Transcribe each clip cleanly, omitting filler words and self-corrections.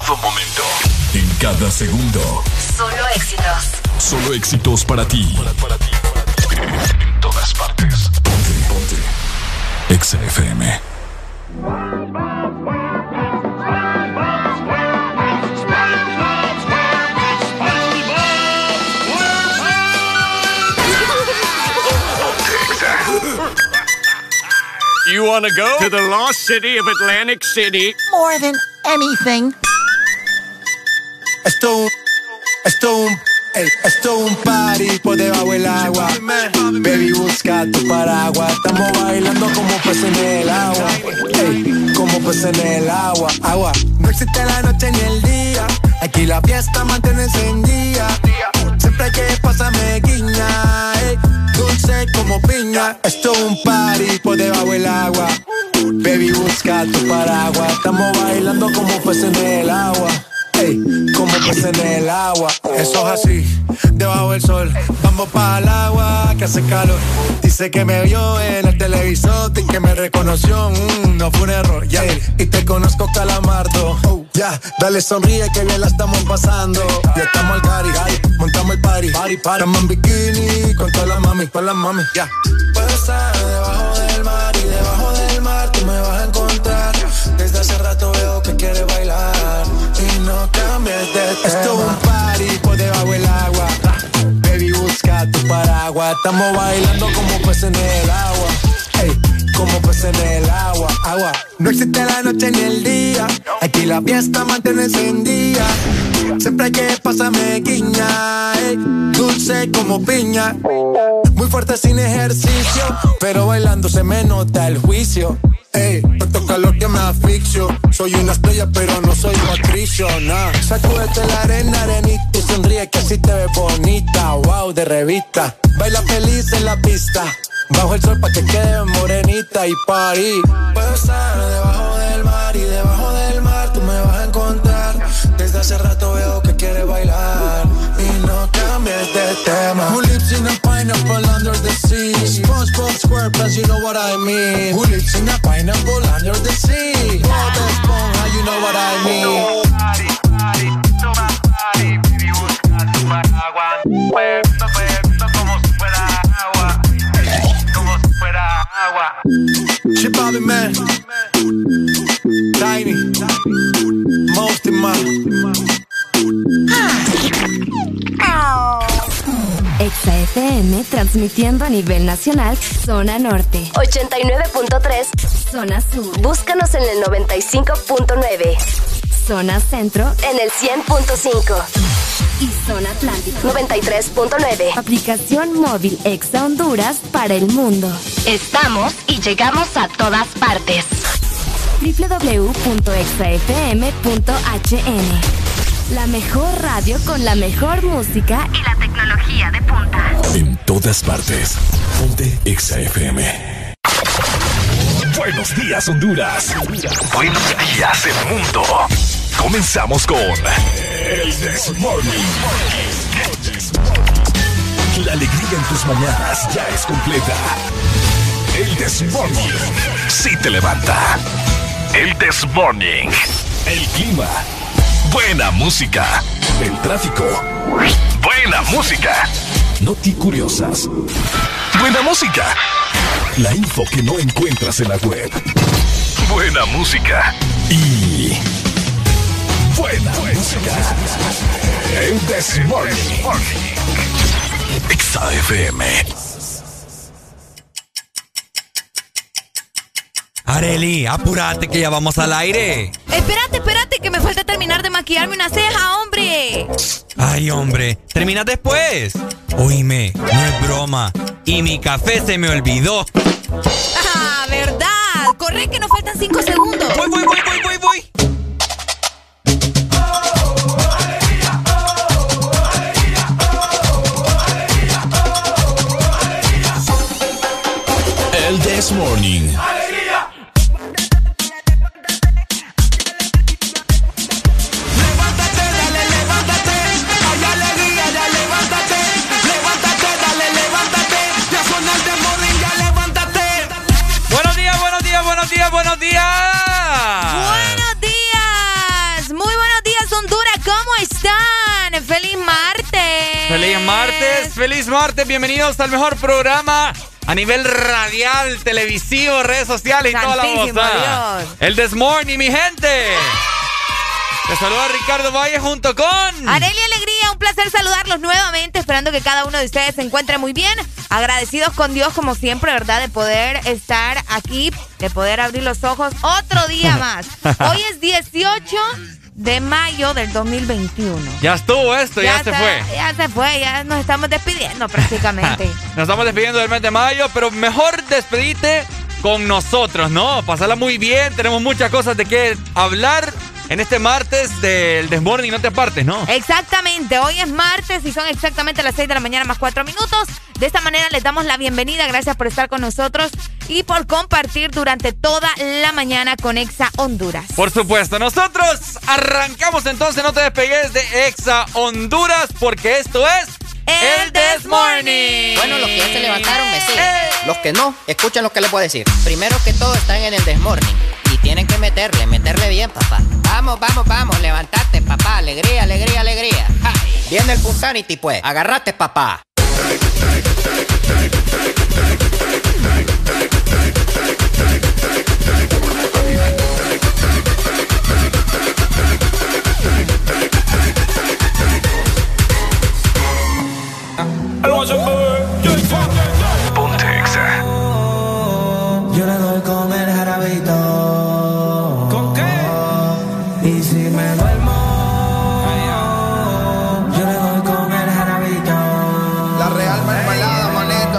todo momento. En cada segundo. Solo éxitos. Solo éxitos para ti. En todas partes. Ponte. Exa FM. You wanna go to the lost city of Atlantic City? More than anything. Esto un party por debajo del agua. Baby, busca tu paraguas. Estamos bailando como peces en el agua. Ey, como peces en el agua. Agua. No existe la noche ni el día. Aquí la fiesta mantiene encendida. Siempre que pasa me guiña. Ey, dulce como piña. Esto es un party por debajo del agua. Baby, busca tu paraguas. Estamos bailando como peces en el agua. Ey, como peces en el agua. Eso es así, debajo del sol. Vamos para el agua, que hace calor. Dice que me vio en el televisor y que me reconoció. No fue un error, ya. Y te conozco, Calamardo. Ya, dale sonríe que bien la estamos pasando. Ya estamos al cari, montamos el party. Estamos en bikini con todas las mami, ya. Puedo estar debajo del mar y debajo del mar tú me vas a encontrar. Desde hace rato veo que quieres bailar y no cambies de tema. Esto es un party por debajo del agua. Baby, busca tu paraguas. Estamos bailando como peces en el agua. Ey, como peces en el agua. Agua. No existe la noche ni el día. Aquí la fiesta mantiene encendida. Siempre que pasa me guiña. Ey, dulce como piña. Muy fuerte sin ejercicio, pero bailando se me nota el juicio. Ey, tanto calor que me asfixio. Soy una estrella pero no soy Patricio, nah. Sacúdete la arena, arenita y sonríe que así te ves bonita. Wow, de revista. Baila feliz en la pista. Bajo el sol pa' que quede morenita y party. Puedo estar debajo del mar y debajo del mar tú me vas a encontrar. Desde hace rato veo que quieres bailar y no cambies de tema. Who lives in a pineapple under the sea? SpongeBob SquarePants, you know what I mean. Who lives in a pineapple under the sea? Bob Esponja, you know what I mean. Party, baby, busca tu paraguas. Puesto como si fuera agua. Como si fuera agua. Shit, Bobby, man. Tiny. Most in Exa FM transmitiendo a nivel nacional, zona norte 89.3, zona sur. Búscanos en el 95.9, zona centro en el 100.5 y zona atlántico 93.9. Aplicación móvil Exa Honduras para el mundo. Estamos y llegamos a todas partes. www.exafm.hn. La mejor radio con la mejor música y la tecnología de punta. En todas partes. Ponte Exa FM. Buenos días, Honduras. Buenos días, el mundo. Comenzamos con El This Morning. La alegría en tus mañanas ya es completa. El This Morning sí te levanta. El This Morning. El clima. Buena música. El tráfico. Buena música. Noticuriosas. Buena música. La info que no encuentras en la web. Buena música. Y buena música. El This Morning. Exa FM. Arely, apúrate que ya vamos al aire. Espérate, que me falta terminar de maquillarme una ceja, hombre. Ay, hombre, terminas después. Oíme, no es broma. Y mi café se me olvidó. Ah, ¿verdad? Corre que nos faltan 5 segundos. Voy. El This Morning. Buenos días. Buenos días. Muy buenos días, ¡Feliz martes! ¡Feliz martes! ¡Feliz martes! Bienvenidos al mejor programa a nivel radial, televisivo, redes sociales y toda la voz. El This Morning, mi gente. Te saluda Ricardo Valle junto con Arelia Alegría, un placer saludarlos nuevamente, esperando que cada uno de ustedes se encuentre muy bien. Agradecidos con Dios, como siempre, ¿verdad? De poder estar aquí, de poder abrir los ojos otro día más. Hoy es 18 de mayo del 2021. Ya estuvo esto, ya se fue. Ya se fue, ya nos estamos despidiendo prácticamente. Nos estamos despidiendo del mes de mayo, pero mejor despedirte con nosotros, ¿no? Pasarla muy bien, tenemos muchas cosas de qué hablar en este martes del This Morning, no te apartes, ¿no? Exactamente, hoy es martes y son exactamente las 6 de la mañana más 4 minutos. De esta manera les damos la bienvenida, gracias por estar con nosotros y por compartir durante toda la mañana con Exa Honduras. Por supuesto, nosotros arrancamos entonces, no te despegues de Exa Honduras, porque esto es el This Morning. Bueno, los que ya se levantaron me siguen. Los que no, escuchen lo que les voy a decir. Primero que todo están en el This Morning y tienen que meterle bien, papá. Vamos, levantate, papá. Alegría. ¡Ay! Viene el Punsanity, pues. Agarrate, papá. Ponte Exa. Yo le doy con el jarabito. ¿Con qué? Y si me duermo, yo le doy con el jarabito. La real mermelada, manito.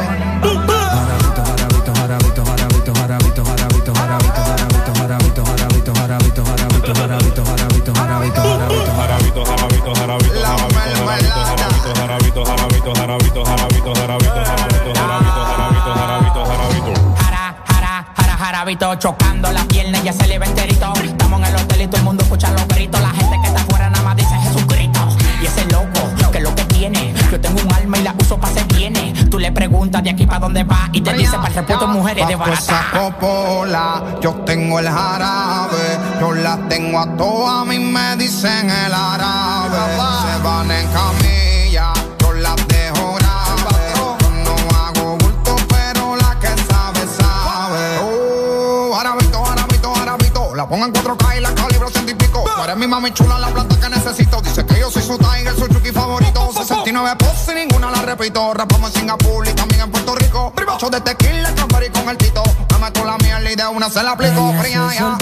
Jarabito, chocando las piernas, ya se le ve enterito. Estamos en el hotel y todo el mundo escucha los gritos. La gente que está afuera nada más dice Jesucristo. Y ese loco, que es lo que tiene. Yo tengo un alma y la uso para ser viene. Tú le preguntas de aquí para dónde va y te dice para el repuesto mujeres de barata. Esa popola, yo tengo el jarabe. Yo la tengo a todas, a mí me dicen el árabe. Se van en camilla, yo las dejo grave. Yo no hago bulto, pero la que sabe. Jarabito, la pongo en 4K y la calibro 100 y pico. Tú eres mi mami chula, la planta que necesito. Dice que yo soy su tiger, su chuki favorito. 69 poses y ninguna la repito. Rapamos en Singapur y también en Puerto Rico. 8 de tequila, y con el tito. Me meto la miel y de una se la aplico. Fría ya.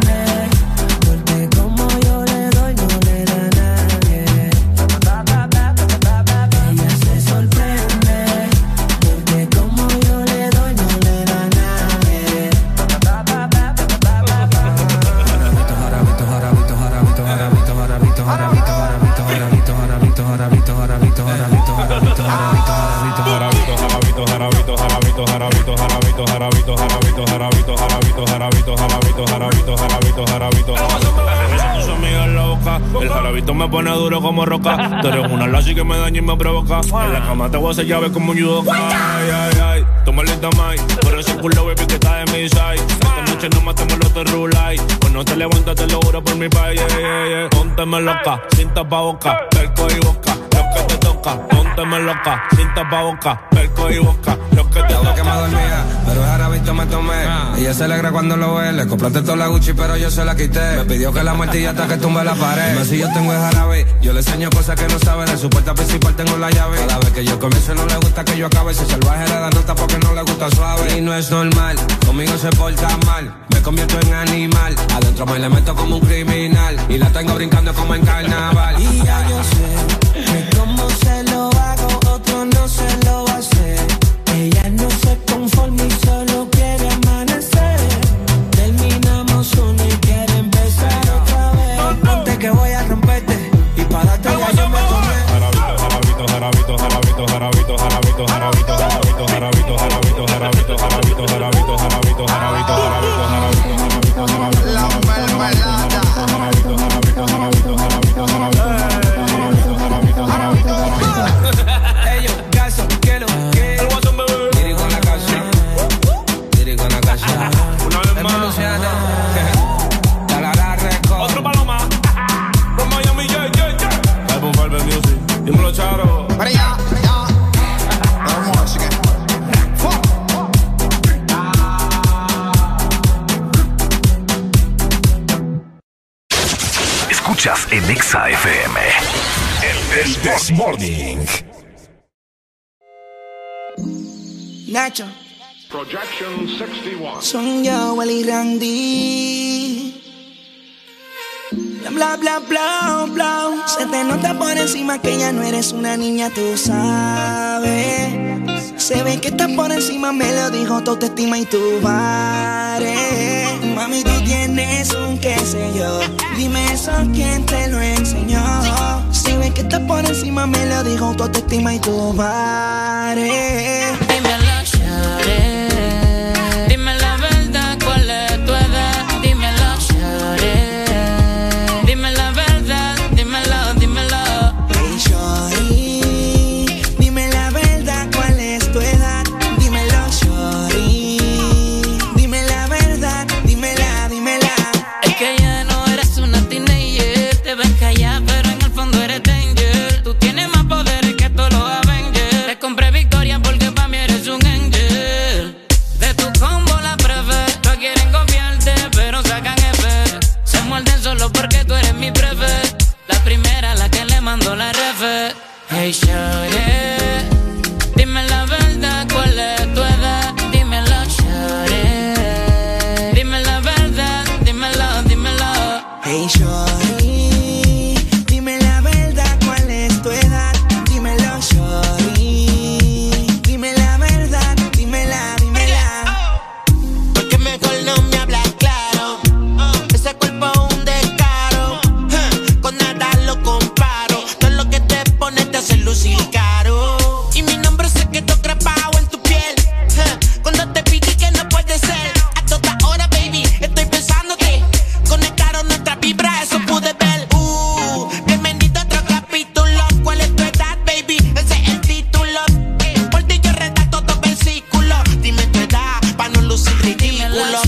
El jarabito me pone duro como roca. Tú eres una lazi que me daña y me provoca. En la cama te voy a hacer llave como un judoka. Ay, toma lenta, mai. Por ese culo, baby, que está en mi side. Esta noche no matemos los terrulay. Cuando te levantas te lo juro por mi país. Pónteme loca, sin tapaboca, perco y boca. Lo que te toca, pónteme loca, sin tapaboca, perco y boca. Lo que te toca. Que me dormía, pero el jarabito me tomé. Ella se alegra cuando lo ve. Le compraste toda la Gucci, pero yo se la quité. Me pidió que la martilla hasta que tumbe la pared. Dime si yo tengo el jarabe, yo le enseño cosas que no sabe. De su puerta principal tengo la llave. Cada vez que yo comienzo no le gusta que yo acabe. Ese salvaje le da nota porque no le gusta suave. Y no es normal, conmigo se porta mal. Me convierto en animal, adentro me le meto como un criminal. Y la tengo brincando como en carnaval. Y ya yo sé que como se lo hago, otro no se lo va a hacer. Ella no se conforma y solo quiere amanecer. Terminamos uno y quiere empezar otra vez. Ponte que voy a romperte y para darte ya yo me tomé. La mermelada. Ellos, caso, que lo que. Dirigo en la casa. Dirigo en la casa. Una vez más. Luciana. Talara Record. Otro paloma. From Miami, yeah. Album Valve Music. escuchas en Exa FM. El This Morning. Nacho. Projection 61. Son yo, Wally Randy. Bla, bla, bla, bla. Se te nota por encima que ya no eres una niña, tú sabes. Se ve que estás por encima, me lo dijo tu autoestima y tu bares. Mami, tú tienes un qué sé yo. Dime eso, ¿quién te lo enseñó? Se ve que estás por encima, me lo dijo tu autoestima y tu bares. Dímelo, shawty. Dime la verdad, ¿cuál es tu edad? Dímelo, shawty. Dime la verdad, dímelo, dímelo. Hey, shawty, dime la verdad, ¿cuál es tu edad? Dímelo, shawty. Dime la verdad, dímela, dímela. Es que ya no eres una teenager. Te ves callada, pero en el fondo eres danger. Tú tienes más poder que todos los Avengers. Te compré Victoria porque pa' mí eres un angel. De tu combo la prefe. No quieren confiarte, pero sacan F. Se muerden solo porque tú eres mi prefe. La primera, la que le mandó la refe. Hey, shawty, dime la verdad, ¿cuál es tu edad? Dímelo, shawty. Dime la verdad, dímelo, dímelo. Hey, shawty, dime la verdad, ¿cuál es tu edad? Dímelo, shawty. Dime la verdad, dímela, dímela. Porque mejor no me hablas claro. Ese cuerpo es un descaro. Con nada lo comparo. Todo lo que te pones te hace lucir caro. Y mi nombre se quedó grabado en tu piel. Cuando te pide que no puede ser. A toda hora, baby, estoy pensándote. Conectaron nuestra vibra, eso pude ver. Bienvenido a otro capítulo. ¿Cuál es tu edad, baby? Ese es el título. Por ti yo redacto dos versículos. Dime tu edad, pa' no lucir ridículo.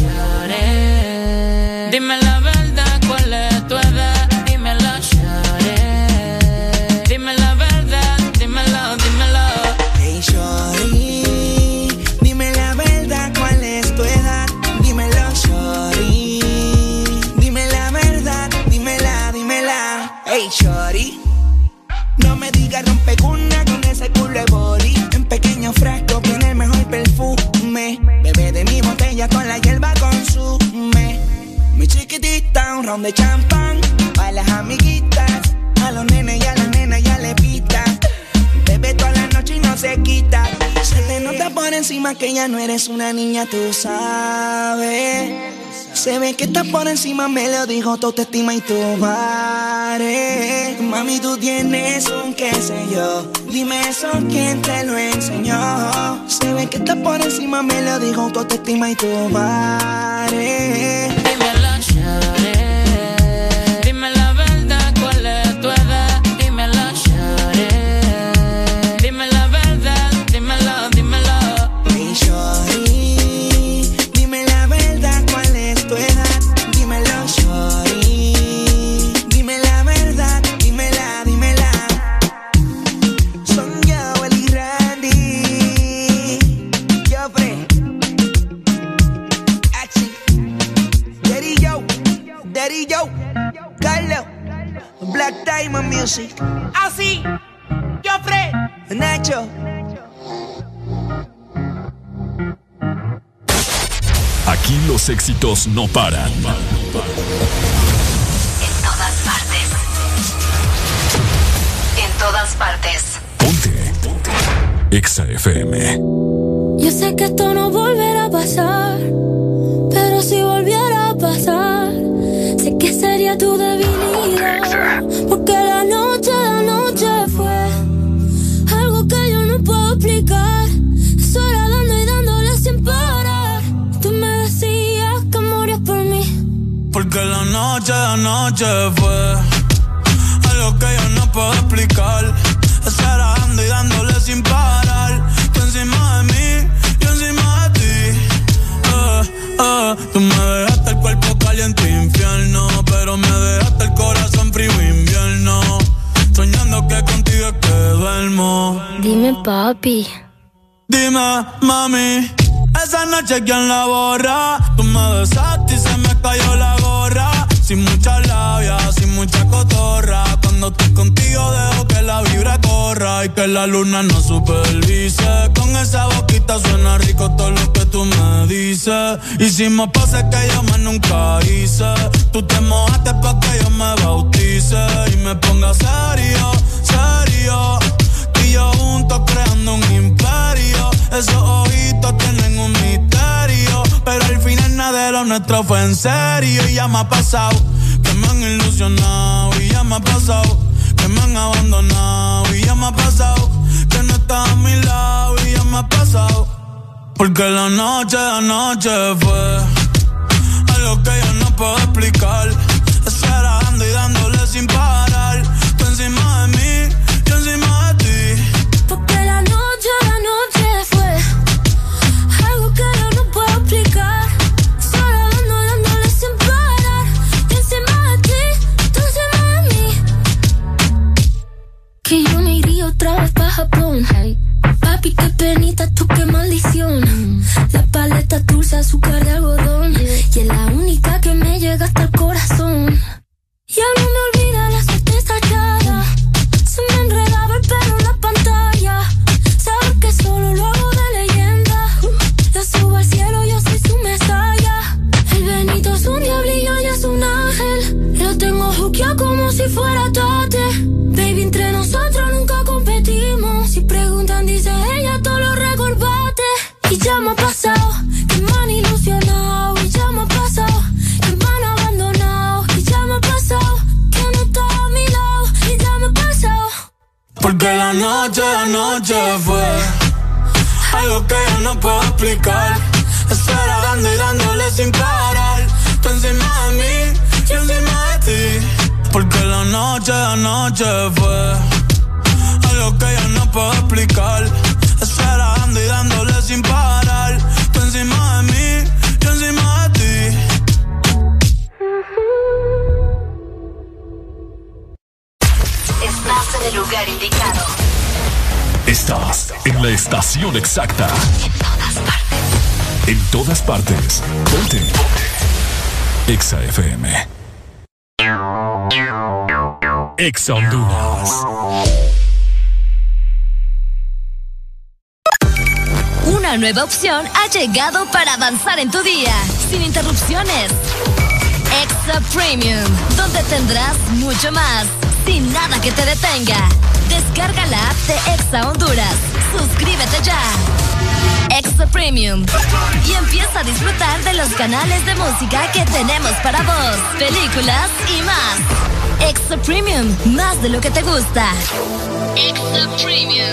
Dime la verdad, ¿cuál es tu edad? Dímelo, shawty. Dime la verdad, dímelo, dímelo. Hey, shawty, dime la verdad, ¿cuál es tu edad? Dímelo, shawty. Dime la verdad, dímela, dímela. Hey, shawty, no me digas rompecuna con ese culo de body. En pequeño frasco tiene el mejor perfume. Bebe de mi botella con la hierba consume. Mi chiquitita, un round de champán. Pa' las amiguitas, a los nenes y a las nenas ya le pita. Bebe toda la noche y no se quita. Se te nota por encima que ya no eres una niña, tú sabes. Se ve que estás por encima, me lo dijo tu autoestima y tu bares. Mami, tú tienes un qué sé yo. Dime eso, ¿quién te lo enseñó? Se ve que estás por encima, me lo dijo tu autoestima y tu bares. Dímelo, shawty. Dime la verdad, ¿cuál es tu edad? Dímelo, shawty. Dime la verdad, dímelo, dímelo. Hey, shawty, dime la verdad, ¿cuál es tu edad? Dímelo, shawty. Dime la verdad, dímela, dímela. Son yo, Wally Randy. Joffrey. Achi. Daddy Joe. Carlo. Black Diamond Music. Así, Joffrey. Nacho. Aquí los éxitos no paran. En todas partes. En todas partes. Ponte. Exa FM. Yo sé que esto no volverá a pasar, pero si volviera a pasar, sé que sería tu debilidad. Porque la noche fue algo que yo no puedo explicar. Sola dando y dándole sin parar. Tú me decías que morías por mí. Porque la noche fue algo que yo no puedo explicar. Estar dando y dándole sin parar. Tú encima de mí, yo encima de ti. Tú me dejaste el cuerpo caliente infierno, pero me dejaste el corazón frío invierno. Soñando que contigo es que duermo. Dime, papi. Dime, mami. Esa noche ¿quién la borra? Tú me besaste y se me cayó la gorra. Sin mucha labia, sin mucha cotorra. Cuando estoy contigo dejo que la vibra corra y que la luna no supervise. Con esa boquita suena rico todo lo que tú me dices. Hicimos poses que yo más nunca hice. Tú te mojaste pa' que yo me bautice y me ponga serio, serio. Tú y yo juntos creando un imperio. Esos ojitos tienen un misterio, pero al final nada de lo nuestro fue en serio. Y ya me ha pasado que me han ilusionado, y ya me ha pasado que me han abandonado, y ya me ha pasado que no estás a mi lado, y ya me ha pasado. Porque la noche fue algo que yo no puedo explicar. Esperando y dándole sin parar. Tú encima de mí, yo encima de ti. Porque la noche fue algo que yo no puedo explicar. Solo dándole sin parar. Yo encima de ti, tú encima de mí. Que yo me iría otra vez pa' Japón. Hey. Papi, qué penita, tú qué maldición. La paleta dulce, azúcar de algodón. Y es la única que me llega hasta el corazón. Ya no me olvida la certeza echada. Se me enredaba el pelo en la pantalla. Sabes que solo lo hago de leyenda. Yo subo al cielo, yo soy su mesaya. El Benito es un diablillo y es un ángel. Lo tengo juqueado como si fuera Tate. Baby, entre nosotros nunca competimos. Si preguntan, dice ella, todo lo recordate. Y ya me ha pasado que me han ilusionado. Y ya me ha pasado que me han abandonado. Y ya me ha pasado que no está a mi lado. Y ya me ha pasado. Porque la noche fue algo que yo no puedo explicar. Esperando y dándole sin parar. Tú encima de mí, yo encima de ti. Porque la noche fue algo que yo no puedo explicar. Esperando y dándole sin parar. Tú encima de mí, yo encima de ti. Estás en el lugar indicado. Estás en la estación exacta. En todas partes. Ponte. Exa FM. Exa Honduras. Una nueva opción ha llegado para avanzar en tu día, sin interrupciones. Exa Premium, donde tendrás mucho más, sin nada que te detenga. Descarga la app de Exa Honduras. Suscríbete ya. Exa Premium. Y empieza a disfrutar de los canales de música que tenemos para vos, películas y más. Exa Premium, más de lo que te gusta. Exa Premium.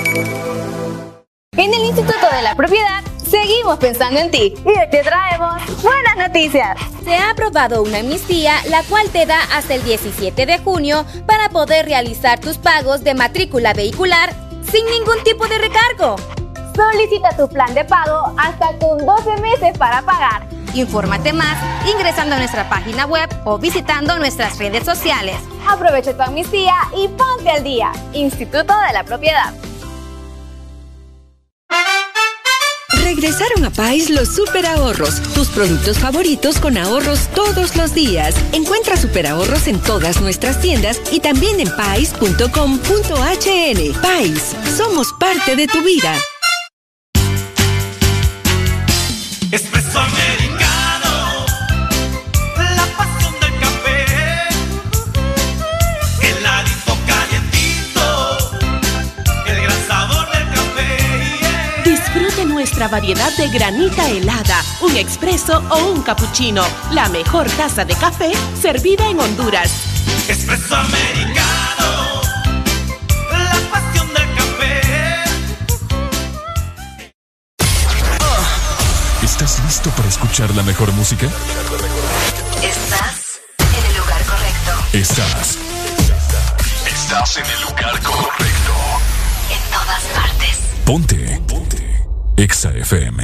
En el Instituto de la Propiedad seguimos pensando en ti y hoy te traemos buenas noticias. Se ha aprobado una amnistía, la cual te da hasta el 17 de junio para poder realizar tus pagos de matrícula vehicular sin ningún tipo de recargo. Solicita tu plan de pago hasta con 12 meses para pagar. Infórmate más ingresando a nuestra página web o visitando nuestras redes sociales. Aprovecha tu amnistía y ponte al día. Instituto de la Propiedad. Regresaron a Pais los super ahorros, tus productos favoritos con ahorros todos los días. Encuentra super ahorros en todas nuestras tiendas y también en pais.com.hn. Pais, somos parte de tu vida. Espresso americano, la pasión del café, heladito calientito, el gran sabor del café. Disfrute nuestra variedad de granita helada, un expreso o un cappuccino, la mejor taza de café servida en Honduras. Espresso americano, la pasión del café. ¿Estás listo para escuchar la mejor música? Estás en el lugar correcto. Estás en el lugar correcto. En todas partes. Ponte. Exa FM.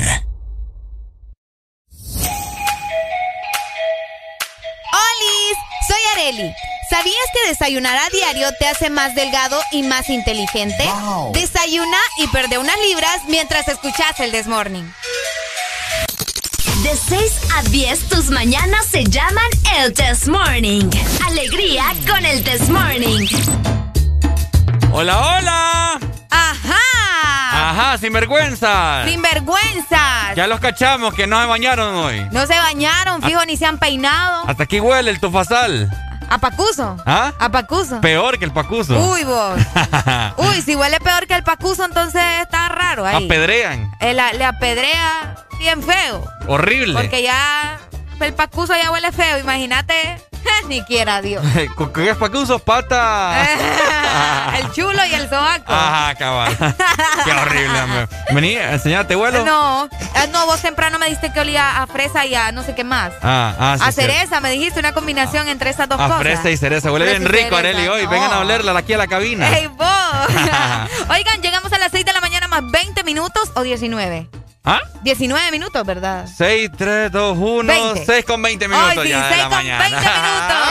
¡Holis! Soy Areli. ¿Sabías que desayunar a diario te hace más delgado y más inteligente? Wow. Desayuna y perde unas libras mientras escuchas el This Morning. De 6 a 10, tus mañanas se llaman el This Morning. Alegría con el This Morning. ¡Hola, hola! ¡Ajá! Sinvergüenzas. ¡Sinvergüenzas! Ya los cachamos que no se bañaron hoy. No se bañaron, fijo, ni se han peinado. Hasta aquí huele el tufasal. ¿A pacuso? ¿Ah? ¿A pacuso? Peor que el pacuso. Uy, vos. Uy, si huele peor que el pacuso, entonces está raro ahí. Apedrean. Le apedrea bien feo. Horrible. Porque ya el pacuso ya huele feo, imagínate. Ni quiera Dios. ¿Qué es pacuso? Pata. El chulo y el sobaco. Ajá, cabal. Qué horrible, hombre. Vení, enseñate, vuelo. No, vos temprano me dijiste que olía a fresa y a no sé qué más. Sí, a cereza, me dijiste una combinación entre esas dos cosas. A fresa y cereza. Huele bien rico, Arely, hoy. Vengan a olerla aquí a la cabina. ¡Ey, vos! Oigan, llegamos a las 6 de la mañana más 20 minutos o 19. 19 minutos, ¿verdad? 6, 3, 2, 1, 20. 6 con 20 minutos. Hoy sí, ya 6 de la con mañana. 20 minutos.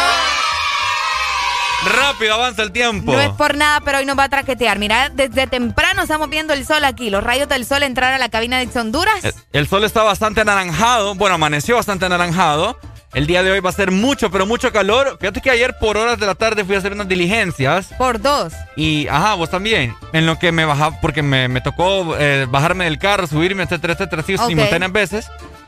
Rápido avanza el tiempo. No es por nada, pero hoy nos va a traquetear. Mira, desde temprano estamos viendo el sol aquí. Los rayos del sol entrar a la cabina de Honduras. El sol está bastante anaranjado. Bueno, amaneció bastante anaranjado. El día de hoy va a ser mucho, pero mucho calor. Fíjate que ayer por horas de la tarde fui a hacer unas diligencias. Por 2. Y, vos también. En lo que me bajaba, porque me tocó bajarme del carro, subirme, etcétera, simultáneas veces.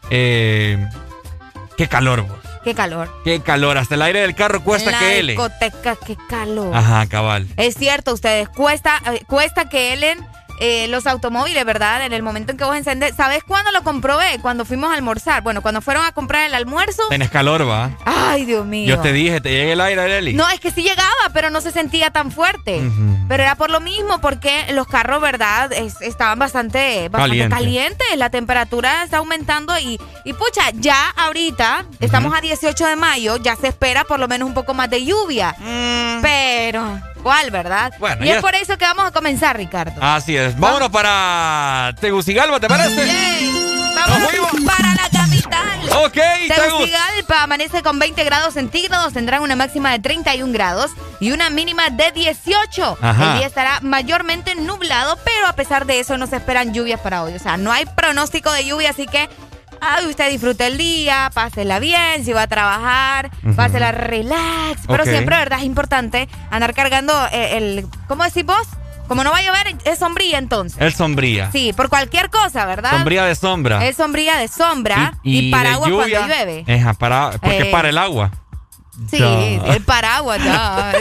Qué calor, vos. Qué calor. Qué calor. Hasta el aire del carro cuesta que hele. Discoteca, qué calor. Ajá, cabal. Es cierto, ustedes. Cuesta que helen los automóviles, ¿verdad? En el momento en que vos encendés. ¿Sabes cuándo lo comprobé? Cuando fuimos a almorzar. Bueno, cuando fueron a comprar el almuerzo. Tenés calor, ¿va? Ay, Dios mío. Yo te dije, ¿te llega el aire, Arely? No, es que sí llegaba, pero no se sentía tan fuerte. Pero era por lo mismo, porque los carros, ¿verdad? Estaban bastante calientes. La temperatura está aumentando y pucha, ya ahorita, estamos a 18 de mayo, ya se espera por lo menos un poco más de lluvia. Pero, ¿cuál, verdad? Bueno, y es por eso que vamos a comenzar, Ricardo. Así es. Vámonos para Tegucigalpa, ¿te parece? Vámonos para la capital. Ok, Tegucigalpa amanece con 20 grados centígrados, tendrán una máxima de 31 grados y una mínima de 18. Ajá. El día estará mayormente nublado, pero a pesar de eso no se esperan lluvias para hoy. O sea, no hay pronóstico de lluvia, así que usted disfrute el día, pásela bien, si va a trabajar, pásela relax. Pero siempre, ¿verdad? Es importante andar cargando ¿cómo decís vos? Como no va a llover, es sombrilla entonces. Es sombrilla. Sí, por cualquier cosa, ¿verdad? Sombrilla de sombra. Es sombrilla de sombra y paraguas cuando llueve. Porque para el agua. Sí, el paraguas ya.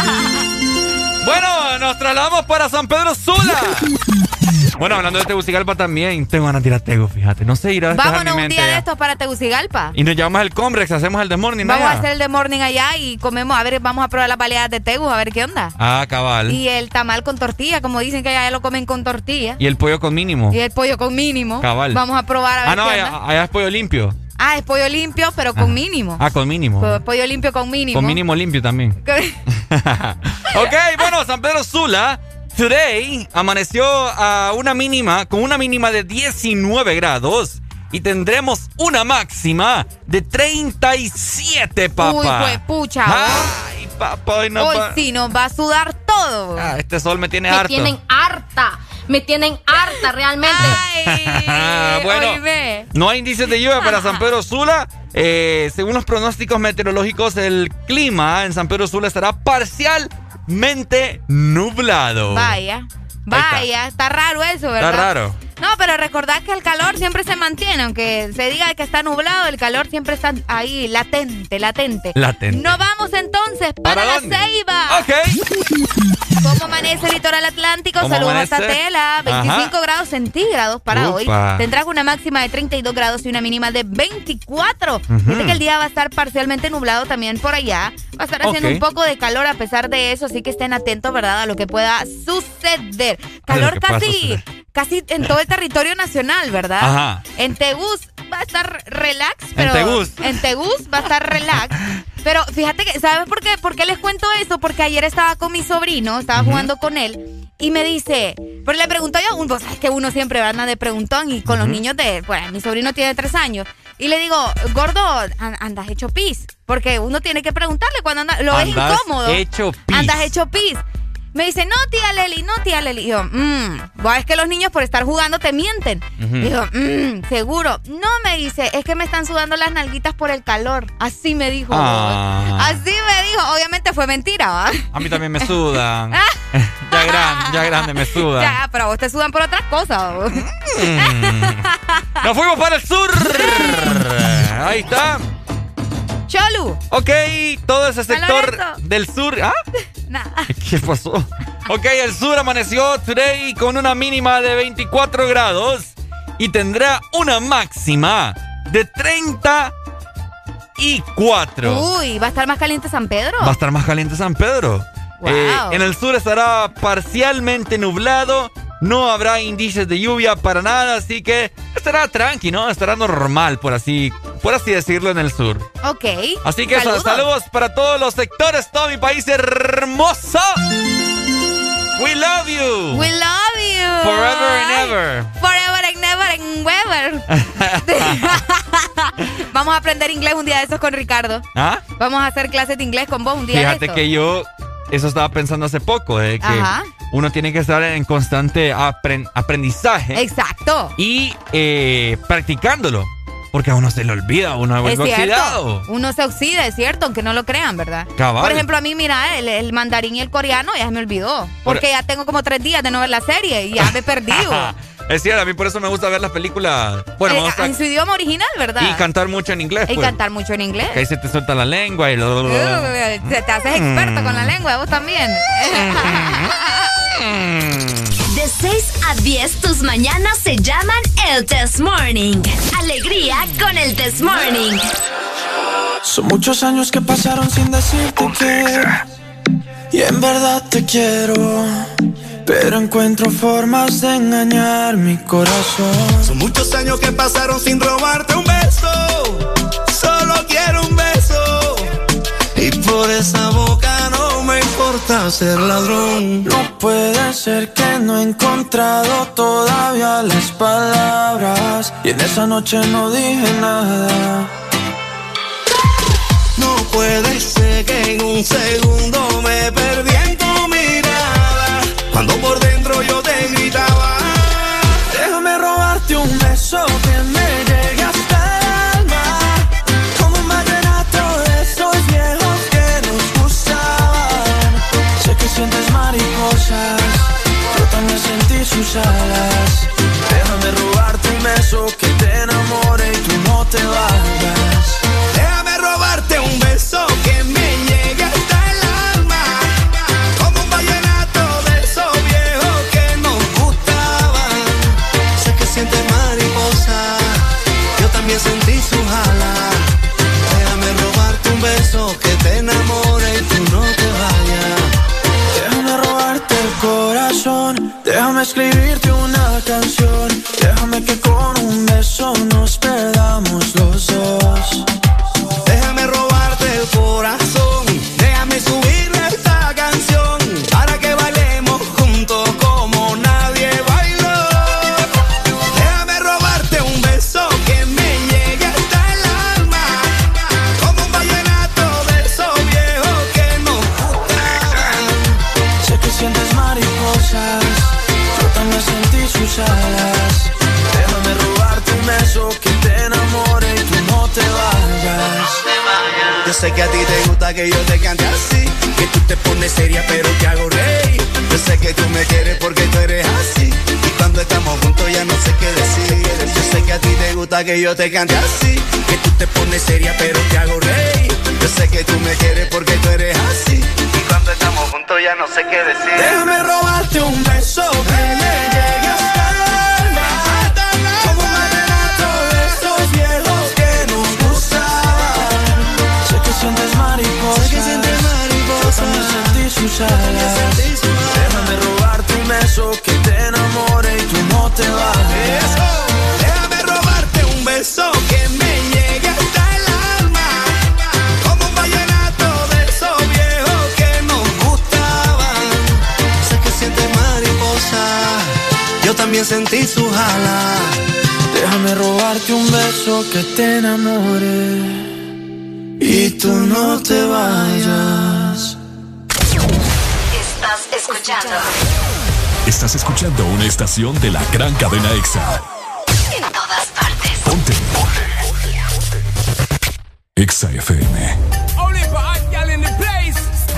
Bueno, nos trasladamos para San Pedro Sula. Bueno, hablando de Tegucigalpa también, tengo ganas de ir a Tegu, fíjate. No sé, ir a vámonos un día de estos para Tegucigalpa. Y nos llevamos el Comrex, hacemos el The Morning. Vamos a hacer el The Morning allá y comemos, vamos a probar las baleadas de Tegu, a ver qué onda. Cabal. Y el tamal con tortilla, como dicen que allá lo comen con tortilla. Y el pollo con mínimo. Cabal. Vamos a probar a ver qué onda. Allá es pollo limpio. Es pollo limpio, pero con mínimo. Con mínimo. Pollo limpio con mínimo. Con mínimo limpio también. Ok, bueno, San Pedro Sula. Today amaneció con una mínima de 19 grados y tendremos una máxima de 37, papá. Uy, pucha. Ay, papá, hoy sí nos va a sudar todo. Este sol me tiene harto. Me tienen harta realmente. Ay, bueno, oíme. No hay índices de lluvia para San Pedro Sula. Según los pronósticos meteorológicos, el clima en San Pedro Sula estará parcialmente nublado. Vaya, está raro eso, ¿verdad? Está raro. No, pero recordad que el calor siempre se mantiene, aunque se diga que está nublado, el calor siempre está ahí, latente. Nos vamos entonces para La Ceiba. Ok. ¿Cómo amanece el litoral atlántico? Saludos a Satela. 25 grados centígrados para hoy. Tendrás una máxima de 32 grados y una mínima de 24. Fíjate que el día va a estar parcialmente nublado también por allá. Va a estar haciendo un poco de calor a pesar de eso, así que estén atentos, ¿verdad? A lo que pueda suceder. Calor casi en todo el territorio nacional, ¿verdad? Ajá. En Tegus va a estar relax, pero en Tegus va a estar relax. Pero fíjate que, ¿sabes por qué? ¿Por qué les cuento eso? Porque ayer estaba con mi sobrino, estaba jugando con él y me dice, pero le pregunto yo, pues es que uno siempre anda de preguntón y con los niños mi sobrino tiene 3 años. Y le digo, gordo, andas hecho pis. Porque uno tiene que preguntarle cuando lo ves incómodo. Andas hecho pis. Me dice, no, tía Leli. Y yo, es que los niños por estar jugando te mienten. Y yo, seguro. No, me dice, es que me están sudando las nalguitas por el calor. Así me dijo. Así me dijo. Obviamente fue mentira, ¿va? A mí también me sudan. ya grande me sudan. Ya, pero a vos te sudan por otras cosas. Nos fuimos para el sur. Ahí está. Cholu. Ok, todo ese sector del sur. ¿Ah? Nada. ¿Qué pasó? Ok, el sur amaneció today con una mínima de 24 grados y tendrá una máxima de 34. Uy, ¿va a estar más caliente San Pedro? Va a estar más caliente San Pedro. Wow. En el sur estará parcialmente nublado. No habrá indicios de lluvia para nada, así que estará tranqui, ¿no? Estará normal, por así decirlo, en el sur. Ok. Así que saludos para todos los sectores, todo mi país hermoso. We love you. We love you. Forever and ever. Forever and never and ever. Vamos a aprender inglés un día de esos con Ricardo. ¿Ah? Vamos a hacer clases de inglés con vos un día de Fíjate esos. que yo eso estaba pensando hace poco, de que uno tiene que estar en constante aprendizaje. Exacto. Y practicándolo. Porque a uno se le olvida, uno vuelve oxidado. Uno se oxida, es cierto, aunque no lo crean, ¿verdad? Cabal. Por ejemplo, a mí, mira, el mandarín y el coreano ya se me olvidó. Porque ya tengo como 3 días de no ver la serie y ya me he perdido. Es cierto, a mí por eso me gusta ver las películas. Bueno, me gusta en su idioma original, ¿verdad? Y cantar mucho en inglés. Y cantar mucho en inglés. Que ahí se te suelta la lengua y te haces experto con la lengua, vos también. De 6 a 10, tus mañanas se llaman el This Morning. Alegría con el This Morning. Son muchos años que pasaron sin decirte que y en verdad te quiero, pero encuentro formas de engañar mi corazón. Son muchos años que pasaron sin robarte un beso. Solo quiero un beso. Y por esa boca no me importa ser ladrón. No puede ser que no he encontrado todavía las palabras y en esa noche no dije nada. No puede ser que en un segundo me perdí en tu mirada, cuando por dentro yo te gritaba. Déjame robarte un beso que me llegue hasta el alma, como un vallenato de esos viejos que nos gustaban. Sé que sientes mariposas, yo también sentí sus alas. Déjame robarte un beso que te enamore y tú no te vayas. Déjame robarte un beso que me llegue hasta el alma, como un vallenato de esos viejos que nos gustaban. Sé que sientes mariposa, yo también sentí su jala. Déjame robarte un beso que te enamore y tú no te vayas. Déjame robarte el corazón, déjame escribirte una canción. Déjame que con un beso nos perdamos los dos. Déjame robarte el corazón, déjame subirle esta canción para que bailemos juntos como nadie bailó. Déjame robarte un beso que me llegue hasta el alma, como un vallenato de esos viejos que nos gustaban. Sé que sientes mariposas, yo también sentí sus alas. Déjame robarte un beso que te enamore y tú no te vayas. Yo sé que a ti te gusta que yo te cante así, que tú te pones seria pero te hago reír. Yo sé que tú me quieres porque tú eres así, y cuando estamos juntos ya no sé qué decir. Yo sé que a ti te gusta que yo te cante así, que tú te pones seria pero te hago reír. Yo sé que tú me quieres porque tú eres así, y cuando estamos juntos ya no sé qué decir. Déjame robarte un beso que me llegue hasta el alma, como un vallenato de esos viejos que nos gustaban. Sé que sientes mariposas, también sentí sus alas. Déjame robarte un beso que te enamore y tú no te vayas. Déjame robarte un beso que me llegue hasta el alma, como un vallenato de esos viejos que nos gustaban. Sé que sientes mariposa, yo también sentí su jala. Déjame robarte un beso que te enamore y tú no te vayas. Estás escuchando. Estás escuchando una estación de la gran cadena EXA. En todas partes. Ponte. EXA FM. Only for hot girl in the place.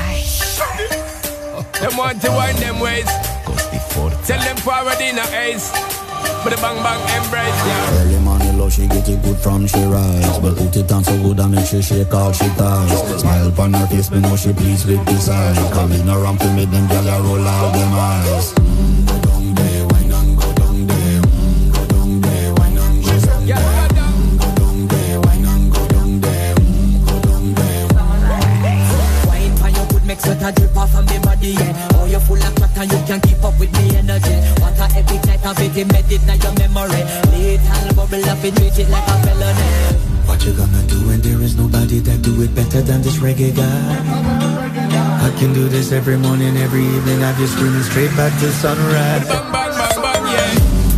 Them want to wind them ways. Tell them forward in a ace. But the bang bang embrace, yeah. Early morning low, she get it good from she rise. But put it on so good and make she shake all she ties. Smile upon her face, me know she pleased with this eye. Coming around to me, them gyal a roll out them eyes. Go down there, wine and go down there. Go down there, wine and go down there. Go down there, wine and go down there. Go down there. Wine for your good, make sweat a drip off of me body, yeah. Oh, you're full of crack and you can keep up with me energy. What a epic night of it, embedded in your memory. Little bubble up and treat it like a felony. What you gonna do when there is nobody that do it better than this reggae guy? I can do this every morning, every evening. I just screaming straight back to sunrise. Bang bang bang bang, yeah.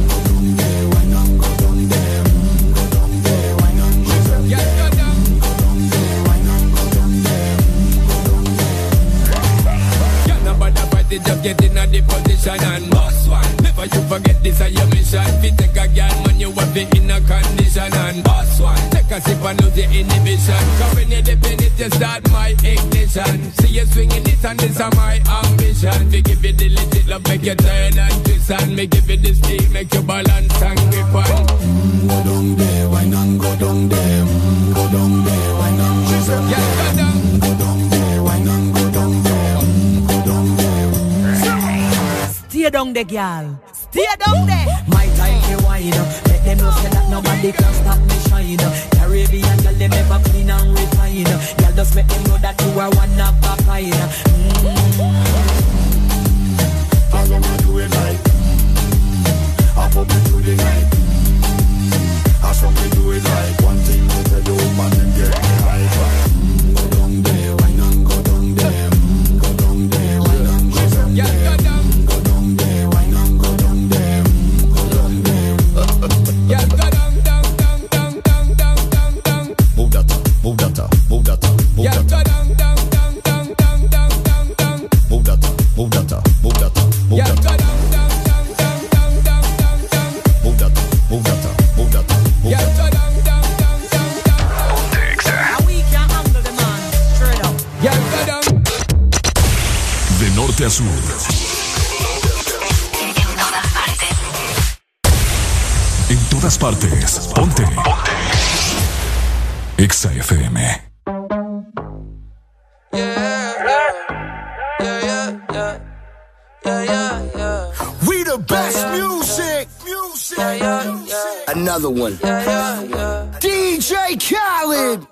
Just get in a the position and boss one. Never you forget this is your mission. If you take a girl, man, you have it in a condition and boss one. Take a sip and lose your inhibition. Cause when you dip in it, you start my ignition. See you swinging it and this is my ambition. We give you the legit love, make you turn and twist and me give you the speed, make you balance and grip on. Go down there, wine and go down there. Go down there, wine and go down there. Go down there, wine and go down there. Go down there. Stay down there, girl. Stay down there. My time to wine up. Let them know say that nobody can stop me shine up. Caribbean girl, they never clean and refine. Girl, just make them know that you are one of a kind. All I'ma do it like I pop it through the night. I saw me do it like one thing with the dope man and get me hyper. Go down there, wine and go down there. Go down there, wine and go down there. Go down there, wine and go down there. Go down there. Yeah, go down, down, down, down, down, down, down, down. Move that up, move that up, move that up, move yeah, that go up. down, down, down, down, down, down, down, down. Move that up, move that up, move that up, move yeah, that go up. down, down, down, down, down, down, down, down. Move that up, move that up, move that up, move Yeah, that go up. down, down, down, down, down. And we can handle the man. Straight up. Yeah, go down. De norte a sur. En todas partes. Ponte. EXA FM. We the best music. Another one. DJ Khaled.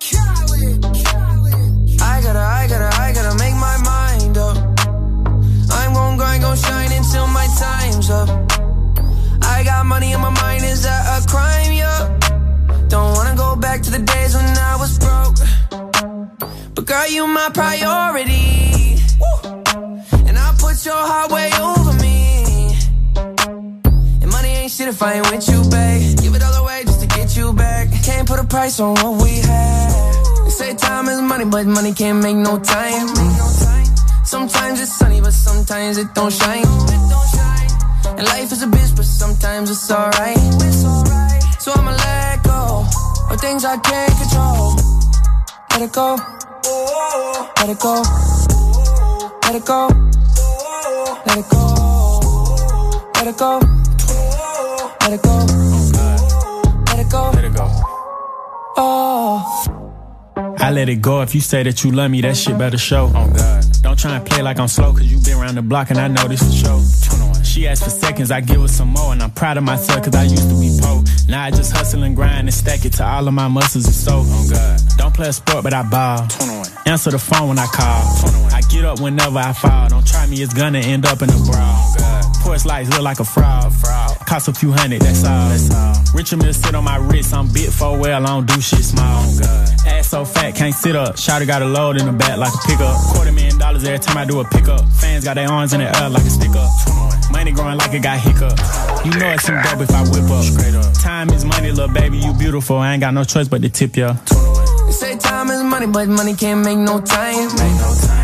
I gotta make my mind up. I'm gon' grind, gon' shine until my time's up. I got money in my mind, is that a crime? Yeah. Don't wanna go back to the days when I was broke. But girl, you my priority. And I put your heart way over me. And money ain't shit if I ain't with you, babe. Give it all away just to get you back. Can't put a price on what we had. They say time is money, but money can't make no time. Sometimes it's sunny, but sometimes it don't shine. And life is a bitch, but sometimes it's alright. So I'ma let go of things I can't control. Let it go. Let it go. Let it go. Let it go. Let it go. Let it go. Let it go. Let it go. Oh. I let it go. If you say that you love me, that shit better show. Oh God. Don't try and play like I'm slow, cause you been around the block and I know this for sure. She asked for seconds, I give her some more. And I'm proud of myself cause I used to be poor. Now I just hustle and grind and stack it till all of my muscles are so. Oh God. Don't play a sport, but I ball. Answer the phone when I call. I get up whenever I fall. Don't try me, it's gonna end up in a brawl. Porch lights look like a fraud. Cost a few hundred, that's all. Richard Mill sit on my wrist, I'm bit for well, I don't do shit small. Ass so fat, can't sit up. Shawty got a load in the back like a pickup. $250,000 every time I do a pickup. Fans got their arms in the air like a stick up. Money growing like it got hiccup. You know it's some dope if I whip up. Straight up. Time is money, little baby, you beautiful. I ain't got no choice but to tip ya. They say time is money, but money can't make no time.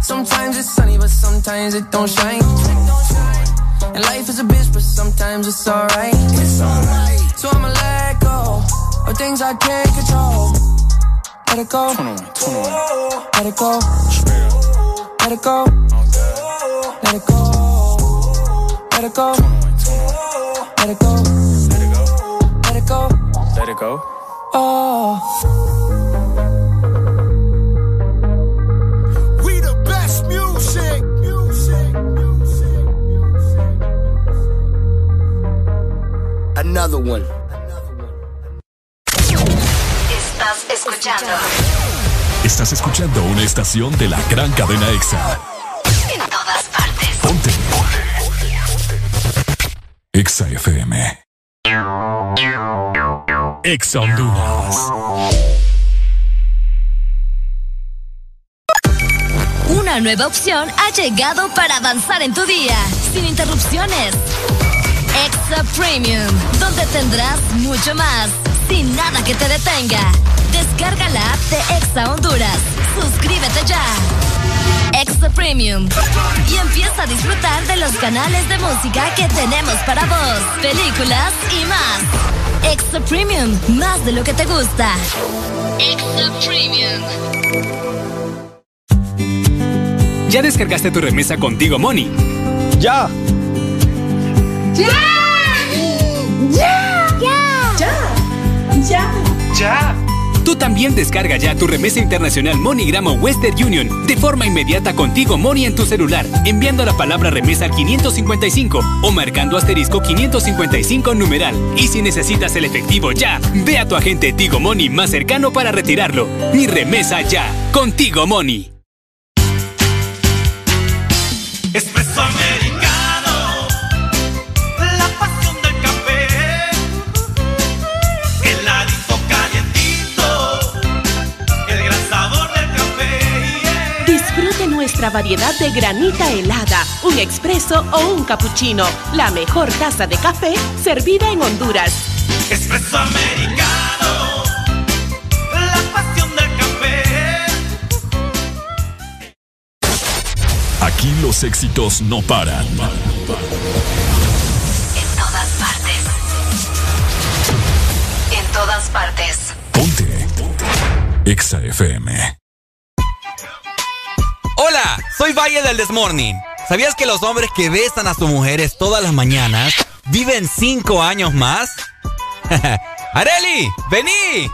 Sometimes it's sunny, but sometimes it don't shine. And life is a bitch, but sometimes it's alright. So I'ma let go of things I can't control. Let it go. Let it go. Let it go. Let it go. Let it go. Let it go. Let it go. Let it go. Oh. We the best music. Another one. Estás escuchando una estación de la gran cadena EXA. En todas partes. Ponte. EXA FM. EXA Honduras. Una nueva opción ha llegado para avanzar en tu día, sin interrupciones. EXA Premium, donde tendrás mucho más, sin nada que te detenga. Descarga la app de EXA Honduras. Suscríbete ya. EXA Premium. Y empieza a disfrutar de los canales de música que tenemos para vos, películas y más. EXA Premium, más de lo que te gusta. EXA Premium. ¿Ya descargaste tu remesa con Tigo Money? ¡Ya! ¡Ya! ¡Ya! ¡Ya! ¡Ya! ¡Ya! Tú también descarga ya tu remesa internacional MoneyGram o Western Union de forma inmediata con Tigo Money en tu celular, enviando la palabra remesa al 555 o marcando asterisco 555 numeral. Y si necesitas el efectivo ya, ve a tu agente Tigo Money más cercano para retirarlo. Mi remesa ya, con Tigo Money. Espresso americano, la pasión del café, heladito calientito, el gran sabor del café. Disfrute nuestra variedad de granita helada, un expreso o un cappuccino. La mejor taza de café servida en Honduras. Espresso americano, la pasión del café. Aquí los éxitos no paran. En todas partes. En todas partes. Ponte. EXA FM. Hola, soy Valle del Desmorning. ¿Sabías que los hombres que besan a sus mujeres todas las mañanas viven 5 años más? ¡Areli, vení!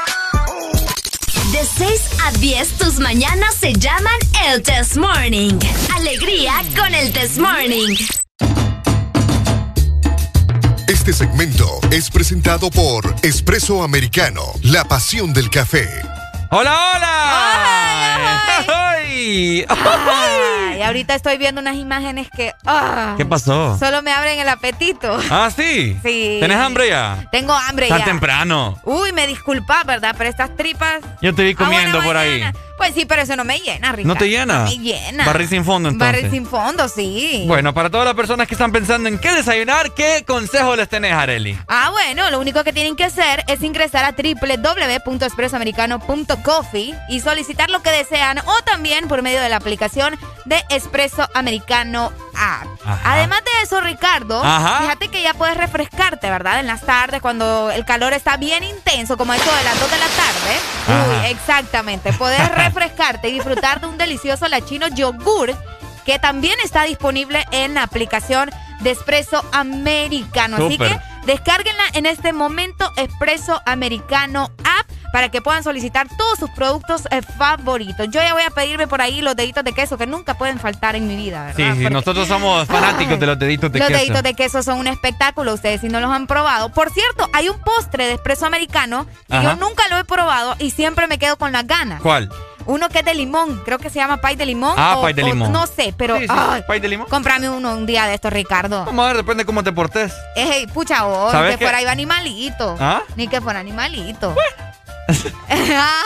De 6 a 10, tus mañanas se llaman el This Morning. Alegría con el This Morning. Este segmento es presentado por Espresso Americano, la pasión del café. ¡Hola, hola! ¡Ay! Ay, ahorita estoy viendo unas imágenes que... ¿Qué pasó? Solo me abren el apetito. ¿Ah, sí? Sí. ¿Tenés hambre ya? Tengo hambre ya. Está temprano. Uy, me disculpas, ¿verdad? Pero estas tripas... Yo te vi comiendo por ahí. Pues sí, pero eso no me llena, Ricardo. ¿No te llena? No me llena. Barril sin fondo, entonces. Barril sin fondo, sí. Bueno, para todas las personas que están pensando en qué desayunar, ¿qué consejo les tenés, Areli? Bueno, lo único que tienen que hacer es ingresar a www.espressoamericano.coffee y solicitar lo que desean, o también por medio de la aplicación de Espresso Americano App. Ajá. Además de eso, Ricardo, fíjate que ya puedes refrescarte, ¿verdad? En las tardes, cuando el calor está bien intenso, como eso de las 2 de la tarde. Uy, exactamente. Podés refrescarte y disfrutar de un delicioso lachino yogur que también está disponible en la aplicación de Espresso Americano. Así que descárguenla en este momento, Espresso Americano App, para que puedan solicitar todos sus productos favoritos. Yo ya voy a pedirme por ahí los deditos de queso, que nunca pueden faltar en mi vida, ¿verdad? Sí, Porque nosotros somos fanáticos de los deditos de queso. Los deditos de queso son un espectáculo, ustedes si no los han probado. Por cierto, hay un postre de Espresso Americano que yo nunca lo he probado y siempre me quedo con las ganas. ¿Cuál? Uno que es de limón, creo que se llama pay de limón. Pay de limón. No sé, pero... Sí, pay de limón. Cómprame uno un día de estos, Ricardo. Vamos a ver, depende de cómo te portes. Pucha, vos, que fuera iba animalito. ¿Ah? Ni que fuera animalito.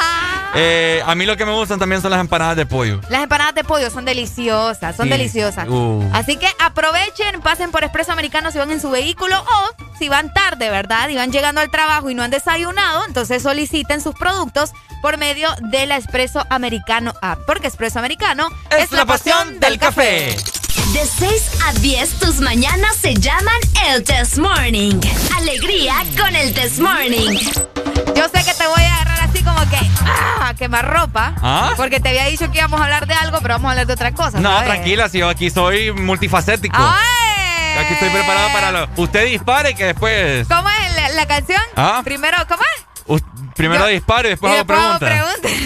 A mí lo que me gustan también son las empanadas de pollo. Las empanadas de pollo son deliciosas, son deliciosas. Así que aprovechen, pasen por Expreso Americano si van en su vehículo o si van tarde, ¿verdad? Y van llegando al trabajo y no han desayunado, entonces soliciten sus productos por medio de la Expreso Americano app. Porque Expreso Americano es la pasión del café. De 6 a 10, tus mañanas se llaman el This Morning. Alegría con el This Morning. Yo sé que te voy a agarrar así como que quemarropa. Porque te había dicho que íbamos a hablar de algo, pero vamos a hablar de otra cosa. No, ¿sabes? tranquila, si yo aquí soy multifacético. ¡Ay! Aquí estoy preparado para lo... Usted dispare que después... ¿Cómo es la canción? Primero, ¿cómo es? Primero disparo y después hago preguntas.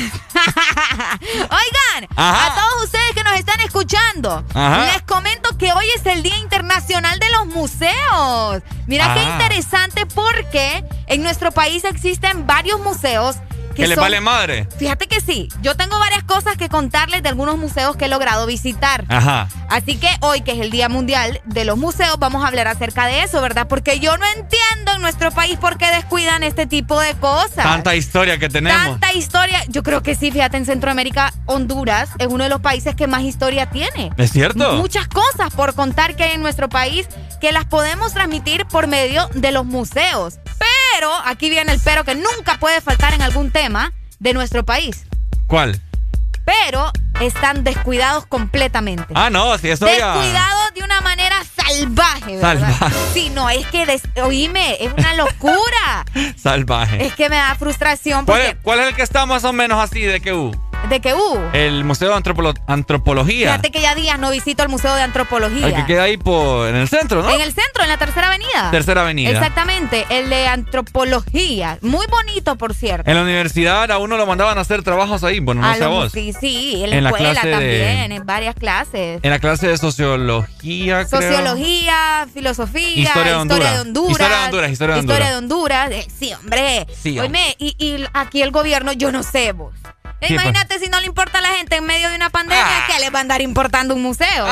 Oigan, a todos ustedes que nos están escuchando, les comento que hoy es el Día Internacional de los Museos. Mira qué interesante, porque en nuestro país existen varios museos que les vale madre. Fíjate que sí. Yo tengo varias cosas que contarles de algunos museos que he logrado visitar. Así que hoy, que es el Día Mundial de los Museos, vamos a hablar acerca de eso, ¿verdad? Porque yo no entiendo en nuestro país por qué descuidan este tipo de cosas. Tanta historia que tenemos. Tanta historia. Yo creo que sí, fíjate, en Centroamérica, Honduras es uno de los países que más historia tiene. ¿Es cierto? Muchas cosas por contar que hay en nuestro país que las podemos transmitir por medio de los museos. Pero, aquí viene el pero que nunca puede faltar en algún tema de nuestro país. ¿Cuál? Pero están descuidados completamente. No, sí, eso ya... Descuidados de una manera salvaje, ¿verdad? Salvaje. Sí, no, es que, oíme, es una locura. Salvaje. Es que me da frustración porque... ¿Cuál es el que está más o menos así de que ¿De qué El Museo de Antropología. Fíjate que ya días no visito el Museo de Antropología. El que queda ahí en el centro, ¿no? En el centro, en la Tercera Avenida. Tercera Avenida. Exactamente, el de Antropología. Muy bonito, por cierto. En la universidad a uno lo mandaban a hacer trabajos ahí, bueno, no sé a vos. Sí, en la escuela también, en varias clases. En la clase de Sociología, creo. Sociología, Filosofía, Historia de Honduras. Historia de Honduras. Sí, hombre. Sí, oíme, y aquí el gobierno, yo no sé vos. Imagínate si no le importa a la gente en medio de una pandemia, ¿qué le va a andar importando un museo?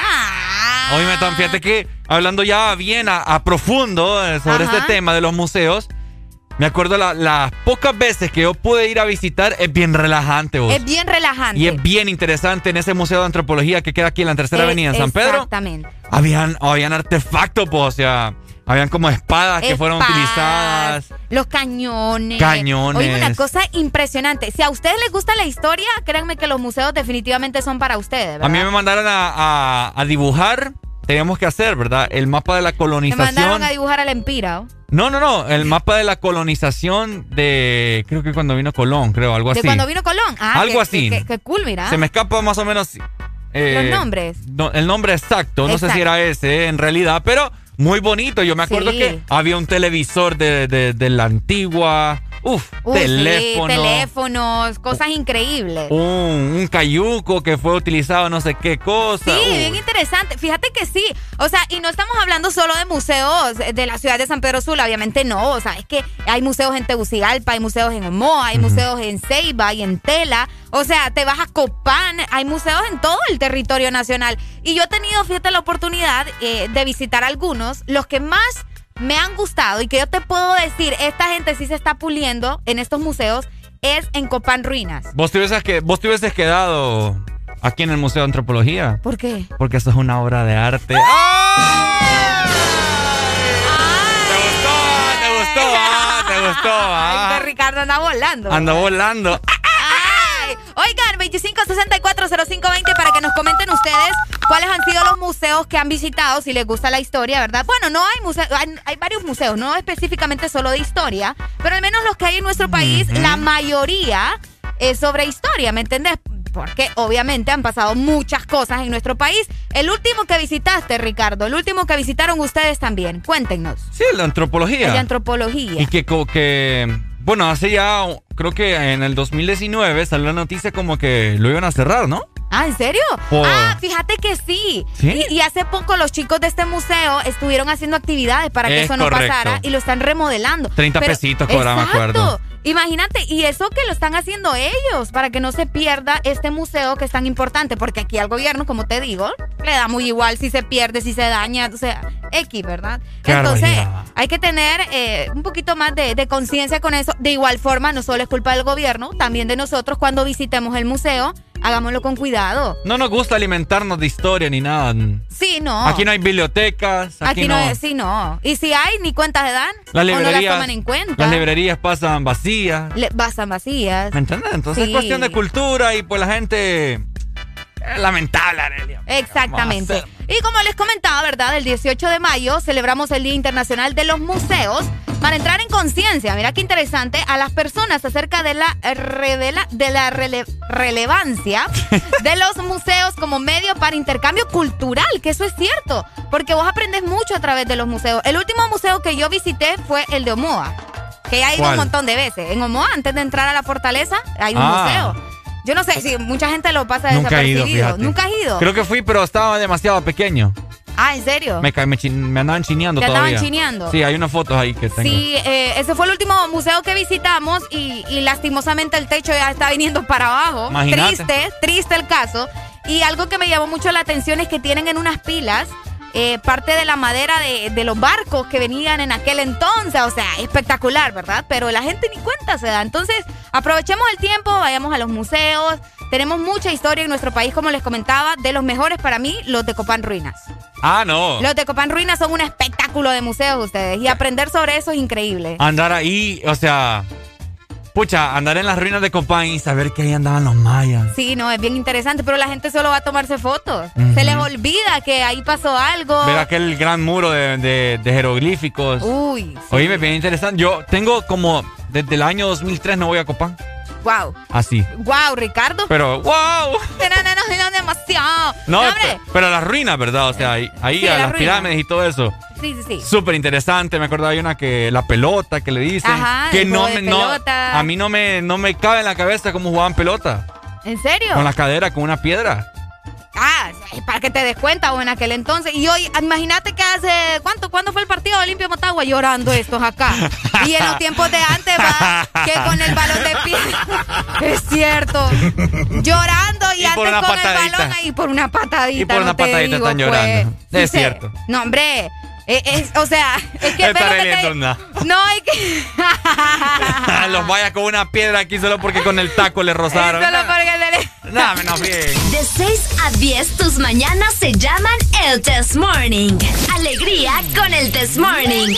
Oye, Tom, fíjate que hablando ya bien a profundo sobre este tema de los museos, me acuerdo las pocas veces que yo pude ir a visitar, es bien relajante, vos. Es bien relajante. Y es bien interesante en ese Museo de Antropología que queda aquí en la Tercera Avenida en San Pedro. Exactamente. Habían artefactos, pues, o sea... Habían como espadas que fueron utilizadas. Los cañones. Cañones. Oye, una cosa impresionante. Si a ustedes les gusta la historia, créanme que los museos definitivamente son para ustedes, ¿verdad? A mí me mandaron a dibujar. Teníamos que hacer, ¿verdad? El mapa de la colonización. Me mandaron a dibujar al Empira, ¿o? No. El mapa de la colonización de... Creo que cuando vino Colón, algo así. ¿De cuando vino Colón? Algo así. Qué cool, mira. Se me escapa más o menos... los nombres. No, el nombre exacto. No sé si era ese en realidad, pero... Muy bonito. Yo me acuerdo que había un televisor de la antigua. Teléfonos, cosas increíbles. Un cayuco que fue utilizado no sé qué cosa. Sí, bien interesante. Fíjate que sí. O sea, y no estamos hablando solo de museos de la ciudad de San Pedro Sula, obviamente no. O sea, es que hay museos en Tegucigalpa, hay museos en Omoa, hay museos en Ceiba y en Tela. O sea, te vas a Copán, hay museos en todo el territorio nacional. Y yo he tenido, fíjate, la oportunidad de visitar algunos, los que más me han gustado y que yo te puedo decir, esta gente sí se está puliendo en estos museos, es en Copán Ruinas. ¿Vos te hubieses quedado aquí en el Museo de Antropología? ¿Por qué? Porque eso es una obra de arte. ¿Te gustó? Ay, Ricardo anda volando. Anda volando. Oigan, 25640520 para que nos comenten ustedes cuáles han sido los museos que han visitado, si les gusta la historia, ¿verdad? Bueno, no hay museos, hay varios museos, no específicamente solo de historia, pero al menos los que hay en nuestro país, la mayoría es sobre historia, ¿me entendés? Porque obviamente han pasado muchas cosas en nuestro país. El último que visitaste, Ricardo, el último que visitaron ustedes también, cuéntenos. Sí, el de Antropología. El de Antropología. Y que bueno, hace ya, creo que en el 2019 salió la noticia como que lo iban a cerrar, ¿no? Ah, ¿en serio? Ah, fíjate que sí. Y hace poco los chicos de este museo estuvieron haciendo actividades para que eso no pasara y lo están remodelando. 30 pesitos cobran, me acuerdo. Imagínate, y eso que lo están haciendo ellos, para que no se pierda este museo que es tan importante, porque aquí al gobierno, como te digo, le da muy igual si se pierde, si se daña, o sea, X, ¿verdad? Entonces, hay que tener un poquito más de conciencia con eso. De igual forma, no solo es culpa del gobierno, también de nosotros cuando visitemos el museo, hagámoslo con cuidado. No nos gusta alimentarnos de historia ni nada. Sí, no. Aquí no hay bibliotecas. Aquí no. Sí, no. Y si hay, ni cuentas de dan. Las librerías, o no las toman en cuenta. Las librerías pasan vacías. Pasan vacías. ¿Me entiendes? Entonces es cuestión de cultura y pues la gente... lamentable, Arelia. Exactamente. Y como les comentaba, ¿verdad? El 18 de mayo celebramos el Día Internacional de los Museos para entrar en conciencia, mira qué interesante, a las personas acerca de la relevancia de los museos como medio para intercambio cultural, que eso es cierto, porque vos aprendes mucho a través de los museos. El último museo que yo visité fue el de Omoa, que ya he ido un montón de veces. En Omoa, antes de entrar a la fortaleza, hay un museo. Yo no sé si mucha gente lo pasa desapercibido. ¿Nunca has ido? Creo que fui, pero estaba demasiado pequeño. Ah, ¿en serio? Me andaban chineando todavía. ¿Te andaban chineando? Sí, hay unas fotos ahí que tengo. Sí, ese fue el último museo que visitamos y lastimosamente el techo ya está viniendo para abajo. Imagínate. Triste el caso. Y algo que me llamó mucho la atención es que tienen en unas pilas parte de la madera de los barcos que venían en aquel entonces. O sea, espectacular, ¿verdad? Pero la gente ni cuenta se da. Entonces, aprovechemos el tiempo, vayamos a los museos. Tenemos mucha historia en nuestro país, como les comentaba. De los mejores para mí, los de Copán Ruinas. Ah, no. Los de Copán Ruinas son un espectáculo de museos ustedes. Y aprender sobre eso es increíble. Andar ahí, o sea... Pucha, andar en las ruinas de Copán y saber que ahí andaban los mayas. Sí, no, es bien interesante, pero la gente solo va a tomarse fotos. Se les olvida que ahí pasó algo. Ver aquel gran muro de jeroglíficos. Uy. Sí. Oye, me viene interesante. Yo tengo como, desde el año 2003 no voy a Copán. Wow. Así. Wow, Ricardo. Pero, wow. No, demasiado. No, pero las ruinas, ¿verdad? O sea, ahí sí, a las pirámides y todo eso. Sí. Súper interesante. Me acordaba de una que la pelota que le dicen. Ajá, que a mí no me cabe en la cabeza cómo jugaban pelota. ¿En serio? Con la cadera, con una piedra. Ah, para que te des cuenta, o en aquel entonces. Y hoy, imagínate que hace, ¿cuándo fue el partido de Olimpia Motagua? Llorando estos acá. Y en los tiempos de antes, va, que con el balón de piedra. Es cierto. Llorando y antes con el balón ahí por una patadita. Y por una patadita están llorando. Es cierto. No, hombre. O sea, es que... No, hay que... Los vaya con una piedra aquí solo porque con el taco le rozaron. Solo porque no, menos bien. De 6 a 10, tus mañanas se llaman el This Morning. Alegría con el This Morning.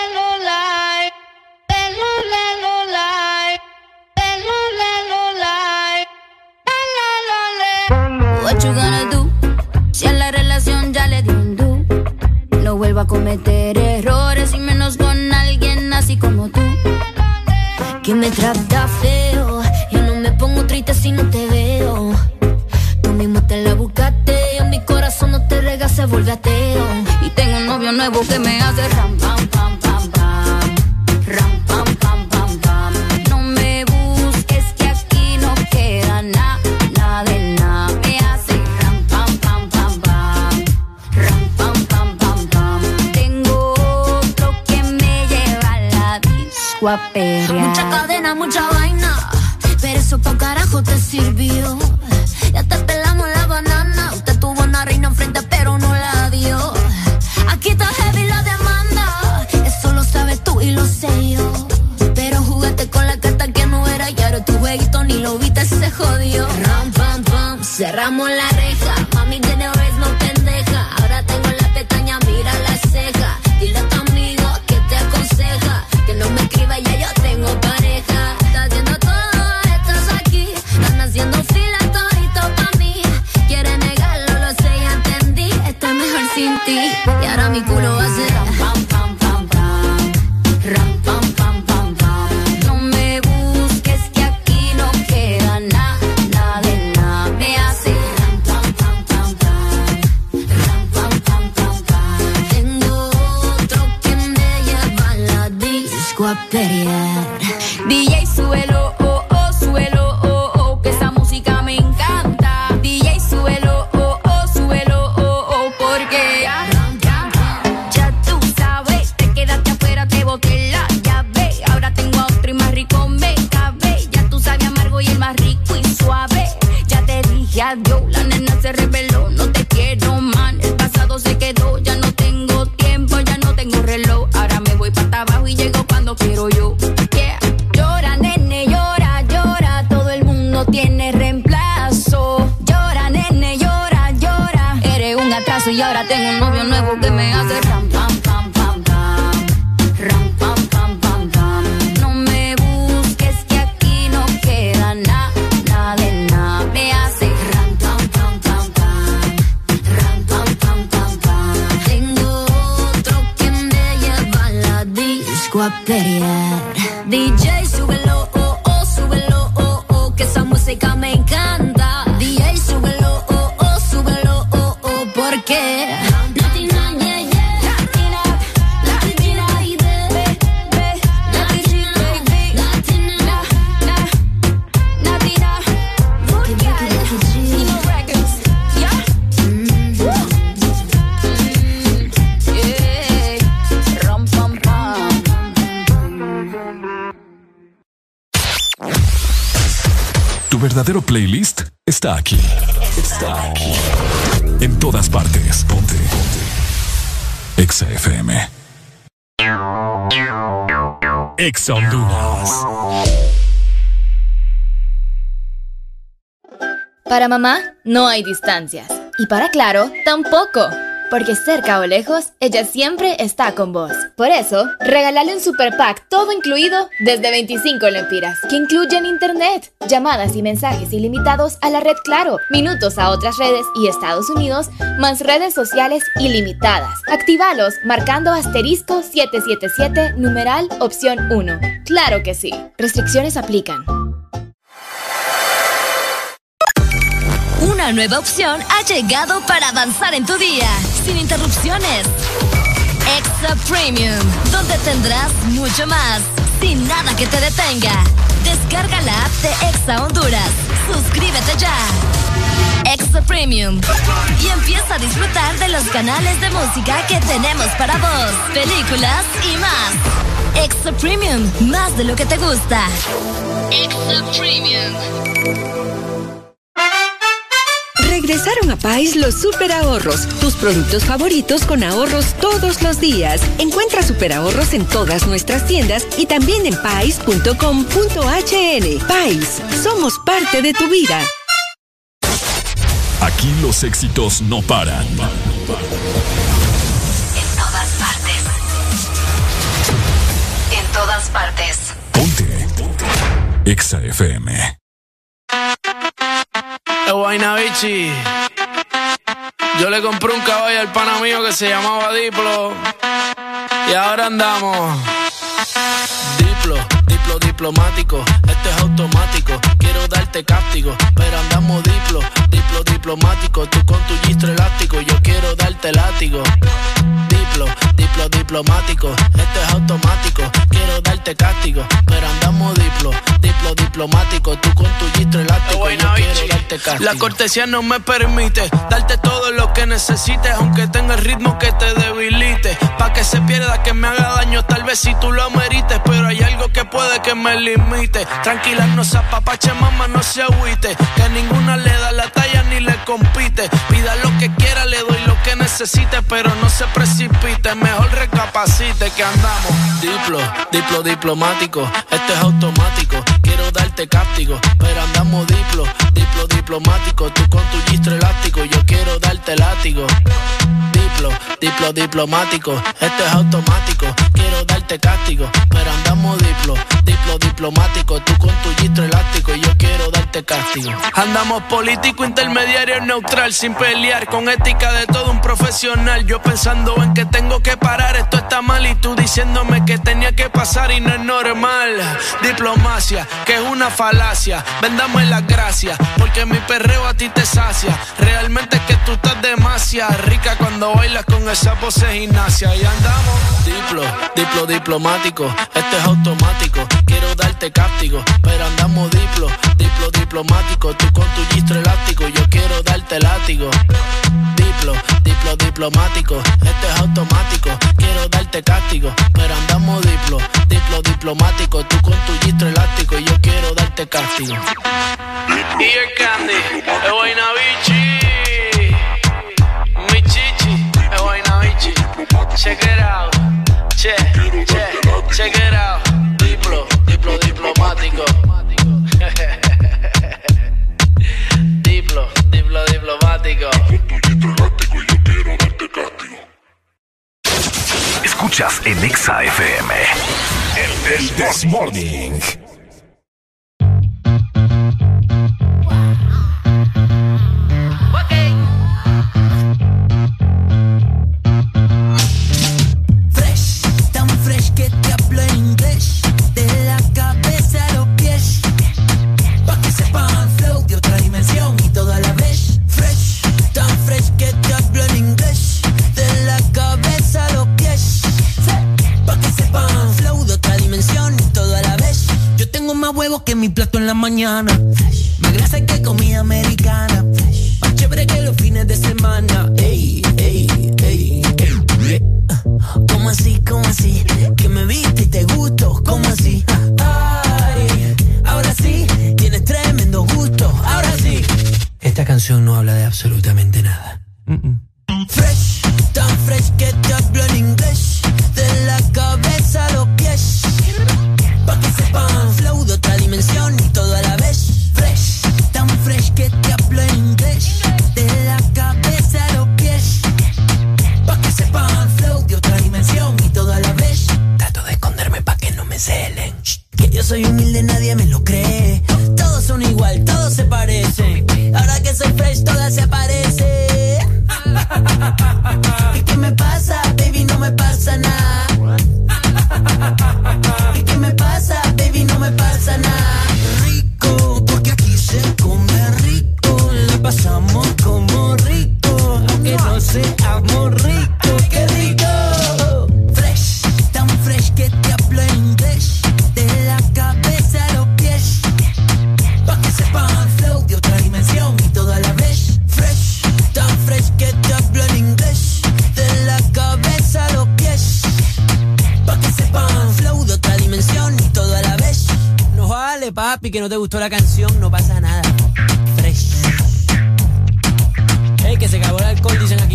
What you gonna do? Si a la relación ya le dio un do. No vuelvo a cometer errores y menos con alguien así como tú, que me trata feo. Yo no me pongo triste si no te veo. Tú mismo te la buscaste. En mi corazón no te rega, se vuelve ateo. Y tengo un novio nuevo que me hace ram, pam, pam, pam, pam. Ram, pam, pam, pam, pam. No me busques que aquí no queda nada, nada de nada. Me hace ram, pam, pam, pam, pam. Ram, pam, pam, pam, pam. Tengo otro que me lleva a la disco a perrear. Mucha cadena, mucha vaina, pero eso pa' carajo te sirvió. Ya te pelamos la banana. Usted tuvo una reina enfrente pero no la dio. Aquí está heavy la demanda. Eso lo sabes tú y lo sé yo. Pero jugaste con la carta que no era. Y ahora tu jueguito ni lo viste, se jodió. Ram, pam, pam, cerramos la reja. Mami tiene vez no pendeja. Ahora tengo la pestaña, mira la ceja. Dile a tu amigo que te aconseja que no me escriba, ya yo tengo pareja. Está haciendo todo, estás aquí. Están haciendo fila todito pa' mí. Quiere negarlo, lo sé, ya entendí. Estoy mejor sin ti. Y ahora mi culo va a ser ram, pam, pam, pam, pam. Ram, pam, pam, pam, pam. No me busques que aquí no queda nada, nada de nada. Me hace ram, pam, pam, pam, pam. Ram, pam, pam, pam, pam. Tengo otro que me lleva a la disco a pelear. DJ, súbelo, oh, oh, súbelo, oh, oh, que esa música me encanta. DJ, se reveló. No te quiero, man, el pasado se quedó. Ya no tengo tiempo, ya no tengo reloj. Ahora me voy para abajo y llego cuando quiero yo. Yeah. Llora, nene, llora, llora. Todo el mundo tiene reemplazo. Llora, nene, llora, llora. Eres un atraso y ahora tengo un novio nuevo que me hace ram, pam, pam, pam, pam. Ram, pam, pam, pam, pam. No me busques que aquí no queda nada, nada de nada. Me hace ram, pam, pam, pam, pam. Ram, pam, pam, pam, pam. Tengo otro que me lleva a la disco a pelear. DJ, súbelo, oh, oh, súbelo, oh, oh, que esa música me encanta. DJ, súbelo, oh, oh, súbelo, oh, oh, porque Latina, yeah, yeah. Latina, Latina, baby, Latina, baby, Latina, Latina, Latino Records, yeah. Yeah, rum, pam, pam. Tu verdadero playlist está aquí. Está aquí. En todas partes. Ponte. Exa FM. Exa Honduras. Para mamá, no hay distancias. Y para Claro, tampoco. Porque cerca o lejos, ella siempre está con vos. Por eso, regálale un super pack todo incluido desde 25 lempiras, que incluyen internet, llamadas y mensajes ilimitados a la red Claro, minutos a otras redes y Estados Unidos, más redes sociales ilimitadas. Actívalos marcando asterisco 777 numeral opción 1. Claro que sí. Restricciones aplican. Una nueva opción ha llegado para avanzar en tu día, sin interrupciones. Exa Premium, donde tendrás mucho más, sin nada que te detenga. Descarga la app de Exa Honduras. Suscríbete ya. Exa Premium. Y empieza a disfrutar de los canales de música que tenemos para vos, películas y más. Exa Premium, más de lo que te gusta. Exa Premium. Regresaron a Pais los super ahorros, tus productos favoritos con ahorros todos los días. Encuentra super ahorros en todas nuestras tiendas y también en pais.com.hn. Pais, somos parte de tu vida. Aquí los éxitos no paran. En todas partes. En todas partes. Ponte. Exa FM. Guaynabichi. Yo le compré un caballo al pana mío que se llamaba Diplo. Y ahora andamos. Diplo, Diplo diplomático. Esto es automático. Quiero darte cáptico, pero andamos Diplo, Diplo diplomático. Tú con tu gistro elástico, yo quiero darte látigo. Diplo, Diplo diplomático. Esto es automático. Quiero darte cáptico, pero andamos Diplo, Diplo diplomático. Tú con tu gistro elástico, yo quiero darte cáptico. La cortesía no me permite darte todo lo que necesites, aunque tenga el ritmo que te debilite. Pa' que se pierda, que me haga daño, tal vez si tú lo amerites, pero hay algo que puede que me limite. Tranquila, no se apapache, mamá, no se agüite, que ninguna le da la talla ni le compite. Pida lo que quiera, le doy lo que necesite, pero no se precipite, mejor recapacite que andamos. Diplo, Diplo diplomático, esto es automático. Quiero darte cáptico, pero andamos Diplo, Diplo diplomático. Tú con tu gistro elástico, yo quiero darte látigo. Diplo, Diplo diplomático, esto es automático. Quiero darte cáptico, pero andamos Diplo, Diplo diplomático. Tú con tu gistro elástico, yo quiero darte cáptico. Andamos político, intermediario, neutral, sin pelear, con ética de todo un profesional. Yo pensando en que tengo que parar, esto está mal, y tú diciéndome que tenía que pasar y no es normal. Diplomacia, que es una falacia. Véndame las gracias, porque mi perreo a ti te sacia. Realmente es que tú estás demasiado rica cuando bailas con esa pose gimnasia. Y andamos Diplo, Diplo diplomático, esto es automático. Quiero darte cáptico, pero andamos Diplo, Diplo diplomático. Tú con tu gistro elástico, yo quiero darte látigo. Diplo, Diplo diplomático, esto es automático. Quiero darte cáptico, pero andamos Diplo, Diplo diplomático. Tú con tu gistro elástico, yo quiero darte cáptico. Y el Candy, el Guaynabichi. escuchas en Exa FM. El This Morning. Fresh, tan fresh que te hablo en inglés. De la cabeza a los pies. Pa' que sepan flow de otra dimensión y todo a la vez. Fresh, tan fresh que te hablo en inglés. De la cabeza a los pies. Pa' que sepan flow de otra dimensión y todo a la vez. Yo tengo más huevos que mi plato en la mañana. Más grasa que comida americana. Más chévere que los fines de semana. Ey, ey, ey, ey. ¿Cómo así, cómo así? Que me viste y te gusto, ¿cómo así? Ay, ahora sí, tienes tremendo gusto, ahora sí. Esta canción no habla de absolutamente nada. Fresh, tan fresh que te hablo en inglés. De la cabeza a los pies. Pa' que sepan flow de otra dimensión y todo a la vez. Fresh, tan fresh que te hablo en inglés. De la cabeza a los pies. Pa' que sepan flow de otra dimensión y todo a la vez. Trato de esconderme pa' que no me celen. Que yo soy humilde, nadie me lo cree. Todos son igual, todos se parecen. Ahora que soy fresh, todas se aparecen. ¿Y qué me pasa, baby? No me pasa nada. ¿Y qué me pasa, baby? No me pasa nada. Rico, porque aquí se come rico. La pasamos como rico, aunque no seamos ricos. ¡Qué rico! Fresh, tan fresh que te hablo en inglés. De la cabeza a los pies. Pa' que sepan flow de otra dimensión y todo a la vez. Fresh, tan fresh que te hablo en inglés. De la cabeza a los pies. Pa' que sepan flow de otra dimensión y todo a la vez. No vale, papi, que no te gustó la canción, no pasa nada. Fresh. Ey, que se acabó el alcohol, dicen aquí.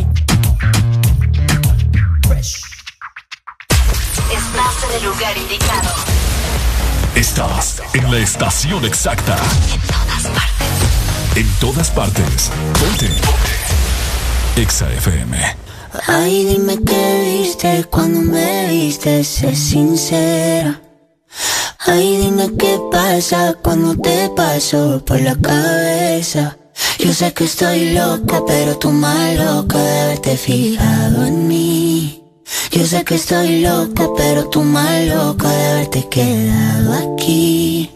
Fresh. Estás en el lugar indicado. Estás en la estación exacta. En todas partes. En todas partes. Ponte. Exa FM. Ay, dime qué viste cuando me viste, sé sincera. Ay, dime qué pasa cuando te paso por la cabeza. Yo sé que estoy loca, pero tú más loca de haberte fijado en mí. Yo sé que estoy loca, pero tú más loca de haberte quedado aquí.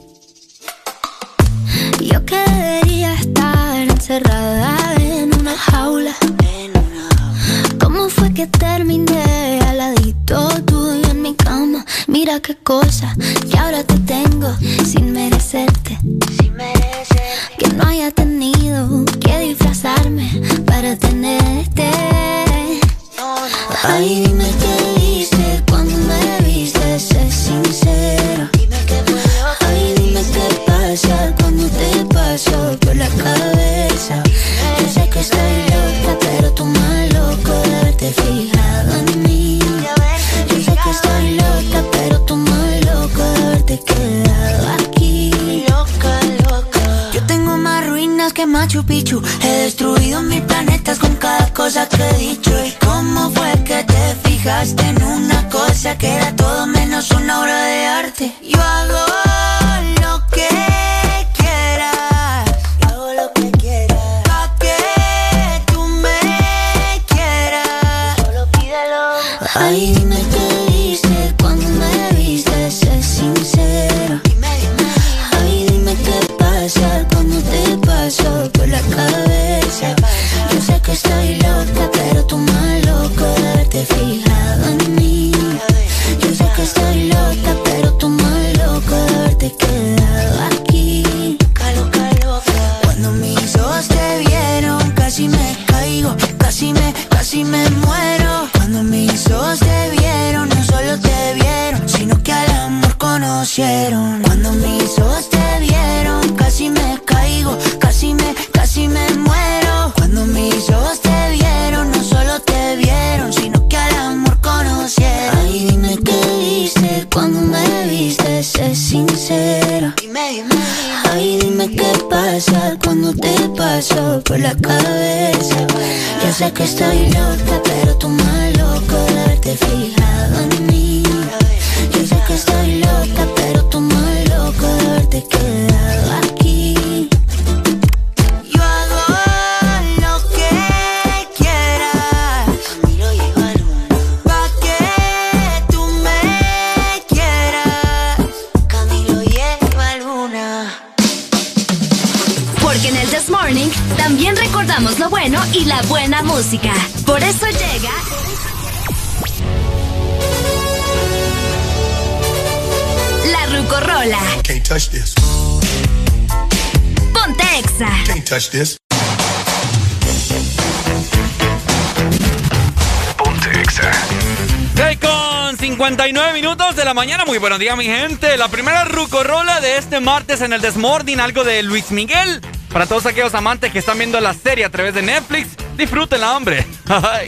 Yo que debería estar encerrada en una jaula. ¿Cómo fue que terminé al ladito tuyo en mi cama? Mira qué cosa que ahora te tengo sin merecerte. Que no haya tenido que disfrazarme para tenerte. Ay, dime qué viste cuando me viste, sé sincera. Ay, dime qué pasa cuando te paso por la cabeza. Yo sé que estoy loca, pero tú más loco de haberte fijado en mí. Yo sé que estoy loca, pero tú más loco de haberte quedado aquí. Yo tengo más ruinas que Machu Picchu. He destruido mil planetas con cada cosa que he dicho. ¿Y cómo fue que te fijaste en una cosa que era todo menos una obra de arte? Yo hago lo que quieras. Yo hago lo que quieras. Pa' que tú me quieras. Solo pídelo. Ay, dime qué viste cuando me viste, sé sincera. Ay, dime qué pasa cuando te paso por la cabeza. Yo sé que estoy loca, pero tú más loco de haberte fijado en mí. Yo sé que estoy loca, pero tú más loco de haberte quedado aquí. Cuando mis ojos te vieron, casi me caigo, casi me muero. Cuando mis ojos te vieron, no solo te vieron, sino que al amor conocieron. Cuando mis ojos te vieron, casi me caigo, casi me muero. Cuando mis ojos te vieron, no solo te vieron, sino que al amor conocieron. Ay, dime qué viste cuando me viste, sé sincera. Ay, dime qué pasa cuando te paso por la cabeza. Yo sé que estoy loca, pero tú más loco de haberte fijado en mí. Yo sé que estoy loca, pero tú más loca de haberte quedado aquí. Yo hago lo que quieras, pa' que tú me quieras. Camilo lleva luna. Porque en el This Morning también recordamos lo bueno y la buena música. Por eso llega La Rucorola. Can't touch this. Ponte Exa. Can't touch this. Ponte Exa. 6:59 minutos de la mañana. Muy buenos días, mi gente. La primera Rucorola de este martes en el This Morning, algo de Luis Miguel. Para todos aquellos amantes que están viendo la serie a través de Netflix, disfrútenla, hombre. Que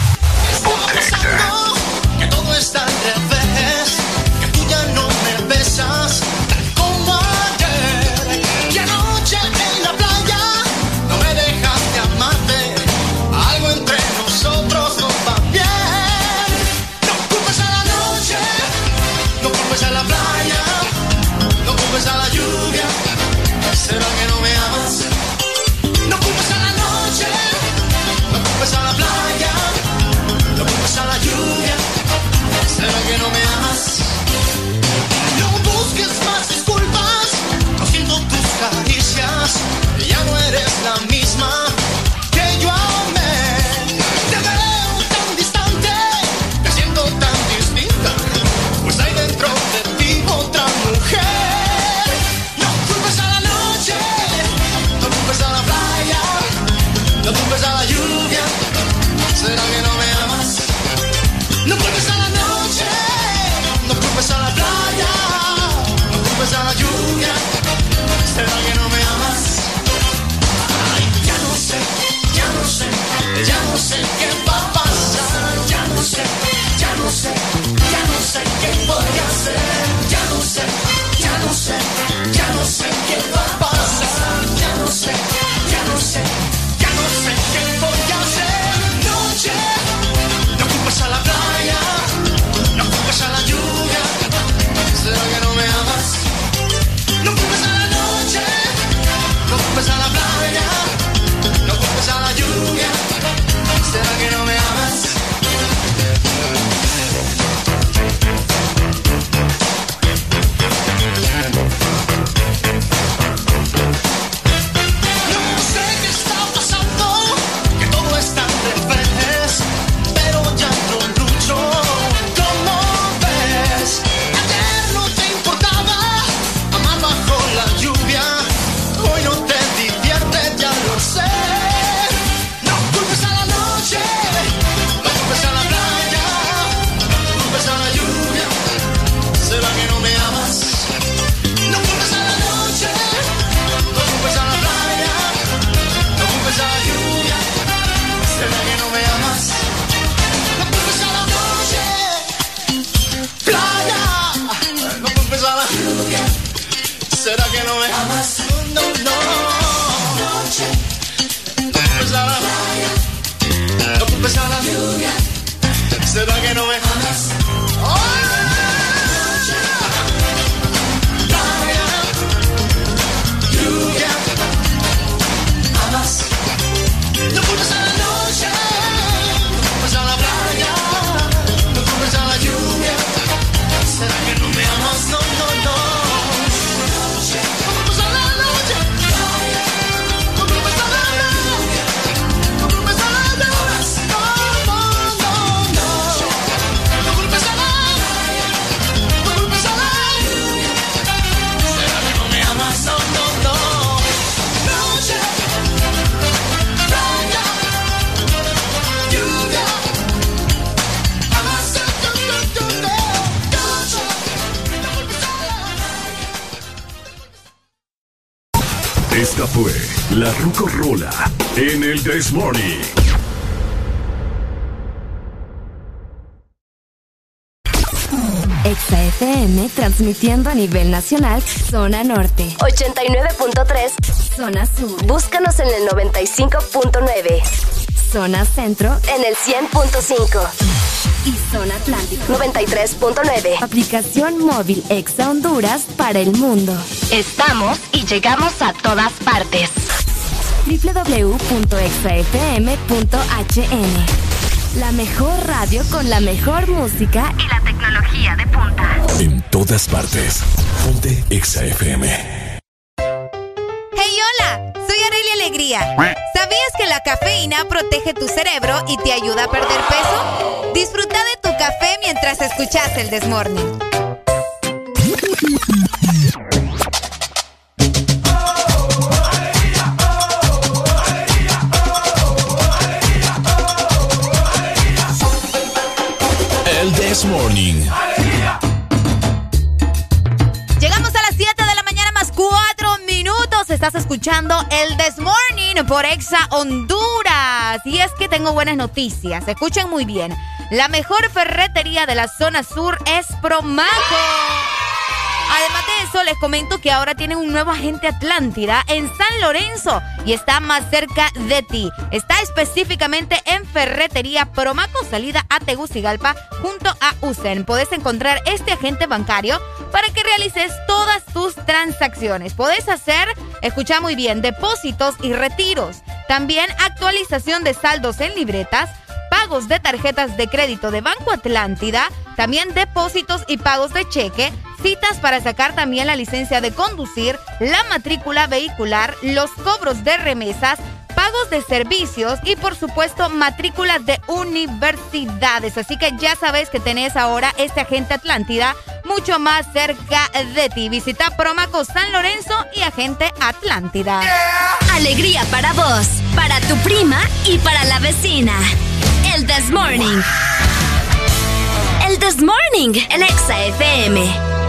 todo está al revés, que tú ya no me besas como ayer. Y anoche en la playa no me dejaste amarte. Algo entre nosotros no va bien. No culpes a la noche, no culpes a la playa, no culpes a la lluvia. ¿Será que no me amas? No culpes a la noche, no culpes a la playa, no culpes a la lluvia. ¿Será que no me amas? No busques más disculpas, no siento tus caricias. Ya no eres la misma que yo amé. Te veo tan distante, te siento tan distinta, pues hay dentro de ti otra mujer. No culpes a la noche, no culpes a la playa, no culpes a la lluvia. ¿Será que no me amas? No culpes a la noche, no culpes a la playa, no culpes a la lluvia. ¿Será que no me amas? Ay, ya no sé qué qué va a pasar. Ya no sé qué voy a hacer. Ya no sé qué va a pasar. Ya no sé qué voy a hacer. Noche, no culpes a la playa, no culpes a la lluvia. ¿Será que no me amas? No culpes a la noche, no culpes a la playa, no culpes a la lluvia. ¿Será que no me amas? No sé qué está pasando, que todo está al revés, pero ya no lucho. ¿Cómo ves? Ayer no te importaba amar bajo la lluvia, hoy no te divierte, ya lo sé. No culpes a la noche, no culpes a la playa, no culpes a la lluvia. ¿Será que no me amas? No culpes a la noche, no culpes a la playa, no culpes a la lluvia. ¿Será que no me amas? No culpes a la noche, playa, no culpes a la lluvia. ¿Será que no me amas? No, noche, no culpes a la playa, no culpes a la lluvia. ¿Será que no me amas? Playa, lluvia, amas. No culpes a la noche, no culpes a la playa, no culpes a la lluvia. ¿Será que no me amas? No. No culpes a la noche, no culpes a la lluvia, no culpes a la lluvia. No culpes a la lluvia. ¿Será que no me amas? No. Noche, playa, lluvia, amas. Esta fue la Rucorola en el This Morning. Exa FM transmitiendo a nivel nacional, zona norte. 89.3, zona sur. Búscanos en el 95.9. Zona Centro en el 100.5 y Zona Atlántico 93.9. Aplicación móvil Exa Honduras para el mundo. Estamos y llegamos a todas partes. www.exafm.hn. La mejor radio con la mejor música y la tecnología de punta. En todas partes. Ponte Exa FM. Hey, hola, soy Arely Alegría. ¿Sabías que la cafeína protege tu cerebro y te ayuda a perder peso? Disfruta de tu café mientras escuchas el This Morning. El This Morning. Llegamos a las 7 de la mañana más 4 minutos. Estás escuchando el This Morning por Exa Honduras. Y es que tengo buenas noticias. Escuchen muy bien. La mejor ferretería de la zona sur es Promaco. Además de eso, les comento que ahora tienen un nuevo agente Atlántida en San Lorenzo y está más cerca de ti. Está específicamente en Ferretería Promaco, salida a Tegucigalpa, junto a USEN. Podés encontrar este agente bancario para que realices todas tus transacciones. Podés hacer, escucha muy bien, depósitos y retiros. También actualización de saldos en libretas, pagos de tarjetas de crédito de Banco Atlántida, también depósitos y pagos de cheque, citas para sacar también la licencia de conducir, la matrícula vehicular, los cobros de remesas, pagos de servicios y por supuesto matrículas de universidades. Así que ya sabes que tenés ahora este agente Atlántida mucho más cerca de ti. Visita Promaco San Lorenzo y agente Atlántida. Alegría para vos, para tu prima y para la vecina. El This Morning. El This Morning, el Exa FM.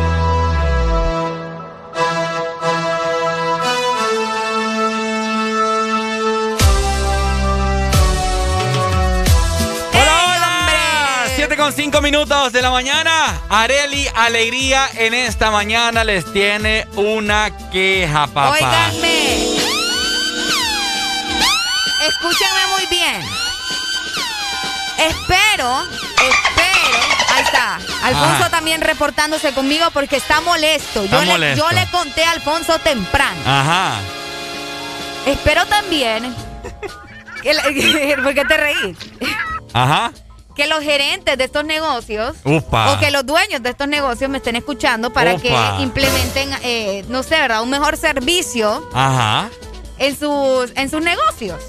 Con 5 minutos de la mañana, Arely Alegría en esta mañana les tiene una queja, papá. Óiganme. Escúchenme muy bien. Espero. Ahí está. Alfonso también reportándose conmigo porque está molesto. Yo le conté a Alfonso temprano. Ajá. Espero también. ¿Por qué te reís? Ajá. Que los gerentes de estos negocios Upa. o que los dueños de estos negocios me estén escuchando para que implementen, no sé, ¿verdad? Un mejor servicio. Ajá. En sus negocios.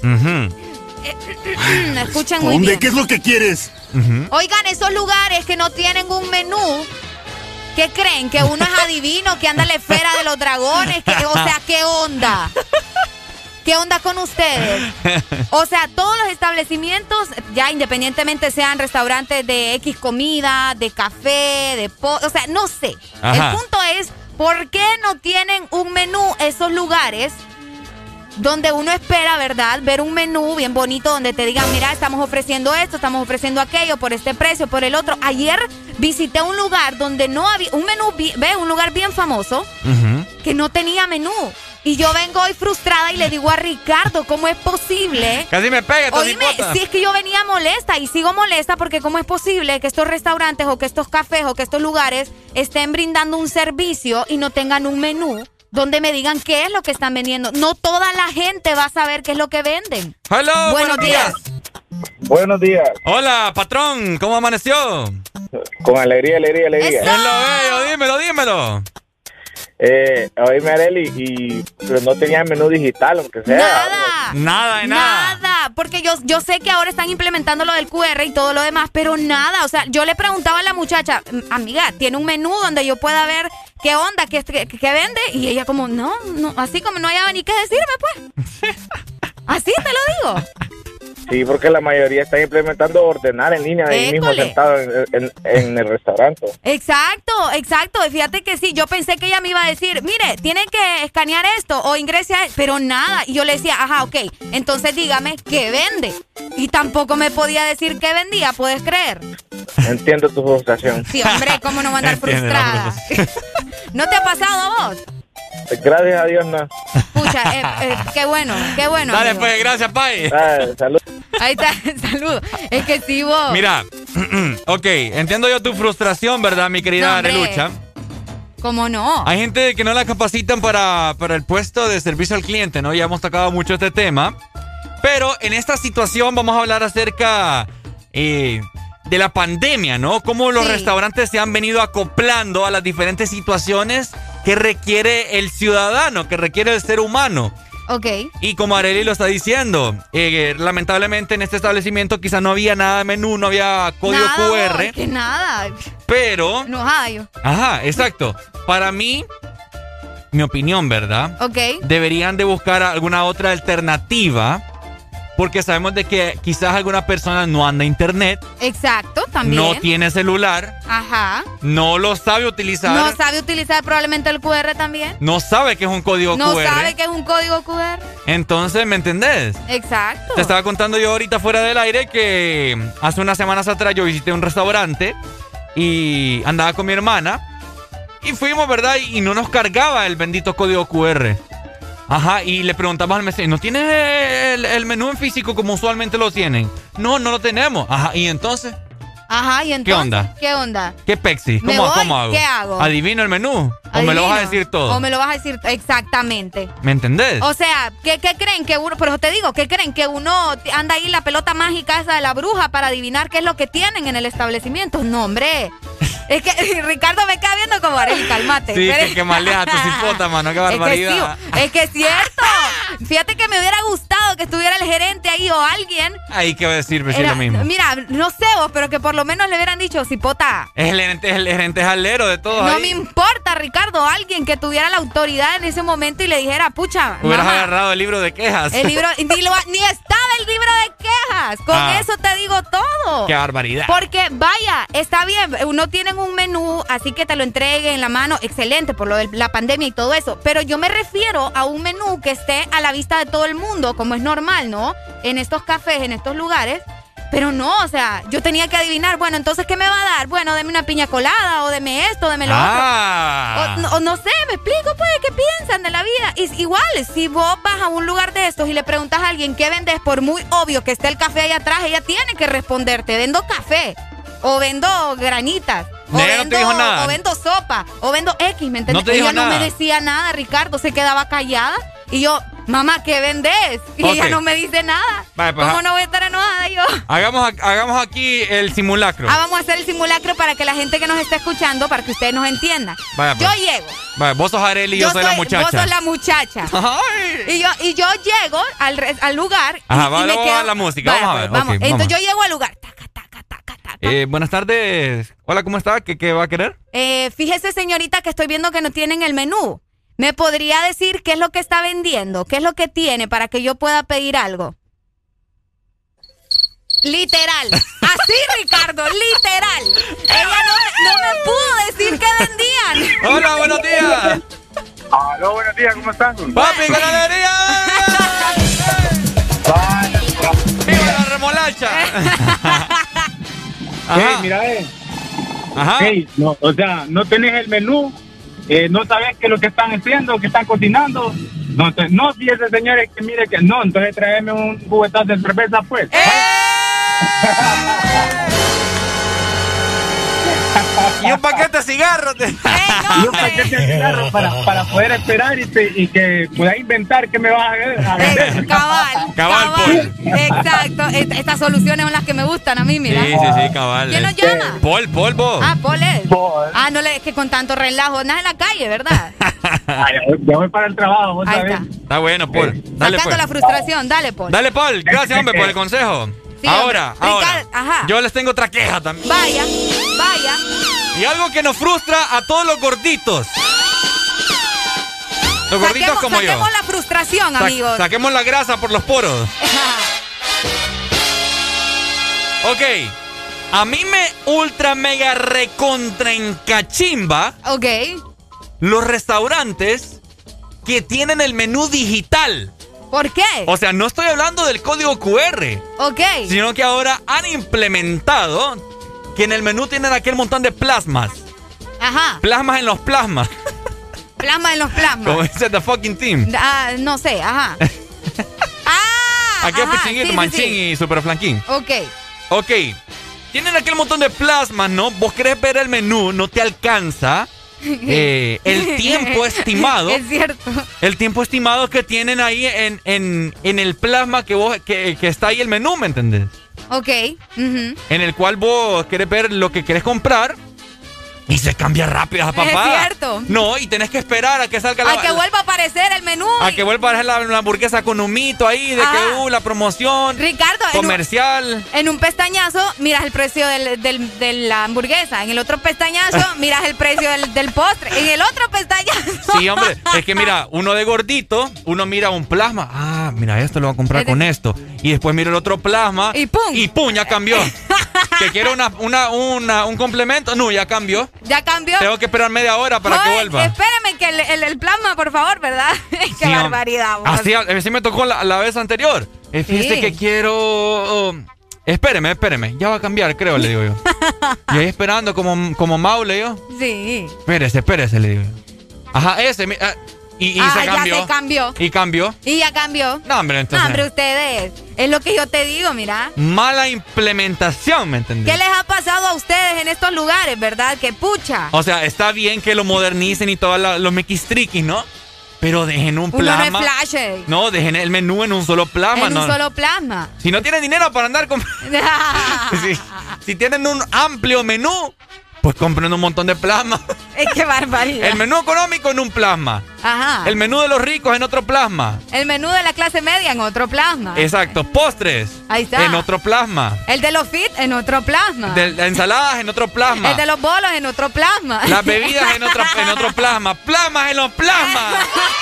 Escuchen muy ¿Dónde? bien. ¿Qué es lo que quieres? Oigan, esos lugares que no tienen un menú, ¿qué creen? Que uno es adivino, que anda a la esfera de los dragones. O sea, ¿qué onda? ¿Qué onda con ustedes? O sea, todos los establecimientos, ya independientemente sean restaurantes de X comida, de café, o sea, no sé. Ajá. El punto es, ¿por qué no tienen un menú esos lugares donde uno espera, ¿verdad? Ver un menú bien bonito donde te digan, mira, estamos ofreciendo esto, estamos ofreciendo aquello, por este precio, por el otro. Ayer visité un lugar donde no había un menú, un lugar bien famoso, que no tenía menú. Y yo vengo hoy frustrada y le digo a Ricardo, ¿cómo es posible? Casi me pega. Oíme, si es que yo venía molesta y sigo molesta porque ¿cómo es posible que estos restaurantes o que estos cafés o que estos lugares estén brindando un servicio y no tengan un menú donde me digan qué es lo que están vendiendo? No toda la gente va a saber qué es lo que venden. Hello, buenos días. Buenos días. Hola, patrón, ¿cómo amaneció? Con alegría. ¡Eso! Dímelo. Oíme, Arely, pero no tenía menú digital, aunque sea. Nada, porque yo sé que ahora están implementando lo del QR y todo lo demás, pero nada, o sea, yo le preguntaba a la muchacha, amiga, ¿tiene un menú donde yo pueda ver qué onda, qué vende? Y ella como, no, así como no haya ni qué decirme, pues. Así te lo digo. Sí, porque la mayoría está implementando ordenar en línea, ahí mismo sentado en el restaurante. Exacto. Fíjate que sí, yo pensé que ella me iba a decir, mire, tienen que escanear esto o ingrese a... Pero nada, y yo le decía, ajá, ok, entonces dígame qué vende. Y tampoco me podía decir qué vendía, ¿puedes creer? Entiendo tu frustración. Sí, hombre, ¿cómo no va a andar frustrada? ¿No te ha pasado a vos? Gracias a Dios, no. Pucha, qué bueno. Dale, amigo. pues, gracias, Pai. Salud. Ahí está, saludo. Es que sí, vos. Mira, ok, entiendo yo tu frustración, ¿verdad, mi querida Arelucha? ¿Cómo no? Hay gente que no la capacitan para el puesto de servicio al cliente, ¿no? Ya hemos tocado mucho este tema. Pero en esta situación vamos a hablar acerca de la pandemia, ¿no? Cómo los restaurantes se han venido acoplando a las diferentes situaciones que requiere el ciudadano, que requiere el ser humano. Ok. Y como Arely lo está diciendo, lamentablemente en este establecimiento quizá no había nada de menú, no había código QR. No, que nada. Pero... Enojada yo. Ajá, exacto. Para mí, mi opinión, ¿verdad? Ok. Deberían de buscar alguna otra alternativa. Porque sabemos de que quizás alguna persona no anda a internet. Exacto, también. No tiene celular. Ajá. No lo sabe utilizar. No sabe utilizar probablemente el QR también. No sabe que es un código QR. No sabe que es un código QR. Entonces, ¿me entendés? Exacto. Te estaba contando yo ahorita fuera del aire que hace unas semanas atrás yo visité un restaurante y andaba con mi hermana y fuimos, ¿verdad? Y no nos cargaba el bendito código QR. Ajá, y le preguntamos al mesero, ¿no tienes el menú en físico como usualmente lo tienen? No, no lo tenemos. Ajá, ¿y entonces? Ajá, ¿y entonces? ¿Qué onda? ¿Qué onda? ¿Qué pexi? ¿Me ¿Cómo voy? hago? ¿Qué hago? ¿Adivino el menú? ¿O me lo vas a decir todo? O me lo vas a decir exactamente. ¿Me entendés? O sea, ¿qué creen que uno, pero te digo, ¿qué creen que uno anda ahí la pelota mágica esa de la bruja para adivinar qué es lo que tienen en el establecimiento? No, hombre. Es que Ricardo me queda viendo como Arely, calmate. Sí, que malea tu cipota, mano, qué barbaridad. Es que es cierto. Fíjate que me hubiera gustado que estuviera el gerente ahí o alguien. Ahí qué va a decir, pues, lo mismo. Mira, no sé vos, pero que por lo menos le hubieran dicho, cipota. Es el gerente jalero de todos. No ahí. me importa, Ricardo, alguien que tuviera la autoridad en ese momento y le dijera, pucha, hubieras mamá, agarrado el libro de quejas. El libro, ni estaba el libro de quejas. Con eso te digo todo. Qué barbaridad. Porque, vaya, está bien, no tienen un menú, así que te lo entregue en la mano, excelente, por lo de la pandemia y todo eso. Pero yo me refiero a un menú que esté a la vista de todo el mundo, como es normal, ¿no? En estos cafés, en estos lugares. Pero no, o sea, yo tenía que adivinar, bueno, entonces, ¿qué me va a dar? Bueno, deme una piña colada, o deme esto, deme lo otro. O no sé, me explico, pues, ¿qué piensan de la vida? Y igual, si vos vas a un lugar de estos y le preguntas a alguien qué vendes, por muy obvio que esté el café ahí atrás, ella tiene que responderte, vendo café, o vendo granitas. O no te dijo nada. O vendo sopa, o vendo X, ¿me entiendes? No te dijo ella nada. No me decía nada, Ricardo, se quedaba callada. Y yo, mamá, ¿qué vendes? Y ella no me dice nada. Vale, pues, ¿Cómo no voy a estar enojada yo? Hagamos aquí el simulacro. Vamos a hacer el simulacro para que la gente que nos está escuchando, para que ustedes nos entiendan. Vaya, yo pues. llego. Vale, vos sos Arely y yo soy la muchacha. Vos sos la muchacha. Ay. Y yo llego al lugar. Ajá, y me quedo. A la música. Vaya, vamos a ver. Vamos. Okay, entonces yo llego al lugar. Buenas tardes. Hola, ¿cómo está? ¿Qué va a querer? Fíjese, señorita, que estoy viendo que no tienen el menú. ¿Me podría decir qué es lo que está vendiendo? ¿Qué es lo que tiene para que yo pueda pedir algo? Literal. Así, Ricardo, literal. Ella no me pudo decir qué vendían. Hola, buenos días. Aló, buenos días, ¿cómo están? ¡Papi, con alegría! ¡Viva la remolacha! Hey, mira, Ajá. Hey, no, o sea, no tenés el menú, no sabes qué es lo que están haciendo, qué están cocinando. No, fíjese, señores, que mire que no, entonces tráeme un juguetazo de cerveza, pues. Y un paquete de cigarros. Y un paquete de cigarros para poder esperar y que pueda inventar que me vas a vender. Cabal, Paul. Exacto. Estas soluciones son las que me gustan a mí, mira. Sí, cabal. ¿Quién nos llama? Paul, vos. Ah, Paul es. No, es que con tanto relajo, nada en la calle, ¿verdad? Ya voy para el trabajo, vos sabés. Está bueno, Paul. Dale, Sacando pues. la frustración, dale, Paul. Dale, Paul. Gracias, hombre, por el consejo. Sí, ahora, ajá. yo les tengo otra queja también. Vaya. Y algo que nos frustra a todos los gorditos. Los gorditos como yo. Saquemos la frustración, amigos. Saquemos la grasa por los poros. Ok. A mí me ultra mega recontra encachimba. Ok. Los restaurantes que tienen el menú digital. ¿Por qué? O sea, no estoy hablando del código QR. Ok. Sino que ahora han implementado que en el menú tienen aquel montón de plasmas. Ajá. Plasmas en los plasmas. Plasma en los plasmas. Como dice The Fucking Team. No sé, ajá. Aquí es pichinguito, manchín y super flanquín. Ok. Tienen aquel montón de plasmas, ¿no? Vos querés ver el menú, no te alcanza. El tiempo estimado. Es cierto. El tiempo estimado que tienen ahí en el plasma que está ahí el menú, ¿me entendés? Ok. En el cual vos querés ver lo que querés comprar. Y se cambia rápido, papá. Es cierto. No, y tenés que esperar a que salga a que vuelva a aparecer el menú. A que vuelva a aparecer la hamburguesa con un mito ahí de que la promoción. Ricardo, comercial. En un pestañazo miras el precio de la hamburguesa. En el otro pestañazo miras el precio del postre. En el otro pestañazo. Sí, hombre. Es que mira, uno de gordito, uno mira un plasma. Ah, mira, esto lo voy a comprar con esto. Y después mira el otro plasma. Y pum. Y pum, ya cambió. Que quiero un complemento. No, ya cambió. Ya cambió. Tengo que esperar media hora para que vuelva. Espéreme que el plasma, por favor, ¿verdad? Qué barbaridad. Así me tocó la vez anterior. Fíjese que quiero... Espéreme. Ya va a cambiar, creo, le digo yo. Y ahí esperando como Mau, le digo. Sí. Espérese, le digo. Ajá, ese... Y se cambió. Ya se cambió. Y cambió. Y ya cambió. No, hombre, entonces. No, hombre, ustedes. Es lo que yo te digo, mira. Mala implementación, ¿me entendés? ¿Qué les ha pasado a ustedes en estos lugares, verdad? Que pucha. O sea, está bien que lo modernicen y todos los mequistriquis, ¿no? Pero dejen un plasma. Uno no es flash. No, dejen el menú en un solo plasma. En un solo plasma. Si no tienen dinero para andar con... si tienen un amplio menú, pues compren un montón de plasma. ¡Qué barbaridad! El menú económico en un plasma. Ajá. El menú de los ricos en otro plasma. El menú de la clase media en otro plasma. Exacto. Postres. Ahí está. En otro plasma. El de los fit en otro plasma. Ensaladas en otro plasma. El de los bolos en otro plasma. Las bebidas en otro plasma. Plasmas en los plasmas.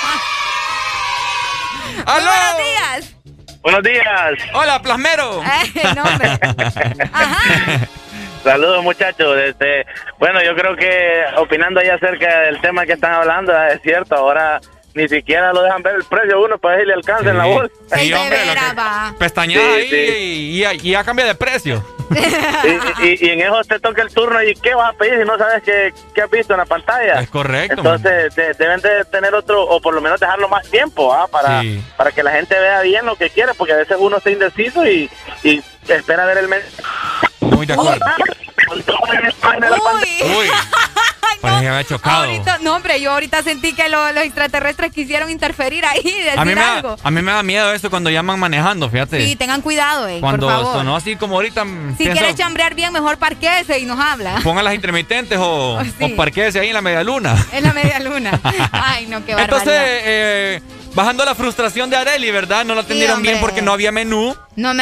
¡Aló! Buenos días. Buenos días. Hola, plasmero. No, hombre. Ajá. Saludos, muchachos. Bueno, yo creo que opinando ahí acerca del tema que están hablando, es cierto, ahora ni siquiera lo dejan ver el precio uno para decirle alcance en la bolsa. Sí, hombre, pestañear ahí y ya cambia de precio. y en eso te toca el turno y ¿qué vas a pedir si no sabes qué has visto en la pantalla? Es correcto. Entonces deben de tener otro, o por lo menos dejarlo más tiempo, para que la gente vea bien lo que quiere, porque a veces uno está indeciso y espera ver el menú. Muy de acuerdo. Uy. Parece que había chocado. No, hombre, yo ahorita sentí que los extraterrestres quisieron interferir ahí y decir algo. A mí me da miedo eso cuando llaman manejando, fíjate. Sí, tengan cuidado, cuando por favor. Sonó así como ahorita. Si quiere chambrear bien, mejor parquéese y nos habla. Pongan las intermitentes o parquéese ahí en la media luna. En la media luna. Ay, no, qué barbaridad. Entonces, bajando la frustración de Arely, ¿verdad? No lo atendieron bien porque no había menú.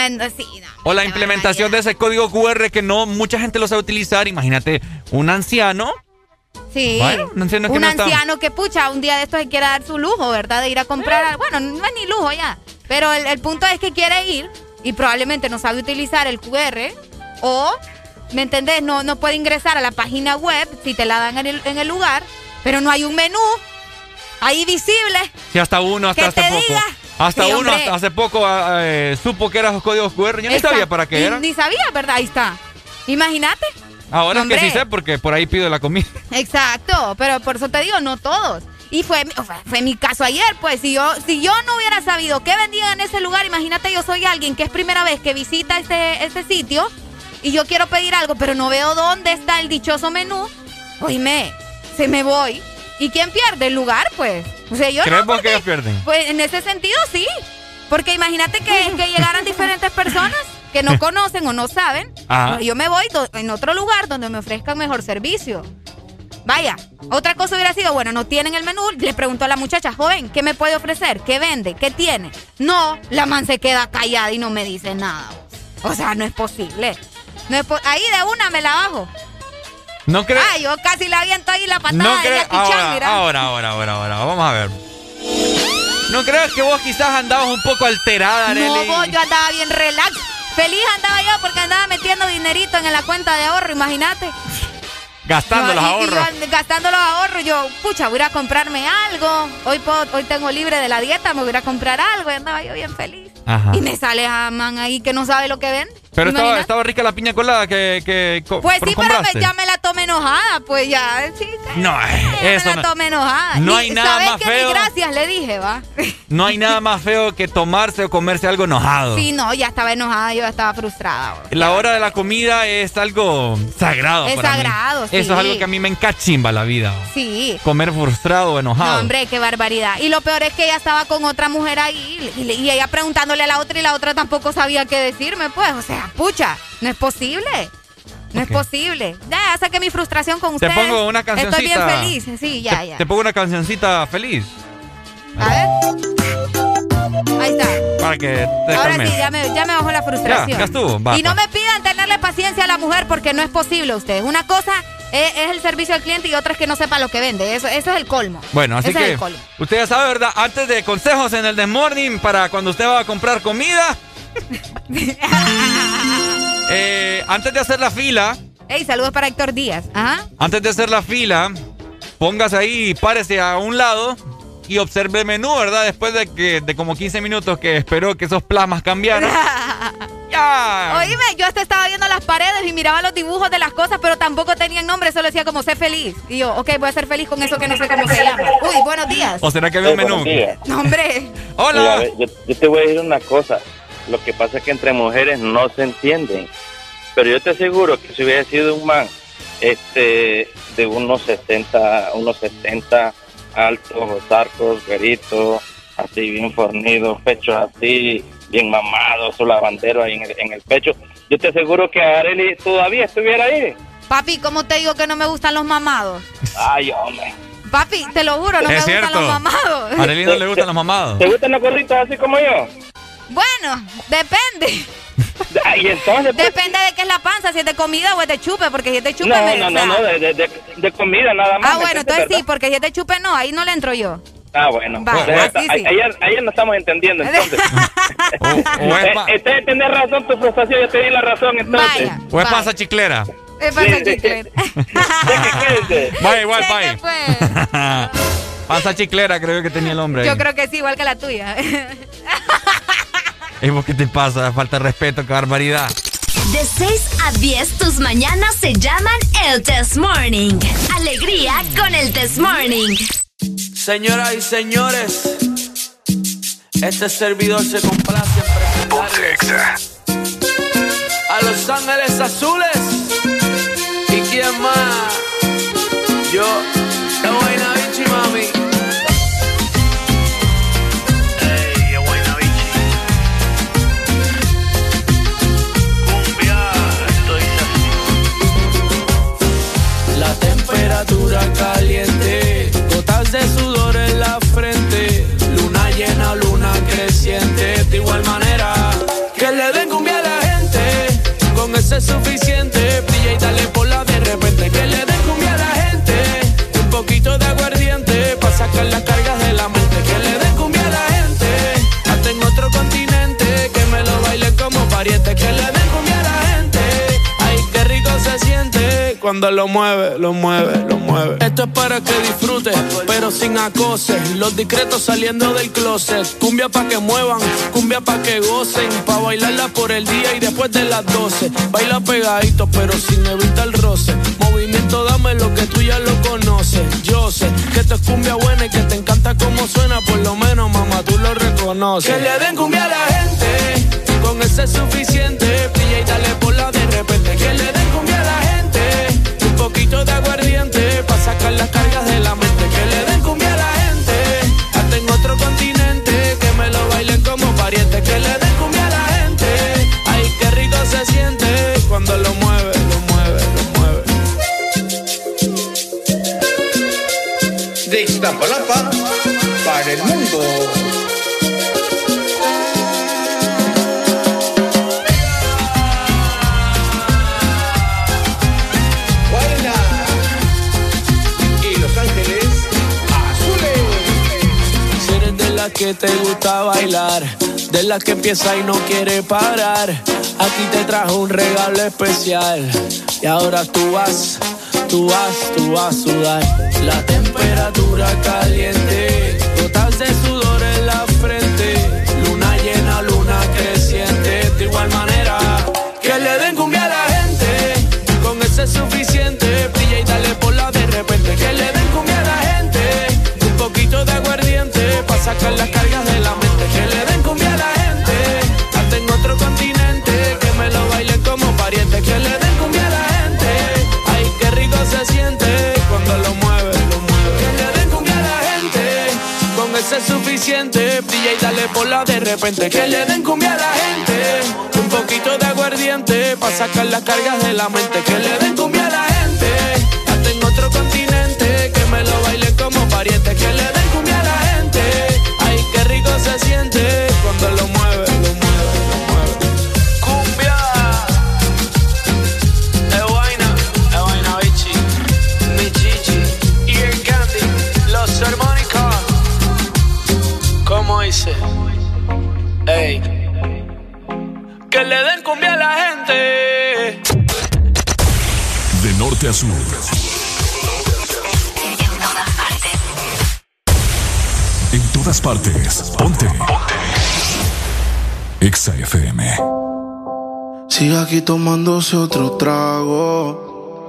O la implementación de ese código QR que no mucha gente lo sabe utilizar. Imagínate, un anciano. Sí, bueno, un anciano que pucha, un día de estos se quiere dar su lujo, ¿verdad? De ir a comprar, bueno, no es ni lujo ya, pero el punto es que quiere ir y probablemente no sabe utilizar el QR o, ¿me entendés? No puede ingresar a la página web si te la dan en el lugar, pero no hay un menú ahí visible. Sí, hasta uno, hasta hace poco. Hasta sí, uno, hasta hace poco supo que eran los códigos QR. Yo ni sabía para qué eran. Ni sabía, ¿verdad? Ahí está. Imagínate. Ahora es que sí sé porque por ahí pido la comida. Exacto, pero por eso te digo, no todos. Y fue mi caso ayer, pues. Si yo no hubiera sabido qué vendían en ese lugar, imagínate, yo soy alguien que es primera vez que visita este sitio y yo quiero pedir algo, pero no veo dónde está el dichoso menú. Oíme, se me voy. ¿Y quién pierde? ¿El lugar, pues? O sea, yo ¿crees no, que ellos pierden? Pues en ese sentido, sí. Porque imagínate que llegaran diferentes personas que no conocen o no saben. Pues yo me voy en otro lugar donde me ofrezcan mejor servicio. Vaya, otra cosa hubiera sido, bueno, no tienen el menú, le pregunto a la muchacha, joven, ¿qué me puede ofrecer? ¿Qué vende? ¿Qué tiene? No, la man se queda callada y no me dice nada. O sea, no es posible. Ahí de una me la bajo. ¿No crees? Yo casi le aviento ahí la patada de Jackie Chan, mira. Ahora, vamos a ver. ¿No crees que vos quizás andabas un poco alterada, Arely? No, yo andaba bien relax. Feliz andaba yo porque andaba metiendo dinerito en la cuenta de ahorro, imagínate. Gastando los ahorros. Gastando los ahorros. Yo, pucha, voy a ir a comprarme algo. Hoy tengo libre de la dieta, me voy a ir a comprar algo. Y andaba yo bien feliz. Ajá. Y me sale a man ahí que no sabe lo que vende. Pero estaba rica la piña colada que pues sí, pero ya me la tomé enojada, pues ya. Sí, no, eso me la tomé enojada. No hay nada más feo. Ni gracias le dije, va. No hay nada más feo que tomarse o comerse algo enojado. Sí, no, ya estaba enojada, yo ya estaba frustrada. Bro. La hora de la comida es algo sagrado. Es para sagrado, mí. sí. Eso es algo que a mí me encachimba la vida. Sí. Comer frustrado o enojado. No, hombre, qué barbaridad. Y lo peor es que ella estaba con otra mujer ahí y ella preguntándole a la otra y la otra tampoco sabía qué decirme, pues. O sea, pucha, no es posible. No es posible. Ya saqué mi frustración con ustedes. Te pongo una cancioncita. Estoy bien feliz. Sí, ya. Te pongo una cancioncita feliz. A ver. Ahí está. Para que te Ahora calmes. sí, ya me bajó la frustración. Ya estuvo. Y no me pidan tenerle paciencia a la mujer porque no es posible ustedes. Una cosa es el servicio al cliente y otra es que no sepa lo que vende. Eso es el colmo. Bueno, así Ese que es el colmo. usted ya sabe, ¿verdad? Antes de consejos en el This Morning para cuando usted va a comprar comida. Antes de hacer la fila. Hey, saludos para Héctor Díaz. Ajá. Antes de hacer la fila, póngase ahí, párese a un lado y observe el menú, ¿verdad? Después de como 15 minutos que esperó que esos plasmas cambiaran. ¡Ya! Oíme, yo hasta estaba viendo las paredes y miraba los dibujos de las cosas, pero tampoco tenían nombre, solo decía como sé feliz. Y yo, ok, voy a ser feliz con eso que no sé cómo se llama. Uy, buenos días. ¿O será que había un menú? No, hombre. Hola. Mira, yo te voy a decir una cosa. Lo que pasa es que entre mujeres no se entienden. Pero yo te aseguro que si hubiera sido un man de unos 70 altos, arcos, güerito, así bien fornido, pechos así, bien mamados, su lavandero ahí en el pecho, yo te aseguro que Arely todavía estuviera ahí. Papi, ¿cómo te digo que no me gustan los mamados? Ay, hombre. Papi, te lo juro, no me gustan los mamados. A Arely no le gustan los mamados. ¿Te gustan los gorritos así como yo? Bueno, depende. Y entonces, pues, depende de qué es la panza, si es de comida o es de chupe, porque si es de chupe... No, de comida nada más. Ah, bueno, entonces sí, porque si es de chupe no, ahí no le entro yo. Ah, bueno. Va, así sí. Ayer no estamos entendiendo, entonces. Tienes razón, tu frustración, yo te di la razón, entonces. Vaya, ¿O es panza chiclera? Es panza chiclera. Vaya, igual, vaya. Panza chiclera creo que tenía el hombre. Yo creo que sí, igual que la tuya. ¿Y vos qué te pasa? Falta de respeto, qué barbaridad. De 6 a 10, tus mañanas se llaman el This Morning. Alegría con el This Morning. Señoras y señores, este servidor se complace en presentarles a Los Ángeles Azules. ¿Y quién más? Yo, la buena bichi, mami. La temperatura caliente, gotas de sudor en la frente, luna llena, luna creciente, de igual manera que le den cumbia a la gente, con eso es suficiente, brilla y dale por la de repente, que le den cumbia a la gente, un poquito de aguardiente, pa' sacar las cargas de la mente, que le den cumbia a la gente, hasta en otro continente, que me lo bailen como pariente, que le den cumbia a la gente, ay, qué rico se siente, cuando lo mueve, lo mueve, lo mueve. Esto es para que disfrutes, pero sin acose. Los discretos saliendo del closet. Cumbia pa' que muevan, cumbia pa' que gocen. Pa' bailarla por el día y después de las 12. Baila pegadito, pero sin evitar el roce. Movimiento, dame lo que tú ya lo conoces. Yo sé que esto es cumbia buena y que te encanta cómo suena. Por lo menos, mamá, tú lo reconoces. Que le den cumbia a la gente, con ese es suficiente. Brilla y dale por la de repente. Que le den cumbia a la gente, un poquito de aguardiente, pa' sacar las cargas de la mente. Que le den cumbia a la gente, hasta en otro continente, que me lo bailen como pariente. Que le den cumbia a la gente, ay, qué rico se siente, cuando lo mueve, lo mueve, lo mueve. De Iztapalapa para el mundo. Que te gusta bailar, de las que empieza y no quiere parar. Aquí te trajo un regalo especial y ahora tú vas a sudar. La temperatura caliente, gotas de sudor en la frente, luna llena, luna creciente. De igual manera que eso es suficiente. DJ, dale por la de repente. Que le den cumbia a la gente. Un poquito de aguardiente pa' sacar las cargas de la mente. Que le den cumbia a la gente. Hasta en otro continente. Que me lo bailen como pariente. Que le den cumbia a la gente. Ay, qué rico se siente cuando lo mueve, lo mueve, lo mueve. Cumbia. Es vaina, bichi. Mi chichi. Y el candy. Los armónicos. ¿Cómo hice? Ey. Que le den cumbia a la gente. De norte a sur. En todas partes. Ponte. Exa FM. Sigue aquí tomándose otro trago.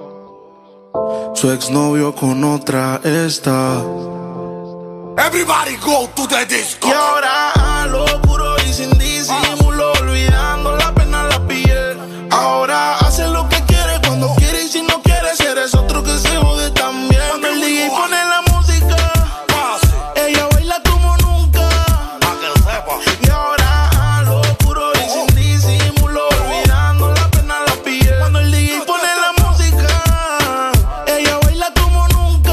Su exnovio con otra está. Everybody go to the disco. Y ahora a lo puro y sin disimulo, olvidando la pena la piel. Ahora hace lo que quiere cuando quiere y si no quiere, si eres otro que se jode también. Cuando el DJ pone la música, ella baila como nunca. Y ahora a lo puro y sin disimulo, olvidando la pena la piel. Cuando el DJ pone la música, ella baila como nunca.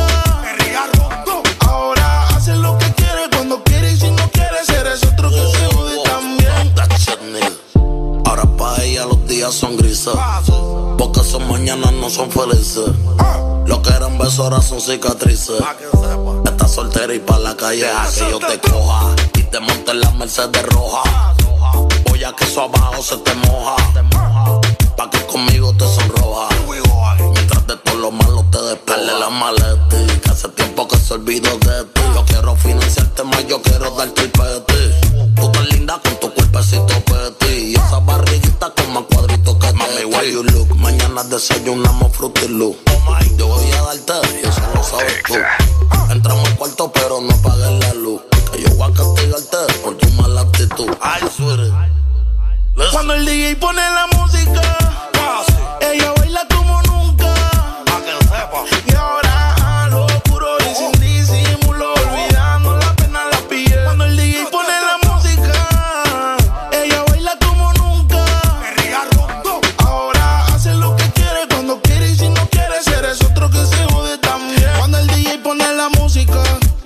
Ahora hace lo que quiere cuando quiere y si no quiere, si eres otro que se jode también. Ahora pa' ella los días son grises, porque sus mañanas no son felices. Lo que eran besos ahora son cicatrices. Estás soltera y pa' la calle deja que yo te coja y te monte en la Mercedes roja. Voy a que eso abajo se te moja, pa' que conmigo te sonroja. Mientras de todo lo malo te despele la maleta, que hace tiempo que se olvidó de ti. Yo quiero financiarte más, yo quiero darte el peti. Tú tan linda con tu cuerpecito peti y esa barriguita con más cuadritos que mami, why you look. Mañana desayunamos Fruity Loop. Yo voy a darte y eso lo sabes tú. Entramos al cuarto pero no apagues la luz, que yo voy a castigarte por tu mala actitud. Ay, suerte. Cuando el DJ pone la música, ella baila como nunca. Y ahora a lo puro y sin disimulo, olvidando la pena la piel. Cuando el DJ pone la música, ella baila como nunca. Ahora hace lo que quiere cuando quiere y si no quiere, si eres otro que se jode también. Cuando el DJ pone la música,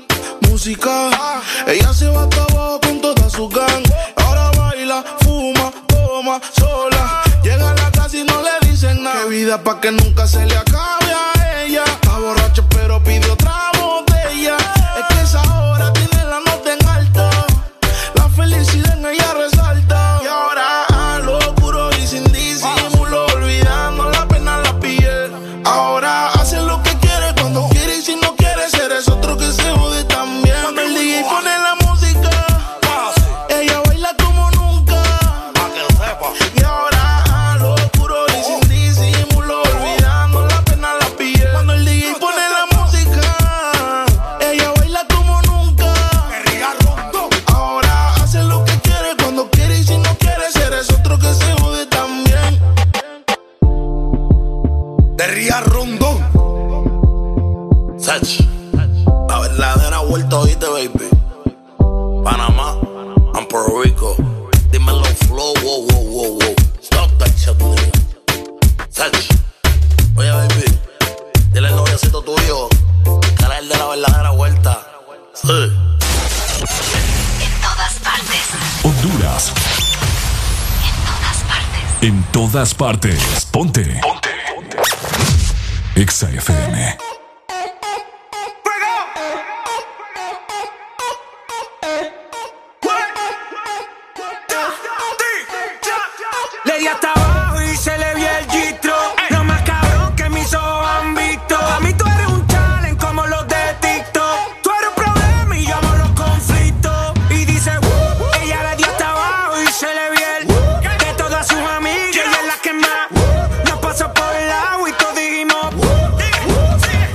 ella se va hasta abajo con toda su gang. Ahora baila, fuma, toma, sola. Llega a la casa y no le dicen nada. Qué vida pa' que nunca se le acabe a ella. Está borracha pero pide otra botella. Es que esa hora tiene la nota en alto. La felicidad en ella resalta. Y ahora a lo puro y sin disimulo, olvidando la pena la piel. Ahora hace lo que quiere cuando quiere y si no quiere, si eres otro que se jode también. Cuando el DJ pone la música, ella baila como nunca. Y ahora a lo puro y sin disimulo, olvidando la pena la piel. Cuando el DJ pone la música, ella baila como nunca. Ahora hace lo que quiere cuando quiere y si no quiere, si eres otro que se jode también. De Ría Rondón. Sech, la verdadera vuelta, oíste, baby. Panamá, and Puerto Rico. Dímelo, flow, wow, wow, wow, wow. Stop that shit, nigga. Sech, oye, baby, dile al noviocito tuyo que era el de la verdadera vuelta. Sí. En todas partes. Honduras. En todas partes. En todas partes. Ponte. Exa FM. Le di hasta abajo y se le vio el gistro. No más cabrón que mis ojos han visto. A mí tú eres un challenge como los de TikTok. Tú eres un problema y yo amo los conflictos. Y dice, ella le dio hasta abajo y se le vio el de todas sus amigas, ella es la que más nos pasó por el agua y todos dijimos,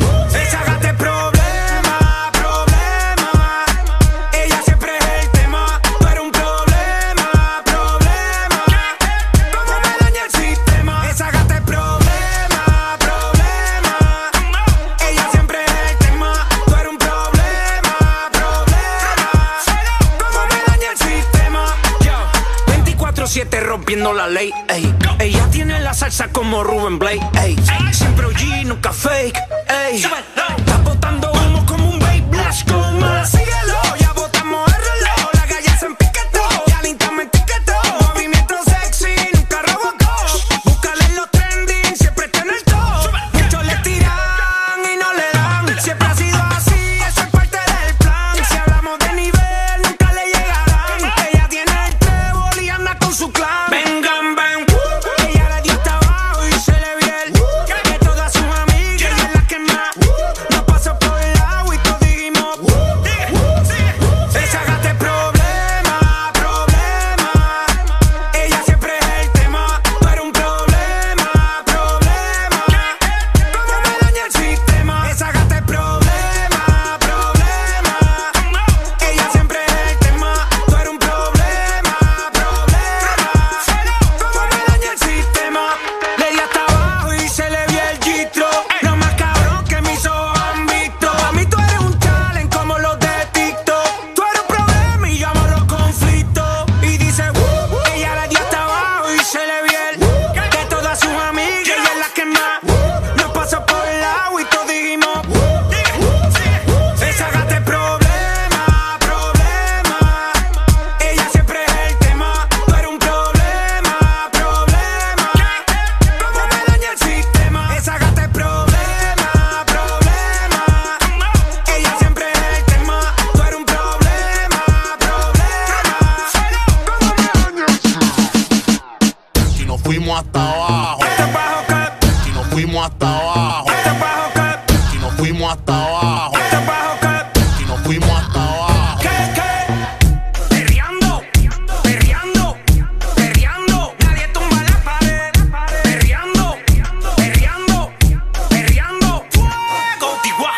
24/7 rompiendo la ley, ey. Ella tiene la salsa como Rubén Blade, ey. Siempre OG, nunca fake, ey. Está botando humo como un babe, Blash con más. Síguelo, ya botamos el reloj. La galla se empiquetó, ya linda me etiquetó. Movimiento sexy, nunca robocó. Búscale en los trending, siempre está en el top. Muchos le tiran y no le dan. Siempre ha sido así, eso es parte del plan. Si hablamos de nivel, nunca le llegarán. Ella tiene el trébol y anda con su clan. Vengan, ven, ella le dio hasta abajo y se le vio el de todas sus amigas, ella es la que más nos pasó por el agua y todos dijimos esa gata es problema, problema. Ella siempre es el tema, tú eres un problema, problema. Cómo me daña el sistema. Esa gata es problema, problema. Ella siempre es el tema, tú eres un problema, problema. Cómo me daña el sistema. Le di hasta abajo y se le vio el gistro. Lo más cabrón que mis ojos han visto. A mí tú eres un talent como los de TikTok. Tú eres un problema y yo amo los conflictos. Y dice, ella le dio hasta abajo y se le vio el de todas sus amigas, ella es la que más nos pasó por el agua y todos dijimos esa gata es problema, problema. Ella siempre es el tema, tú eres un problema, problema. Cómo me daña el sistema. Esa gata es problema, problema. Ella siempre es el tema, tú eres un problema, problema. Cómo me daña. Y nos fuimos hasta abajo. Y nos fuimos hasta abajo. Y nos fuimos hasta abajo. Y nos fuimos hasta abajo. Perreando, perreando, perreando. Nadie tumba la pared. Perreando, perreando, perreando. Fuego, Tigua.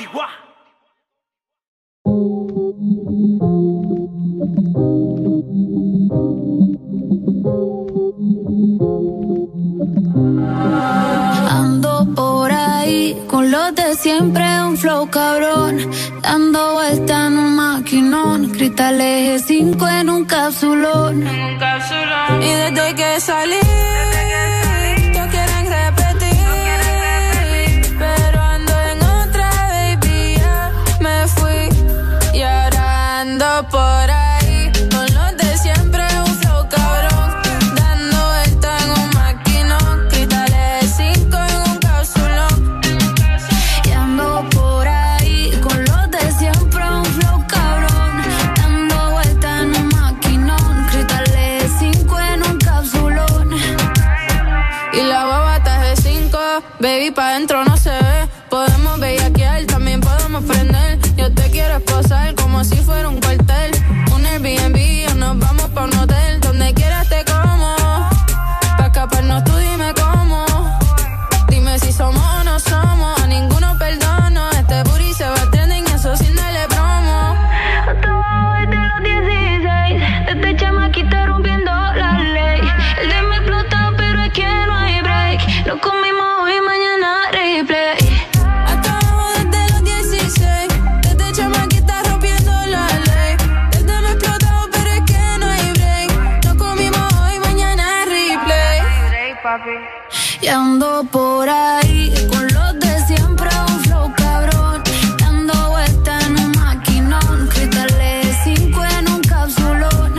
Ando por ahí con los de siempre, un flow cabrón, dando vuelta en un maquinón, cristal eje 5 en un capsulón. Y desde que salí, todos quieren repetir, pero ando en otra, baby, ya me fui. Y ahora ando por ahí con los de siempre, un flow cabrón, dando vuelta en un maquinón, cristales 5 en un capsulón. Y ando por ahí con los de siempre, un flow cabrón, dando vuelta en un maquinón, cristales 5 en un capsulón. Y la babata es de 5, baby, pa' dentro no se ve. Podemos bellaquear, también podemos prender. Yo te quiero esposar como si fuera un cuartel. Un Airbnb o nos vamos pa' un hotel. Donde quieras te como, pa' escaparnos tú dime cómo. Dime si somos o no somos, a ninguno perdono. Este booty se va trending, eso sin darle promo. Hasta abajo desde los 16, desde chamaquita rompiendo la ley. El de me explotó, pero es que no hay break. Lo comimos hoy, mañana replay. Hasta abajo desde los 16, desde chamaquita rompiendo la ley. El de me explotó, pero es que no hay break. Lo comimos hoy, mañana replay. Y ando por ahí con los de siempre, un flow cabrón, dando vuelta en un maquinón, cristales 5 en un capsulón.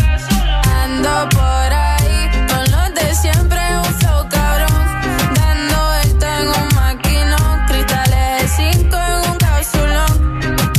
Ando por ahí con los de siempre, un flow cabrón, dando vuelta en un maquinón, cristales 5 en un capsulón.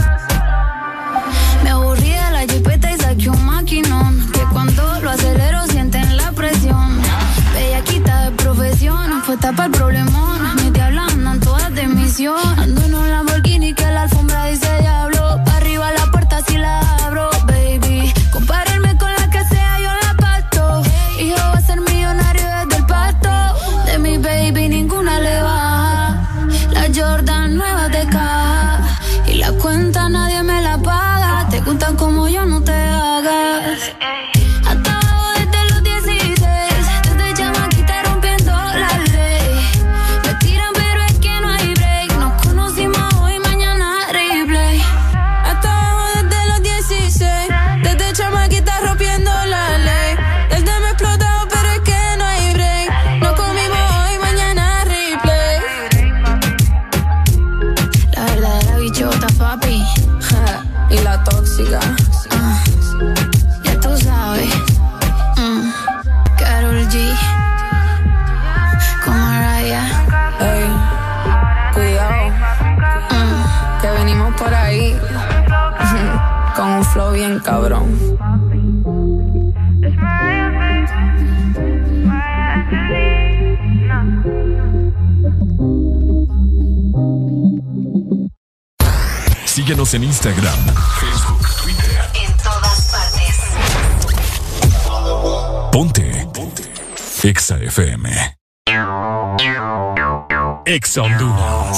Me aburrí de la jipeta y saqué un maquinón, que cuando lo acelero sienten la presión. Bellaquita de profesión, fue tapa el problemón. Mis diablas andan todas de misión. Ando en un Lamborghini que la alfombra dice diablo. Pa' arriba la puerta si la abro, baby. Compárenme con la que sea, yo la parto. Y yo voy a ser millonario desde el pasto. De mi baby ninguna le baja. La Jordan nueva de caja. Y la cuenta nadie me la paga. Te gustan como yo, no te hagas. Hasta abajo desde los 16, desde chamaquita rompiendo la ley. Me tiran pero es que no hay break. Nos conocimos hoy, mañana replay. Hasta abajo desde los 16, desde chamaquita rompiendo la ley. Desde me cabrón. Síguenos en Instagram, Facebook, Twitter. En todas partes. Ponte. Exa FM. Exa Honduras.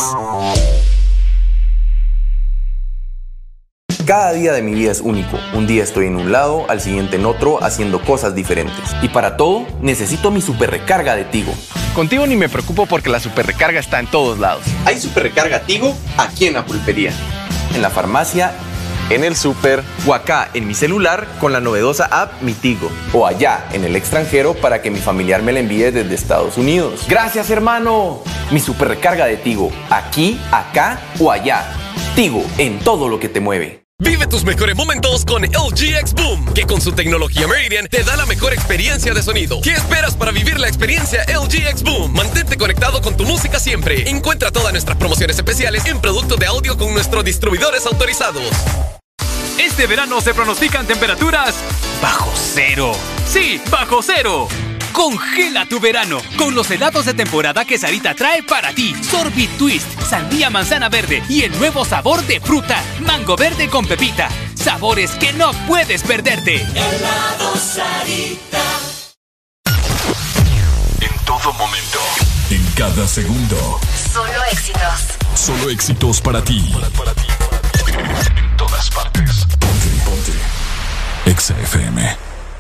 Cada día de mi vida es único. Un día estoy en un lado, al siguiente en otro, haciendo cosas diferentes. Y para todo, necesito mi super recarga de Tigo. Contigo ni me preocupo porque la super recarga está en todos lados. Hay super recarga Tigo aquí en la pulpería, en la farmacia, en el súper o acá en mi celular con la novedosa app Mi Tigo, o allá en el extranjero para que mi familiar me la envíe desde Estados Unidos. ¡Gracias, hermano! Mi super recarga de Tigo, aquí, acá o allá. Tigo, en todo lo que te mueve. Vive tus mejores momentos con LG X Boom, que con su tecnología Meridian te da la mejor experiencia de sonido. ¿Qué esperas para vivir la experiencia LG X Boom? Mantente conectado con tu música siempre. Encuentra todas nuestras promociones especiales en productos de audio con nuestros distribuidores autorizados. Este verano se pronostican temperaturas bajo cero. Sí, bajo cero. Congela tu verano con los helados de temporada que Sarita trae para ti. Sorbit Twist, sandía manzana verde y el nuevo sabor de fruta, mango verde con pepita. Sabores que no puedes perderte. Helado Sarita. En todo momento, en cada segundo. Solo éxitos. Solo éxitos para ti. En todas partes. Ponte. Exa FM.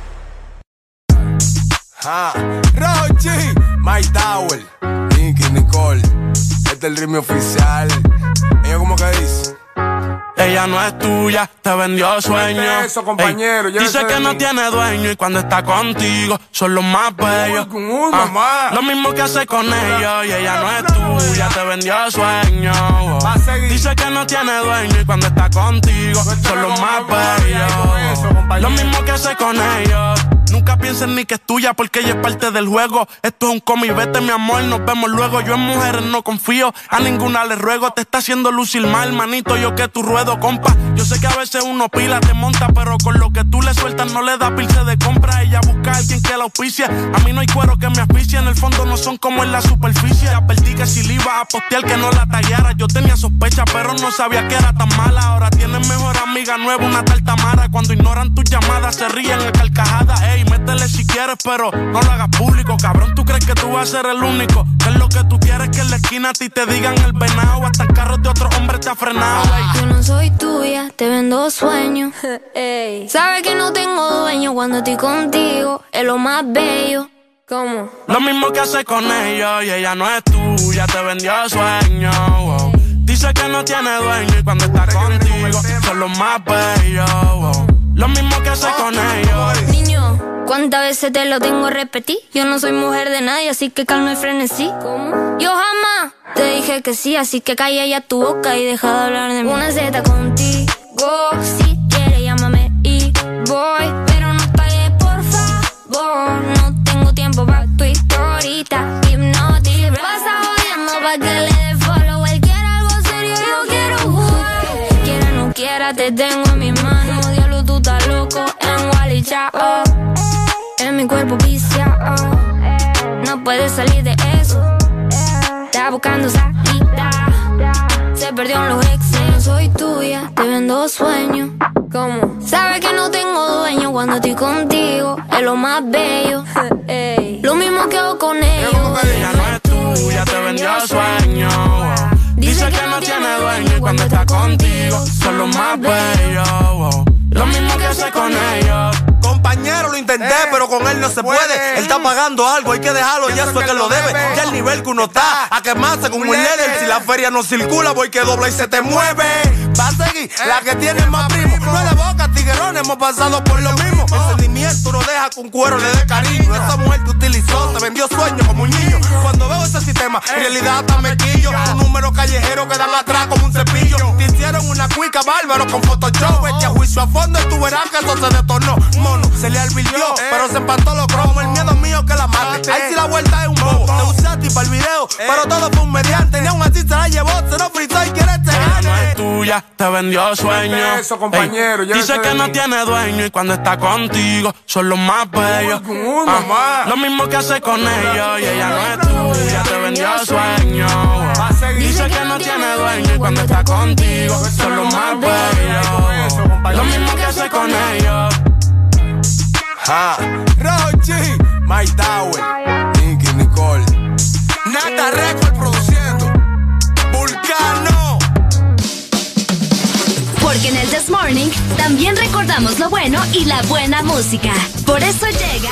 Rochi, Mike Tower, Nicky, Nicole. Este es el ritmo oficial. Ella como que dice: ella no es tuya, te vendió sueño. Eso, compañero. Dice que no tiene dueño y cuando está contigo son los más bellos. Lo mismo que hace con ellos y ella no es tuya, te vendió sueño. Dice que no tiene dueño y cuando está contigo son los más bellos. Lo mismo que hace con ellos. Nunca pienses ni que es tuya porque ella es parte del juego. Esto es un cómic, vete mi amor, nos vemos luego. Yo en mujeres no confío, a ninguna le ruego. Te está haciendo lucir mal, manito, yo que tu ruedo, compa. Yo sé que a veces uno pila, te monta, pero con lo que tú le sueltas no le da pilce de compra. Ella busca a alguien que la auspicie. A mí no hay cuero que me asfixie, en el fondo no son como en la superficie. Advertí que si le iba a postear que no la tallara. Yo tenía sospecha, pero no sabía que era tan mala. Ahora tienes mejor amiga nueva, una tal Tamara. Cuando ignoran tus llamadas se ríen a carcajadas. Ey, métele si quieres, pero no lo hagas público. Cabrón, tú crees que tú vas a ser el único. Que es lo que tú quieres, que en la esquina a ti te digan el venado. Hasta el carro de otro hombre te ha frenado. Ey. Yo no soy tuya, te vendo sueños. Sabes que no tengo dueño cuando estoy contigo. Es lo más bello. ¿Cómo? Lo mismo que hace con ellos y ella no es tuya, te vendió sueños. Dice que no tiene dueño y cuando está contigo son los más bellos. Lo mismo que hace con ellos. Niño, ¿cuántas veces te lo tengo a repetir? Yo no soy mujer de nadie, así que calma el frenesí. ¿Cómo? Yo jamás te dije que sí, así que calla ya tu boca y deja de hablar de mí. Una Z contigo, si quieres llámame y voy, pero no pagues por favor. No tengo tiempo para tu historita, hipnotic. Pasa jodiendo pa' que le dé follow. Él quiere algo serio, yo quiero jugar. Quiera no quiera, te tengo en mis manos. Diablo, tú estás loco en Wally Chao. En mi cuerpo viciado, no puedes salir de eso. Está buscando salida, se perdió en los exes. No soy tuya, te vendo sueños. ¿Cómo? Sabes que no tengo dueño cuando estoy contigo. Es lo más bello. Lo mismo que hago con ellos. Ella no es tuya, te vendió sueños. Dice que no tiene dueño y cuando está contigo son los más bellos. Lo mismo que hace con ellos. Compañero, lo intenté, pero con él no se puede. Él está pagando algo, hay que dejarlo, y eso es que lo debe. Ya el nivel que uno está, a quemarse con un líder. Si la feria no circula, voy que dobla y se te mueve. Va a seguir la que tiene más primo. No es de boca, tiguerón, hemos pasado por lo mismo. El sentimiento no deja que un cuero le dé cariño. Esa mujer te utilizó, te vendió sueños como un niño. Cuando veo ese sistema, en realidad hasta me quillo. Un número callejero que dan atrás como un cepillo. Te hicieron una cuica bárbaro con Photoshop. Echa juicio a fondo y tú verás que eso se detornó. Mono, se le alvirtió, pero se empató los cromos. El miedo mío que la mate. Ahí sí la vuelta es un bobo. Te usaste para el video, pero todo fue un mediante. Ni aún así se la llevó, se lo frizó y quiere este gane. No es tuyo, tuya, te vendió sueño. Eso, compañero, ey, dice que no tiene dueño y cuando está contigo son los más bellos. Lo mismo que hace con ellos y ella no es tuya, te vendió sueño. Dice que no tiene dueño y cuando está contigo son los más bellos. Lo mismo que hace con ellos. Rochi, Mike Tower, Nicky Nicole, Nata Record produciendo, Vulcano. Porque en el This Morning también recordamos lo bueno y la buena música. Por eso llega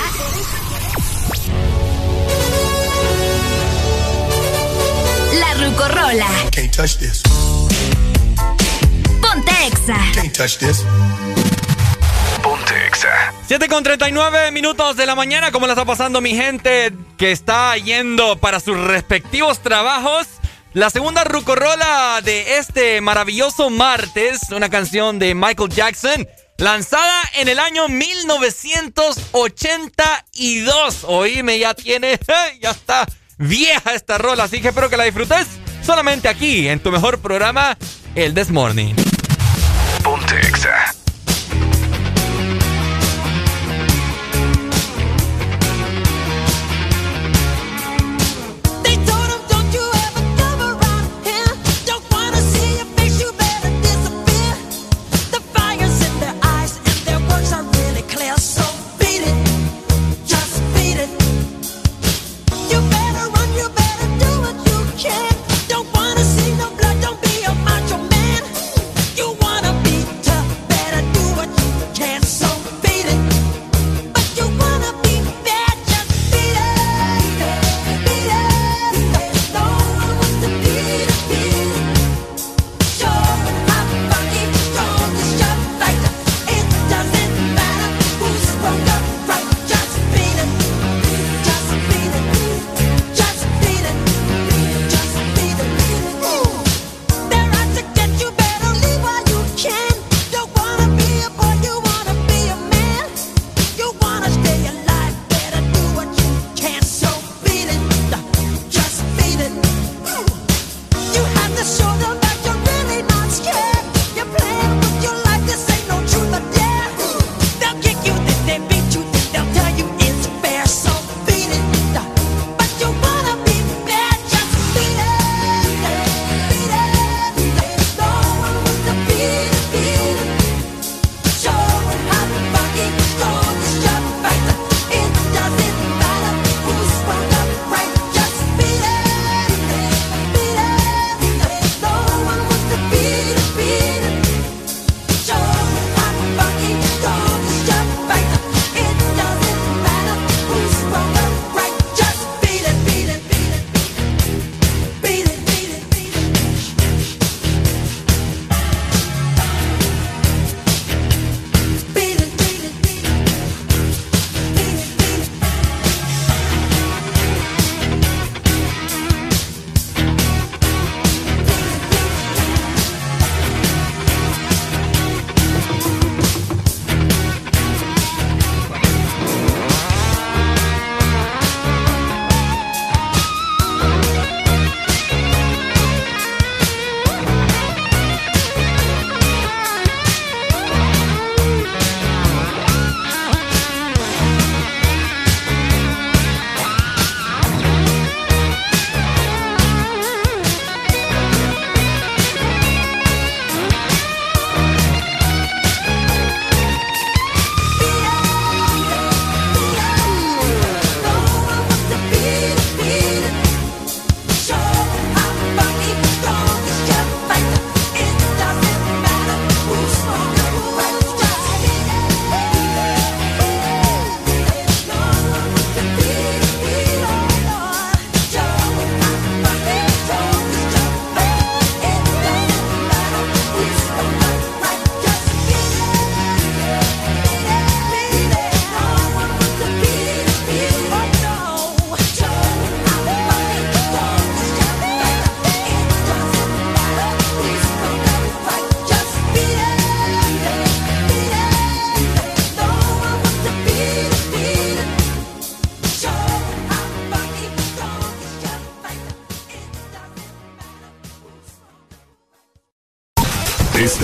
La Rucorola. Can't touch this. Ponte Exa. Can't touch this. Ponte Exa. 7:39 de la mañana. ¿Cómo la está pasando mi gente que está yendo para sus respectivos trabajos? La segunda rucorola de este maravilloso martes, una canción de Michael Jackson, lanzada en el año 1982. Oíme, ya está vieja esta rola, así que espero que la disfrutes solamente aquí, en tu mejor programa, el This Morning. Ponte Exa. Don't wanna see no blood, don't be a macho man. You wanna be tough, better.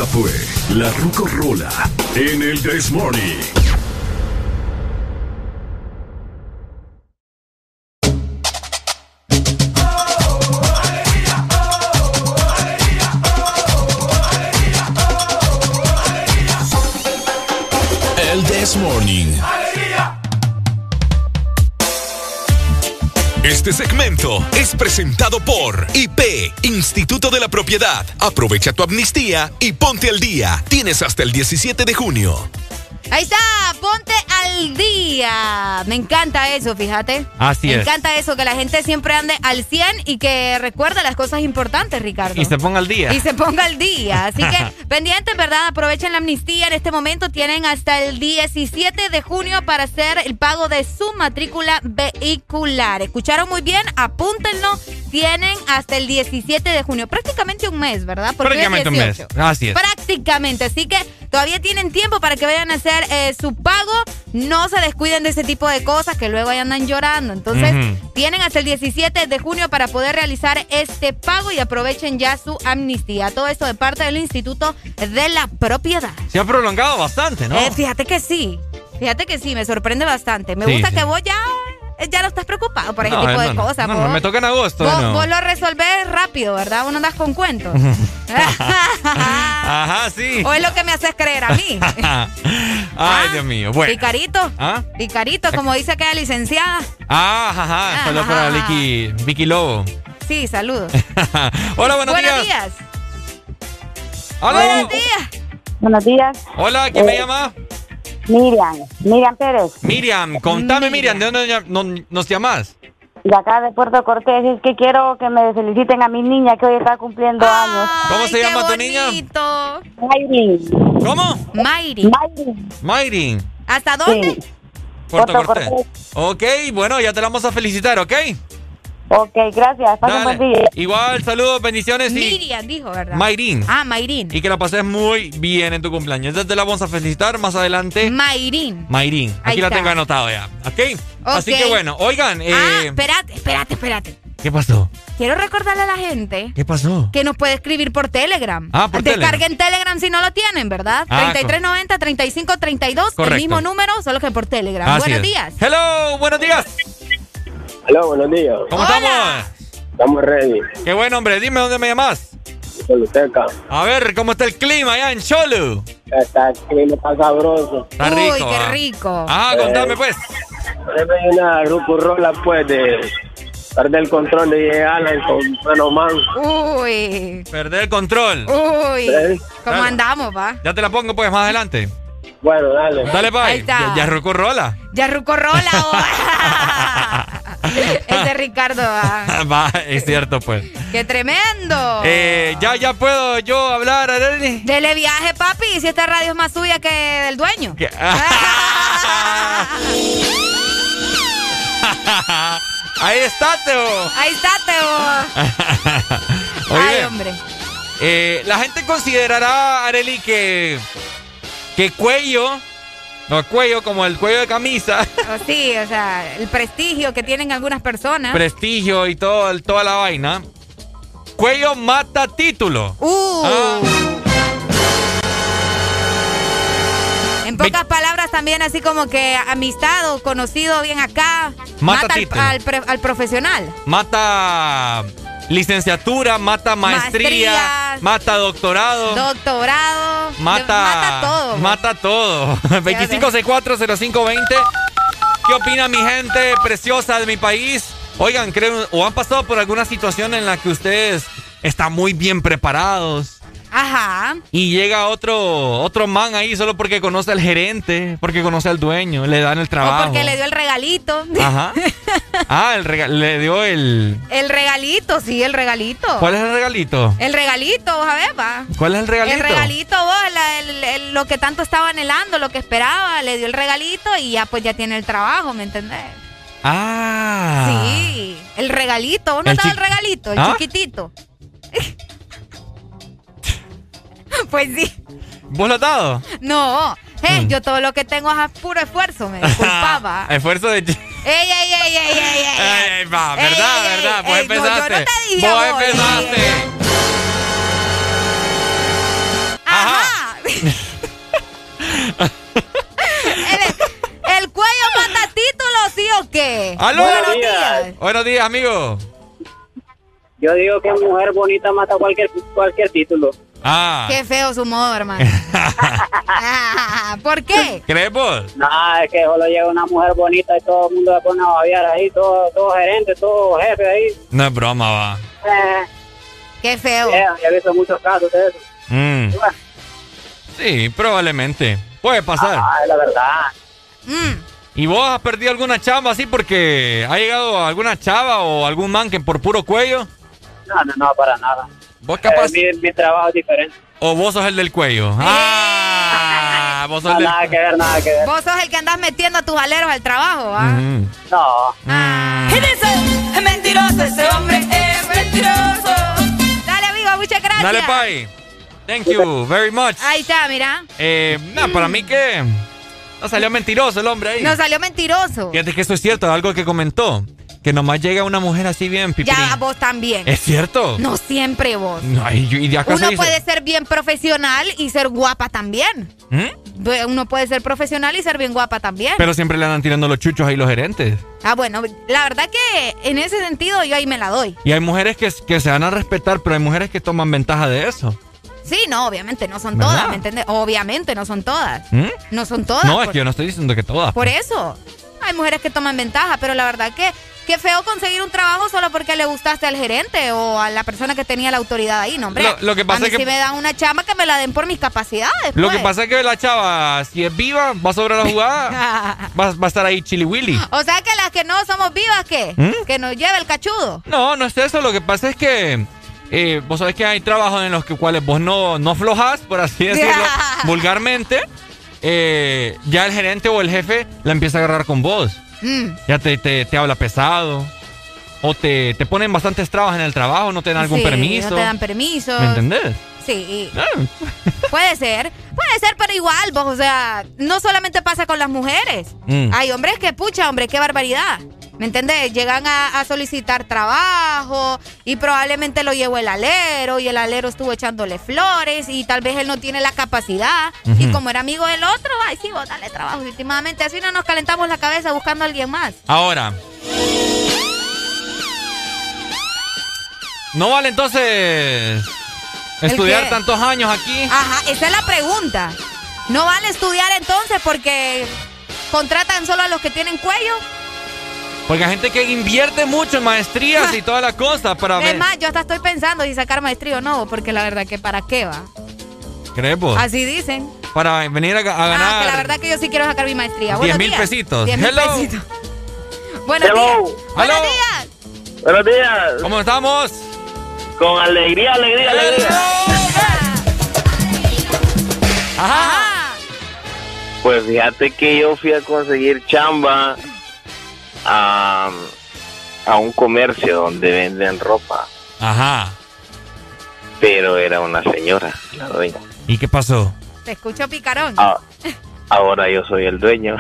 fue la Rucorola en el This Morning. El This Morning. Este segmento es presentado por IP, Instituto de la Propiedad. Aprovecha tu amnistía y ponte al día. Tienes hasta el 17 de junio. Ahí está, ponte al día. Me encanta eso, fíjate. Así es. Me encanta eso, que la gente siempre ande al 100 y que recuerde las cosas importantes, Ricardo. Y se ponga al día. Y se ponga al día. Así que, pendientes, ¿verdad? Aprovechen la amnistía. En este momento tienen hasta el 17 de junio para hacer el pago de su matrícula vehicular. ¿Escucharon muy bien? Apúntenlo. Tienen hasta el 17 de junio. Prácticamente un mes, ¿verdad? Porque prácticamente un mes. Así es. Prácticamente. Así que todavía tienen tiempo para que vayan a hacer su pago. No se descuiden de ese tipo de cosas que luego ahí andan llorando. Entonces, tienen hasta el 17 de junio para poder realizar este pago y aprovechen ya su amnistía. Todo esto de parte del Instituto de la Propiedad. Se ha prolongado bastante, ¿no? Fíjate que sí. Fíjate que sí, me sorprende bastante. Me gusta que vos ya no estás preocupado por ese tipo de cosas. No, me toca en agosto. Vos lo resolvés rápido, ¿verdad? Vos no andas con cuentos. Ajá, sí. O es lo que me haces creer a mí. Ay, Dios mío. Bueno. Picarito. Picarito, como dice aquella licenciada. Ajá. Saludos para Vicky Lobo. Sí, saludos. Hola, buenos días. Hola. Buenos días. Buenos días. Hola, ¿quién me llama? Miriam Pérez. Miriam, contame, Miriam, ¿de dónde nos llamas? De acá de Puerto Cortés. Es que quiero que me feliciten a mi niña que hoy está cumpliendo años. ¿Cómo se llama tu niña? Mayrin. ¿Cómo? Mayrin. ¿Hasta dónde? Sí. Puerto Cortés. Ok, bueno, ya te la vamos a felicitar, ¿ok? Ok, gracias. Pasen buen día. Igual, saludos, bendiciones. Miriam dijo, ¿verdad? Mayrin. Mayrin. Y que la pases muy bien en tu cumpleaños. Ya te la vamos a felicitar más adelante. Mayrin. Aquí la tengo anotado ya. ¿Ok? Así que bueno, oigan. Espérate. ¿Qué pasó? Quiero recordarle a la gente. ¿Qué pasó? Que nos puede escribir por Telegram. Por Descarguen Telegram si no lo tienen, ¿verdad? 3390-3532. El mismo número, solo que por Telegram. Buenos días. Hello, buenos días. Hola, buenos días. ¿Cómo estamos? Estamos ready. Qué bueno, hombre. Dime dónde me llamas. Choluteca. A ver, ¿cómo está el clima allá en Cholu? El clima está sabroso. Está rico. Uy, qué rico. Contame, pues. Hay una rucurrola, pues, de perder el control de Alan con Fenoman. Uy. Perder el control. Uy. ¿Cómo andamos, va? Ya te la pongo, pues, más adelante. Bueno, dale. Dale, bye. Ahí está. Ya rucurrola. Es de Ricardo, va, es cierto, pues. ¡Qué tremendo! Ya puedo yo hablar, Arely. Dele viaje, papi, si esta radio es más suya que del dueño. Ahí está, Teo. Ay, hombre. La gente considerará, Arely, que cuello... No, cuello como el cuello de camisa. Sí, o sea, el prestigio que tienen algunas personas. Prestigio y toda la vaina. Cuello mata título. En pocas palabras también así como que amistad o conocido bien acá. Mata al profesional. Mata licenciatura, mata maestría, mata doctorado. Mata todo. 25640520. ¿Qué opina mi gente preciosa de mi país? Oigan, ¿creen o han pasado por alguna situación en la que ustedes están muy bien preparados? Ajá. Y llega otro man ahí solo porque conoce al gerente, porque conoce al dueño, le dan el trabajo. O porque le dio el regalito. Ajá. Le dio el... El regalito, sí, el regalito. ¿Cuál es el regalito? El regalito, vos a ver, va. ¿Cuál es el regalito? El regalito, vos, lo que tanto estaba anhelando, lo que esperaba, le dio el regalito y ya pues ya tiene el trabajo, ¿me entendés? Sí, el regalito, ¿vos no has dado el regalito? El chiquitito. Pues sí. ¿Vos lo has dado? No, yo todo lo que tengo es puro esfuerzo, me disculpaba. Esfuerzo de... ¡Ey! Va, ¿verdad? Vos empezaste. No, yo no te dije. Vos empezaste. Ajá. ¿El cuello manda títulos, sí o qué? ¡Aló! Buenos días. Buenos días, amigo. Yo digo que mujer bonita mata cualquier título. Ah. Qué feo su modo, hermano. ¿Por qué? ¿Crees vos? No, es que solo llega una mujer bonita y todo el mundo se pone a babear ahí, todo gerente, todo jefe ahí. No es broma, va. Qué feo. Ya he visto muchos casos de eso. Sí, probablemente. Puede pasar. Es la verdad. ¿Y vos has perdido alguna chamba así porque ha llegado alguna chava o algún man que por puro cuello? No, para nada. ¿Vos capaz? Mi trabajo es diferente. ¿O vos sos el del cuello? Vos sos nada que ver. Vos sos el que andás metiendo a tus aleros al trabajo, ¿ah? No. ¿Qué dice? Es mentiroso ese hombre, es mentiroso. Dale, amigo, muchas gracias. Dale, Pai. Thank you very much. Ahí está, mira. Para mí que no salió mentiroso el hombre ahí. No salió mentiroso. Fíjate que eso es cierto, algo que comentó. Que nomás llega una mujer así bien pipirín. Ya, vos también. ¿Es cierto? No siempre vos. No, ¿y acá uno se puede ser bien profesional y ser guapa también. Uno puede ser profesional y ser bien guapa también. Pero siempre le andan tirando los chuchos ahí los gerentes. Bueno, la verdad que en ese sentido yo ahí me la doy. Y hay mujeres que se van a respetar, pero hay mujeres que toman ventaja de eso. Sí, no, obviamente no son ¿verdad? todas, ¿me entiendes? Obviamente no son todas. No son todas. No, es que yo no estoy diciendo que todas. Por eso. Hay mujeres que toman ventaja, pero la verdad que qué feo conseguir un trabajo solo porque le gustaste al gerente o a la persona que tenía la autoridad ahí, no, hombre. Lo que pasa a mí es que si me dan una chamba que me la den por mis capacidades. Lo pues. que pasa es que la chava, si es viva, va sobre la jugada, va a estar ahí chili willy. O sea que las que no somos vivas, ¿qué? Que nos lleve el cachudo. No es eso. Lo que pasa es que vos sabés que hay trabajos en los cuales vos no aflojás, por así decirlo, vulgarmente. Ya el gerente o el jefe la empieza a agarrar con vos. Ya te habla pesado. O te ponen bastantes trabas en el trabajo, no te dan algún permiso. No te dan permiso. ¿Me entendés? Sí. Puede ser, pero igual, vos, o sea, no solamente pasa con las mujeres. Hay hombres que, hombre, qué barbaridad. ¿Me entendés? Llegan a solicitar trabajo y probablemente lo llevó el alero y el alero estuvo echándole flores y tal vez él no tiene la capacidad. Y como era amigo del otro, ay, sí, vos dale trabajo. Y últimamente así no nos calentamos la cabeza buscando a alguien más. Ahora, ¿no vale entonces estudiar tantos años aquí? Ajá, esa es la pregunta. ¿No vale estudiar entonces porque contratan solo a los que tienen cuello? Porque hay gente que invierte mucho en maestrías y toda la cosa para ver. Es más, yo hasta estoy pensando si sacar maestría o no, porque la verdad que ¿para qué va? ¿Crees vos? Así dicen. Para venir a ganar. Que la verdad que yo sí quiero sacar mi maestría. 10,000 pesitos. 10,000 pesitos. Buenos días. Buenos días. Buenos días. ¿Cómo estamos? Con alegría. Ajá. Pues fíjate que yo fui a conseguir chamba a un comercio donde venden ropa. Ajá. Pero era una señora, la dueña. ¿Y qué pasó? Te escucho picarón. Ahora yo soy el dueño.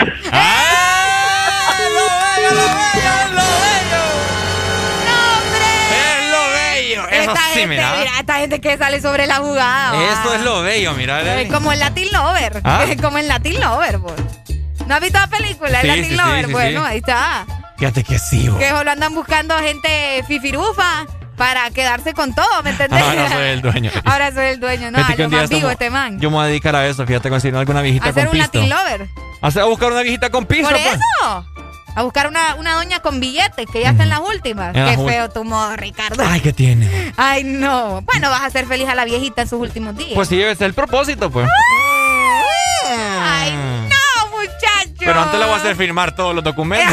Eso esta sí, gente, mira, esta gente que sale sobre la jugada. Eso es lo bello, mira. Como el Latin Lover. Como el Latin Lover, pues. ¿No has visto la película? El Latin Lover, bueno, ahí está. Fíjate que sí, que solo andan buscando gente fifirufa para quedarse con todo, ¿me entendés? Ahora soy el dueño. Ahora soy el dueño, no, lo más vivo este man. Yo me voy a dedicar a eso, fíjate, conseguir alguna viejita con pisto. Hacer un Latin Lover. A buscar una viejita con pisto. ¿Por pues. eso? A buscar una doña con billetes, que ya está en las últimas. Qué feo tu modo, Ricardo. Ay, ¿qué tiene? Ay, no. Bueno, vas a hacer feliz a la viejita en sus últimos días. Pues sí, debe ser el propósito, pues. Ay, no, muchacho. Pero antes le voy a hacer firmar todos los documentos.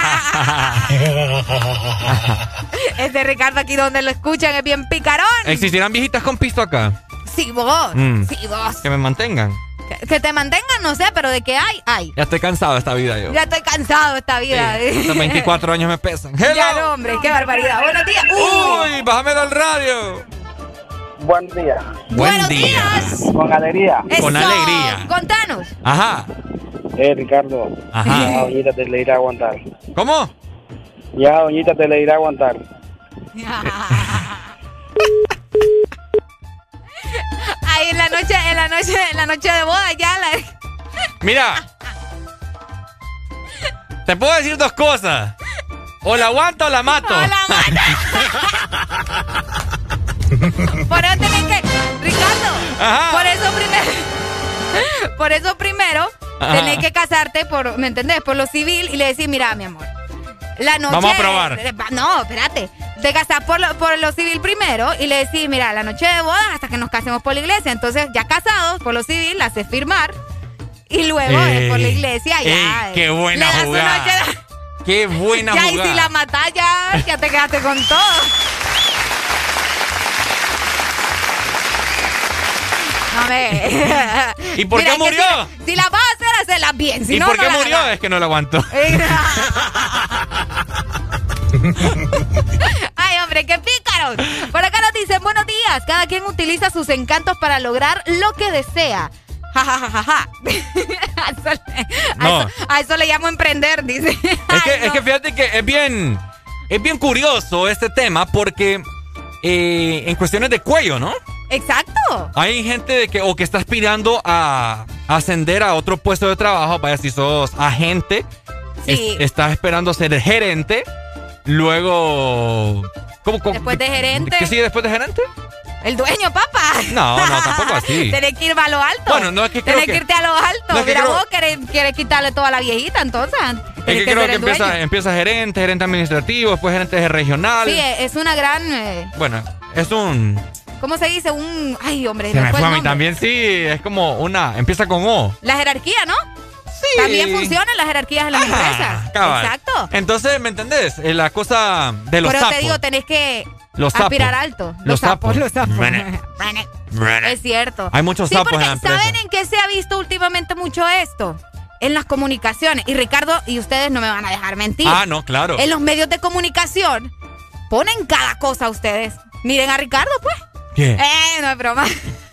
Este Ricardo aquí donde lo escuchan es bien picarón. ¿Existirán viejitas con pisto acá? Sí, vos. Sí, vos. Que me mantengan. Que te mantengan, no sé, pero de que hay. Ya estoy cansado de esta vida yo. Ya estoy cansado de esta vida. Sí, estos 24 años me pesan. ¡Hello! Ya no, hombre, qué barbaridad. Buenos días. ¡Uy! Bájame del radio. Buen día. Buenos días. Con alegría. Eso. Con alegría. Contanos. Ajá. Ricardo. Ajá. Ya doñita te le irá a aguantar. ¿Cómo? Ya doñita te le irá a aguantar. Ahí en la noche de boda ya Mira. Te puedo decir dos cosas. O la aguanto o la mato. O la mato. Por eso tenés que... Ricardo. Ajá. Por eso primero tenés que casarte por... ¿Me entendés? Por lo civil y le decís, mira, mi amor. La noche... Vamos a probar. No, espérate. Te casás por lo civil primero y le decís, mira, la noche de bodas hasta que nos casemos por la iglesia. Entonces, ya casados, por lo civil, la haces firmar. Y luego, por la iglesia, ya... ¡Qué buena jugada! ¡Qué buena jugada! Ya, y si la matás, ya te quedaste con todo. A ver. ¿Y por qué murió? Si la vas a hacer, hazla bien. Si ¿Y no, por qué no murió? Es que no la aguantó. Ay, hombre, qué pícaros. Por acá nos dicen, buenos días. Cada quien utiliza sus encantos para lograr lo que desea. Ja, ja, ja, ja, ja. A eso le llamo emprender, dice. Es que fíjate que es bien curioso este tema porque en cuestiones de cuello, ¿no? Exacto. Hay gente que está aspirando a ascender a otro puesto de trabajo. Vaya, si sos agente, sí. Estás esperando ser gerente. Luego... ¿Cómo? Después de gerente. ¿Qué sigue después de gerente? El dueño, papá. No, tampoco así. Tenés que ir a lo alto. Bueno, no es que Tenés que irte a lo alto. No es que mira, vos querés quitarle toda la viejita, entonces. Es que creo que empieza gerente administrativo, después gerente regional. Sí, es una gran... Bueno, es un... ¿Cómo se dice? Ay, hombre. Se me fue a mí también, sí. Es como empieza con O. La jerarquía, ¿no? Sí. También funcionan las jerarquías en las empresas. Cabal. Exacto. Entonces, ¿me entendés? La cosa de los sapos. Pero te digo, tenés que sapos. aspirar alto. Los sapos. Brené. Es cierto. Hay muchos sapos en la empresa. ¿Saben en qué se ha visto últimamente mucho esto? En las comunicaciones. Y Ricardo, y ustedes no me van a dejar mentir. Ah, no, claro. En los medios de comunicación ponen cada cosa ustedes. Miren a Ricardo, pues. ¿Qué? No es broma.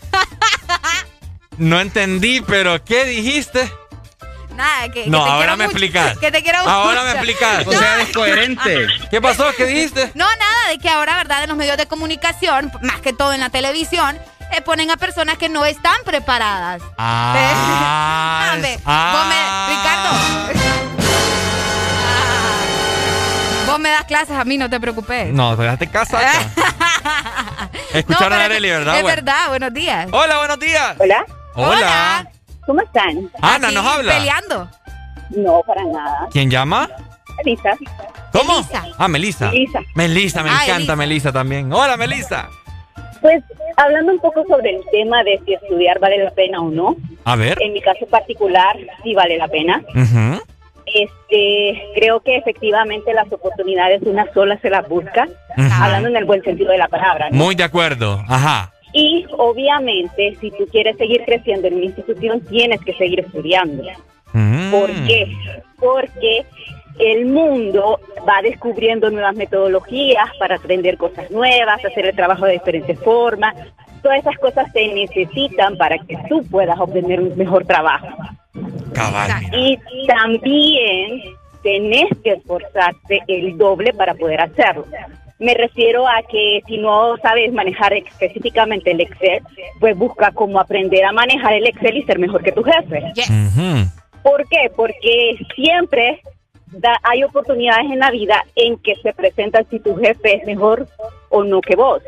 No entendí, pero ¿qué dijiste? Nada, que no, te ahora quiero me mucho. explicas. Que te quiero mucho. Ahora me explicas. No. O sea, eres coherente. ¿Qué pasó? ¿Qué dijiste? No, nada, de que ahora, ¿verdad? En los medios de comunicación, más que todo en la televisión, ponen a personas que no están preparadas. Ricardo. Vos me das clases a mí, no te preocupes. No, déjate casar. Escucharon a Arely, ¿verdad? Es verdad, buenos días. Hola, buenos días. Hola. Hola. ¿Cómo están? Ana, ¿nos habla? Peleando. No, para nada. ¿Quién llama? Melissa. ¿Cómo? Melissa. Ah, Melissa. Melissa, me encanta Melissa también. Hola, Melissa. Pues, hablando un poco sobre el tema de si estudiar vale la pena o no. A ver. En mi caso particular, sí vale la pena. Uh-huh. Creo que efectivamente las oportunidades una sola se las busca, hablando en el buen sentido de la palabra, ¿no? Muy de acuerdo, ajá. Y obviamente, si tú quieres seguir creciendo en una institución, tienes que seguir estudiando. ¿Por qué? Porque el mundo va descubriendo nuevas metodologías para aprender cosas nuevas, hacer el trabajo de diferentes formas. Todas esas cosas se necesitan para que tú puedas obtener un mejor trabajo. Cabal, y también tenés que esforzarte el doble para poder hacerlo. Me refiero a que si no sabes manejar específicamente el Excel, pues busca cómo aprender a manejar el Excel y ser mejor que tu jefe. Yes. ¿Por qué? Porque siempre hay oportunidades en la vida en que se presentan si tu jefe es mejor o no que vos.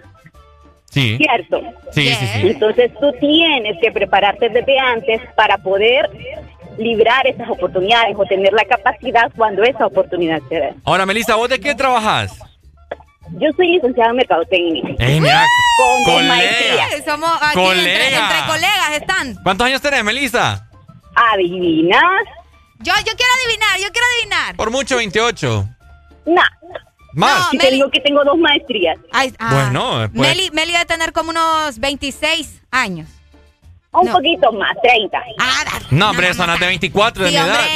Sí. ¿Cierto? Sí. Entonces tú tienes que prepararte desde antes para poder librar esas oportunidades o tener la capacidad cuando esa oportunidad se dé. Ahora, Melissa, ¿vos de qué trabajas? Yo soy licenciada en Mercadotecnia. Mira, con colega. maestría. Somos aquí entre colegas están. ¿Cuántos años tenés, Melissa? ¿Adivinas? Yo quiero adivinar. Por mucho, 28. No. ¿Más? No, te digo que tengo 2 maestrías. Bueno, pues... Meli debe tener como unos 26 años. Un poquito más, 30. No, hombre, eso no es de 24 de mi edad.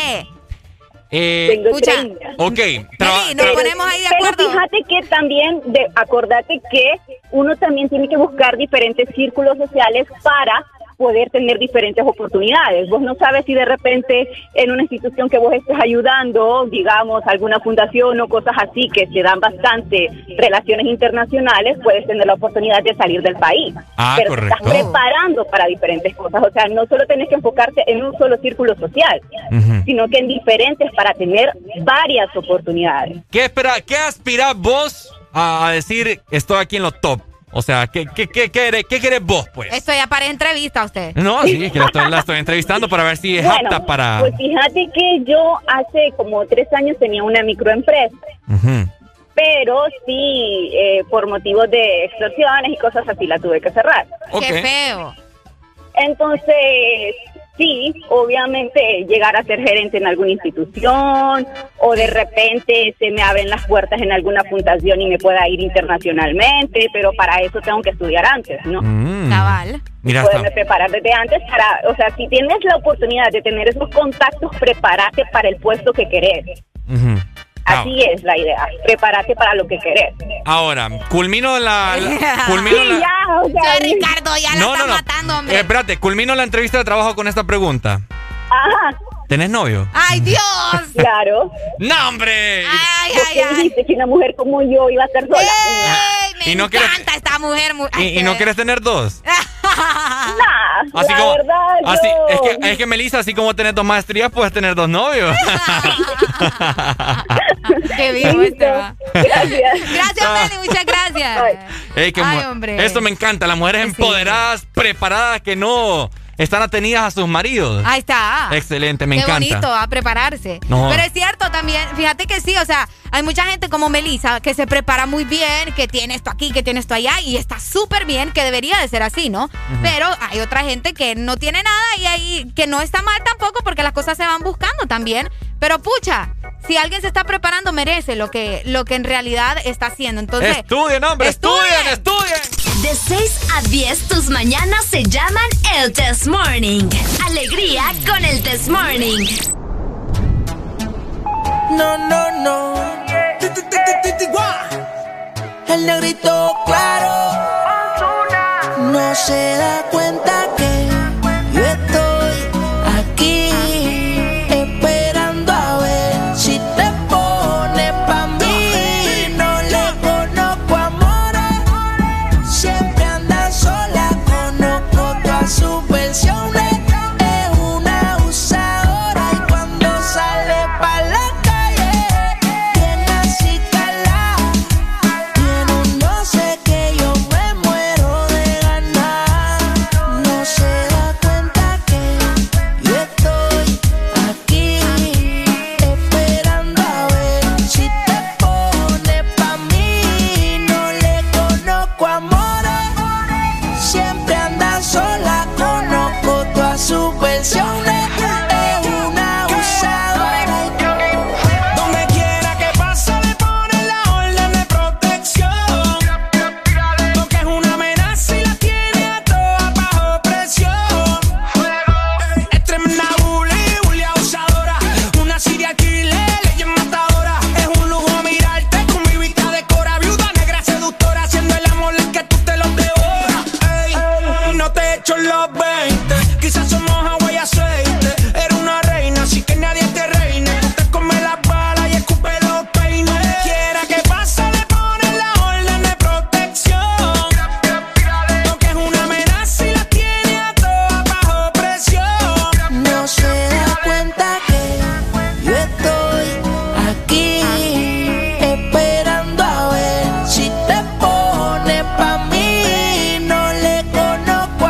Tengo 30. Ok. Meli, nos ponemos ahí de acuerdo. Pero fíjate que también, acordate que uno también tiene que buscar diferentes círculos sociales para poder tener diferentes oportunidades. Vos no sabes si de repente en una institución que vos estés ayudando, digamos, alguna fundación o cosas así que se dan bastante relaciones internacionales, puedes tener la oportunidad de salir del país. Pero te estás preparando para diferentes cosas. O sea, no solo tenés que enfocarte en un solo círculo social, sino que en diferentes para tener varias oportunidades. ¿Qué aspirás vos a decir estoy aquí en los top? O sea, ¿qué querés vos, pues? Esto ya para entrevista a usted. No, sí, es que la estoy entrevistando para ver si es apta para... Pues fíjate que yo hace como 3 años tenía una microempresa. Pero sí, por motivos de extorsiones y cosas así, la tuve que cerrar. ¡Qué feo! Entonces, sí, obviamente llegar a ser gerente en alguna institución o de repente se me abren las puertas en alguna fundación y me pueda ir internacionalmente, pero para eso tengo que estudiar antes, ¿no? Cabal. Mira, poderme preparar desde antes para, o sea, si tienes la oportunidad de tener esos contactos, prepárate para el puesto que querés. Así es la idea, prepárate para lo que querés. Ahora, culmino la... Ya, Ricardo, ya la está matando, hombre. Espérate, culmino la entrevista de trabajo con esta pregunta. Ajá. ¿Tenés novio? ¡Ay, Dios! Claro. ¡No, hombre! ¿Por qué dijiste que una mujer como yo iba a estar sola? Me encanta esta mujer. ¿Y no quieres tener dos? Nah, así la como, verdad, así, yo... es que Melissa, así como tenés 2 maestrías, puedes tener 2 novios. Qué vivo este va. Gracias. Gracias, Meli, muchas gracias. Ay, hombre. Eso me encanta, las mujeres empoderadas, preparadas, que no están atenidas a sus maridos. Ahí está. Excelente, me encanta. Qué bonito, a prepararse. No. Pero es cierto también, fíjate que sí, o sea, hay mucha gente como Melissa que se prepara muy bien, que tiene esto aquí, que tiene esto allá, y está súper bien, que debería de ser así, ¿no? Pero hay otra gente que no tiene nada y ahí que no está mal tampoco porque las cosas se van buscando también. Pero pucha, si alguien se está preparando, merece lo que en realidad está haciendo. Entonces, estudien, hombre, estudien. De 6 a 10, tus mañanas se llaman el This Morning. Alegría con el This Morning. No. El negrito claro no se da cuenta que yo estoy aquí esperando a ver si te pone pa' mí. No le conozco amores, siempre anda sola, conozco todas sus versiones. Es una abusadora y cuando sale pa' la calle viene así calada. Tiene un no sé que yo me muero de ganar. No se da cuenta que yo estoy aquí esperando a ver si te pone pa' mí. No le conozco amores, siempre anda sola, conozco todas sus versiones. Es una abusadora. Donde quiera que pasa le ponen la orden de protección, porque es una amenaza y la tiene a todas bajo presión. Es tremenda bully abusadora, una serial killer, leyenda matadora. Es un lujo mirarte con mi vista de cora, viuda negra seductora, haciendo el amor el que tú te lo devoras. Ey, no te echo los 20, quizás somos agua y aceite. Eres una reina, así que nadie te reine. Tú te comes las balas y escupe los peines. Donde quiera que pasa le ponen la orden de protección, porque es una amenaza y la tiene a todas bajo presión. No se da cuenta que yo estoy aquí esperando a ver si te pone pa' mí. No le conozco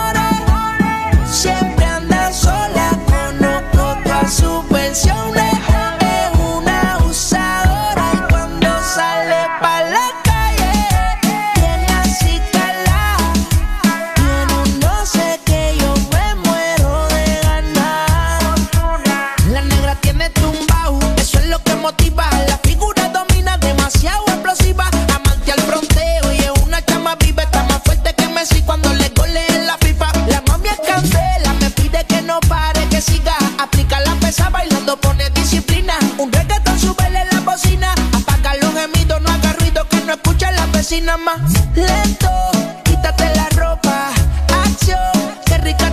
amores, siempre anda sola, conozco todas sus versiones. Es una abusadora y cuando sale pa' la calle viene así calada. Tiene un no sé que yo me muero de ganar. La negra tiene tumbao, eso es lo que motiva. La figura domina, demasiado explosiva. Amante al fronteo y es una chama viva. Está más fuerte que Messi cuando le gole en la FIFA. La mami es candela, me pide que no pare, que siga. Aplica la pesa bailando, pone disciplina. Un reggaetón, súbele la bocina. Apaga los gemidos, no haga ruido, que no escucha la vecina más. Lento, quítate la ropa. Acción, qué rica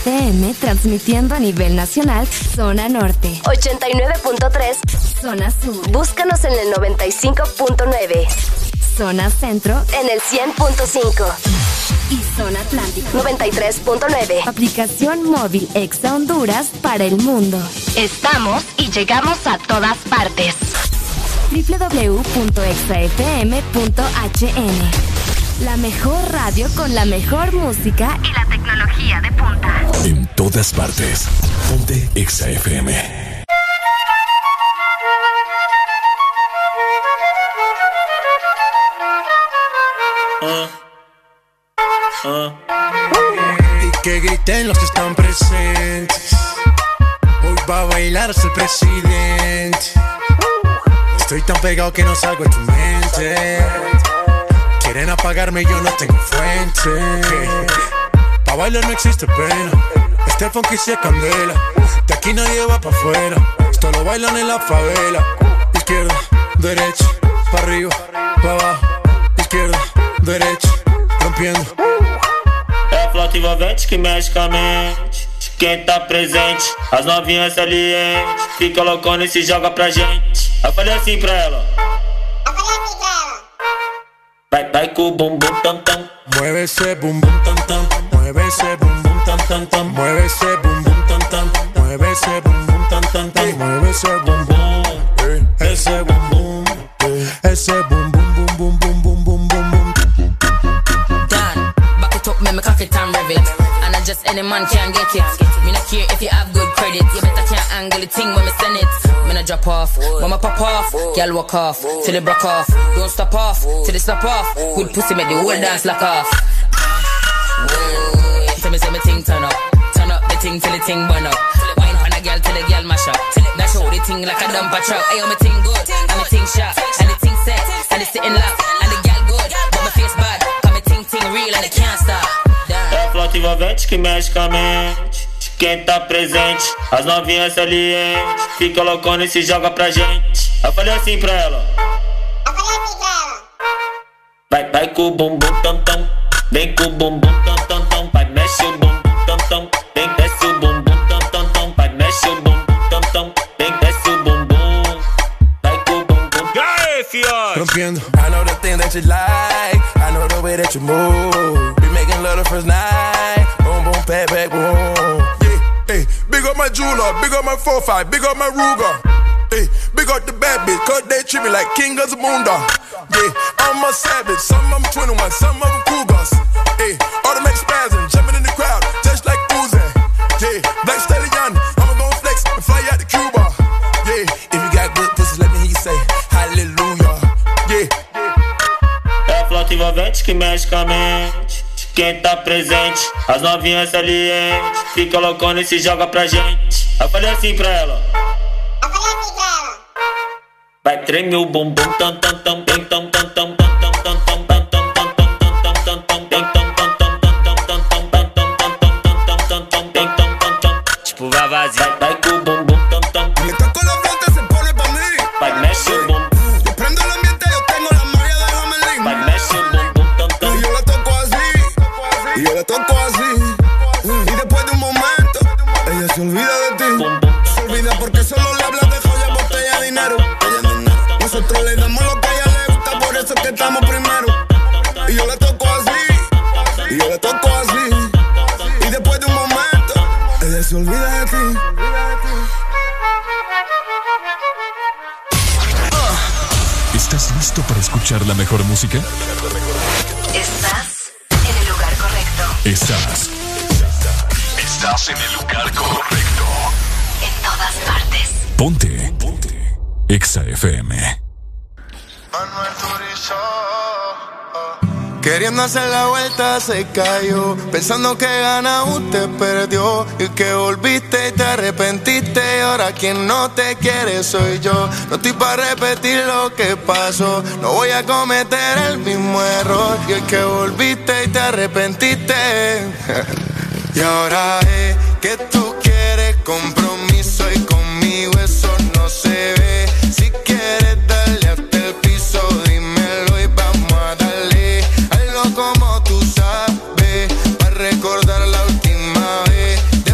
FM transmitiendo a nivel nacional, zona norte. 89.3, zona sur. Búscanos en el 95.9. Zona centro en el 100.5. Y zona atlántico 93.9. Aplicación móvil Exa Honduras para el mundo. Estamos y llegamos a todas partes. www.exafm.hn. La mejor radio con la mejor música y la tecnología de punta. En todas partes. Ponte Exa FM. Y que griten los que están presentes. Hoy va a bailar hasta el presidente. Estoy tan pegado que no salgo de tu mente. Quieren apagarme y yo no tengo fuente. Pa' bailar no existe pena. Este funky sí es candela. De aquí nadie va pa' afuera. Esto lo bailan en la favela. Izquierda, derecha, pa' arriba, pa' abajo. Izquierda, derecha, rompiendo. É a flauta envolvente que mexe com a mente. Quem tá presente, as novinhas salientes. Fica loucona e se joga pra gente. Eu falei assim pra ela. Vai com o bumbum tam tam. Mueve ese bumbum tam tam. Mueve ese bumbum tam tam tam. Mueve ese bumbum tam tam. Mueve ese bumbum tam tam tam. Mueve ese bumbum. Ese bumbum. Ese bumbum bum bum bum bum bum bum bum. Done. Back it up, me cock it and rev it. And I just any man can get it. Me not care if you have good credit. You better can't angle the thing when me send it. Me not drop off, when me pop off. Girl walk off, till it broke off. Don't stop off, till it stop off. Good pussy make the whole dance lock off. Tell me say me ting turn up the ting till the ting burn up. Wine on a girl till the girl mash up. Now show the ting like a dumper truck. Ayo me ting good, and me ting sharp, and the ting set, and it's sitting locked, and the girl good, but my face bad. Cause me ting real and it can't stop. É a flauta envolvente que mexe com a mente. Quem tá presente, as novinhas salientes. Fica loucona e se joga pra gente. Eu falei assim pra ela. Vai com o bumbum tam tam. Vem com o bumbum tam tam tam. Vai mexe o bumbum tam tam. Vem desce o bumbum tam tam tam. Vai mexe o bumbum tam tam. Vem desce o bumbum. Vai com o bumbum. E aí, fios? Rompiendo. I know the thing that you like. I know the way that you move. Be making love the first night. Boom boom, pat back, boom. Yeah, hey, big up my jeweler, big up my 4-5, big up my Ruger. Hey, big up the bad bitch, cause they treat me like king of Zamunda. Yeah, I'm a savage, some of them 21, some of them cougars. Hey, automatic spasm, jumping in the crowd, just like Uzi. Yeah, Black Stallion, I'ma gon' flex and fly out to Cuba. Yeah, if you got good pussy, let me hear you say hallelujah. Yeah. É a flauta envolvente que mexe com a mente. Quem tá presente, as novinhas salientes. Fica loucona e se joga pra gente. Eu falei assim pra ela. Vai tremer o bumbum tam tam tam. Bem tam tam tam tam tam tam tam tam tam tam tam tam tam. Bem tam tam tam tam tam tam tam tam tam tam tam tam tam. Bem tam tam tam. Tipo vazio. Vai com o bumbum tam tam. Le toco la flauta, se pone pa' mí. Vai mexe o bumbum. Yo prendo el ambiente, yo tengo la magia de Hamelin. Vai mexe o bumbum tam tam. Y yo la toco así. Y yo la toco así. Y después de un momento, ella se olvida de ti. Se olvida porque solo le hablas de joya, botella, dinero. Nosotros le damos lo que a ella le gusta, por eso es que estamos primero. Y yo la toco así. Y yo la toco así. Y después de un momento, ella se olvida de ti. ¿Estás listo para escuchar la mejor música? Estás en el lugar correcto. Estás en el lugar correcto. En todas partes. Ponte Exa FM. Queriendo hacer la vuelta se cayó, pensando que gana usted perdió, y que volviste y te arrepentiste, y ahora quien no te quiere soy yo. No estoy para repetir lo que pasó, no voy a cometer el mismo error, y el que volviste y te arrepentiste. Y ahora es que tú quieres compromiso y conmigo eso no se ve. Si quieres darle hasta el piso, dímelo y vamos a darle algo como tú sabes, para recordar la última vez.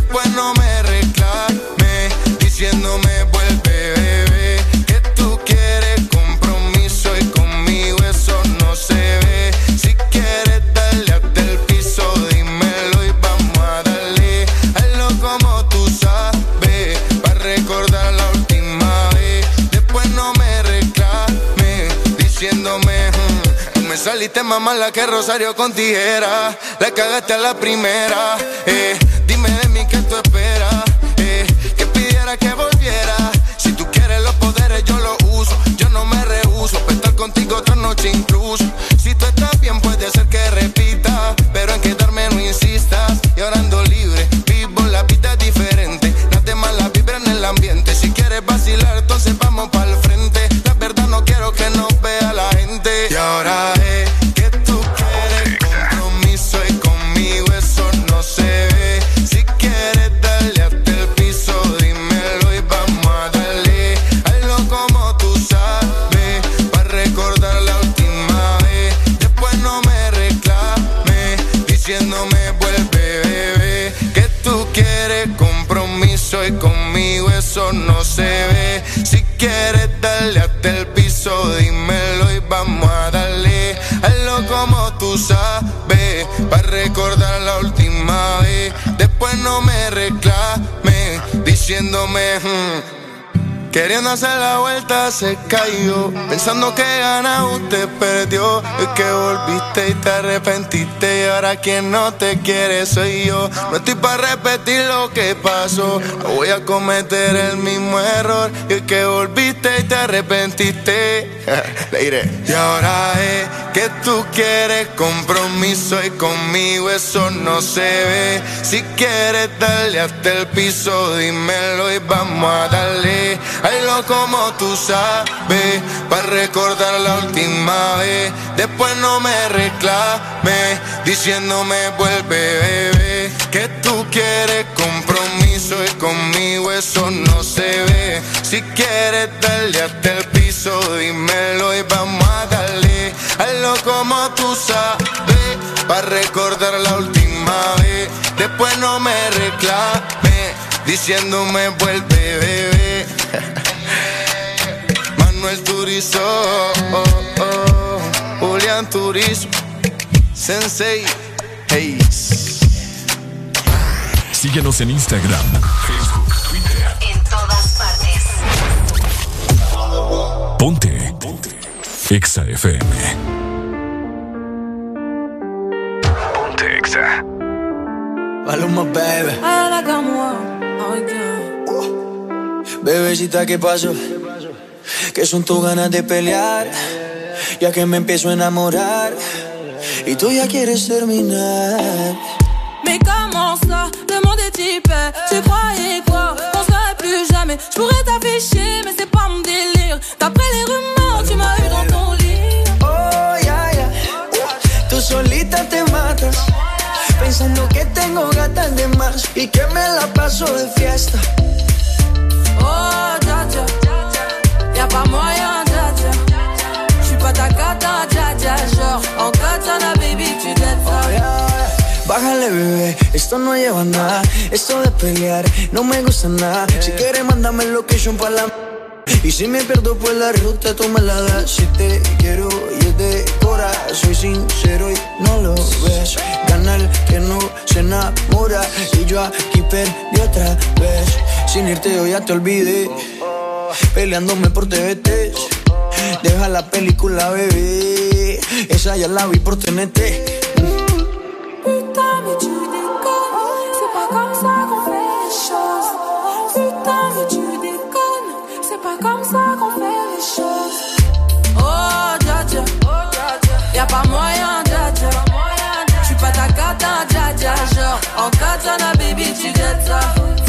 saliste más mala que Rosario con tijera. La cagaste a la primera. Dime de mí qué tú esperas. Que pidiera que volviera. Si tú quieres los poderes yo los uso. Yo no me rehuso, para estar contigo otra noche incluso. Si tú estás bien puede ser que repita, pero en quedarme no insistas. Y ahora ando libre, vivo la vida diferente. Nada más la vibra en el ambiente. Si quieres vacilar entonces vamos pa'l frente. La verdad no quiero que nos vea la gente. Y ahora es que tú quieres compromiso y conmigo eso no se ve. Si quieres darle hasta el piso dímelo y vamos a darle. Hazlo como tú sabes, para recordar la última vez. Después no me reclames, diciéndome vuelve bebé. Que tú quieres compromiso y conmigo eso no se ve. Si quieres darle hasta el piso dímelo y vamos a darle. Hazlo como tú sabes, para recordar la última vez. Después no me reclames, diciéndome queriendo hacer la vuelta se cayó. Pensando que gana usted perdió. Es que volviste y te arrepentiste. Y ahora quien no te quiere soy yo. No estoy para repetir lo que pasó. No voy a cometer el mismo error. Y es que volviste y te arrepentiste. Le diré. Y ahora es que tú quieres compromiso y conmigo eso no se ve. Si quieres darle hasta el piso dímelo y vamos a darle. Hazlo como tú sabes, para recordar la última vez. Después no me reclames, diciéndome vuelve bebé. Que tú quieres compromiso y conmigo eso no se ve. Si quieres darle hasta el piso dímelo y vamos a darle. Hazlo como tú sabes, para recordar la última vez. Después no me reclames, diciéndome vuelve bebé. Manuel Turizo, Julián Turizo, Sensei, hey. Síguenos en Instagram, Facebook, Twitter. En todas partes. Ponte Exa FM. Ponte Exa. Maluma, baby. Bebecita, ¿qué pasó? Que son tus ganas de pelear, ya que me empiezo a enamorar y tú ya quieres terminar. Mais comment ça, le monde est hyper. Tu croyais quoi, qu'on serait plus jamais. Je pourrais t'afficher, mais c'est pas mon délire. D'après les rumeurs, tu m'as eu dans ton lit. Oh, ya, ya. Tú solita te matas, pensando que tengo gatas de más y que me la paso de fiesta. Oh, dja dja, y'a pas moyen, dja dja. J'suis pas ta cata, dja dja. Genre, en katana, baby, tu t'aides ça. Bájale, bebé, esto no lleva nada. Esto de pelear no me gusta nada. Si quieres, mándame location pa' la... Y si me pierdo por la ruta, tú me la das. Si te quiero y es de cora, soy sincero y no lo ves. Gana el que no se enamora y yo aquí perdí otra vez. Sin irte yo ya te olvidé, peleándome por TVT. Deja la película, bebé, esa ya la vi por TNT. Putain, mais tu déconnes, c'est pas comme ça qu'on fait les choses. Putain, mais tu déconnes, c'est pas comme ça qu'on fait les choses. Oh, dja dja, y'a pas moyen, dja dja. J'suis pas ta cata, dja dja. Genre, en katana, baby, tu dettes ça.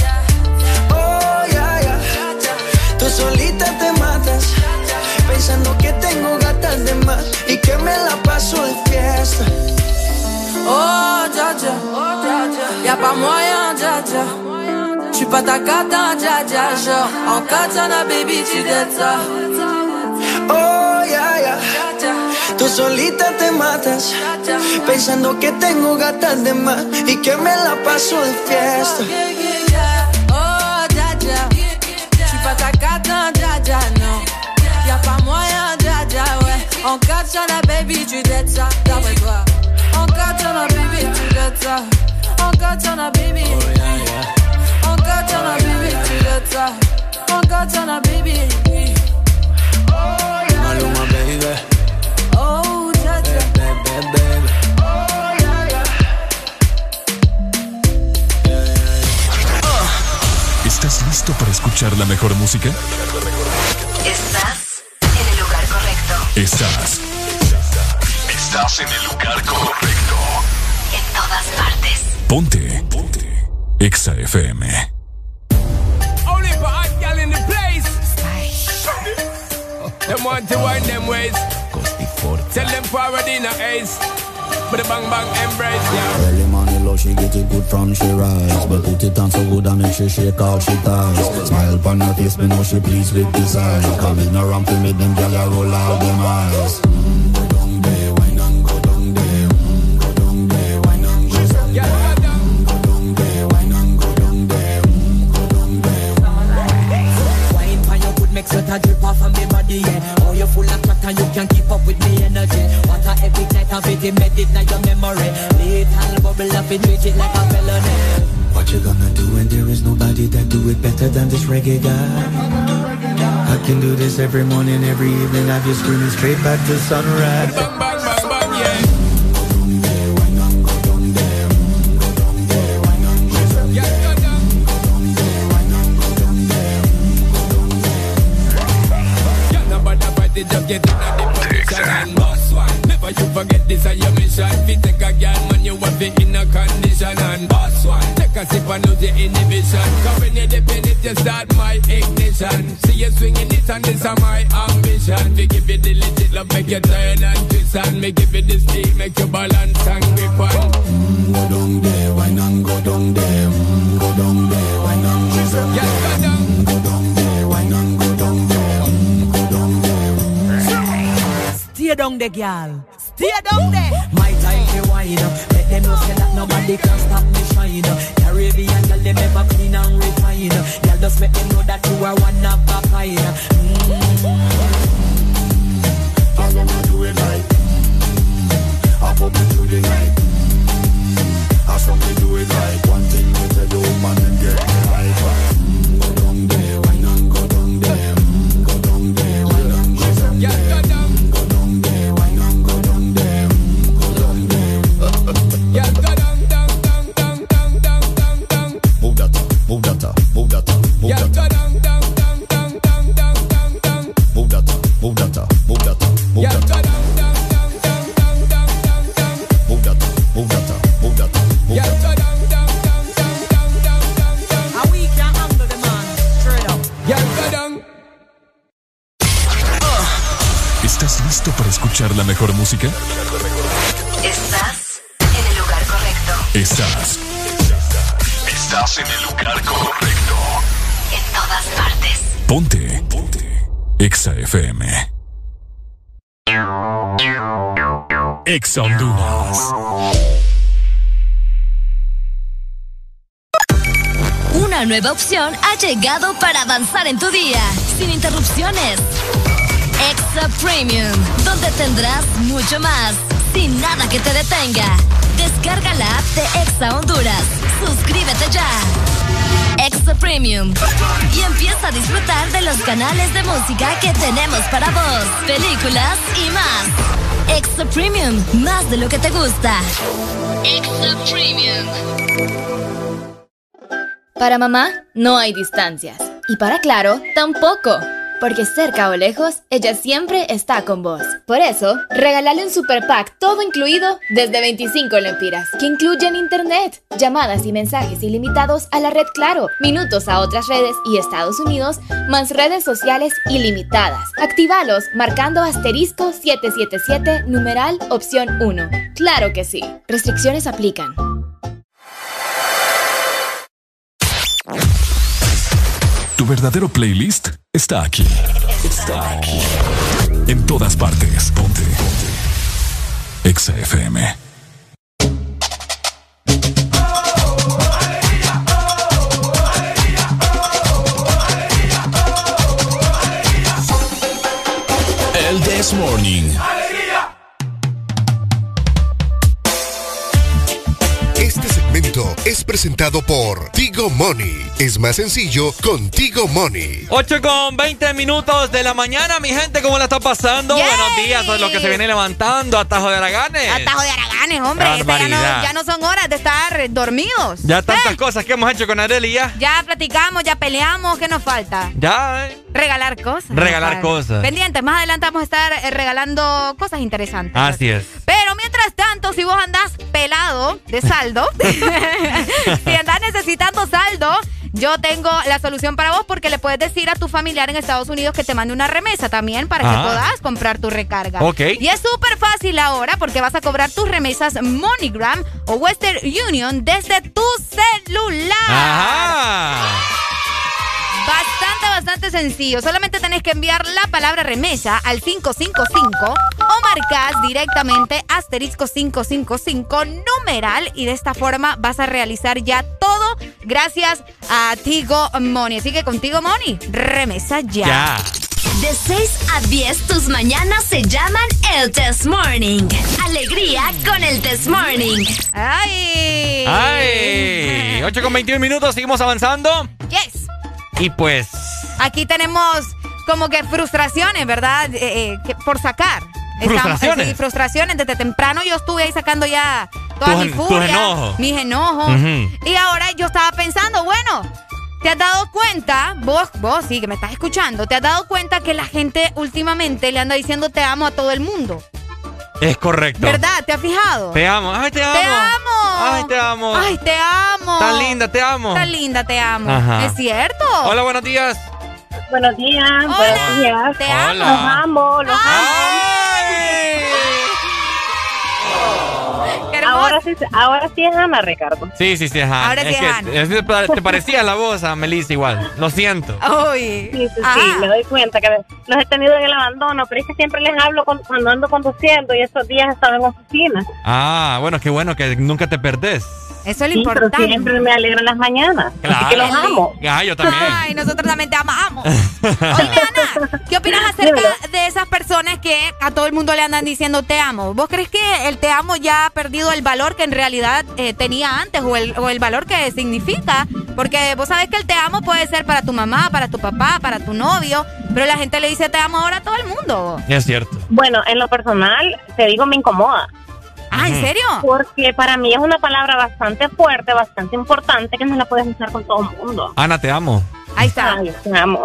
Oh, ya, ya. Tú solita te matas, pensando que tengo gatas de más y que me la paso de fiesta. Oh, dja dja, y'a pas moyen, dja dja. J'suis pas ta cata, dja dja. Genre, en katana, baby, tu dettes ça. Oh, ya, ya. Tú solita te matas, pensando que tengo gatas de más y que me la paso de fiesta. Oh, dja dja, j'suis pas ta cata, dja dja, non. Y'a pas moyen, dja dja, ouais. En katana, baby, tu dettes ça. D'après toi. En katana, baby, tu dettes ça. En katana, baby. En katana, baby, tu dettes ça. En katana, baby. Maluma, baby. Oh, dja dja. escuchar la mejor música? Estás en el lugar correcto. Estás en el lugar correcto. En todas partes. Ponte. Exa FM. Only for hot girl in the place. Them want to wind them ways. Tell them forward in a ace. But the bang bang embrace, yeah. Early morning love, she get it good from she rise. But put it on so good and make she shake all she ties. Smile upon her face, me know she pleased with this eye. Come in around to make them gyal roll out them eyes. Go down there, wine and go down there. Go down there, wine and go down there. Go down there, wine and go down there. Go down there. Wine for your good, make sweat a drip off of me body, yeah. Oh, you're full of crack and you can keep up with me energy. What a epic night of it, embedded in your memory. Little bubble up and treat it like a felony. What you gonna do when there is nobody that do it better than this reggae guy? I can do this every morning, every evening. Have you screaming straight back to sunrise. Bang bang bang bang, yeah. Just get in the position and boss one. Never you forget this is your mission. If you take a girl, man, you want to in a condition and boss one. Take a sip and lose your inhibition. Cause when you dip in it, you start my ignition. See you swinging it and this is my ambition. We give you the legit love, make you turn and twist and me give you the steam, make you balance and grip on. Go down there, wine and go down there. Go down there, wine and go down there. Yes, go down. Go down there, wine and go down there. Go down there. Stay down there, girl. Stay down there. My time to wind up. Let them know say that nobody can stop me shine. Caribbean girl, they never clean and refine. Girl, just make them know that you are one of a kind. I wanna do it right. I put me through the night. I saw me do it right. One thing with the woman and get me right. Go down there, wine and go down there. Go down there, wine and go down there. Go down there, wine and go down there. Go down there. Yeah, go down, down, down, down, down, down, down, down. Move that up, move that up, move that up, move yeah, that up. go down, down, down, down, down, down, down, down. Move that up, move that up, move that up, move yeah, that go up. down, down, down, down, down, down, down, down. Move that up, move that up, move that up, move Yeah, that go up. down, down, down, down, down, down, down, down. And we can handle the man. Straight up. Yeah, go down. ¿Estás listo para escuchar la mejor música? Estás en el lugar correcto. Estás en el lugar correcto. En todas partes. Ponte. Exa FM. Exa Honduras. Una nueva opción ha llegado para avanzar en tu día, sin interrupciones. Exa Premium, donde tendrás mucho más, sin nada que te detenga. Descarga la app de Exa Honduras. Suscríbete ya. Exa Premium. Y empieza a disfrutar de los canales de música que tenemos para vos, películas y más. Exa Premium, más de lo que te gusta. Exa Premium. Para mamá, no hay distancias. Y para Claro, tampoco. Porque cerca o lejos, ella siempre está con vos. Por eso, regálale un super pack todo incluido desde 25 lempiras, que incluyen internet, llamadas y mensajes ilimitados a la red Claro, minutos a otras redes y Estados Unidos, más redes sociales ilimitadas. Actívalos marcando asterisco 777 numeral opción 1. Claro que sí. Restricciones aplican. Tu verdadero playlist está aquí. Está aquí. En todas partes. Ponte. Exa FM. El This Morning. Este segmento es presentado por Tigo Money. Es más sencillo con Tigo Money. 8:20 de la mañana, mi gente, ¿cómo la está pasando? Yay. Buenos días a los que se vienen levantando. Atajo de Araganes. Atajo de Araganes. planes, hombre. Ya no son horas de estar dormidos. Ya tantas cosas que hemos hecho con Arely ya. Ya platicamos, ya peleamos. ¿Qué nos falta? Ya. Regalar cosas. Regalar cosas. Pendientes. Más adelante vamos a estar regalando cosas interesantes. Así es. Pero mientras tanto, si vos andás pelado de saldo, si andás necesitando saldo, yo tengo la solución para vos porque le puedes decir a tu familiar en Estados Unidos que te mande una remesa también para que puedas comprar tu recarga. Ok. Y es súper fácil ahora porque vas a cobrar tus remesas MoneyGram o Western Union desde tu celular. Ajá. Bastante sencillo. Solamente tenés que enviar la palabra remesa al 555 o marcas directamente asterisco 555 numeral y de esta forma vas a realizar ya todo gracias a Tigo Money. Así que con Tigo Money, remesa ya. De 6 a 10 tus mañanas se llaman el This Morning. Alegría con el This Morning. ¡Ay! 8:21 minutos, seguimos avanzando. Yes. Y pues... Aquí tenemos como que frustraciones, ¿verdad? Por sacar. ¿Frustraciones? Sí, frustraciones. Desde temprano yo estuve ahí sacando ya toda mi furia, mis enojos. Y ahora yo estaba pensando, bueno, ¿te has dado cuenta? Vos sí, que me estás escuchando. ¿Te has dado cuenta que la gente últimamente le anda diciendo te amo a todo el mundo? Es correcto. ¿Verdad? ¿Te has fijado? Te amo. Ay, te amo. Te amo. Ay, te amo. Ay, te amo. Tan linda, te amo. Tan linda, te amo. Ajá. ¿Es cierto? Hola, buenos días. Buenos días. Hola. Buenos días. Te amo. Los amo. Los Ahora sí es Ana, Ricardo. Sí, ajá. Ahora sí es Ana. Te parecía la voz a Melissa igual. Lo siento. Uy. Sí, me doy cuenta que los he tenido en el abandono, pero es que siempre les hablo cuando ando conduciendo y estos días he estado en oficina. Ah, bueno, qué bueno que nunca te perdés. Eso es lo importante. Pero siempre me alegran las mañanas. Claro. Así que los amo. Ah, yo también. Ay, nosotros también te amamos. Oye, Ana, ¿qué opinas acerca de esas personas que a todo el mundo le andan diciendo te amo? ¿Vos crees que el te amo ya ha perdido el valor que en realidad tenía antes o el valor que significa? Porque vos sabés que el te amo puede ser para tu mamá, para tu papá, para tu novio, pero la gente le dice te amo ahora a todo el mundo. Es cierto. Bueno, en lo personal, te digo, me incomoda. Ah, ¿en serio? Porque para mí es una palabra bastante fuerte, bastante importante, que no la puedes usar con todo el mundo. Ana, te amo. Ahí está. Ay, te amo.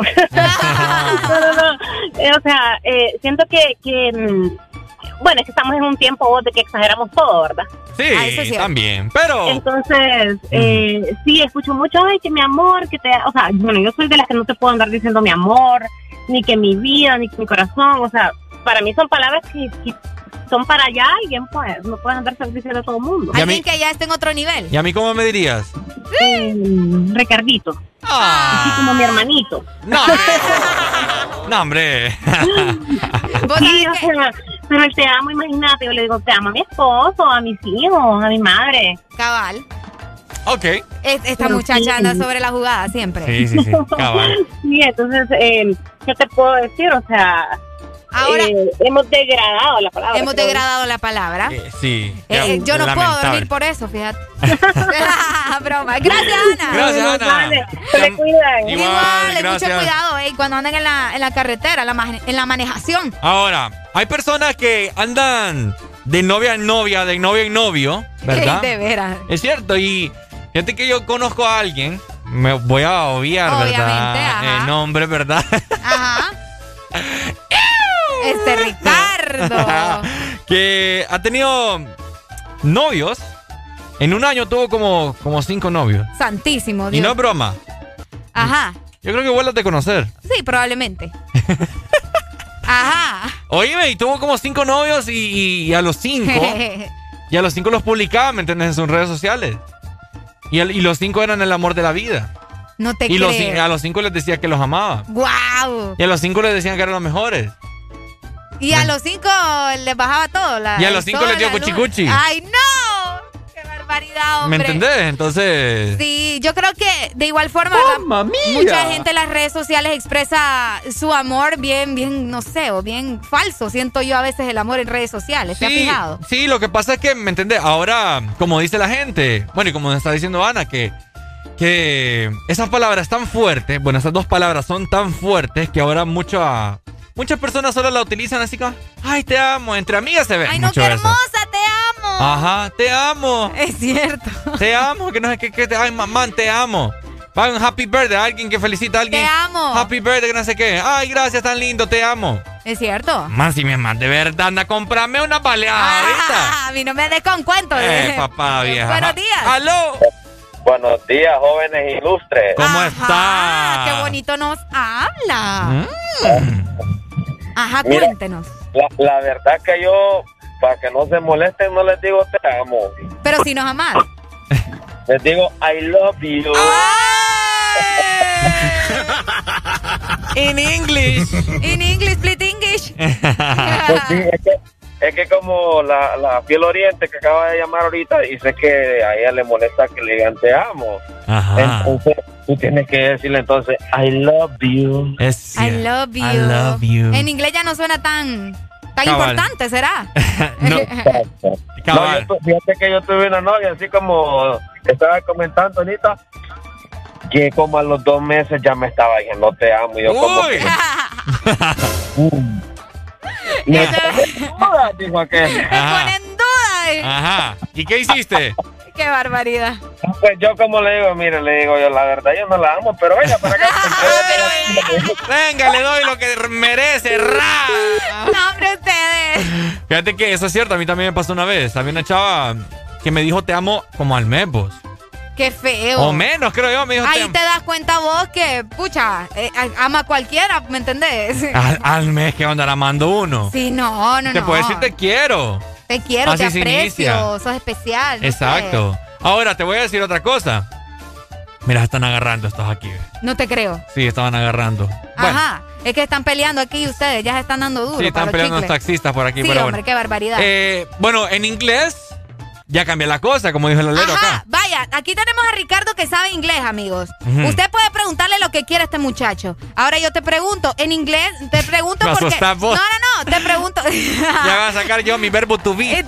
No. O sea, siento que bueno, es que estamos en un tiempo de que exageramos todo, ¿verdad? Sí, eso sí, también, pero... Entonces, sí, escucho mucho, ay, que mi amor, que te... O sea, bueno, yo soy de las que no te puedo andar diciendo mi amor, ni que mi vida, ni que mi corazón, o sea, para mí son palabras que son para allá alguien, pues, no puedes andar diciendo a todo el mundo. Alguien que ya esté en otro nivel. ¿Y a mí cómo me dirías? Ricardito. Así como mi hermanito. No, hombre. Sí, o sea, pero el te amo, imagínate, yo le digo, te amo a mi esposo, a mis hijos, a mi madre. Cabal. Ok. Esta muchacha anda sobre la jugada siempre. Sí, cabal. Sí, entonces, ¿qué te puedo decir? O sea... Ahora hemos degradado la palabra. Hemos degradado la palabra. Sí. Yo no puedo dormir por eso, fíjate. Broma. Gracias, Ana. Gracias, Ana. Vale, se cuidan. Igual, mucho cuidado, cuando andan en la carretera, en la manejación. Ahora, hay personas que andan de novia en novia, de novio en novio, ¿verdad? De veras. Es cierto, y fíjate que yo conozco a alguien, me voy a obviar, ¿verdad? El nombre, ¿verdad? Ajá. Ricardo. Que ha tenido novios. En un año tuvo como 5 novios. Santísimo Dios. Y no es broma. Ajá. Yo creo que vuelvas a conocer. Sí, probablemente. Ajá. Oíme, y tuvo como 5 novios y a los 5 y a los 5 los publicaba, ¿me entiendes? En sus redes sociales. Y los 5 eran el amor de la vida. No te creo. Y a los 5 les decía que los amaba. ¡Guau! Y a los 5 les decían que eran los mejores. Y a los 5 les bajaba todo. Y a los 5 les dio cuchicuchi. ¡Ay, no! ¡Qué barbaridad, hombre! ¿Me entendés? Entonces... Sí, yo creo que de igual forma, mucha gente en las redes sociales expresa su amor bien, no sé, o bien falso. Siento yo a veces el amor en redes sociales. ¿Te has fijado? Sí, lo que pasa es que, ¿me entendés? Ahora, como dice la gente, bueno, y como está diciendo Ana, que esas palabras tan fuertes, bueno, esas dos palabras son tan fuertes que ahora muchas personas solo la utilizan así como, ay, te amo, entre amigas se ve. Ay, no, qué hermosa, te amo. Ajá, te amo. Es cierto. Te amo, que no sé qué. Ay, mamá, te amo. Paga un happy birthday a alguien que felicita a alguien. Te amo. Happy birthday, que no sé qué. Ay, gracias, tan lindo, te amo. Es cierto. Man, si mi mamá de verdad anda a comprarme una baleada ahorita. A mí no me des con cuentos. Papá, vieja. Buenos días. ¡Aló! Buenos días, jóvenes ilustres. ¿Cómo está? Qué bonito nos habla. Ajá, Mira, cuéntenos. La verdad que yo, para que no se molesten, no les digo te amo. Pero si nos amas. Les digo I love you. In English. In English, split English. Pues sí, es que como la Fiel Oriente que acaba de llamar ahorita dice que a ella le molesta que le digan te amo. Ajá. Entonces tú tienes que decirle entonces I love you. I love you. I love you. En inglés ya no suena tan Cabal. importante, ¿será? No, fíjate que yo tuve una novia así como estaba comentando ahorita, que como a los 2 meses ya me estaba diciendo te amo. Y yo como que, me ponen duda, dijo aquel. Me ponen duda. Ajá. ¿Y qué hiciste? Qué barbaridad. Pues yo como le digo, mire, le digo yo, la verdad yo no la amo, pero venga para acá. Venga, le doy lo que merece. ¡Ra! No, hombre, ustedes. Fíjate que eso es cierto, a mí también me pasó una vez. Había una chava que me dijo te amo como al mes, vos. Qué feo. O menos, creo yo, me dijo Ahí te das cuenta vos que, pucha, ama a cualquiera, ¿me entendés? Al mes que andar amando uno. Sí, no. Te puedo decir te quiero. Te quiero, así te se aprecio, inicia. sos especial. No Exacto. sé. Ahora, te voy a decir otra cosa. Mira, están agarrando estos aquí. No te creo. Sí, estaban agarrando. Bueno, Ajá. Es que están peleando aquí ustedes, ya se están dando duro. sí, están peleando los taxistas por aquí. Sí, pero hombre, bueno. qué barbaridad. Bueno, en inglés ya cambia la cosa, como dijo el alero acá. Vaya, aquí tenemos a Ricardo que sabe inglés, amigos. Ujú. Usted puede preguntarle lo que quiera a este muchacho. Ahora yo te pregunto, en inglés, te pregunto Me porque... asustás vos. No, te pregunto... Ya voy a sacar yo mi verbo to be.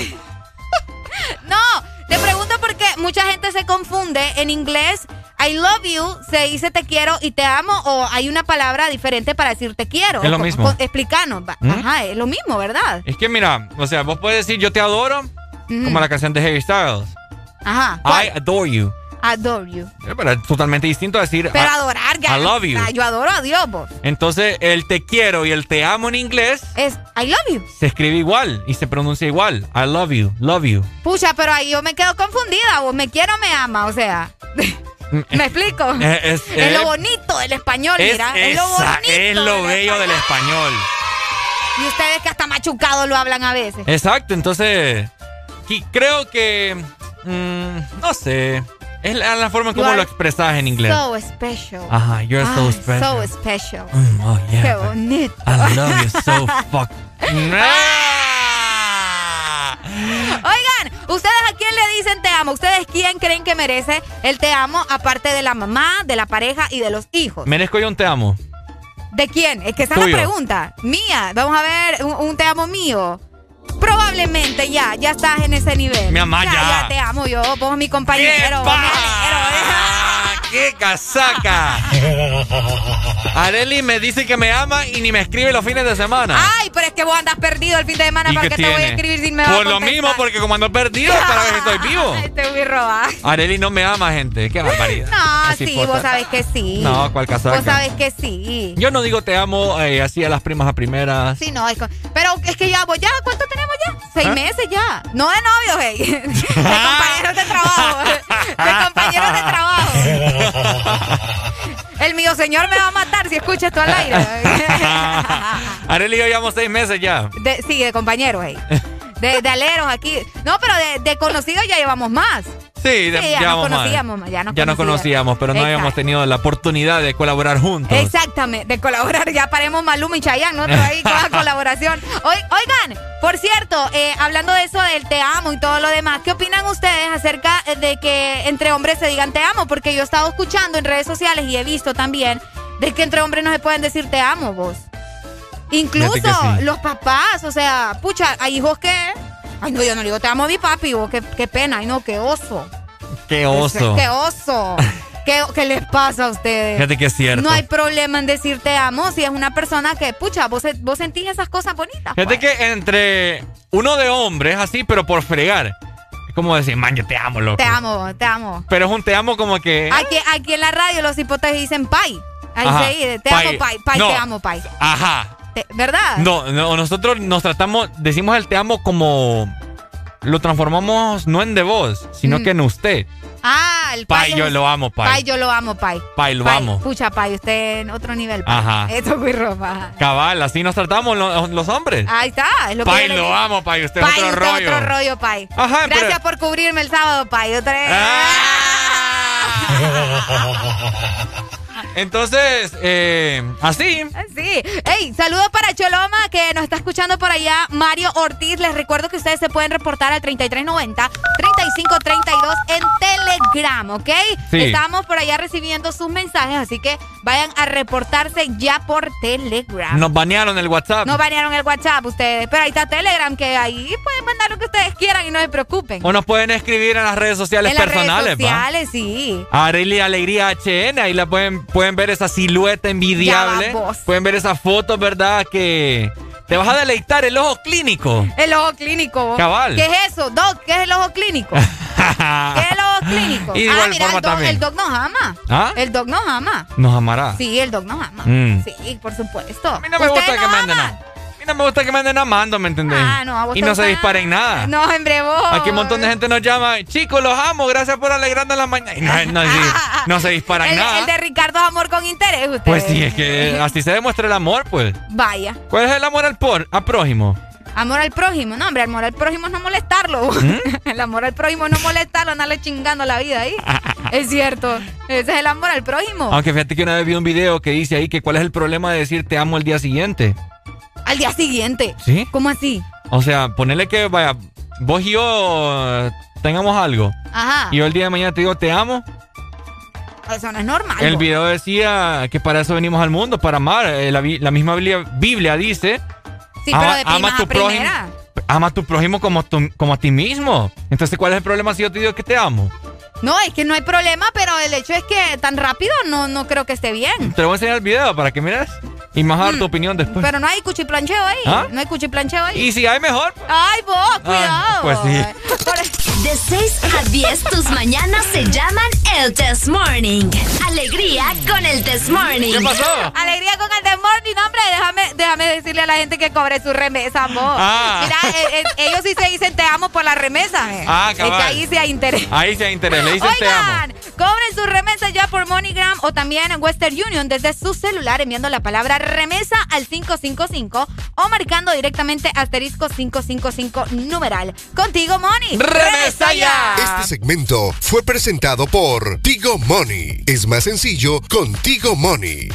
No, te pregunto porque mucha gente se confunde. En inglés, I love you se dice te quiero y te amo, o hay una palabra diferente para decir te quiero. Es lo mismo. Explícanos. Ajá, es lo mismo, ¿verdad? Es que mira, o sea, vos puedes decir yo te adoro, como la canción de Harry Styles. Ajá. I adore you. Adore you. Pero es totalmente distinto a decir Pero adorar ya. I love you. Yo adoro a Dios, vos. Entonces, el te quiero y el te amo en inglés Es I love you. se escribe igual y se pronuncia igual. I love you, love you. Pucha, pero ahí yo me quedo confundida, vos. Me quiero, me ama, o sea. ¿Me explico? Es lo bonito del español, mira. Es lo bonito. Es lo del bello del español. Y ustedes que hasta machucado lo hablan a veces. Exacto, entonces creo que no sé, es la forma en cómo lo expresas en inglés. So special. Ajá, you're so Ay, special. So special. Oh yeah. Qué bonito. I love you so fuck. Oigan, ¿ustedes a quién le dicen te amo? ¿Ustedes quién creen que merece el te amo aparte de la mamá, de la pareja y de los hijos? Merezco yo un te amo. ¿De quién? Es que esa es Tuyo. la pregunta. Mía. Vamos a ver un te amo mío. Probablemente ya estás en ese nivel. Mi mamá ya. Ya te amo yo, vos mi compañero. Vos mi ¡Qué casaca! Arely me dice que me ama y ni me escribe los fines de semana. Ay, pero es que vos andas perdido el fin de semana. ¿Y ¿Para qué qué te voy a tiene? escribir si me vas a Por lo contestar? mismo, porque como ando perdido, para ver si estoy vivo. Te voy a robar. Arely no me ama, gente. Qué barbaridad. No, Así sí, posta. vos sabés que sí. No, ¿cuál casaca? Vos sabés que sí. Yo no digo te amo así a las primas a primeras. Sí, no, pero es que ya, vos ya, ¿cuánto tenemos ya? 6 meses ya. No de novios, hey. De compañeros de trabajo. De compañeros de trabajo. El mío señor me va a matar si escucha esto al aire. Arely y yo llevamos 6 meses ya. Sí, de compañeros, hey. De aleros aquí. No, pero de conocidos ya llevamos más. Sí, ya llevamos nos más. conocíamos. Ya nos conocíamos, pero no Exacto. habíamos tenido la oportunidad de colaborar juntos. Exactamente, de colaborar. Ya paremos Maluma y Chayanne, nosotros ahí con la colaboración. Oigan, por cierto, hablando de eso del te amo y todo lo demás, ¿qué opinan ustedes acerca de que entre hombres se digan te amo? Porque yo he estado escuchando en redes sociales y he visto también de que entre hombres no se pueden decir te amo, vos. Incluso Fíjate que sí. los papás, o sea, pucha, hay hijos que... Ay, no, yo no le digo te amo a mi papi, vos, qué pena, ay, no, qué oso. ¡Qué oso! ¡Qué oso! ¿Qué les pasa a ustedes? Fíjate que es cierto. No hay problema en decir te amo si es una persona que, pucha, vos sentís esas cosas bonitas. Fíjate que entre uno de hombres, así, pero por fregar. Es como decir, man, yo te amo, loco. Te amo. Pero es un te amo como que... Aquí en la radio los hipotes dicen pai. Ahí Ajá. se dice, te amo, pai. Pai, no. te amo, pai. Ajá. ¿Verdad? No, nosotros nos tratamos, decimos el te amo como... Lo transformamos no en de vos, sino que en usted. Ah, el pai. Pai, yo lo amo, pai. Pai, yo lo amo, pai. Pai, lo amo. Pucha, pai, usted en otro nivel, pai. Ajá. Esto es muy ropa. Cabal, así nos tratamos los hombres. Ahí está. Es lo pai, que lo amo, pai. Usted pai, es otro usted rollo. Otro rollo, pai. Ajá, gracias por cubrirme el sábado, pai. Entonces, así. Sí. Hey, saludos para Choloma, que nos está escuchando por allá. Mario Ortiz, les recuerdo que ustedes se pueden reportar al 3390-3532 en Telegram, ¿ok? Sí. Estamos por allá recibiendo sus mensajes, así que vayan a reportarse ya por Telegram. Nos banearon el WhatsApp. No banearon el WhatsApp ustedes, pero ahí está Telegram, que ahí pueden mandar lo que ustedes quieran y no se preocupen. O nos pueden escribir en las redes sociales personales, En las redes sociales, sí. Arely Alegría HN, ahí la pueden ver esa silueta envidiable. Pueden ver esas fotos, ¿verdad? Que te vas a deleitar el ojo clínico. El ojo clínico. Cabal. ¿Qué es eso, Doc? ¿Qué es el ojo clínico? ¿Qué es el ojo clínico? Y de igual mira, forma el Doc nos ama. ¿Ah? El Doc nos ama. Nos amará. Sí, el Doc nos ama. Sí, por supuesto. A mí no me gusta que me anden no me gusta que me anden amando, ¿me entendés? No, a vos y no se disparen nada. No, hombre, vos. Aquí un montón de gente nos llama, chicos, los amo, gracias por alegrarnos la mañana. Y no se disparan nada. El de Ricardo es amor con interés, ustedes. Pues sí, es que así se demuestra el amor, pues. Vaya. ¿Cuál es el amor al prójimo? Amor al prójimo, no, hombre, amor al prójimo es no molestarlo. El amor al prójimo es no molestarlo, andarle chingando la vida ahí. Es cierto, ese es el amor al prójimo. Aunque fíjate que una vez vi un video que dice ahí que cuál es el problema de decir te amo el día siguiente. Al día siguiente. ¿Sí? ¿Cómo así? O sea, ponerle que, vaya, vos y yo tengamos algo. Ajá. Y yo el día de mañana te digo te amo. Eso no es normal. El video decía que para eso venimos al mundo, para amar. La misma Biblia dice... Sí, pero de ama a tu prójimo. Ama a tu prójimo como a ti mismo. Entonces, ¿cuál es el problema si yo te digo que te amo? No, es que no hay problema, pero el hecho es que tan rápido no creo que esté bien. Te lo voy a enseñar el video para que mires y me vas a dar tu opinión después. Pero no hay cuchiplancheo ahí. ¿Ah? No hay cuchiplancheo ahí. Y si hay mejor. Ay, vos, cuidado. Pues sí. De 6 a 10, tus mañanas se llaman el This Morning. Alegría con el This Morning. ¿Qué pasó? Alegría con el This Morning, hombre. Déjame decirle a la gente que cobre su remesa, vos. Mira, ellos sí se dicen te amo por la remesa. Cabal. Es que ahí sí hay interés. Ahí sí hay interés. Le dicen te amo. Cobren su remesa ya por MoneyGram o también en Western Union desde su celular enviando la palabra remesa al 555 o marcando directamente asterisco 555 numeral. Contigo, Money. ¡Remesa ya! Este segmento fue presentado por Tigo Money. Es más sencillo con Tigo Money.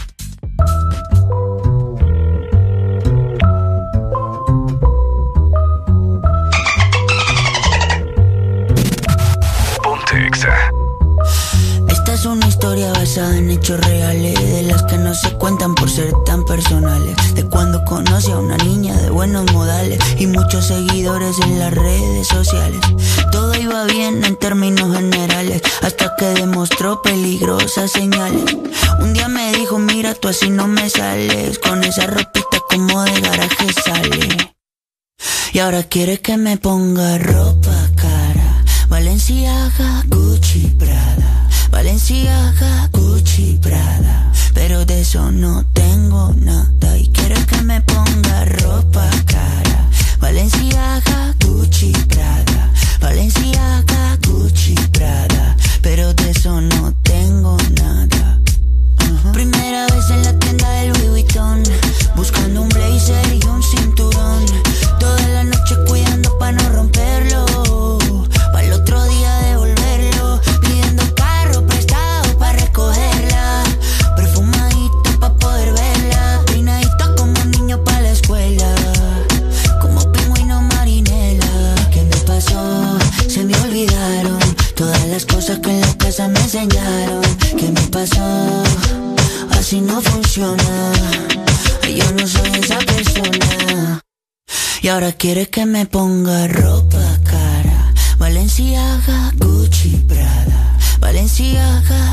Ponte Exa. Esta es una historia basada en hechos reales, de las que no se cuentan por ser tan personales. De cuando conocí a una niña de buenos modales y muchos seguidores en las redes sociales. Todo iba bien en términos generales, hasta que demostró peligrosas señales. Un día me dijo, mira, tú así no me sales, con esa ropita como de garaje sale. Y ahora quiere que me ponga ropa cara, Balenciaga, Gucci, Prada. Balenciaga, Gucci, Prada. Pero de eso no tengo nada. Y quiere que me ponga ropa cara, Balenciaga, Gucci, Prada. Balenciaga, Gucci, Prada. Pero de eso no tengo nada. Primera vez en la tienda del Louis Vuitton, buscando un blazer y un cinturón. Toda la noche cuidando pa' no romperlo, pa' el otro día devolverlo. Pidiendo carro prestado pa' recogerla, perfumadita pa' poder verla. Peinadita como un niño pa' la escuela, como pingüino marinela. ¿Qué me pasó? Se me olvidaron todas las cosas que en la casa me enseñaron. ¿Qué me pasó? Así no funciona, yo no soy esa persona. Y ahora quiere que me ponga ropa cara, Balenciaga, Gucci, Prada. Balenciaga, Gucci,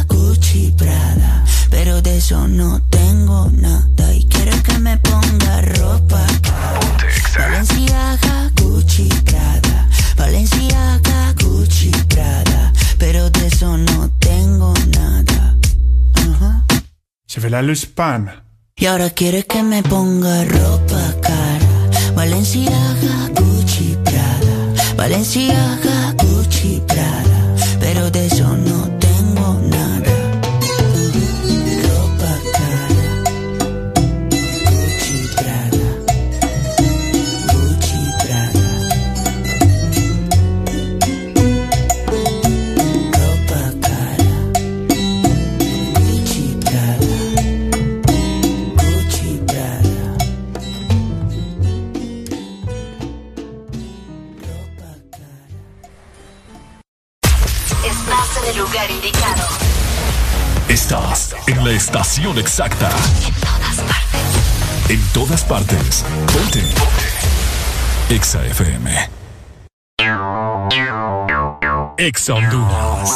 Gucci, Prada, pero de eso no tengo nada. Y quieres que me ponga ropa cara. Balenciaga, Gucci, Prada, Balenciaga, Gucci, Prada, pero de eso no tengo nada. Je vais la Luspan. Y ahora quieres que me ponga ropa cara. Balenciaga, Gucci, Prada, Balenciaga, Gucci, Prada, pero de eso no tengo nada. Ropa cara, Gucci, Prada, Gucci, Prada. Ropa cara, Gucci, Prada, Gucci, Prada. Estás en el lugar indicado. Estás en la estación exacta. En todas partes. En todas partes. Ponte. Exa FM. Exa Honduras.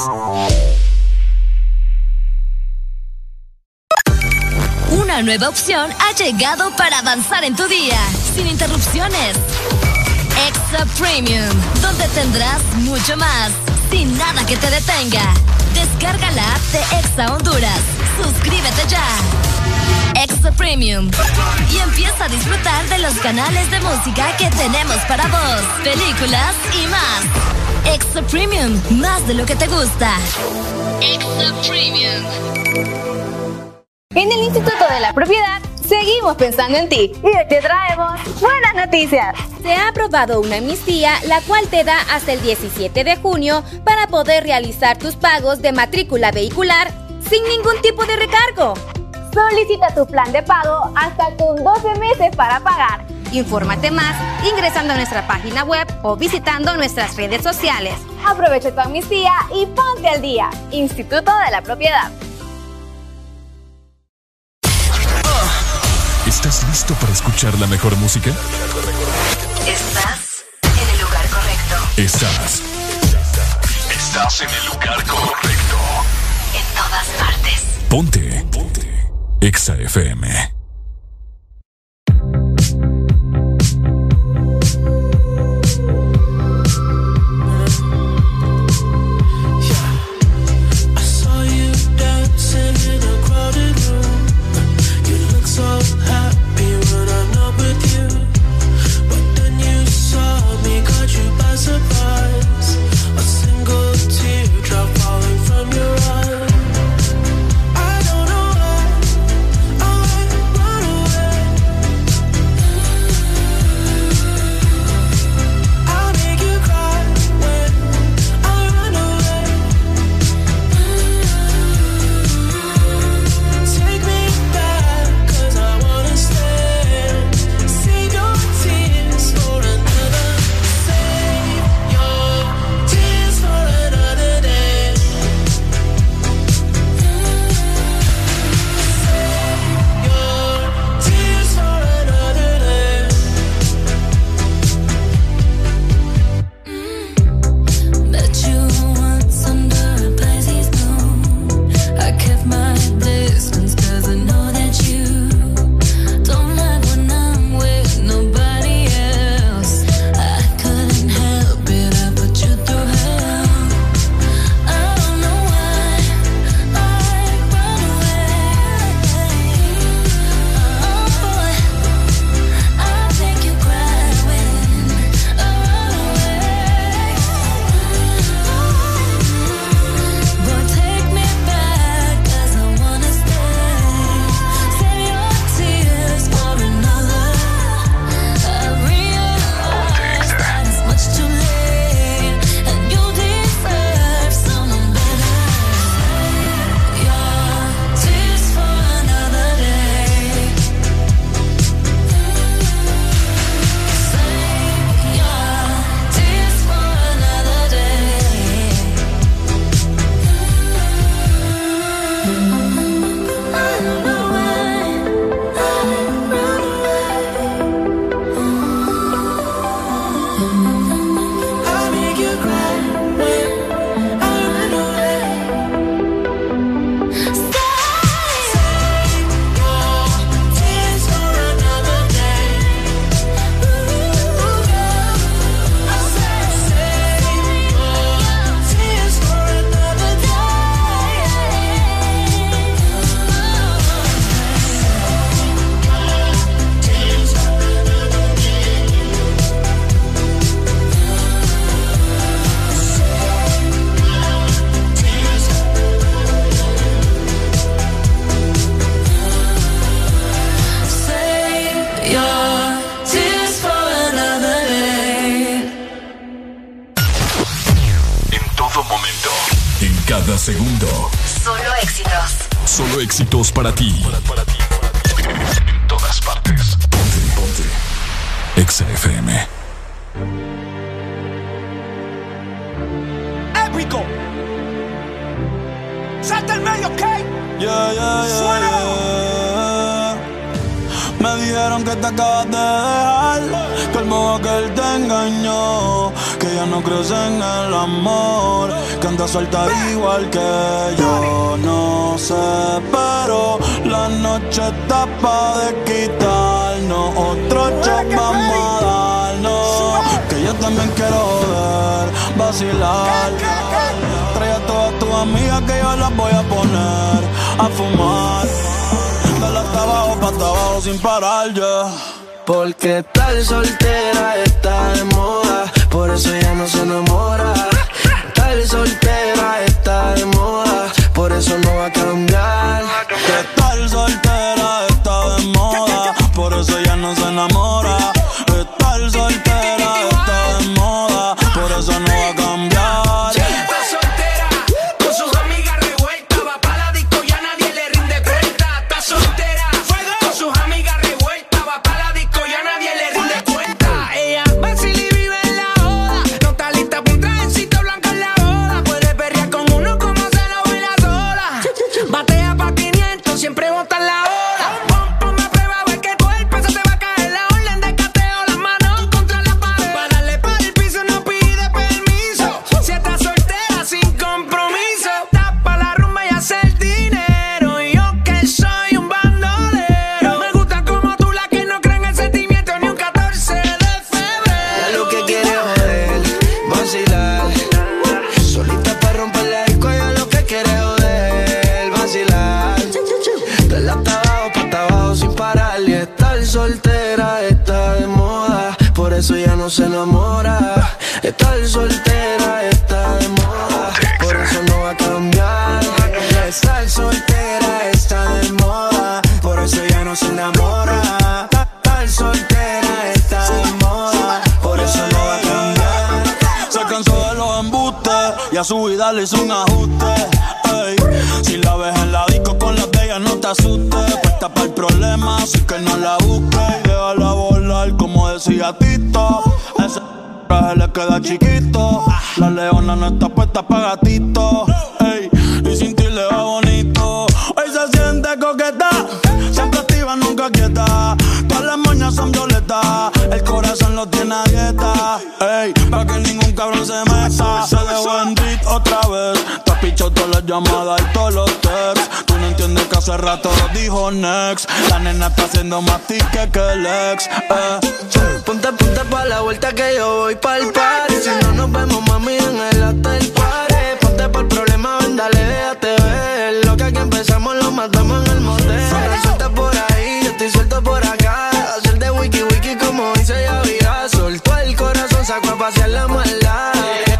Una nueva opción ha llegado para avanzar en tu día, sin interrupciones. Exa Premium, donde tendrás mucho más, sin nada que te detenga. Descarga la app de Exa Honduras. Suscríbete ya. Exa Premium. Y empieza a disfrutar de los canales de música que tenemos para vos, películas y más. Exa Premium, más de lo que te gusta. Exa Premium. En el Instituto de la Propiedad seguimos pensando en ti y hoy te traemos buenas noticias. Se ha aprobado una amnistía, la cual te da hasta el 17 de junio para poder realizar tus pagos de matrícula vehicular sin ningún tipo de recargo. Solicita tu plan de pago hasta con 12 meses para pagar. Infórmate más ingresando a nuestra página web o visitando nuestras redes sociales. Aprovecha tu amnistía y ponte al día. Instituto de la Propiedad. ¿Estás listo para escuchar la mejor música? Estás en el lugar correcto. Estás en el lugar correcto. En todas partes. Ponte. Exa FM. Surprise, a single teardrop falling from your eye. I don't know why En todo momento. En cada segundo. Solo éxitos. Solo éxitos para ti. En todas partes. Ponte. Exa FM. Épico. Salta el medio, ¿ok? Suena. Me dijeron que te acabas de dejar, que el modo que él te engañó, que ya no crees en el amor, que andas suelta igual que yo. No sé, pero la noche está pa' de quitarnos, otro shot vamos a darnos, que yo también quiero joder, vacilar. Trae a todas tus amigas que yo las voy a poner a fumar. Dale hasta abajo, pa' hasta abajo sin parar, ya. Porque estar soltera está de moda, por eso ya no se enamora. Estar soltera está de moda, por eso no va a cambiar. Que estar soltera está de moda, por eso ya no se enamora. Estar soltera está de moda, por eso no va a cambiar. Eso ya no se enamora. Estar soltera está de moda, por eso no va a cambiar. Estar soltera está de moda, por eso ya no se enamora. Estar soltera está de moda, por eso no va a cambiar. Se cansó de los embustes y a su vida le hizo un ajuste. Ey, si la ves en la disco con las de ella no te asustes. Puesta para el problema, así que no la busques. Y déjala volar como decía Tito. Ese traje le queda chiquito. La leona no está puesta pa' gatito. Ey, y sin ti le va bonito. Hoy se siente coqueta, siempre activa, nunca quieta. Todas las moñas son violetas, el corazón lo tiene a dieta. Ey, pa' que ningún cabrón se meta. Se dejó en beat otra vez. Te has pichado todas las llamadas y todos los texts. Tú no entiendes que hace rato lo dijo next. La nena está haciendo más ticket que el ex. Ponte pa' la vuelta que yo voy pa'l party. Si no nos vemos, mami, en el hotel party. Ponte pa'l problema, ven, dale, déjate ver. Lo que aquí empezamos lo matamos en el motel. Suelta por ahí, yo estoy suelto por acá. Hacer de wiki wiki como dice Yavira. Soltó el corazón, sacó a pasear la maldad.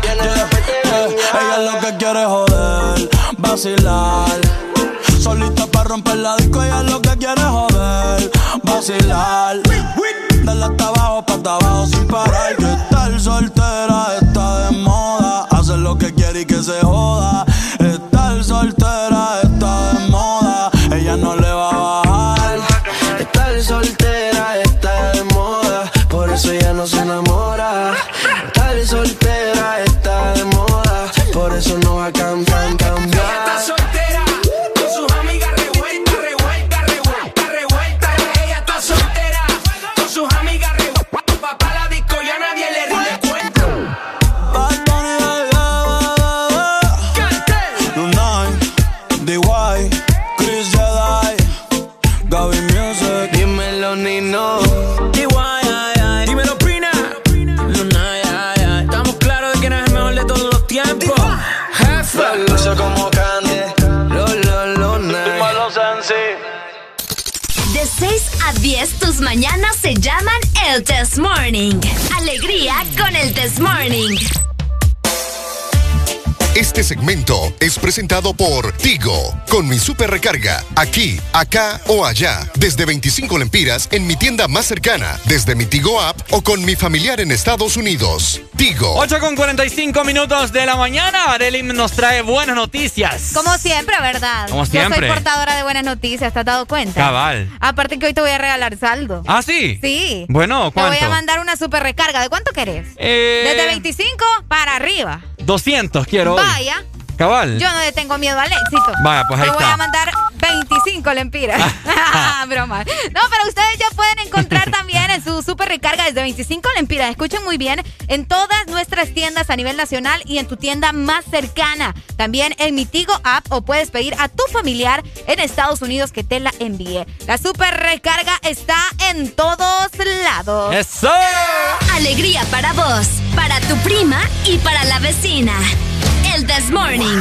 Ella lo que quiere es joder, vacilar. Solita pa' romper la disco, ella lo que quiere es joder, vacilar. Dale hasta abajo, pa' hasta abajo sin parar. Que estar soltera está de moda, hacer lo que quiere y que se joda. Estar soltera está de moda, ella no le va a bajar. Estar soltera está de moda, por eso ella no se enamora. Estar soltera está de moda, por eso no va a cambiar. Está soltera, con sus amigas revuelta. Ella está soltera, con sus amigas revuelta. Papá la disco ya nadie le rinde cuenta. Lunay, D.Y., Chris Jedi, Gaby Music. Dímelo, Nino. D.Y., dímelo, Pina. Lunay, estamos claros de que no es el mejor de todos los tiempos. Jefe. Luce como Candy. Dímelo, Sensi. De 6 a 10, tus mañanas se llaman el This Morning. Alegría con el This Morning. Este segmento es presentado por Tigo, con mi super recarga, aquí, acá o allá, desde 25 lempiras en mi tienda más cercana, desde mi Tigo App o con mi familiar en Estados Unidos. Tigo. 8:45 de la mañana. Arely nos trae buenas noticias. Como siempre, ¿verdad? Como siempre. Yo soy portadora de buenas noticias, ¿te has dado cuenta? Cabal. Aparte que hoy te voy a regalar saldo. ¿Ah, sí? Sí. Bueno, ¿cuánto? Te voy a mandar una super recarga. ¿De cuánto querés? Desde 25 para arriba. 200 quiero hoy. Vaya. Cabal. Yo no le tengo miedo al éxito. Vaya, pues ahí está. Te voy está. a mandar 25 lempiras. Broma. No, pero ustedes ya pueden encontrar también en su super recarga desde 25 lempiras. Escuchen muy bien, en todas nuestras tiendas a nivel nacional y en tu tienda más cercana. También en mi Tigo App, o puedes pedir a tu familiar en Estados Unidos que te la envíe. La super recarga está en todos lados. ¡Eso! Alegría para vos, para tu prima y para la vecina. El This Morning.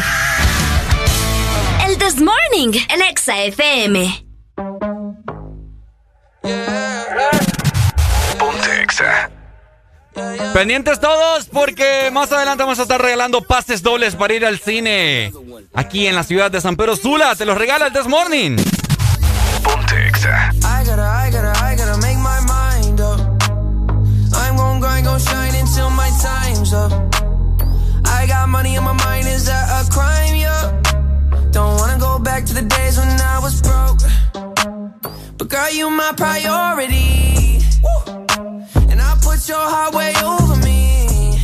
El This Morning en Exa FM. Ponte Exa. Pendientes todos porque más adelante vamos a estar regalando pases dobles para ir al cine. Aquí en la ciudad de San Pedro Sula. Te los regala el This Morning. Ponte Exa. I gotta make my mind up. I'm gon' grind, gon' shine until my time's up. I got money on my mind, is that a crime? Yeah. Don't wanna go back to the days when I was broke. But girl, you my priority. And I put your heart way over me.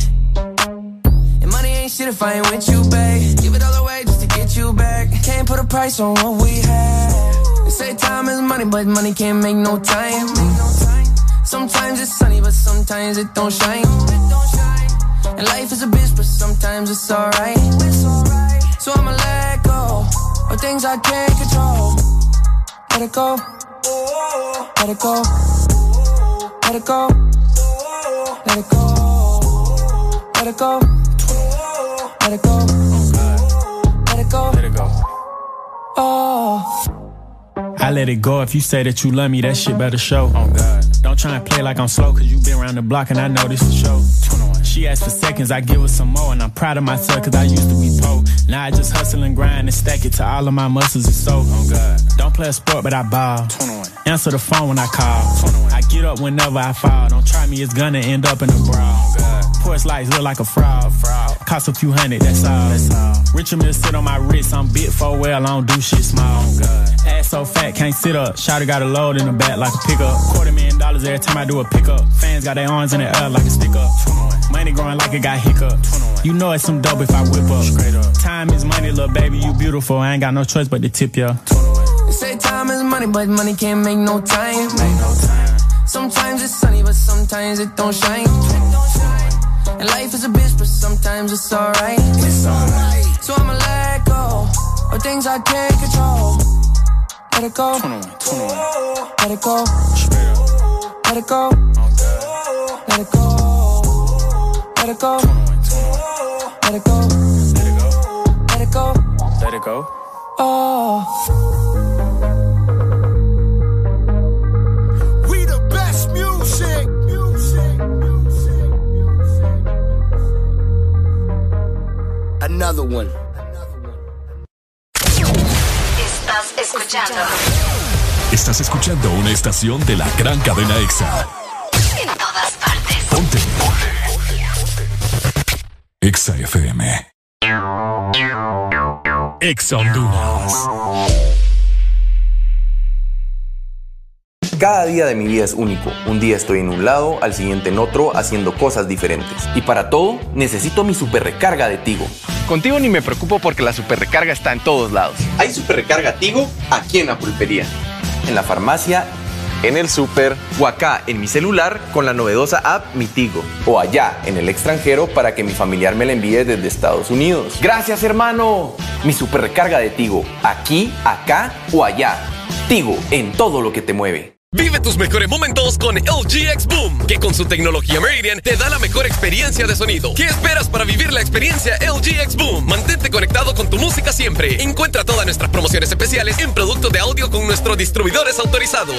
And money ain't shit if I ain't with you, babe. Give it all away just to get you back. Can't put a price on what we had. They say time is money, but money can't make no time. Sometimes it's sunny, but sometimes it don't shine. And life is a bitch, but sometimes it's alright. So I'ma let go of things I can't control. Let it go. Let it go. Let it go. Let it go. Let it go. Let it go. Let it go. Let it go. Oh. I let it go if you say that you love me, that shit better show. Oh God. Don't try and play like I'm slow, cause you been around the block and I know this is show. She asked for seconds, I give her some more, and I'm proud of myself cause I used to be poor. Now I just hustle and grind and stack it till all of my muscles is so. Oh God. Don't play a sport, but I ball. Answer the phone when I call. I get up whenever I fall. Don't try me, it's gonna end up in a brawl. Porch lights look like a fraud. Cost a few hundred, that's all. Richard Mill sit on my wrist, I'm big for well, I don't do shit small. Ass so fat, can't sit up. Shawty got a load in the back like a pickup. $250,000 every time I do a pickup. Fans got their arms in the air like a stick up. Money growing like it got hiccups. You know it's some dope if I whip up. Straight up. Time is money, little baby, you beautiful. I ain't got no choice but to tip ya. They say time is money, but money can't make no time. Sometimes it's sunny, but sometimes it don't shine. And life is a bitch, but sometimes it's alright. So I'ma let go of things I can't control. Let it go. Let it go. Let it go. Let it go. Let it go. Let it go. Let it go. Let it go. Oh. We the best music. Another one. Estás escuchando una estación de la gran cadena EXA. En todas partes. Ponte. EXA FM. EXA Honduras. Cada día de mi vida es único. Un día estoy en un lado, al siguiente en otro, haciendo cosas diferentes. Y para todo, necesito mi super recarga de Tigo. Contigo ni me preocupo porque la super recarga está en todos lados. Hay super recarga Tigo aquí en la pulpería, en la farmacia, en el súper o acá en mi celular con la novedosa app Mi Tigo, o allá en el extranjero para que mi familiar me la envíe desde Estados Unidos. ¡Gracias, hermano! Mi super recarga de Tigo, aquí, acá o allá. Tigo, en todo lo que te mueve. Vive tus mejores momentos con LG X Boom, que con su tecnología Meridian te da la mejor experiencia de sonido. ¿Qué esperas para vivir la experiencia LG X Boom? Mantente conectado con tu música siempre. Encuentra todas nuestras promociones especiales en productos de audio con nuestros distribuidores autorizados.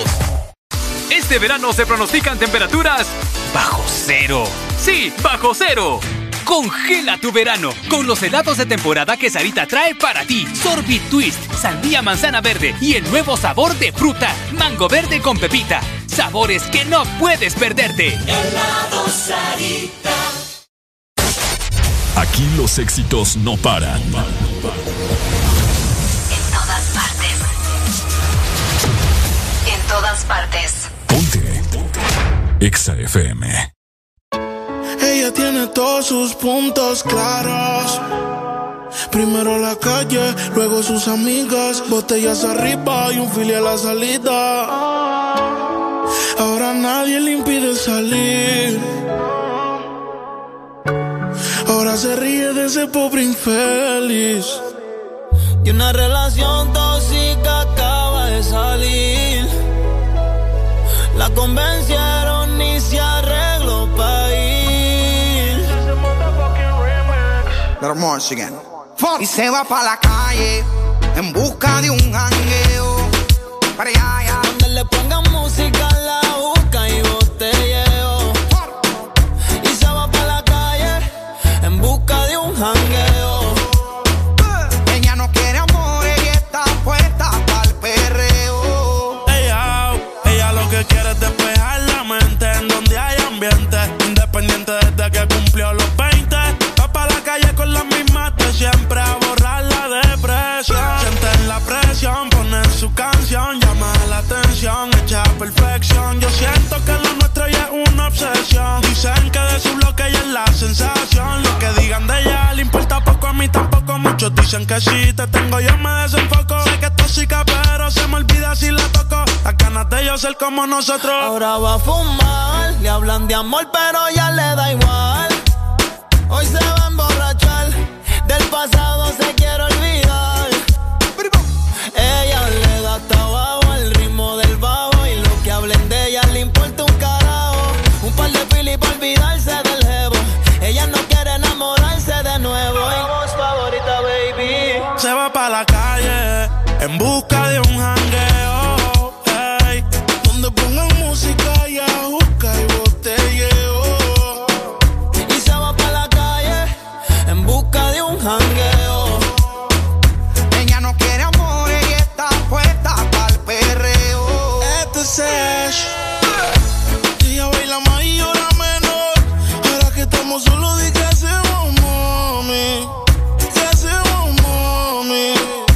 Este verano se pronostican temperaturas bajo cero. Sí, bajo cero. Congela tu verano con los helados de temporada que Sarita trae para ti. Sorbit Twist, sandía manzana verde y el nuevo sabor de fruta, mango verde con pepita. Sabores que no puedes perderte. Helado Sarita. Aquí los éxitos no paran. En todas partes. En todas partes. Ponte. Exa FM. Ella tiene todos sus puntos claros. Primero la calle, luego sus amigas. Botellas arriba y un fili a la salida. Ahora nadie le impide salir. Ahora se ríe de ese pobre infeliz. Y una relación tóxica acaba de salir. La convencieron y se arregló pa' ir. Y se va pa' la calle en busca de un jangueo. Para allá, donde le pongan música, la busca y botelleo. Y se va pa' la calle en busca de un jangueo. Ella no quiere amor, ella está puesta pa'l perreo. Ella lo que quiere es despejar la mente en donde hay ambiente. Independiente desde que cumplió los 20. Va pa' la calle con las mismas de siempre a borrar la depresión. Sienten la presión, ponen su canción, llama la atención, hecha perfección. Yo siento que lo nuestro ya es una obsesión. Dicen que de su bloque ella es la sensación. Lo que digan de ella le importa poco, a mí tampoco. Muchos dicen que si te tengo yo me desenfoco. Sé que es tóxica pero se me olvida si la toco. Las ganas de yo ser como nosotros. Ahora va a fumar, le hablan de amor pero ya le da igual. Hoy se va a emborrachar, del pasado se quiere olvidar. Ella le da hasta abajo al ritmo del bajo. Y lo que hablen de ella le importa un carajo. Un par de pili para olvidarse del jevo. Ella no quiere enamorarse de nuevo. Y voz favorita, baby. Se va pa' la calle en busca de un jangueo. Hey, donde pongan música y busca y botelleo. Y se va pa' la calle en busca de un jangueo. Ella no quiere amor, ella está puesta pa'l perreo. Este es Ash. Ella baila más y llora menos. Ahora que estamos solos, di que hacemos, mami. ¿Qué hacemos, mami?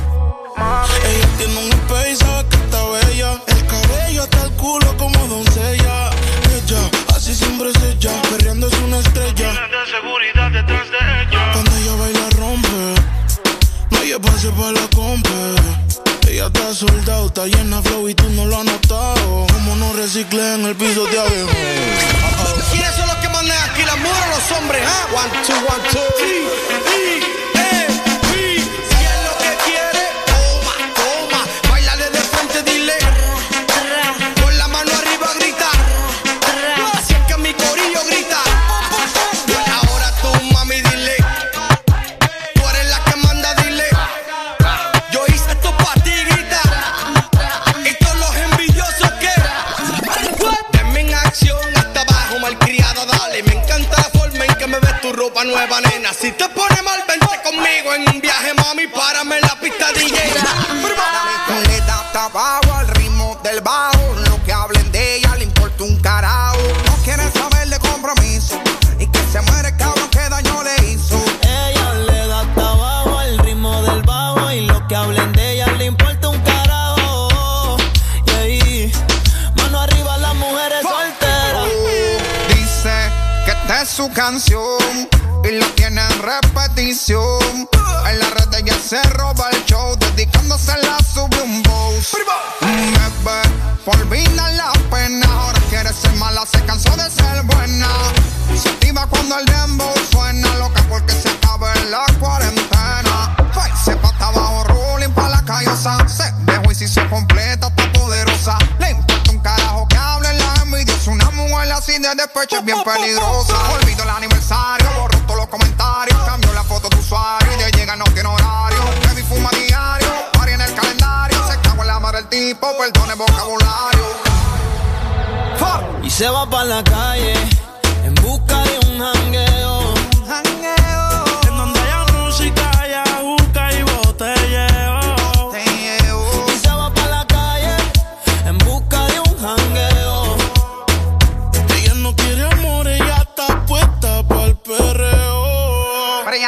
Ella tiene un espejo y sabe que está bella. El cabello hasta el culo como doncella. Ella, así siempre es ella. Perreando es una estrella. Tiene de seguridad detrás de ella. Cuando ella baila rompe. No hay espacio para la compa. Ella está soldado, está llena de flow y tú no lo has notado. Como no reciclé en el piso de abajo. ¿Quiénes son los que mandan aquí? ¿Las mujeres o los hombres? ¿Ah? 1, 2, 1, 2. Si es lo que quiere, toma, toma. Báilale de frente, dile. Con la mano arriba grita. Así es que mi corillo grita. Ahora tú, mami, dile. Tú eres la que manda, dile. Yo hice esto pa' ti, grita. Y todos los envidiosos que denme en acción hasta abajo, malcriada, dale. Me encanta la forma en que me ves tu ropa nueva, nena. Si te pone mal, vente conmigo en un viaje, mami. Párame en la pista, DJ. Le da hasta abajo al ritmo del bajo. Lo que hablen de ella le importa un carajo. No quiere saber de compromiso. Y que se muere el cabrón que daño le hizo. Ella le da hasta abajo al ritmo del bajo. Y lo que hablen de ella le importa un carajo. Y ahí, mano arriba las mujeres solteras. Dice que esta es su canción y la tiene en repetición. En la red ella se roba el show, dedicándose la sube un boss. Me ve por olvidar la pena, ahora quiere ser mala, se cansó de ser buena. Se activa cuando el dembow suena, loca porque se acaba en la cuarentena. Se pata abajo, rolling pa' la callosa. Se dejó y si se completa, está poderosa. Le importa un carajo que hablen la envidiosa. Una mujer así de despecho es bien peligrosa. Olvido el aniversario, borró todos los comentarios. Cambió la foto de usuario y de llega no tiene horario. Baby fuma diario, party en el calendario. Se cago en la madre del tipo, perdone vocabulario. Y se va pa' la calle en busca de un jangueo.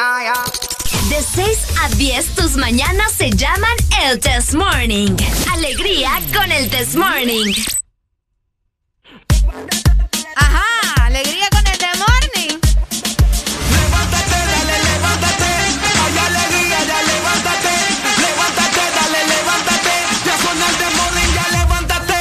De 6 a 10, tus mañanas se llaman el This Morning. Alegría con el This Morning. Ajá, alegría con el This Morning. Levántate, dale, levántate. Hay alegría, ya levántate. Levántate, dale, levántate. Ya suena el This Morning, ya levántate.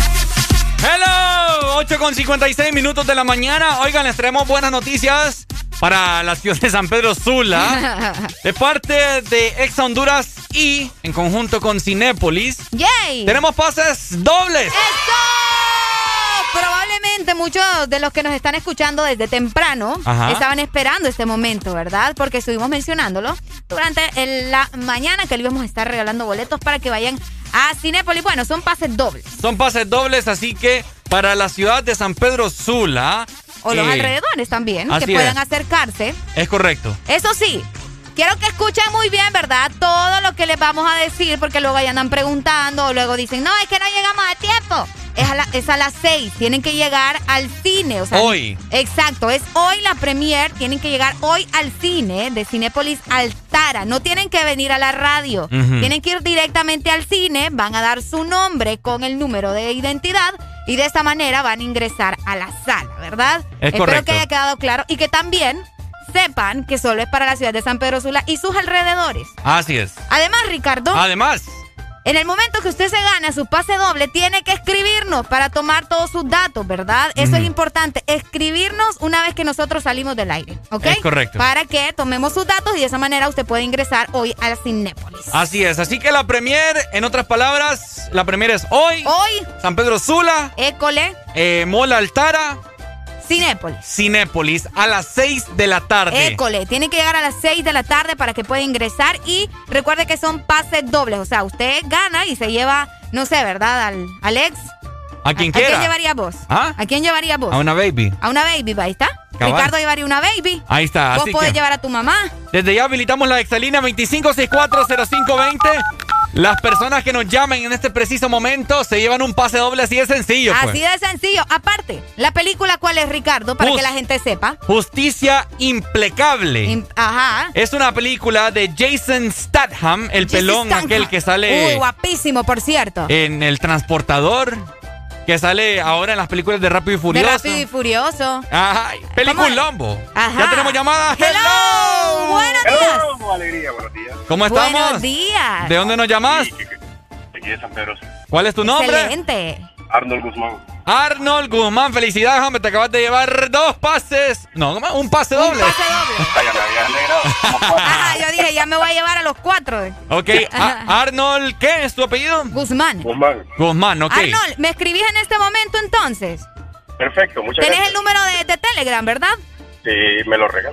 Hello, 8:56 minutos de la mañana. Oigan, les traemos buenas noticias para la ciudad de San Pedro Sula, de parte de Exa Honduras y en conjunto con Cinépolis. ¡Yay! Tenemos pases dobles. ¡Eso! Probablemente muchos de los que nos están escuchando desde temprano estaban esperando este momento, ¿verdad? Porque estuvimos mencionándolo durante la mañana que le íbamos a estar regalando boletos para que vayan a Cinépolis. Bueno, son pases dobles. Son pases dobles, así que para la ciudad de San Pedro Sula... O los alrededores también, que puedan acercarse. Es correcto. Eso sí, quiero que escuchen muy bien, ¿verdad? Todo lo que les vamos a decir, porque luego ya andan preguntando o luego dicen, no, es que no llegamos a tiempo. Es a las 6, tienen que llegar al cine. O sea, hoy. Exacto, es hoy la premier, tienen que llegar hoy al cine de Cinépolis Altara. No tienen que venir a la radio, tienen que ir directamente al cine, van a dar su nombre con el número de identidad y de esta manera van a ingresar a la sala, ¿verdad? Espero que haya quedado claro y que también sepan que solo es para la ciudad de San Pedro Sula y sus alrededores. Así es. Además, Ricardo. Además. En el momento que usted se gana su pase doble, tiene que escribirnos para tomar todos sus datos, ¿verdad? Eso es importante, escribirnos una vez que nosotros salimos del aire, ¿ok? Es correcto. Para que tomemos sus datos y de esa manera usted puede ingresar hoy a Cinépolis. Así es, así que la premier, en otras palabras, la premier es hoy. Hoy. San Pedro Sula. École. Mola Altara. Cinépolis a las 6 de la tarde. École, tiene que llegar a las 6 de la tarde para que pueda ingresar y recuerde que son pases dobles, o sea, usted gana y se lleva, no sé, ¿verdad? Al ex. A quien quiera. ¿A quién llevaría vos? ¿Ah? ¿A quién llevaría vos? A una baby. A una baby, ahí está. Cabal. Ricardo llevaría una baby. Ahí está. Vos así podés que llevar a tu mamá. Desde ya habilitamos la exalínea 25640520. Las personas que nos llamen en este preciso momento se llevan un pase doble, así de sencillo. Así de sencillo. Aparte, ¿la película cuál es, Ricardo? Para que la gente sepa. Justicia Implacable. Ajá. Es una película de Jason Statham, el pelón aquel que sale... Uy, guapísimo, por cierto. En El Transportador, que sale ahora en las películas de Rápido y Furioso. De Rápido y Furioso. Ajá, peliculombo. Ajá. Ya tenemos llamada. ¡Hello! ¡Buenos días! ¡Hello! Alegría, buenos días. ¿Cómo estamos? Buenos días. ¿De dónde nos llamas? Aquí de San Pedro. ¿Cuál es tu nombre? Excelente. Arnold Guzmán. Arnold Guzmán, felicidades, hombre. Te acabas de llevar 2 pases. No, un pase doble. Un pase doble. Ay, ya me había alegrado. Ajá, yo dije, ya me voy a llevar a los 4. Ok, Arnold, ¿qué es tu apellido? Guzmán. Guzmán, ok. Arnold, ¿me escribís en este momento entonces? Perfecto, muchas gracias. Tenés el número de Telegram, ¿verdad? Sí, me lo regalo.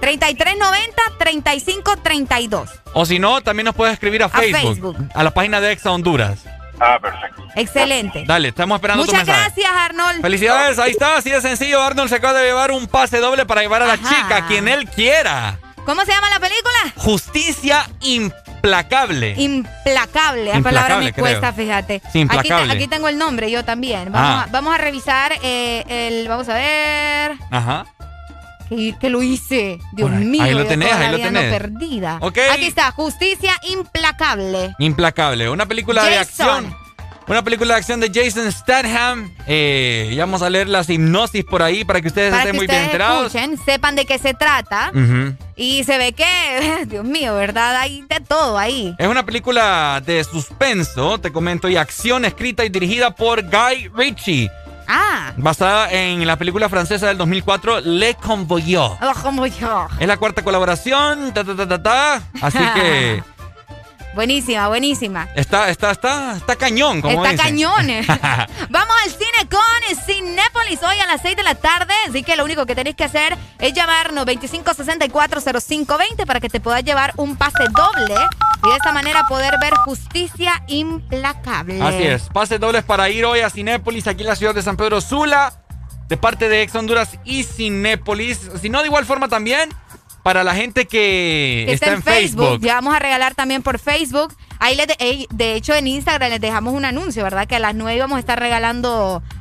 3390-3532. O si no, también nos puedes escribir a Facebook. A la página de Exa Honduras. Ah, perfecto. Excelente. Dale, estamos esperando tu mensaje. Muchas gracias, Arnold. Felicidades, ahí está, así de sencillo. Arnold se acaba de llevar un pase doble para llevar a la chica, quien él quiera. ¿Cómo se llama la película? Justicia Implacable. Implacable. La palabra me cuesta, fíjate. Sí, implacable. Aquí tengo el nombre, yo también. Vamos a revisar vamos a ver. Ajá. Que lo hice. Dios mío. Ahí lo tenés, ahí lo tenés. Perdida. Ok. Aquí está, Justicia Implacable. Implacable. Una película de acción. Una película de acción de Jason Statham. Y vamos a leer las hipnosis por ahí para que ustedes estén muy bien enterados. Escuchen, sepan de qué se trata. Y se ve que, Dios mío, ¿verdad? Hay de todo ahí. Es una película de suspenso, te comento, y acción escrita y dirigida por Guy Ritchie. Basada en la película francesa del 2004, Le Convoyeur. Es la 4ª colaboración. Así que... Buenísima, buenísima. Está cañón, como Está dicen. cañón. Vamos al cine con Cinépolis hoy a las 6 de la tarde. Así que lo único que tenéis que hacer es llamarnos 25640520 para que te puedas llevar un pase doble y de esta manera poder ver Justicia Implacable. Así es. Pases dobles para ir hoy a Cinépolis, aquí en la ciudad de San Pedro Sula, de parte de Exa Honduras y Cinépolis. Si no, de igual forma también para la gente que está en Facebook. Ya vamos a regalar también por Facebook. Ahí de hecho en Instagram les dejamos un anuncio, ¿verdad? Que a las 9 vamos a estar regalando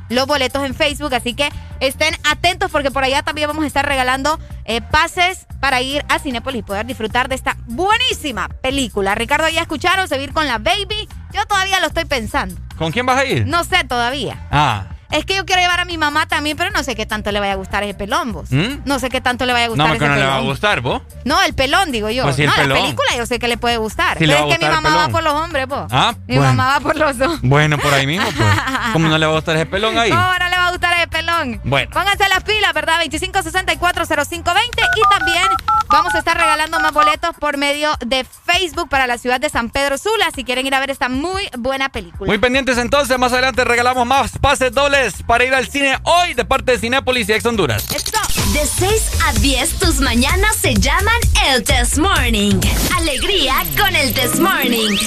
los boletos en Facebook, así que estén atentos porque por allá también vamos a estar regalando pases para ir a Cinépolis y poder disfrutar de esta buenísima película. Ricardo, ¿ya escucharon? Se va a ir con la Baby. Yo todavía lo estoy pensando. ¿Con quién vas a ir? No sé todavía. Es que yo quiero llevar a mi mamá también, pero no sé qué tanto le vaya a gustar ese pelón, vos. No sé qué tanto le vaya a gustar ese pelón. No, que no le va a gustar, vos. No, el pelón, digo yo. Pues sí, el pelón. La película yo sé que le puede gustar. Sí, pero es que mi mamá va por los hombres, vos. Mi mamá va por los hombres. Bueno, por ahí mismo, pues. ¿Cómo no le va a gustar ese pelón ahí? No, no le va a gustar ese pelón. Bueno. Pónganse las pilas, ¿verdad? 25640520 y también vamos a estar regalando más boletos por medio de Facebook para la ciudad de San Pedro Sula, si quieren ir a ver esta muy buena película. Muy pendientes entonces, más adelante regalamos más pases dobles para ir al cine hoy de parte de Cinépolis y Ex Honduras. De 6 a 10, tus mañanas se llaman el This Morning. Alegría con el This Morning.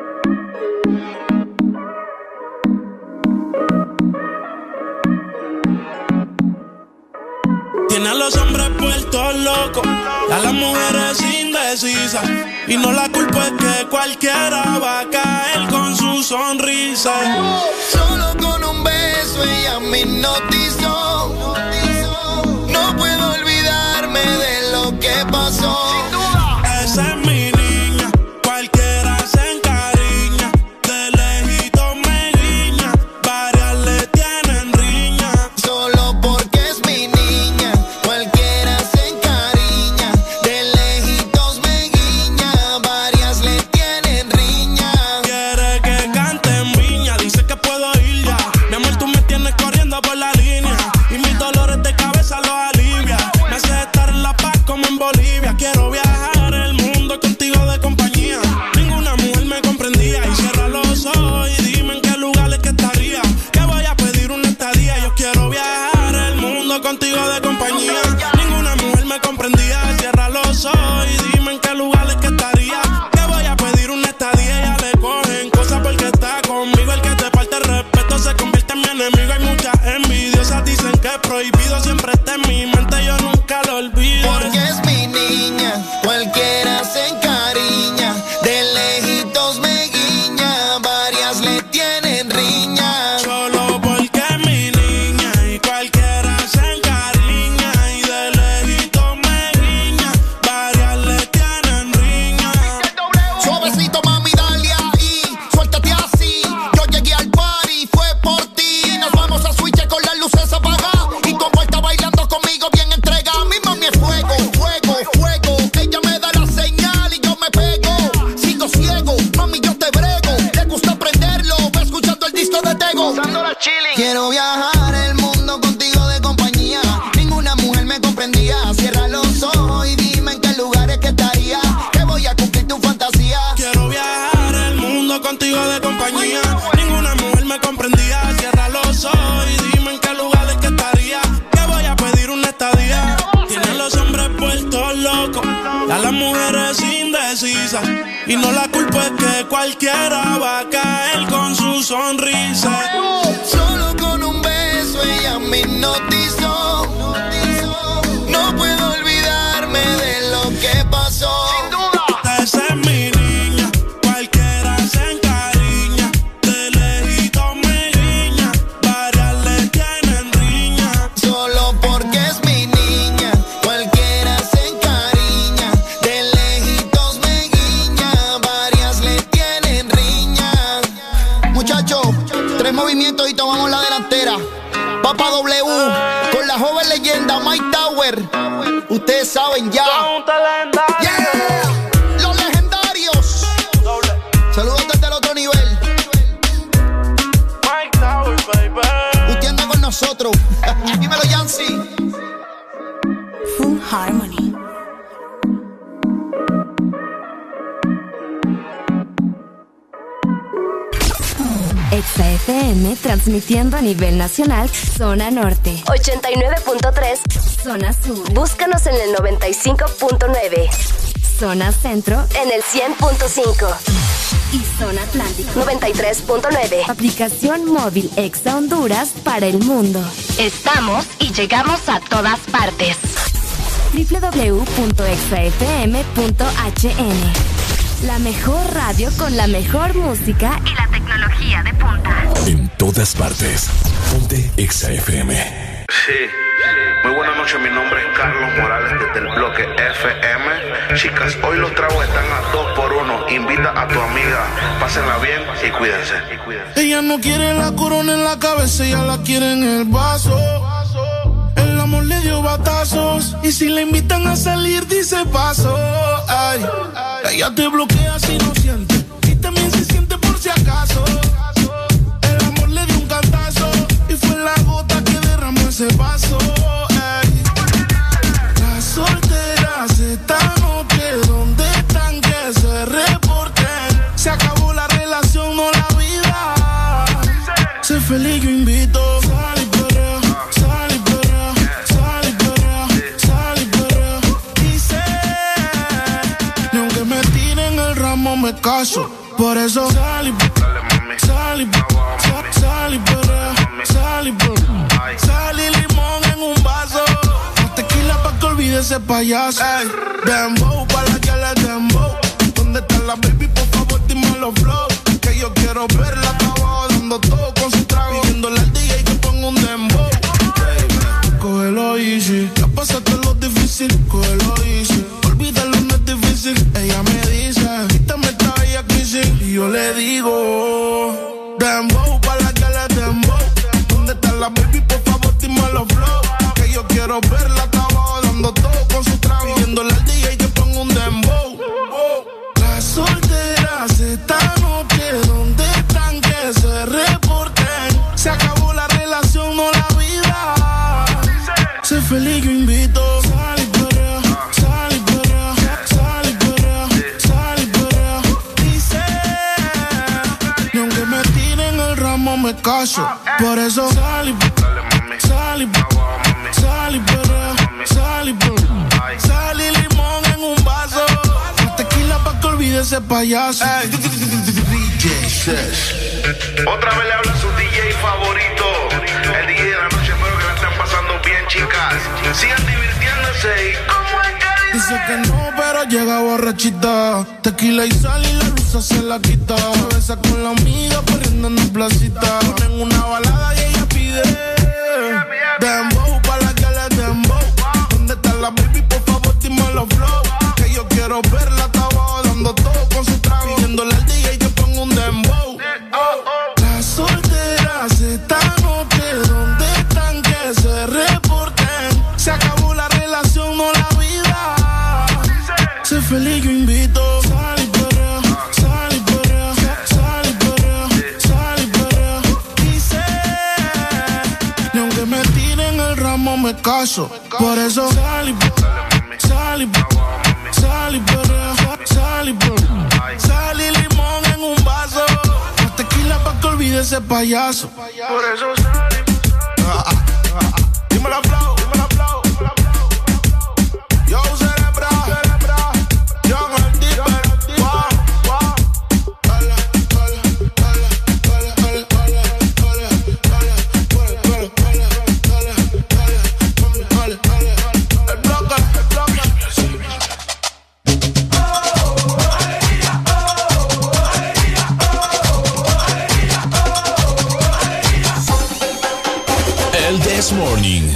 Tiene a los hombres puestos locos, a las mujeres indecisas. Y no la culpa es que cualquiera va a caer con su sonrisa. Solo con un beso ella me hipnotizó. No puedo olvidarme de lo que pasó. Esa es mi niña, cualquiera se encariña. De lejito me guiña, varias le tienen riña. Solo porque es mi niña, cualquiera se encariña. De lejitos me guiña, varias le tienen riña. Quiere que cante en viña, dice que puedo ir ya. Mi amor, tú me tienes corriendo por la línea y mis dolores de cabeza los alivia. Me hace estar en La Paz como en Bolivia. Quiero viajar el mundo contigo de compañía. Ninguna mujer me comprendía. Y cierra los ojos y dime en qué lugares que estaría. Que voy a pedir una estadía. Yo quiero viajar el mundo contigo de compañía. Ninguna mujer me comprendía. Cierra los ojos y dime en qué lugares que estaría. Que voy a pedir una estadía. Ya le cogen cosas porque está conmigo. El que te falta el respeto se convierte en mi enemigo. Hay muchas envidiosas, dicen que es prohibido. Siempre está en mi mente, yo nunca lo olvido. Porque es mi niña, cualquiera se encariña. De lejitos me guiña, varias le tienen riña. Solo porque es mi niña y cualquiera se encariña. Y de lejito me guiña, varias le tienen riña. Suavecito mami, dale ahí, suéltate así. Yo llegué al party, fue por ti. Nos vamos a switch con las luces apagadas. Y como está bailando conmigo bien entregada. Mi mami es fuego, fuego, fuego. Ella me da la señal y yo me pego. Sigo ciego, mami yo te brego. Le gusta aprenderlo, va escuchando el disco de Tego. Quiero viajar el mundo contigo de compañía. Ninguna mujer me comprendía. Cierra los ojos y dime en qué lugares que estaría. Que voy a cumplir tu fantasía. Quiero viajar el mundo contigo de compañía. Ninguna mujer me comprendía. Cierra los ojos y dime en qué lugares que estaría. Que voy a pedir una estadía. Tienen los hombres puestos locos, a las mujeres indecisas. Y no la culpa es que cualquiera va a caer con su sonrisa. Solo con un beso ella me hipnotizó. No puedo olvidarme de lo que pasó. Esa es mi niña, cualquiera se encariña. De lejito me guiña, varias le tienen riña. Solo porque es mi niña, cualquiera se encariña. De lejitos me guiña, varias le tienen riña. Muchachos, 3 movimientos y tomamos la delantera. Papa W, con la joven leyenda Mike Tower. Ustedes saben ya. Yeah. Los legendarios. Saludos desde el otro nivel. Mike Tower, baby. Usted anda con nosotros. Dímelo, Yancy. Full Harmony. Exa FM transmitiendo a nivel nacional, zona norte. 89.3, zona sur. Búscanos en el 95.9. Zona centro en el 100.5. Y zona atlántico 93.9. Aplicación móvil Exa Honduras para el mundo. Estamos y llegamos a todas partes. www.exafm.hn. La mejor radio con la mejor música y la tecnología de punta. En todas partes. Ponte Exa FM. Sí. Muy buenas noches, mi nombre es Carlos Morales desde el bloque FM. Chicas, hoy los tragos están a 2x1. Invita a tu amiga, pásenla bien y cuídense. Ella no quiere la corona en la cabeza, ella la quiere en el vaso. El amor le dio batazos y si la invitan a salir dice paso. Ay, ella te bloquea si no siente y también se siente por si acaso. El amor le dio un cantazo y fue la gota que derramó ese vaso. Solteras esta noche, ¿dónde están? Que se reporten. Se acabó la relación, no la vida. Sé feliz, yo invito. Sal y perrea, sal y perrea, sal y perrea, sal y perrea. Dice, ni aunque me tiren el ramo me caso. Por eso sal y perrea, sal y perrea, sal y perrea, sal y perrea. Sal y limón en un vaso. Pa' que olvide ese payaso. Ey, dembow, pa' la que le dembow. ¿Dónde está la baby? Por favor, dime los flow. Que yo quiero verla abajo dando todo con su trago. Pidiéndole al DJ que ponga un dembow. Baby, cógelo easy. Ya pasaste lo difícil, cógelo easy. Olvídalo, no es difícil. Ella me dice, quítame esta bella crisis. Y yo le digo, dembow, pa' la que le dembow. ¿Dónde está la baby? Por favor, dime los flow. Que yo quiero verla todo con su trago, pidiéndole al DJ que ponga un dembow. Las solteras esta noche, ¿dónde están? Que se reporten. Se acabó la relación, no la vida. Sé feliz, yo invito. Sal y perrea, sal y perrea, sal y perrea, sal y perrea. Dice, ni aunque me tiren el ramo me caso. Por eso sal y perrea, sal y perrea, sal y perrea. Sal y limón en un vaso. Tequila pa' que olvide ese payaso. DJ Sesh. Otra vez le habla su DJ favorito, el DJ de la noche. Espero que la estén pasando bien, chicas. Sigan divirtiéndose y como es que dice que no, pero llega borrachita. Tequila y sal y la luz se la quita. Se besa con la amiga corriendo en la placita. Ponen una balada y ella pide dembow pa' la que le dembow. La baby, por favor, dime los flow. Que yo quiero verla abajo dando todo con su trago. Pidiéndole al DJ que ponga un dembow. Las solteras esta noche, ¿dónde están? Que se reporten. Se acabó la relación, no la vida. Sé feliz, yo invito. Sal y perrea, sal y perrea, sal y perrea, sal y perrea. Dice, ni aunque me tiren el ramo me caso. Por eso sal y perrea, sal y perrea, sal y limón en un vaso. Tequila pa' que olvide ese payaso. Por eso sal y dímelo flow, dímelo flow. Yo cerebra, yo en el dipper. This Morning.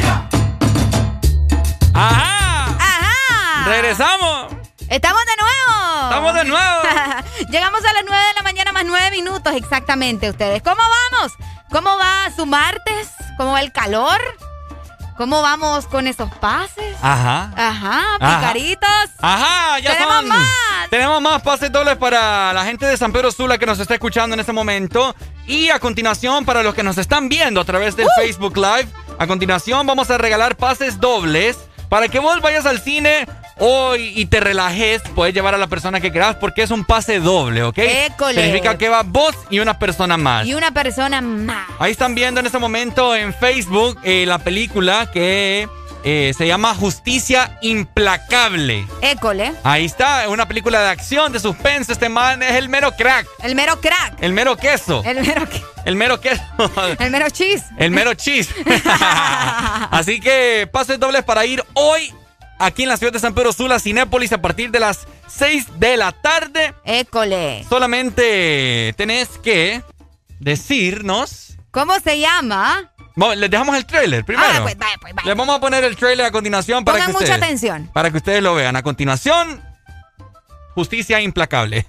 ¡Ajá! ¡Regresamos! ¡Estamos de nuevo! ¡Estamos de nuevo! Llegamos a las 9 de la mañana más 9 minutos exactamente. ¿Ustedes cómo vamos? ¿Cómo va su martes? ¿Cómo va el calor? ¿Cómo vamos con esos pases? Ajá. Ajá, picaritos. Ajá, ya ¡Tenemos son, más! Tenemos más pases dobles para la gente de San Pedro Sula que nos está escuchando en este momento. Y a continuación, para los que nos están viendo a través del Facebook Live, a continuación vamos a regalar pases dobles para que vos vayas al cine hoy y te relajes. Puedes llevar a la persona que quieras porque es un pase doble, ¿ok? ¡École! Significa que va vos y una persona más. Y una persona más. Ahí están viendo en este momento en Facebook la película que se llama Justicia Implacable. École. Ahí está, una película de acción, de suspense. Este man es el mero crack. El mero crack. El mero queso. El mero queso. El mero cheese. El mero cheese. Así que pases dobles para ir hoy aquí en la ciudad de San Pedro Sula, Cinépolis, a partir de las 6 de la tarde. École. Solamente tenés que decirnos... ¿Cómo se llama? Bueno, les dejamos el trailer primero. Ah, pues vaya. Les vamos a poner el trailer a continuación para Pongan que mucha ustedes... atención. Para que ustedes lo vean. A continuación, Justicia Implacable.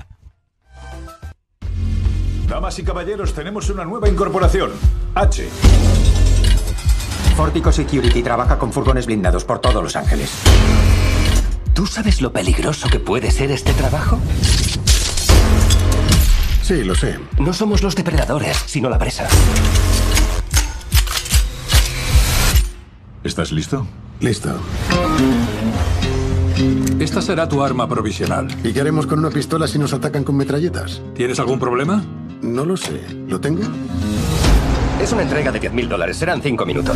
Damas y caballeros, tenemos una nueva incorporación. H. Fortico Security trabaja con furgones blindados por todos Los Ángeles. ¿Tú sabes lo peligroso que puede ser este trabajo? Sí, lo sé. No somos los depredadores, sino la presa. ¿Estás listo? Listo. Esta será tu arma provisional. ¿Y qué haremos con una pistola si nos atacan con metralletas? ¿Tienes algún problema? No lo sé. ¿Lo tengo? Es una entrega de $10,000. Serán 5 minutos.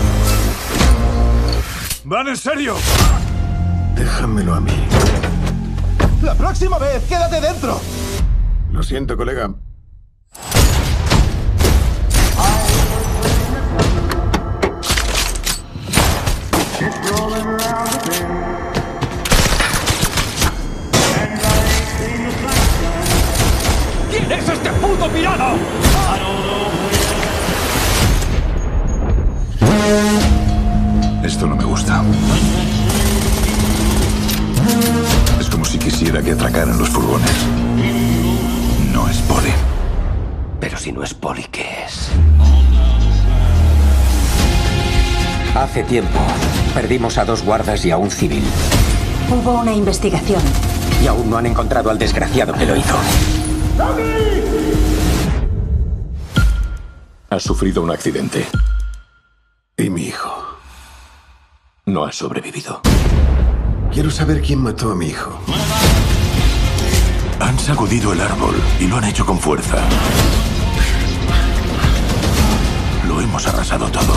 ¡Van en serio! Déjamelo a mí. ¡La próxima vez, quédate dentro! Lo siento, colega. ¿Quién es este puto pirata? Esto no me gusta. Es como si quisiera que atracaran los furgones. No es Poli. Pero si no es Poli, ¿qué es? Hace tiempo perdimos a 2 guardas y a un civil. Hubo una investigación. Y aún no han encontrado al desgraciado que lo hizo. Has sufrido un accidente. ¿Y mi hijo? No ha sobrevivido. Quiero saber quién mató a mi hijo. Han sacudido el árbol y lo han hecho con fuerza. Lo hemos arrasado todo.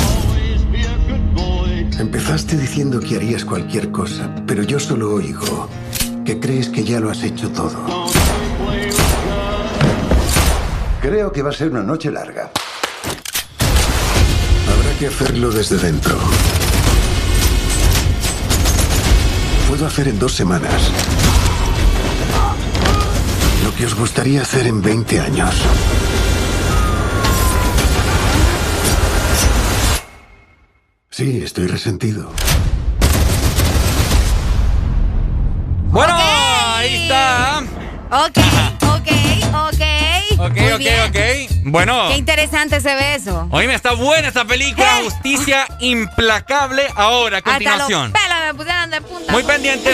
Empezaste diciendo que harías cualquier cosa, pero yo solo oigo que crees que ya lo has hecho todo. Creo que va a ser una noche larga. Habrá que hacerlo desde dentro. Puedo hacer en 2 semanas lo que os gustaría hacer en 20 años. Sí, estoy resentido. Bueno, ahí está. Ok. Muy bien. Bueno. Qué interesante se ve eso. Oíme, está buena esta película, Justicia Implacable. Ahora, a continuación. Hasta los pelos me pusieron de punta. Muy pendientes.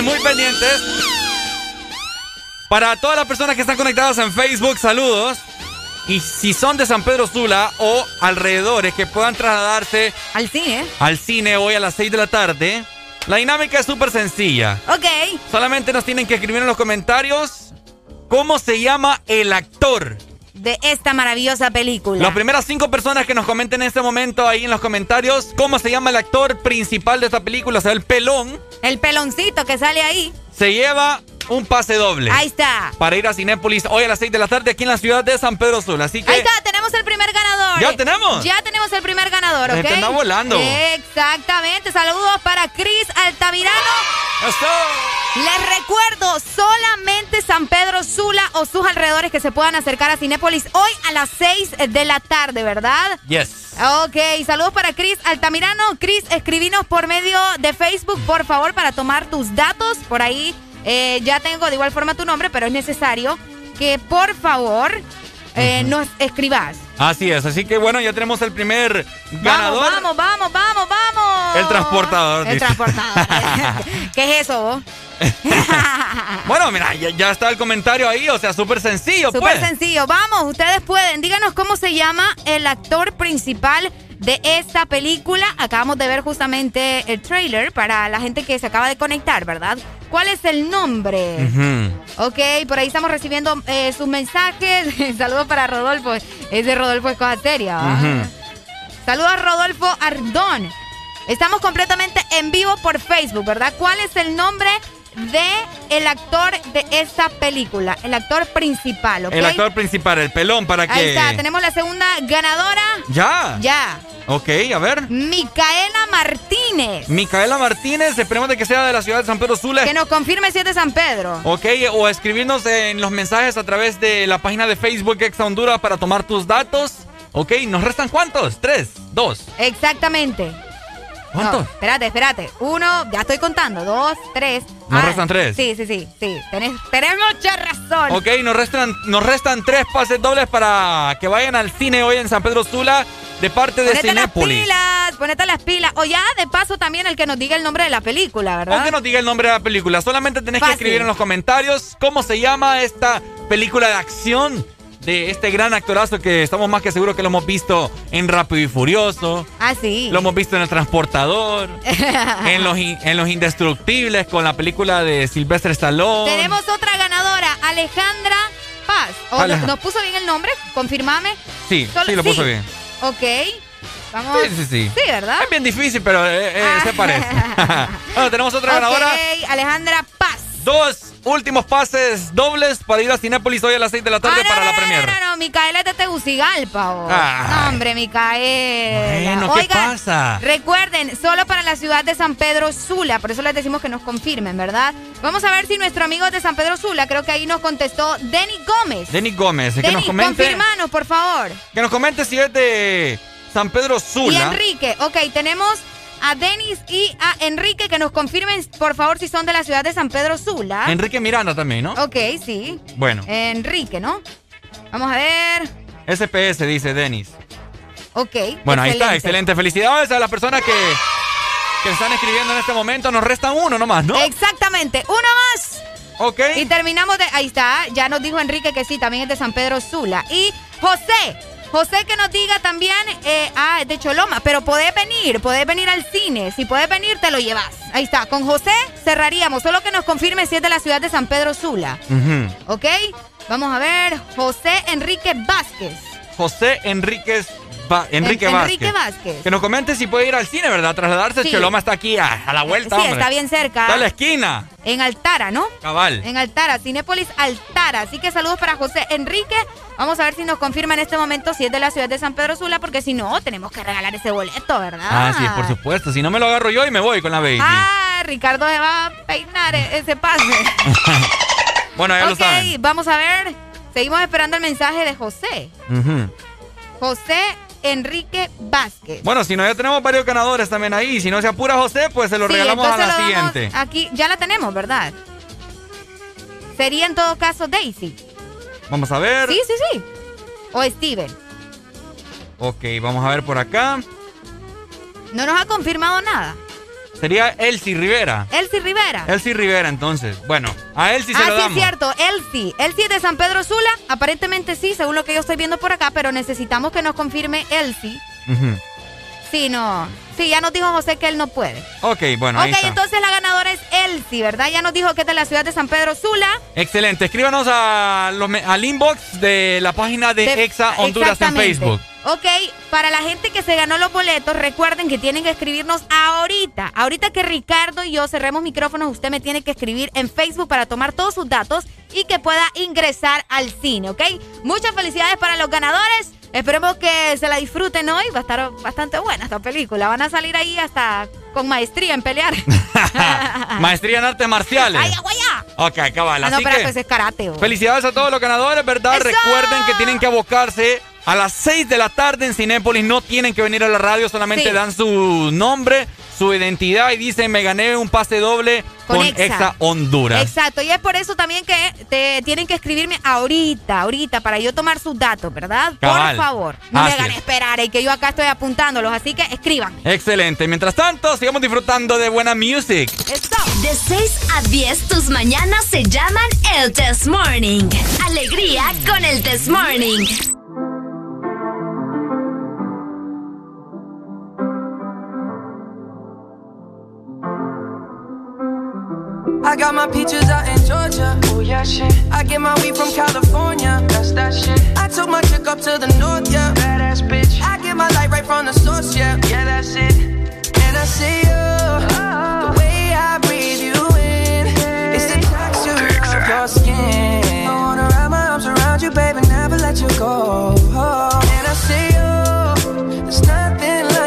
Para todas las personas que están conectadas en Facebook, saludos. Y si son de San Pedro Sula o alrededores que puedan trasladarse al cine hoy a las 6 de la tarde, la dinámica es súper sencilla. Ok. Solamente nos tienen que escribir en los comentarios cómo se llama el actor de esta maravillosa película. Las primeras 5 personas que nos comenten en este momento ahí en los comentarios cómo se llama el actor principal de esta película, o sea, el pelón. El peloncito que sale ahí. Se lleva un pase doble. Ahí está. Para ir a Cinépolis hoy a las 6 de la tarde aquí en la ciudad de San Pedro Sula. Así que... Ahí está, tenemos el primer ganador. ¿Ya tenemos? Ya tenemos el primer ganador, ¿ok? Te anda volando. Exactamente. Saludos para Cris Altamirano. ¡Eso! Les recuerdo, solamente San Pedro Sula o sus alrededores que se puedan acercar a Cinépolis hoy a las 6 de la tarde, ¿verdad? Yes. Ok, saludos para Cris Altamirano. Cris, escribinos por medio de Facebook, por favor, para tomar tus datos. Por ahí ya tengo de igual forma tu nombre, pero es necesario que, por favor, nos escribas. Así es, así que bueno, ya tenemos el primer ganador. Vamos. El transportador. El transportador. ¿Qué es eso, vos? Bueno, mira, ya está el comentario ahí, o sea, súper sencillo. Súper sencillo, vamos, ustedes pueden. Díganos cómo se llama el actor principal de esta película. Acabamos de ver justamente el trailer para la gente que se acaba de conectar, ¿verdad? ¿Cuál es el nombre? Ok, por ahí estamos recibiendo sus mensajes. Saludos para Rodolfo. Ese Rodolfo es cosa seria. Saludos a Rodolfo Ardón. Estamos completamente en vivo por Facebook, ¿verdad? ¿Cuál es el nombre de el actor de esta película? El actor principal, ¿ok? El actor principal, el pelón, para que... Ahí está, tenemos la segunda ganadora. ¿Ya? Ya. Ok, a ver. Micaela Martínez. Micaela Martínez, esperemos de que sea de la ciudad de San Pedro Sula. Que nos confirme si es de San Pedro. Ok, o escribirnos en los mensajes a través de la página de Facebook Exa Honduras para tomar tus datos. Ok, ¿nos restan cuántos? 3, 2. Exactamente. ¿Cuántos? No, espérate. 1, ya estoy contando. 2, 3. Nos restan 3. Sí. Tenés mucha razón. Ok, nos restan 3 pases dobles para que vayan al cine hoy en San Pedro Sula de parte de Cinépolis. Ponete las pilas. O ya, de paso, también el que nos diga el nombre de la película, ¿verdad? O que nos diga el nombre de la película. Solamente tenés que escribir en los comentarios cómo se llama esta película de acción de este gran actorazo que estamos más que seguros que lo hemos visto en Rápido y Furioso. Ah, sí. Lo hemos visto en El Transportador, en los Indestructibles, con la película de Sylvester Stallone. Tenemos otra ganadora, Alejandra Paz. ¿Nos puso bien el nombre? Confirmame. Sí, lo puso bien. Ok. Vamos. Sí. Sí, ¿verdad? Es bien difícil, pero se parece. Bueno, tenemos otra ganadora. Ok, Alejandra Paz. 2 últimos pases dobles para ir a Cinépolis hoy a las 6 de la tarde para la premier. No, Micaela es de Tegucigalpa. No, hombre, Micaela. Bueno, ¿qué pasa? Recuerden, solo para la ciudad de San Pedro Sula. Por eso les decimos que nos confirmen, ¿verdad? Vamos a ver si nuestro amigo de San Pedro Sula, creo que ahí nos contestó Denny Gómez. Que nos comente. Confirmanos, por favor. Que nos comente si es de San Pedro Sula. Y Enrique. Ok, tenemos a Denis y a Enrique que nos confirmen, por favor, si son de la ciudad de San Pedro Sula. Enrique Miranda también, ¿no? Ok, sí. Bueno. Enrique, ¿no? Vamos a ver. SPS, dice Denis. Ok. Bueno, excelente. Ahí está, excelente. Felicidades a las personas que están escribiendo en este momento. Nos restan uno nomás, ¿no? Exactamente, uno más. Ok. Y terminamos de... Ahí está, ya nos dijo Enrique que sí, también es de San Pedro Sula. Y José que nos diga también, es de Choloma, pero podés venir al cine. Si podés venir, te lo llevas. Ahí está, con José cerraríamos, solo que nos confirme si es de la ciudad de San Pedro Sula. ¿Ok? Vamos a ver, José Enrique Vázquez. Enrique Vázquez. Que nos comente si puede ir al cine, ¿verdad? Trasladarse. Sí. Choloma está aquí a la vuelta, Sí, está bien cerca. Está a la esquina. En Altara, ¿no? Cabal. En Altara, Cinépolis Altara. Así que saludos para José Enrique. Vamos a ver si nos confirma en este momento si es de la ciudad de San Pedro Sula, porque si no, tenemos que regalar ese boleto, ¿verdad? Ah, sí, por supuesto. Si no, me lo agarro yo y me voy con la baby. Ricardo se va a peinar ese pase. Bueno, ya lo saben. Ok, vamos a ver. Seguimos esperando el mensaje de José. José Enrique Vázquez. Bueno, si no, ya tenemos varios ganadores también ahí. Si no se apura José, pues se lo regalamos a la siguiente. Aquí ya la tenemos, ¿verdad? Sería en todo caso Daisy. Vamos a ver. Sí. O Steven. Ok, vamos a ver por acá. No nos ha confirmado nada. Sería Elsie Rivera. Elsie Rivera, entonces. Bueno, a Elsie se lo damos. Ah, sí, es cierto. Elsie es de San Pedro Sula. Aparentemente sí, según lo que yo estoy viendo por acá, pero necesitamos que nos confirme Elsie. Sí, no. Sí, ya nos dijo José que él no puede. Ok, bueno, ahí está. Entonces la ganadora es Elsie, ¿verdad? Ya nos dijo que es de la ciudad de San Pedro Sula. Excelente. Escríbanos al inbox de la página de Exa Honduras en Facebook. Ok, para la gente que se ganó los boletos, recuerden que tienen que escribirnos ahorita. Ahorita que Ricardo y yo cerremos micrófonos, usted me tiene que escribir en Facebook para tomar todos sus datos y que pueda ingresar al cine, ¿ok? Muchas felicidades para los ganadores. Esperemos que se la disfruten hoy. Va a estar bastante buena esta película. Van a salir ahí hasta con maestría en pelear. Maestría en artes marciales. ¡Ay, aguayá! Ok, cabal. No, pero pues es karate. Felicidades a todos los ganadores, ¿verdad? ¡Eso! Recuerden que tienen que abocarse a las 6 de la tarde en Cinépolis. No tienen que venir a la radio, solamente dan su nombre, su identidad y dicen, me gané un pase doble con Exa Honduras. Exacto, y es por eso también que te tienen que escribirme ahorita, para yo tomar sus datos, ¿verdad? Cabal. Por favor, no me hagan esperar, y que yo acá estoy apuntándolos, así que escriban. Excelente, mientras tanto, sigamos disfrutando de buena music. De 6 a 10, tus mañanas se llaman el This Morning. Alegría con el This Morning. I got my peaches out in Georgia. Oh yeah, shit. I get my weed from California. That's that shit. I took my chick up to the north, yeah. Badass bitch. I get my light right from the source, yeah. Yeah, that's it. And I see you, the way I breathe you in. It's the texture of your skin. I wanna wrap my arms around you, baby, never let you go. And I see you, there's nothing like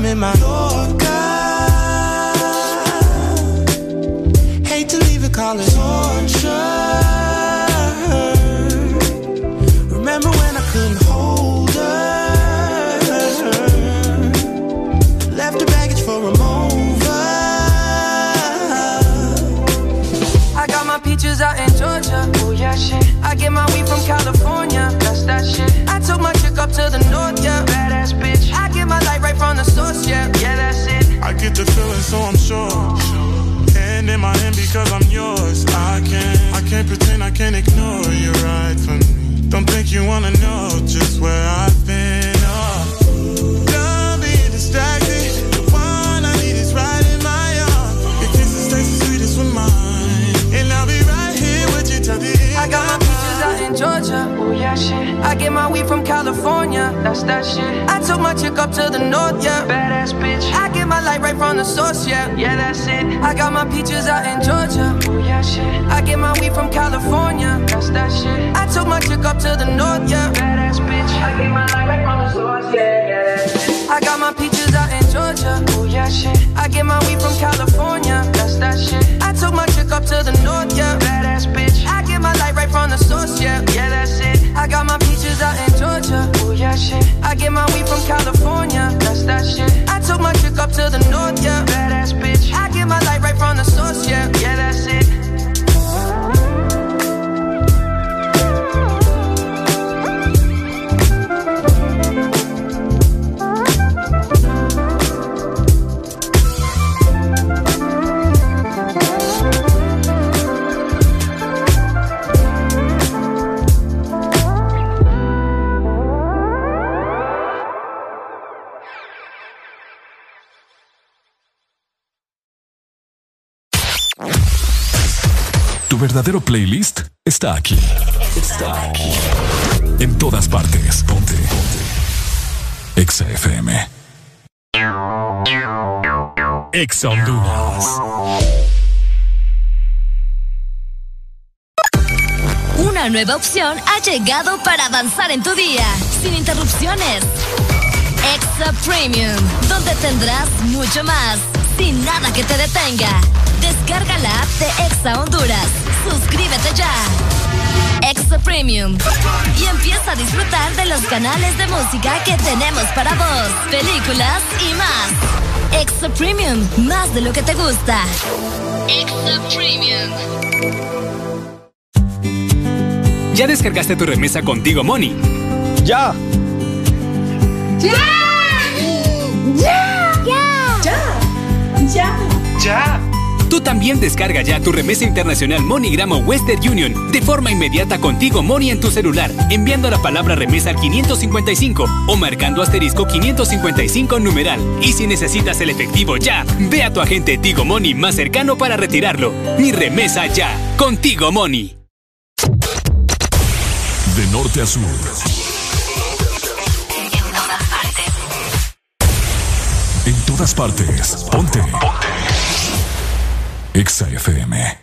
I'm in my Yorker. Hate to leave it, call it torture. Remember when I couldn't hold her? Left her baggage for a mover. I got my peaches out in Georgia. Oh yeah, shit. I get my weed from California. That's that shit. I took my chick up to the north, yeah. Badass bitch. I get my light right from the source, yeah. Yeah, that's it. I get the feeling, so I'm sure. Hand in my hand because I'm yours. I can't pretend, I can't ignore you right from me. Don't think you wanna know just where I've been. Done being distracted. The one I need is right in my arms. Your kisses taste the sweetest with mine, and I'll be right here with you till the end. I got my peaches out in Georgia. Oh yeah, shit. I get my weed from California. That's that shit. I took my chick up to the north, yeah. Badass bitch. I get my light right from the source, yeah. Yeah, that's it. I got my peaches out in Georgia. Oh yeah, shit. I get my weed from California. That's that shit. I took my chick up to the north, yeah. Badass bitch. I get my light right from the source, yeah. Yeah, that's it. I got my peaches out in Georgia. Oh yeah, shit. I get my weed from California. That's that shit. I took my chick up to the north, yeah. Badass bitch. I get my light right from the source, yeah. Yeah, that's it. I got my peaches out in Georgia. Oh yeah, shit. I get my weed from California. That's that shit. I took my chick up to the north, yeah. Badass bitch. I get my light right from the source, yeah. Yeah, that's it. Tu verdadero playlist está aquí. Está aquí. En todas partes. Ponte. Exa FM. Exa Honduras. Una nueva opción ha llegado para avanzar en tu día, sin interrupciones. Exa Premium, donde tendrás mucho más, sin nada que te detenga. Descarga la app de Exa Honduras. Suscríbete ya. Exa Premium. Y empieza a disfrutar de los canales de música que tenemos para vos, películas y más. Exa Premium, más de lo que te gusta. Exa Premium. ¿Ya descargaste tu remesa Contigo Money? ¡Ya! ¡Ya! ¡Ya! ¡Ya! ¡Ya! ¡Ya! Tú también descarga ya tu remesa internacional MoneyGram o Western Union de forma inmediata Contigo Money en tu celular, enviando la palabra remesa al 555 o marcando asterisco 555 numeral. Y si necesitas el efectivo ya, ve a tu agente Tigo Money más cercano para retirarlo. Mi remesa ya, Contigo Money. De norte a sur. En todas partes. Ponte. Exa FM.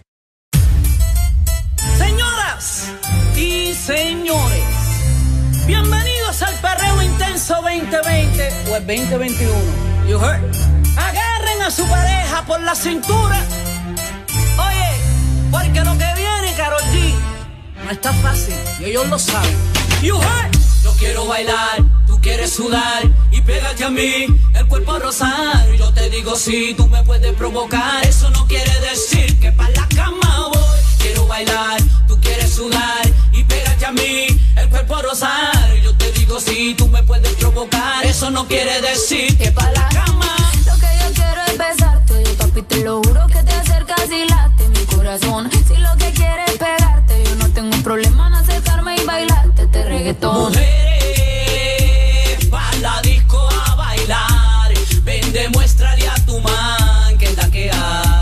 Señoras y señores, bienvenidos al Perreo Intenso 2020 o el 2021. You heard? Agarren a su pareja por la cintura. Oye, porque lo que viene, Karol G, no está fácil y ellos lo saben. You heard? Yo quiero bailar, tú quieres sudar y pégate a mí, el cuerpo rosar. Yo te digo si tú me puedes provocar, eso no quiere decir que pa' la cama voy. Quiero bailar, tú quieres sudar y pégate a mí, el cuerpo rosar. Yo te digo si tú me puedes provocar, eso no quiere decir que pa' la cama. Lo que yo quiero es besarte, papi, te lo juro que te acercas y late mi corazón. Si lo que quieres es pegarte, yo no tengo un problema en acercarme y bailarte este reggaetón. Mujeres, pa' la disco a bailar, ven, demuéstrale a tu man que es la que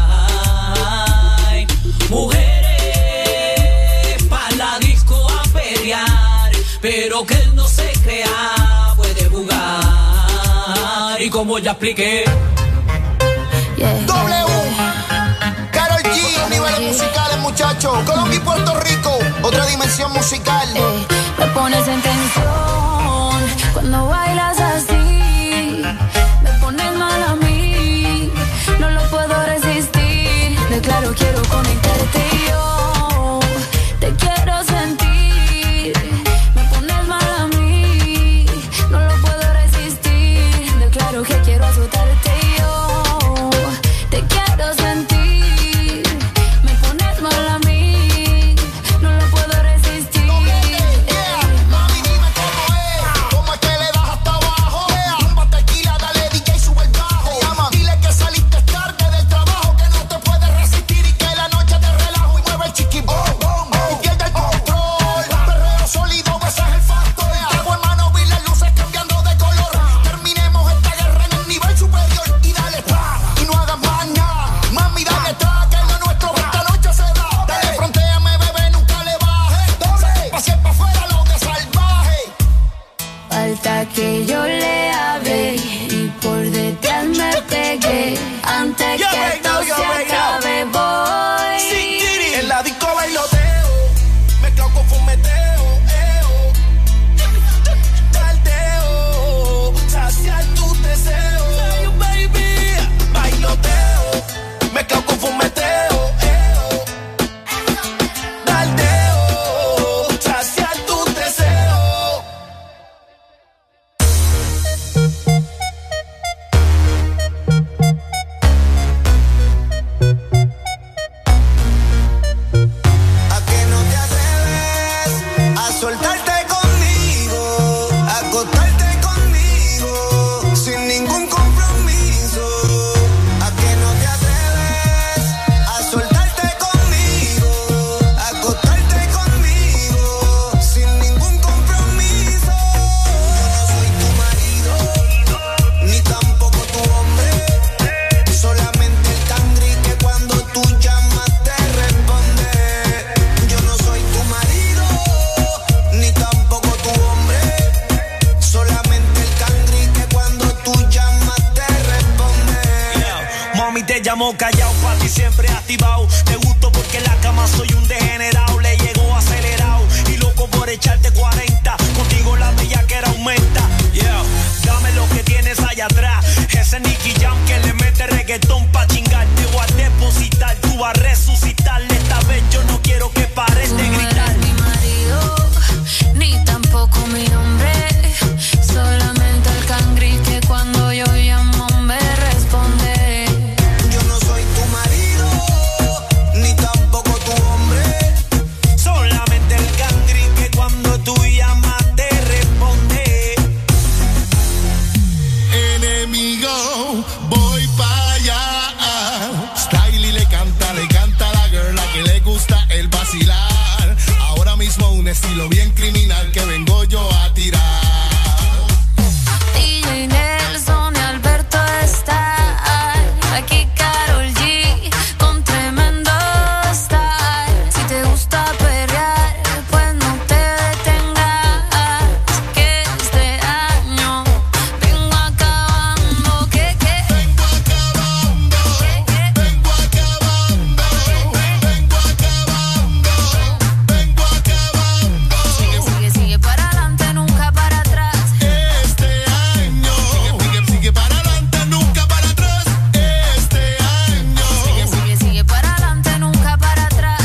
hay. Mujeres, pa' la disco a pelear, pero que él no se crea, puede jugar. Y como ya expliqué, W, Karol G, niveles musicales, muchachos. Colombia y Puerto Rico, otra dimensión musical. Me pones en tensión cuando bailas así. Me pones falta que yo le hable y por detrás me pegué. Antes que esto se acabe voy. En la disco bailoteo, mezclado con fumeteo, tardeo, saciar tus deseos, baby. Bailoteo, mezclado con fumeteo. Llamo callao, pa' ti siempre activado. Te gusto porque en la cama soy un degenerado. Le llegó acelerado y loco por echarte 40. Contigo la bellaquera aumenta. Yeah, dame lo que tienes allá atrás. Ese Nicky Jam que le mete reggaetón pa' chingar. Te voy a depositar, tú vas a resucitar. Esta vez yo no quiero que pares de gritar. No eres mi marido, ni tampoco mi hombre. Solamente el cangri que cuando yo llamo me responde. Un estilo bien criminal que vengo yo a tirar. DJ Nelson y Alberto está aquí Karol G con tremendo style. Si te gusta perrear, pues no te detengas, que este año vengo acabando. ¿Qué? Vengo acabando. Vengo acabando. Vengo acabando. Vengo acabando. Sigue para adelante, nunca para atrás. Este año sigue para adelante, nunca para atrás. Este año sigue para adelante, nunca para atrás.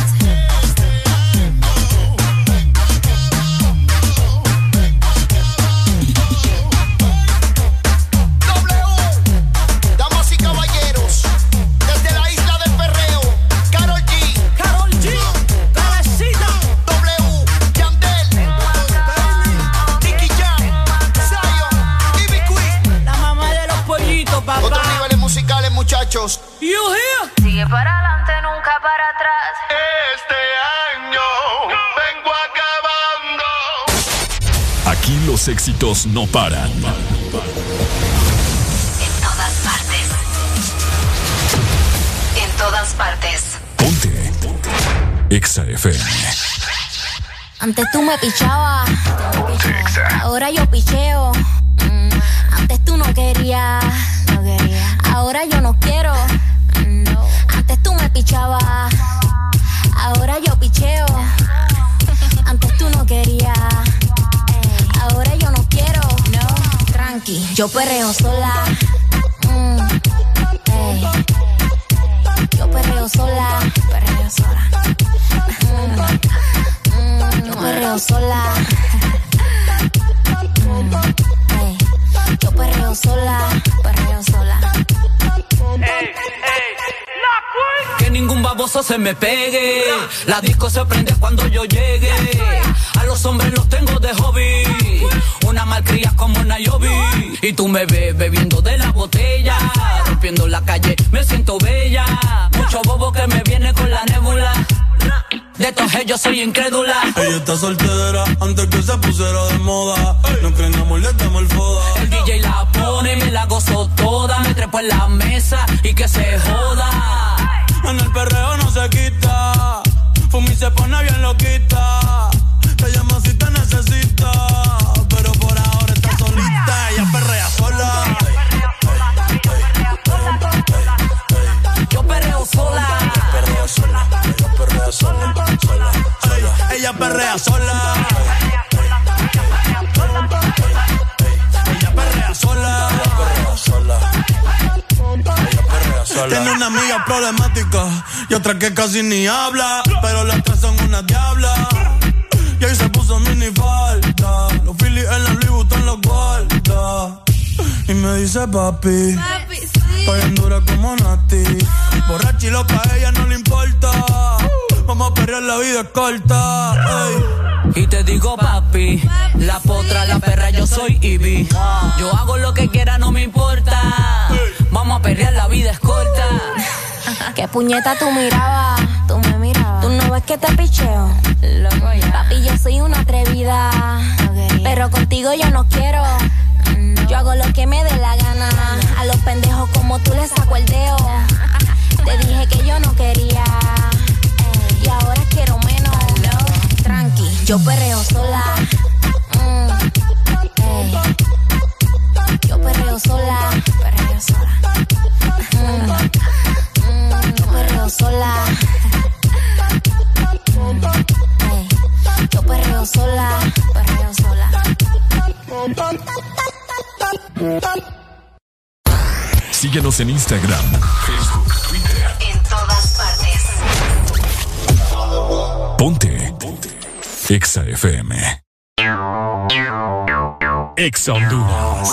Damas y caballeros, desde la isla del perreo, Karol G, Cabecita, W, Yandel, Nicky Jam, Zion, Ivy Queen. la mamá de los pollitos, papá. Otros niveles musicales, muchachos. You hear? Sigue para adelante, nunca para atrás. Este año vengo acabando. Aquí los éxitos no paran. En todas partes. En todas partes. Ponte Exa FM. Antes tú me pichabas, ahora yo picheo. Antes tú no querías, ahora yo no quiero. Antes tú me pichabas, ahora yo picheo. Antes tú no querías, ahora yo no quiero. Tranqui, yo perreo sola. Yo perreo sola. Yo perreo sola. Yo perreo sola. Que ningún baboso se me pegue. La disco se prende cuando yo llegue. A los hombres los tengo de hobby. Una malcria como Nayobi. Y tú me ves bebiendo de la botella. Rompiendo la calle, me siento bella. Mucho bobo que me viene con la nébula. De estos yo soy incrédula. Ella está soltera antes que se pusiera de moda. No creen amor, le damos el foda. El DJ la pone, me la gozo toda. Me trepo en la mesa y que se joda. En el perreo no se quita. Fumi se pone bien loquita. Te llama si te necesita. Pero por ahora está sola. Tiene una amiga problemática y otra que casi ni habla, pero las tres son una diabla. Y ahí se puso mini falta, los Phillies en la Louis Vuitton los guarda. Y me dice papi, estoy en dura como Nati. Borracha y loca, a ella no le importa. Vamos a perrear, la vida es corta. Ey. Y te digo papi, la potra, la perra, yo soy Ivy. Yo hago lo que quiera, no me importa. Vamos a perrear, la vida es corta. ¿Qué puñeta tú mirabas? Tú me mirabas. ¿Tú no ves que te picheo? Loco ya. Papi, yo soy una atrevida. Pero contigo yo no quiero. Yo hago lo que me dé la gana. A los pendejos como tú les saco el dedo. Te dije que yo no quería. Y ahora quiero menos. Tranqui, yo perreo sola. Yo perreo sola. Perreo sola. Yo perreo sola. Yo perreo sola. Perreo sola. Síguenos en Instagram, Facebook, Twitter. En todas partes. Ponte Exa FM. Exa Honduras.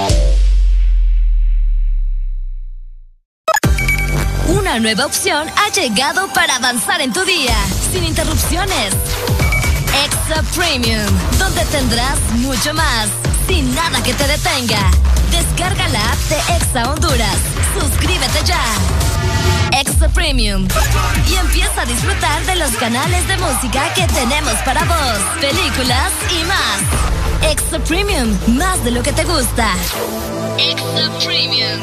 Una nueva opción ha llegado para avanzar en tu día, sin interrupciones. Exa Premium, donde tendrás mucho más, sin nada que te detenga. Descarga la app de Exa Honduras. Suscríbete ya. Exa Premium. Y empieza a disfrutar de los canales de música que tenemos para vos, películas y más. Exa Premium, más de lo que te gusta. Exa Premium.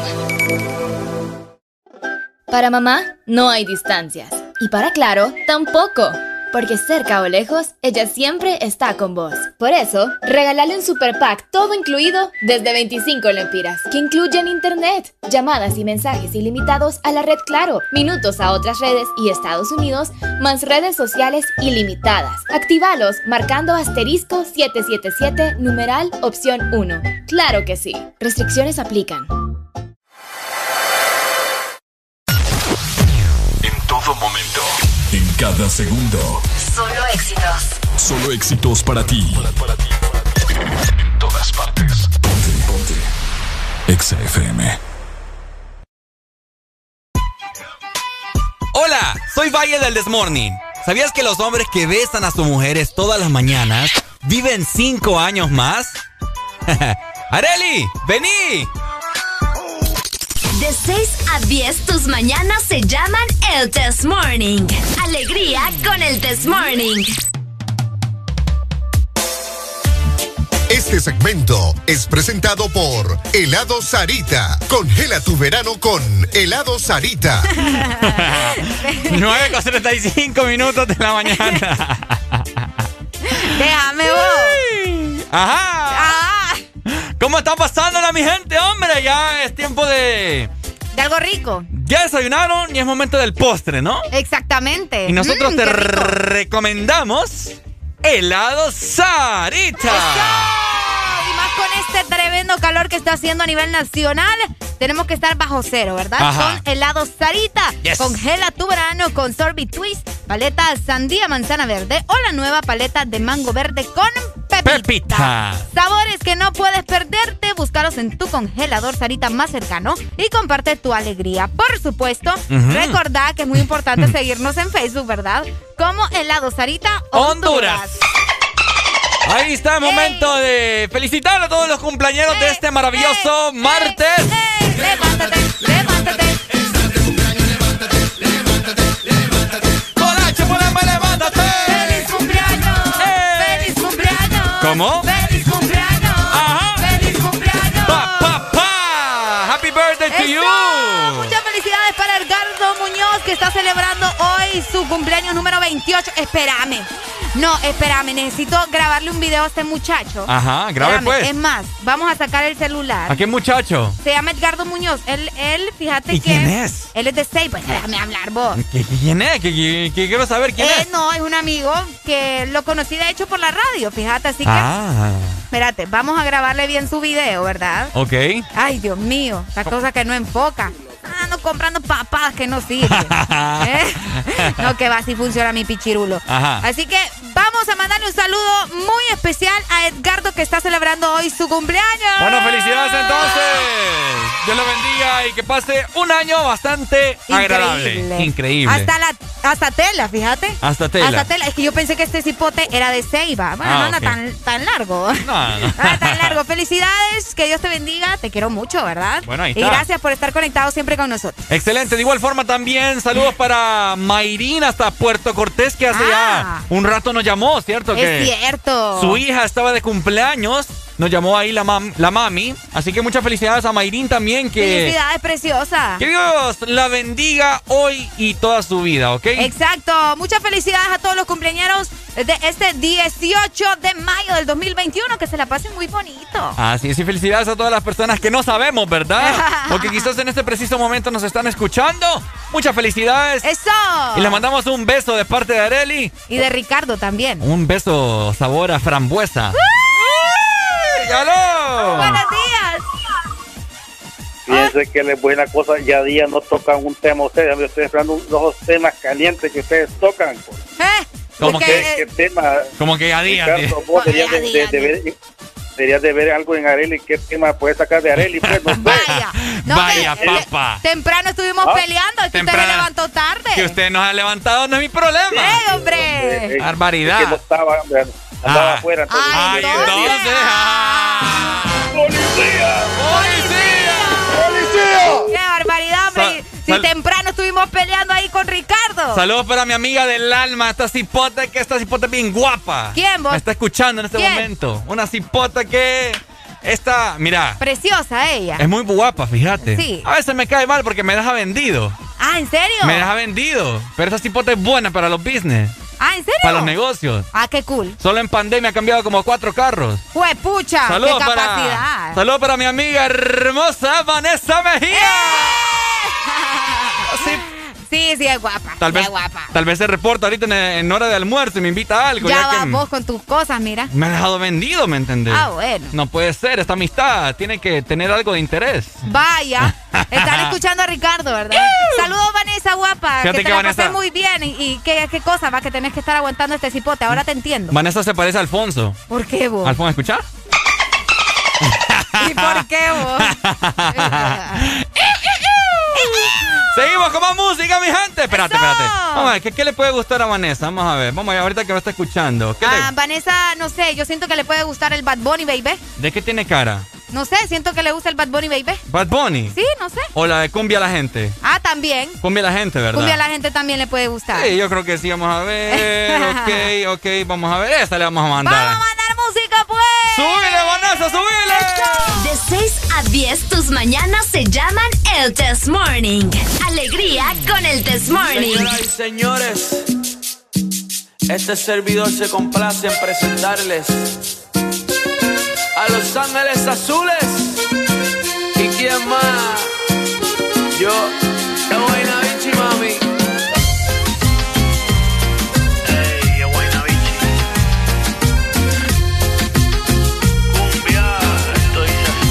Para mamá, no hay distancias. Y para Claro, tampoco. Porque cerca o lejos, ella siempre está con vos. Por eso, regálale un super pack todo incluido desde 25 lempiras, que incluyen internet, llamadas y mensajes ilimitados a la red Claro, minutos a otras redes y Estados Unidos, más redes sociales ilimitadas. Actívalos marcando asterisco 777 numeral opción 1. Claro que sí. Restricciones aplican. En todo momento, en cada segundo. Solo éxitos. Solo éxitos para ti. En todas partes. Ponte. Exa FM. Hola, soy Valle del Desmorning. ¿Sabías que los hombres que besan a sus mujeres todas las mañanas viven 5 años más? ¡Areli, vení! De 6 a 10, tus mañanas se llaman el This Morning. Alegría con el This Morning. Este segmento es presentado por Helado Sarita. Congela tu verano con Helado Sarita. 9:35 de la mañana. Déjame vos. Ajá. ¿Cómo está pasándola, mi gente? Hombre, ya es tiempo de algo rico. Ya desayunaron y es momento del postre, ¿no? Exactamente. Y nosotros te recomendamos Helado Sarita. Y más con este tremendo calor que está haciendo a nivel nacional, tenemos que estar bajo cero, ¿verdad? Ajá. Con Helado Sarita. Yes. Congela tu verano con Sorbet Twist, paleta sandía manzana verde o la nueva paleta de mango verde con pepita. Sabores que no puedes perderte. Búscalos en tu congelador Sarita más cercano y comparte tu alegría. Por supuesto, recordá que es muy importante seguirnos en Facebook, ¿verdad? Como Helado Sarita Honduras. Ahí está el momento de felicitar a todos los cumpleañeros de este maravilloso martes. Levántate, levántate. ¡Levántate! ¡Feliz cumpleaños! ¡Feliz cumpleaños! ¿Cómo? ¡Feliz cumpleaños! ¡Ajá! ¡Feliz cumpleaños! ¡Pa! ¡Happy birthday to you! Muchas felicidades para Edgardo Muñoz, que está celebrando hoy su cumpleaños número 28. Espérame. No, espérame, necesito grabarle un video a este muchacho. Ajá, grabe pues. Es más, vamos a sacar el celular. ¿A qué muchacho? Se llama Edgardo Muñoz. Él fíjate ¿Y que... quién es? Él es de Seiba. Déjame hablar, vos. ¿Quién es? ¿Qué quiero saber quién es? No, es un amigo que lo conocí de hecho por la radio, fíjate, así que... Espérate, vamos a grabarle bien su video, ¿verdad? Ok. Ay, Dios mío, esta cosa que no enfoca. No comprando papadas que no sirven. No, que va, así funciona mi pichirulo. Ajá. Así que vamos a mandarle un saludo muy especial a Edgardo, que está celebrando hoy su cumpleaños. Bueno, felicidades entonces. Dios lo bendiga y que pase un año bastante agradable. Increíble. Hasta tela, fíjate. Hasta tela. Es que yo pensé que este cipote era de Ceiba. Bueno, no anda tan largo. No. Tan largo. Felicidades, que Dios te bendiga. Te quiero mucho, ¿verdad? Bueno, ahí está. Y gracias por estar conectado siempre con nosotros. Excelente. De igual forma también saludos para Mayrín hasta Puerto Cortés, que hace ya un rato nos llamó, ¿cierto? Es cierto. Su hija estaba de cumpleaños. Nos llamó ahí la mami. Así que muchas felicidades a Mayrín también. Felicidades, preciosa. Que Dios la bendiga hoy y toda su vida, ¿ok? Exacto. Muchas felicidades a todos los cumpleañeros de este 18 de mayo del 2021. Que se la pasen muy bonito. Así es, y felicidades a todas las personas que no sabemos, ¿verdad? O que quizás en este preciso momento nos están escuchando. Muchas felicidades. ¡Eso! Y les mandamos un beso de parte de Arely. Y de Ricardo también. Un beso sabor a frambuesa. ¡Aló! ¡Buenos días! Fíjense que les buena cosa, ya día no tocan un tema ustedes. Yo estoy esperando dos temas calientes que ustedes tocan. ¿Cómo que? ¿Qué tema? Como que ya día. Ricardo, vos deberías de ver algo en Arely. ¿Qué tema puedes sacar de Arely? Pues, no sé. Vaya, papá. Temprano estuvimos peleando. Es que usted me levantó tarde. Que usted nos ha levantado no es mi problema. ¡Sí, hombre! Barbaridad. Es que no estaba, andaba afuera. Entonces. ¡Policía! ¡Qué barbaridad, hombre! Si temprano estuvimos peleando ahí con Ricardo. Saludos para mi amiga del alma, esta cipota es bien guapa. ¿Quién, vos? Me está escuchando en este momento. Una cipota que está, mira. Preciosa ella. Es muy guapa, fíjate. Sí. A veces me cae mal porque me deja vendido. Ah, ¿en serio? Me deja vendido. Pero esa cipota es buena para los business. Ah, ¿en serio? Para los negocios. Ah, qué cool. Solo en pandemia ha cambiado como 4 carros. ¡Juepucha! Saludos ¡Qué capacidad! Saludos para mi amiga hermosa Vanessa Mejía. Sí, es guapa. Tal vez se reporta ahorita en hora de almuerzo y me invita a algo. Ya va vos con tus cosas, mira. Me ha dejado vendido, ¿me entendés? Ah, bueno. No puede ser, esta amistad tiene que tener algo de interés. Vaya, están escuchando a Ricardo, ¿verdad? Saludos, Vanessa, guapa. Fíjate que te que la Vanessa... pasé muy bien. ¿Y qué cosa va que tenés que estar aguantando este cipote? Ahora te entiendo. Vanessa se parece a Alfonso. ¿Por qué vos? ¿Alfonso, escuchás? ¿Y por qué vos? Seguimos con más música, mi gente. Espérate. Vamos a ver, ¿qué le puede gustar a Vanessa? Vamos a ver, ahorita que me está escuchando. Vanessa, no sé, yo siento que le puede gustar el Bad Bunny, baby. ¿De qué tiene cara? No sé, siento que le gusta el Bad Bunny, baby. ¿Bad Bunny? Sí, no sé. O la de Cumbia a la Gente. Ah, también. Cumbia a la Gente, ¿verdad? Cumbia a la Gente también le puede gustar. Sí, yo creo que sí, vamos a ver. Ok, vamos a ver, esta le vamos a mandar. ¡Vamos a mandar música, pues! ¡Súbile, Vanessa, súbile! De 6 a 10, tus mañanas se llaman el This Morning. Alegría con el This Morning. Señoras y señores, este servidor se complace en presentarles a Los Ángeles Azules. ¿Y quién más? Yo, la Buena Bichi, mami. Ey, Buena Bichi. Cumbia, estoy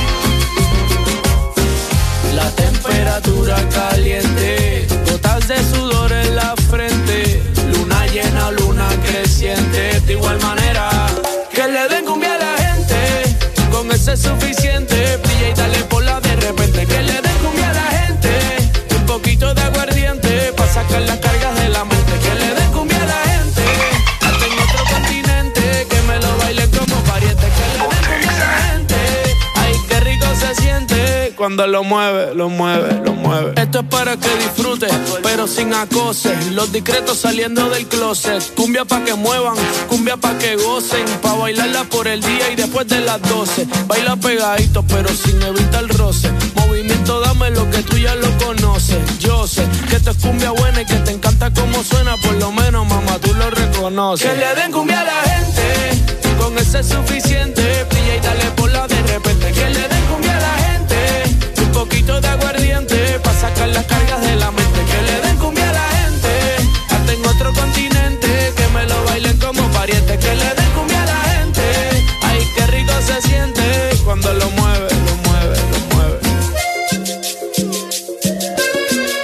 así. La temperatura caliente, gotas de sudor en la frente, luna llena, luna creciente, de igual manera que le den cumbia a la gente, con eso es suficiente, brilla y dale por la de repente, que le den cumbia a la gente, un poquito de aguardiente, pa' sacar las cargas de la mente, que le den cumbia a la gente, hasta en otro continente, que me lo bailen como pariente, que le den cumbia a la gente, ay, qué rico se siente, cuando lo mueve, lo mueve, lo mueve. Esto es para que disfrutes, pero sin acoses. Los discretos saliendo del closet. Cumbia pa' que muevan, cumbia pa' que gocen. Pa' bailarla por el día y después de las 12. Baila pegadito, pero sin evitar el roce. Movimiento, dame lo que tú ya lo conoces. Yo sé que esto es cumbia buena y que te encanta cómo suena. Por lo menos, mamá, tú lo reconoces. Que le den cumbia a la gente, con eso es suficiente. Brilla y dale por la de repente. Que le den cumbia a la gente, un poquito de aguardiente, pa' sacar las cargas de la mente. Que le den cumbia a la gente, hasta en otro continente, que me lo bailen como pariente. Que le den cumbia a la gente, ay, qué rico se siente, cuando lo mueve, lo mueve, lo mueve.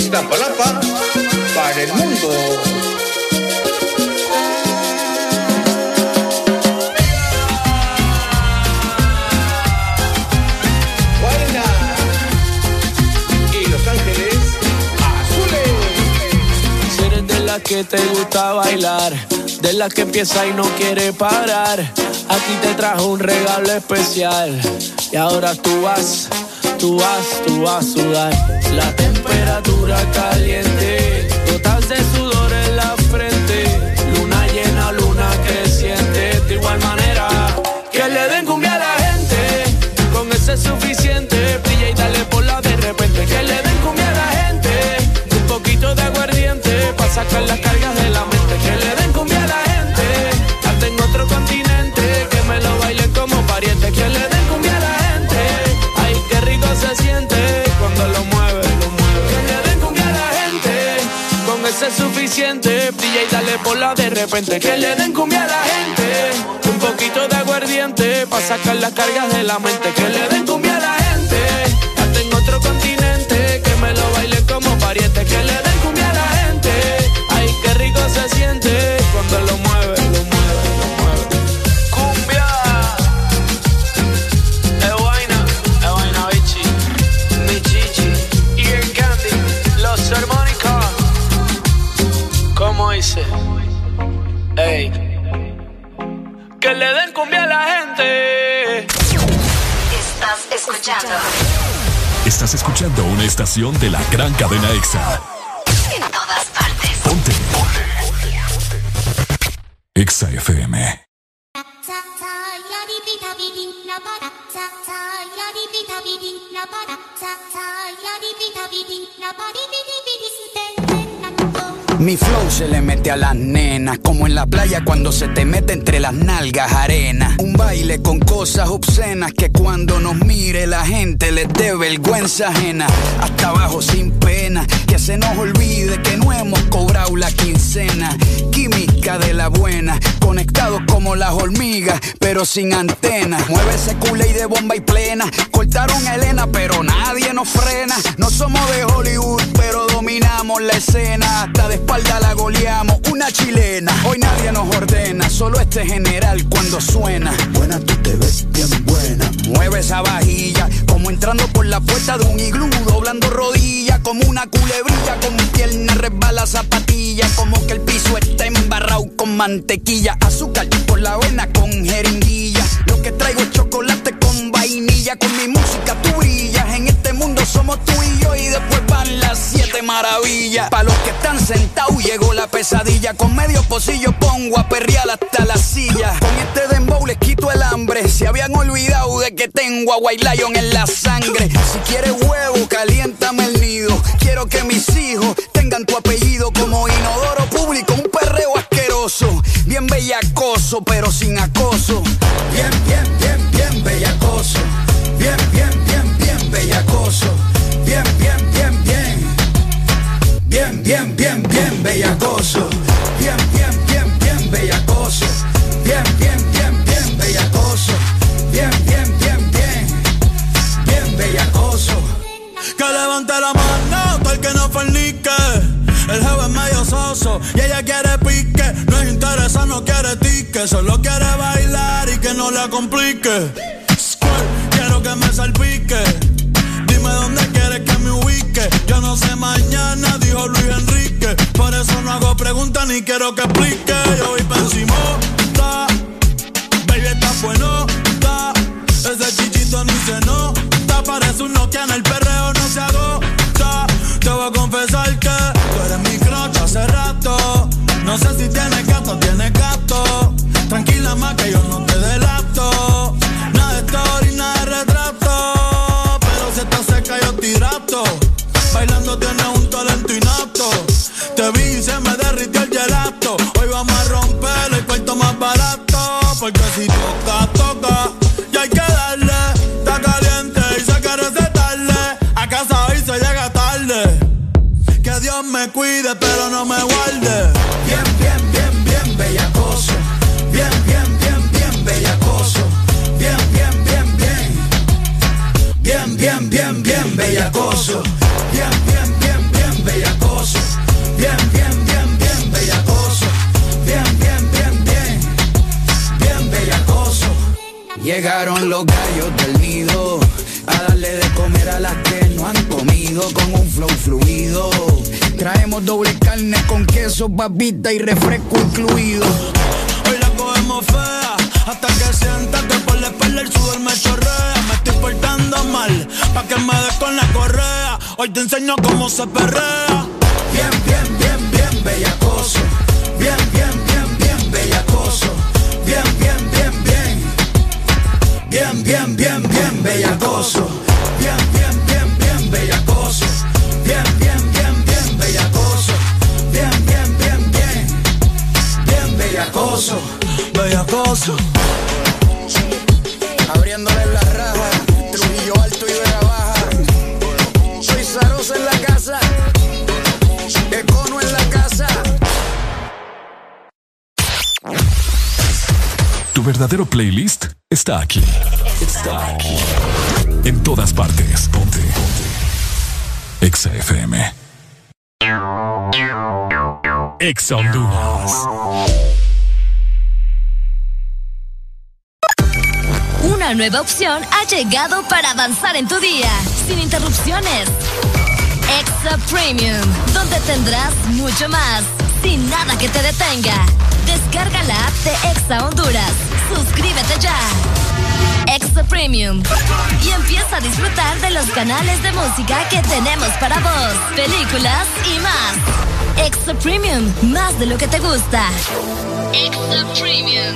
Iztapalapa para el mundo. Guarena y Los Ángeles Azules. Si eres de las que te gusta bailar, de las que empieza y no quiere parar, aquí te trajo un regalo especial. Y ahora tú vas a sudar. La temperatura caliente, gotas de sudor en la frente, luna llena, luna creciente. De igual manera, que le den cumbia a la gente, con eso es suficiente. Brilla y dale por la de repente. Que le den cumbia a la gente, un poquito de aguardiente, pa' sacar las cargas de la mente. Que le den cumbia a la gente, hasta en otro continente, que me lo bailen como pariente. Que le den cumbia a la gente, ay, qué rico se siente cuando lo mueve, lo mueve. Que le den cumbia a la gente, con ese es suficiente. Brilla y dale por la de repente. Que le den cumbia a la gente, un poquito de aguardiente, pa' sacar las cargas de la mente. Que le den cumbia a la gente, hasta en otro continente, que me lo bailen como pariente. Que le den cumbia a la gente, ay, qué rico se siente cuando lo mueve, lo mueve, lo mueve. Cumbia, es vaina bichi, mi chichi y el candy, los armónicos. ¿Cómo dice? Ey, que le den cumbia a la gente. Estás escuchando una estación de la gran cadena EXA. En todas partes. Ponte. EXA FM. Mi flow se le mete a las nenas, como en la playa cuando se te mete entre las nalgas arena. Un baile con cosas obscenas que cuando nos mire la gente les dé vergüenza ajena. Hasta abajo sin pena, que se nos olvide que no hemos cobrado la quincena. Química de la buena, conectados como las hormigas, pero sin antenas. Mueve ese culé y de bomba y plena. Cortaron a Elena, pero nadie nos frena. No somos de Hollywood, pero dominamos la escena. Hasta de espalda la goleamos, una chilena. Hoy nadie nos ordena, solo este general cuando suena. Buena, tú te ves bien buena. Mueve esa vajilla, como entrando por la puerta de un iglú, doblando rodillas, como una culebrilla, con mi pierna resbala zapatilla, como que el piso está embarrado con mantequilla. Azúcar por la avena con jeringuilla. Lo que traigo es chocolate con vainilla. Con mi música tú brillas, en este mundo somos tú y yo, y después van las 7 maravillas. Pa' los que están sentados llegó la pesadilla, con medio pocillo pongo a perrear hasta la silla. Con este dembow les quito el hambre, se habían olvidado de que tengo a White Lion en la sangre. Si quieres huevo, caliéntame el nido. Quiero que mis hijos tengan tu apellido, como inodoro público, un perreo asqueroso. Bien bellacoso, pero sin acoso. Bien, bien, bien, bien bellacoso. Bien, bien, bien, bien bellacoso. Bien, bien, bien, bien. Bien, bien, bien, bien bellacoso. Bien, bien, bien, bien bellacoso. Bien, bien, bien, bien bellacoso. Bien, bien, bien, bien. Bien bellacoso. Que levante la mano todo el que no fornique. El jefe es medio soso y ella quiere pique. No es interesa, no quiere tique. Solo quiere bailar y que no la complique. Squirt, quiero que me salpique. Dime dónde quieres que me ubique. Yo no sé mañana, dijo Luis Enrique. Por eso no hago preguntas ni quiero que explique. Yo voy pa' encima, baby, está bueno, ese chichito ni se nota. Parece un Nokia, en el perreo no se agota. Te voy a confesar que tú eres mi crush hace rato. No sé si tienes gato, tienes gato. Tranquila más que yo no te delato. Nada de story, nada de retrato. Pero si estás cerca yo te hidrato. Bailando tienes un talento inapto. Te vi y se me derritió el gelato. Hoy vamos a romper el cuarto más barato. Porque si toca, toca. Y hay que darle. Está caliente y se quiere recetarle. A casa hoy se llega tarde. Que Dios me cuide pero no me guarde. Bien, bien, bien, bien bellacoso. Bien, bien, bien, bien bellacoso. Bien, bien, bien, bien. Bien, bien, bien, bien bellacoso. Bien, bien, bien, bien bellacoso. Llegaron los gallos del nido a darle de comer a las que no han comido con un flow fluido. Traemos doble carne con queso, babita y refresco incluido. Hoy la cogemos fea hasta que sienta que por la espalda el sudor me chorrea. Me estoy portando mal pa' que me des con la correa. Hoy te enseño cómo se perrea. Bien, bien, bien, bien bellacoso. Bien, bien, bien, bien bellacoso. Bien, bien, bien, bien. Bien, bien, bien, bien bellacoso. Bien, bien, bien, bien bellacoso. Bien, bien, bien, bien bellacoso. Bien, bien, bien, bien. Bien bellacoso. Bellacoso. Abriéndole la raja. Trujillo Alto y Vega Baja. Soy Zarosa en la casa. Econo en la casa. Tu verdadero playlist está aquí. Está aquí. En todas partes. Ponte. Exa FM. Exa Honduras. Una nueva opción ha llegado para avanzar en tu día, sin interrupciones. Exa Premium, donde tendrás mucho más, sin nada que te detenga. Descarga la app de Exa Honduras. Suscríbete ya. Exa Premium. Y empieza a disfrutar de los canales de música que tenemos para vos, películas y más. Exa Premium, más de lo que te gusta. Exa Premium.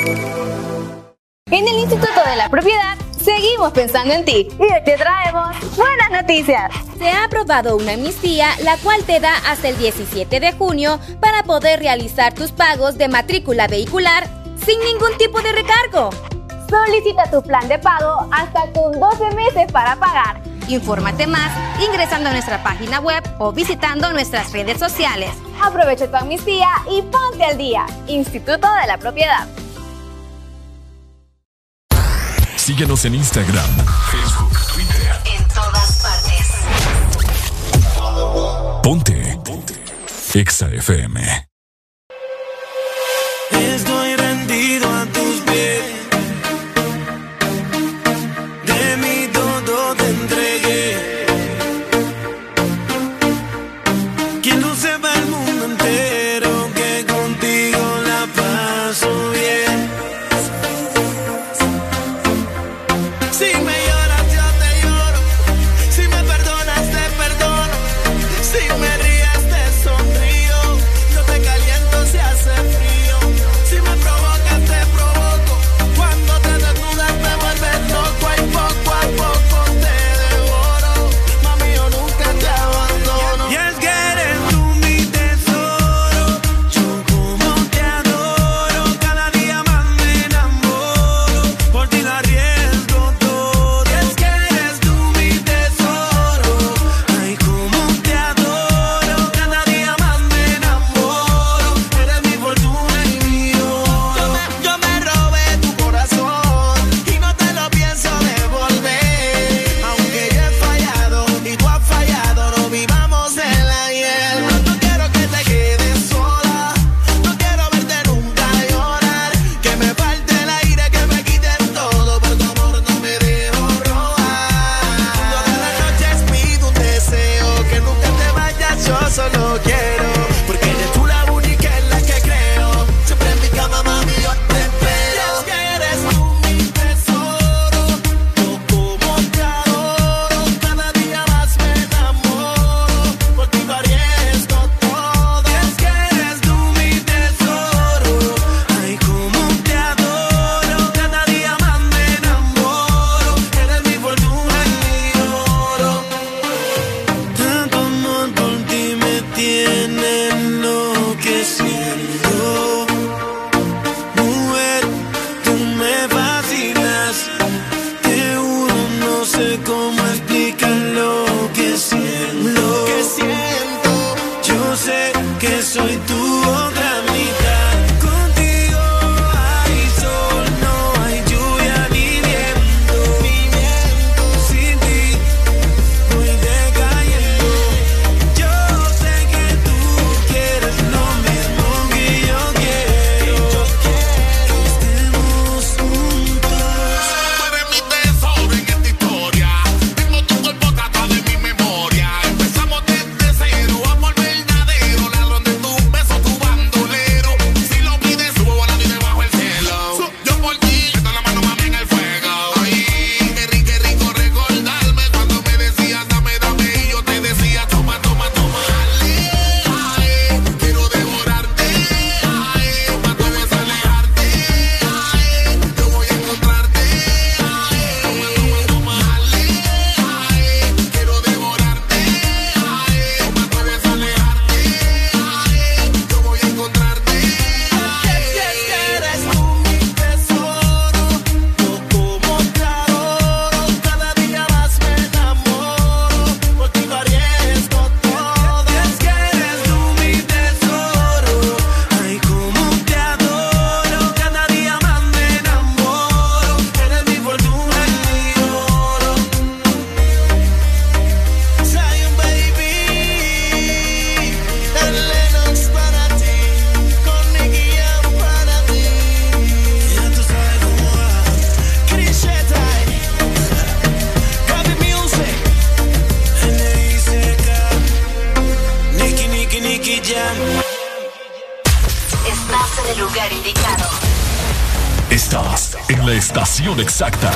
En el Instituto de la Propiedad seguimos pensando en ti y hoy te traemos buenas noticias. Se ha aprobado una amnistía, la cual te da hasta el 17 de junio para poder realizar tus pagos de matrícula vehicular sin ningún tipo de recargo. Solicita tu plan de pago hasta con 12 meses para pagar. Infórmate más ingresando a nuestra página web o visitando nuestras redes sociales. Aprovecha tu amnistía y ponte al día. Instituto de la Propiedad. Síguenos en Instagram, Facebook, Twitter. En todas partes. Ponte. Exa FM. Estoy rendido a tus pies. De mi todo te entregué. Quiero sepa el mundo entero que contigo la paso bien. Si me lloras yo te lloro. Si me perdonas te perdono. Si me ríes te sonrío. Yo te caliento si hace frío. Si me provocas te provoco. Cuando te desnudas me vuelves loco. Y poco a poco te devoro. Mami, yo nunca te abandono. Y es que eres tú mi tesoro. Yo como te adoro. Cada día más me enamoro. Por ti lo arriesgo todo. Y es que eres tú mi tesoro. Ay, como te adoro. Cada día más me enamoro. Eres mi fortuna y mi oro. Yo me robé tu corazón y no te lo pienso devolver. Aunque yo he fallado y tú has fallado, no vivamos en la hiel. No quiero que te quedes sola. No quiero verte nunca llorar. Que me falte el aire, que me quiten todo. Por tu amor no me dejo robar. Todas las noches pido un deseo. Que nunca te vayas, yo solo quiero. Porque eres tú la única en la que creo. Siempre en mi cama, mami, yo te espero. Y es que eres tú mi tesoro. Yo como te adoro. Cada día más me enamoro. Por ti lo arriesgo todo. Y es que eres tú mi tesoro. Ay, como te adoro. Cada día más me enamoro. Eres mi fortuna y mi oro. Tanto amor por ti me tiene enloqueciendo. Mujer, tú me fascinas. Te juro, no sé cómo explicar lo que siento. Yo sé que soy tu otra mitad. Contigo hay sol, no hay lluvia ni viento. Sin ti voy decayendo. Yo sé que tú quieres lo mismo que yo quiero. Que estemos juntos. la estación exacta.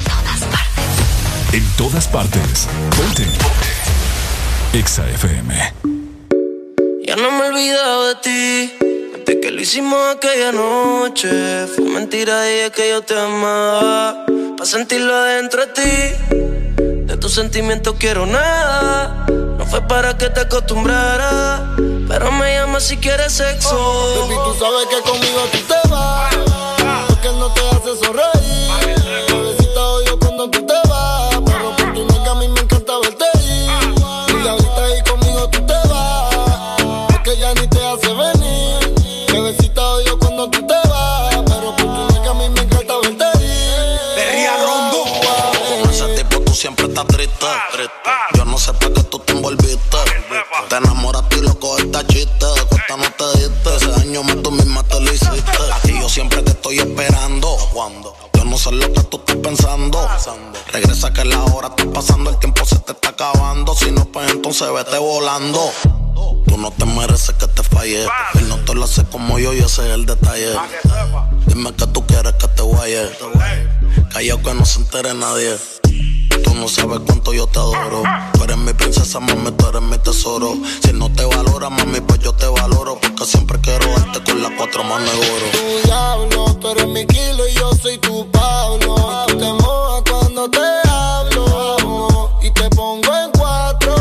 En todas partes. Ponte. Exa FM. Ya no me he olvidado de ti. Desde que lo hicimos aquella noche. Fue mentira y es que yo te amaba. Pa' sentirlo adentro de ti. De tus sentimientos quiero nada. No fue para que te acostumbraras. Pero me llamas si quieres sexo. Baby, tú sabes que conmigo tú te vas. Porque él no te hace sonreír. Bebecita odio cuando tú te vas. Pero por tu nalga a mí me encanta verte ir. Y ahorita ahí conmigo tú te vas. Porque ya ni te hace venir. Bebecita odio cuando tú te vas. Pero por tu nalga a mí me encanta verte ir. Perría Rondo. Con ese tipo tú siempre estás triste. Yo no sé para qué tú te envolviste. Te enamoraste y loco esta chiste. De cuenta no te diste. Ese daño más tú misma te lo hiciste. A ti yo siempre te estoy esperando. Cuando yo no sé lo que tú estás pensando. Regresa que la hora está pasando. El tiempo se te está acabando. Si no, pues entonces vete volando. Tú no te mereces que te falle. Él no te lo hace como yo y ese es el detalle. Dime que tú quieres que te guaye. Callao que no se entere nadie. Tú no sabes cuánto yo te adoro. Tú eres mi princesa, mami, tú eres mi tesoro. Si no te valora, mami, pues yo te valoro. Porque siempre quiero darte con las 4 manos de oro. Tu diablo, tú eres mi kilo y yo soy tu Pablo. Y tú te mojas cuando te hablo. Y te pongo en 4.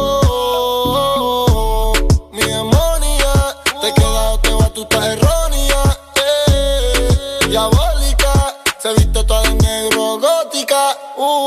Mi demonia, te queda o te va, tú estás errónea. Diabólica, se viste toda de negro, gótica.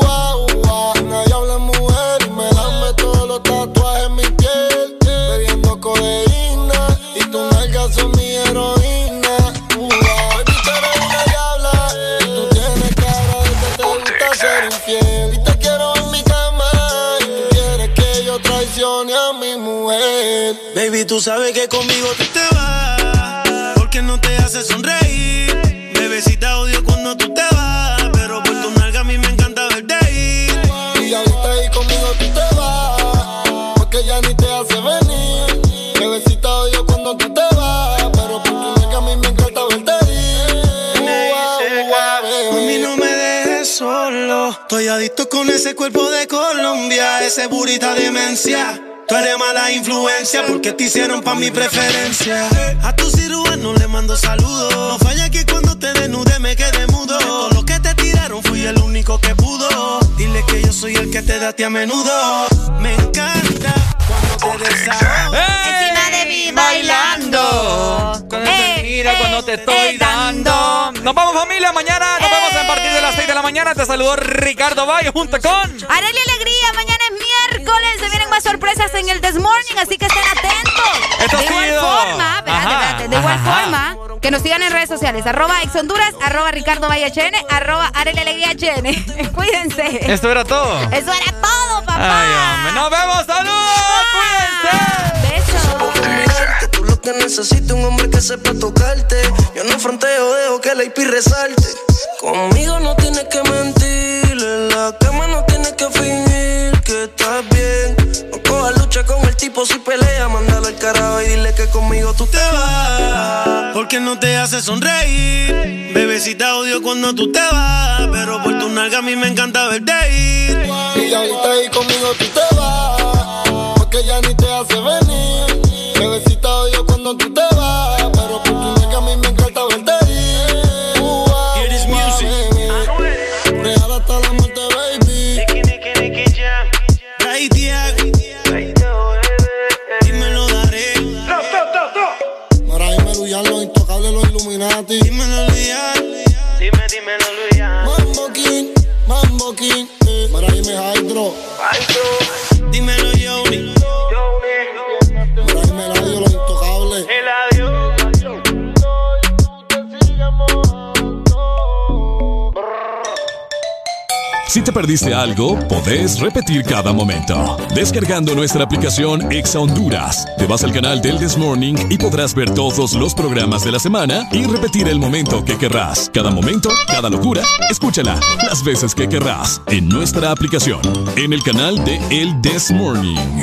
Nadie habla mujer y me lame todos los tatuajes en mi piel. Bebiendo codeína y tus nalgas son mi heroína. Baby, tú eres una diabla y tú tienes cara de que te gusta ser infiel. Y te quiero en mi cama y tú quieres que yo traicione a mi mujer. Baby, tú sabes que conmigo tú te vas. Porque no te hace sonreír. Bebecita odio cuando tú te vas. Pero por tu nalga a mí me encanta verte ir. Y ahorita ahí conmigo tú te vas. Porque ya ni te hace venir. Bebecita odio cuando tú te vas. Pero por tu nalga a mí me encanta verte ir. Mami, no me dejes solo. Estoy adicto con ese cuerpo de Colombia. Ese burita demencia. Tú eres mala influencia porque te hicieron pa' mi preferencia. A tu cirujano le mando saludos. No falla que cuando te desnude me quedé mudo. De todo lo que te tiraron fui el único que pudo. Dile que yo soy el que te da a ti a menudo. Me encanta cuando te desahogas. Encima de mí bailando. Cuando te mira, cuando te estoy dando. Nos vamos, familia. Mañana nos vemos a partir de las 6 de la mañana. Te saludó Ricardo Valle junto con Arely Alegría. Mañana es miércoles. Se vienen más sorpresas en el This Morning, así que estén atentos. De igual forma, espérate, de igual forma, que nos sigan en redes sociales, @exhonduras, @Ricardo Valle HN, @Arely Alegría HN. Cuídense. ¿Esto era todo? Eso era todo, papá. Ay, hombre. Nos vemos. ¡Saludos! ¡Cuídense! Besos. Tú lo que necesitas, un hombre que sepa tocarte. Yo no fronteo, dejo que la IP resalte. Conmigo no tienes que mentir, en la cama no tienes que fingir que estás bien. No cojas lucha con el tipo, si pelea, mándalo al carajo y dile que conmigo tú te vas. Porque no te hace sonreír. Bebecita odio cuando tú te vas. Pero por tu nalga a mí me encanta verte ir. Y ahorita ahí conmigo tú te vas. Porque ya ni te hace venir. Bebecita odio cuando tú te vas. Pero por tu nalga a mí me encanta verte ir. Here is music. Real hasta la muerte, baby. Nicky Jam. Right, dímelo, daré. Para irme Luyan, los intocables, los Illuminati. Dímelo, Luyan. Dímelo, Luyan. Mambo King. Para irme Hydro. Dímelo, Johnny. Para irme Eladio, los intocables. Si te perdiste algo, podés repetir cada momento. Descargando nuestra aplicación Exa Honduras. Te vas al canal del This Morning y podrás ver todos los programas de la semana y repetir el momento que querrás. Cada momento, cada locura, escúchala las veces que querrás en nuestra aplicación. En el canal de El This Morning.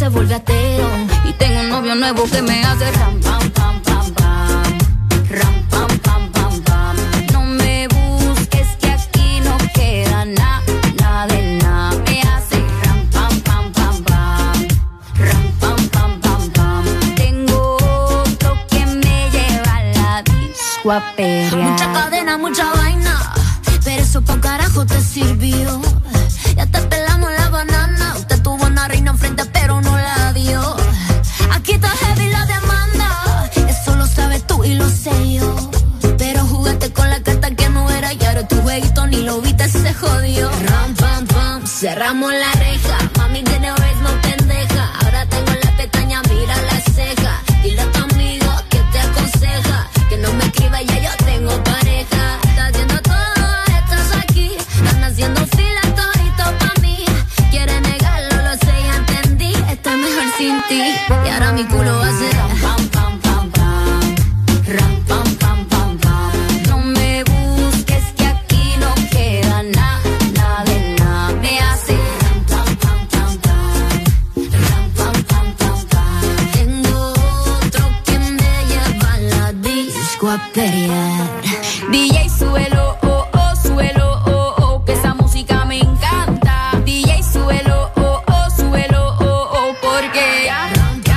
se vuelve ateo. Y tengo un novio nuevo que me hace ram, pam, pam, pam, pam. Ram, pam, pam, pam, pam. No me busques que aquí no queda nada, nada de nada. Me hace ram, pam, pam, pam, pam. Ram, pam, pam, pam, pam. Tengo otro que me lleva a la disco a perrear. Mucha cadena, mucha vaina, pero eso pa' carajo te sirvió. Ya te pelamos la banana. Usted tuvo una reina enfrente pero no la dio. Aquí está heavy la demanda. Eso lo sabes tú y lo sé yo. Pero jugaste con la carta que no era. Y ahora tu jueguito ni lo viste, se jodió. Ram, pam, pam, cerramos la reja. Mami tiene ritmo pendeja. Ahora tengo la pestaña, mira la ceja. Dile a tu amigo que te aconseja que no me escriba, ya yo tengo pareja. Está haciendo todo, estás aquí. Están haciendo fila todito pa' mí. Quiere negarlo, lo sé, ya entendí. Estoy mejor sin ti. Y ahora mi culo va a ser ram, pam, pam, pam, pam. Ram, pam, pam, pam, pam. No me busques que aquí no queda nada, nada de nada. Me hace ram, pam, pam, pam, pam. Ram, pam, pam, pam, pam. Tengo otro que me lleva a la disco a pelear. DJ, súbelo, oh, oh, súbelo, oh, oh, que esa música me encanta. DJ, súbelo, oh, oh, súbelo, oh, oh, porque ya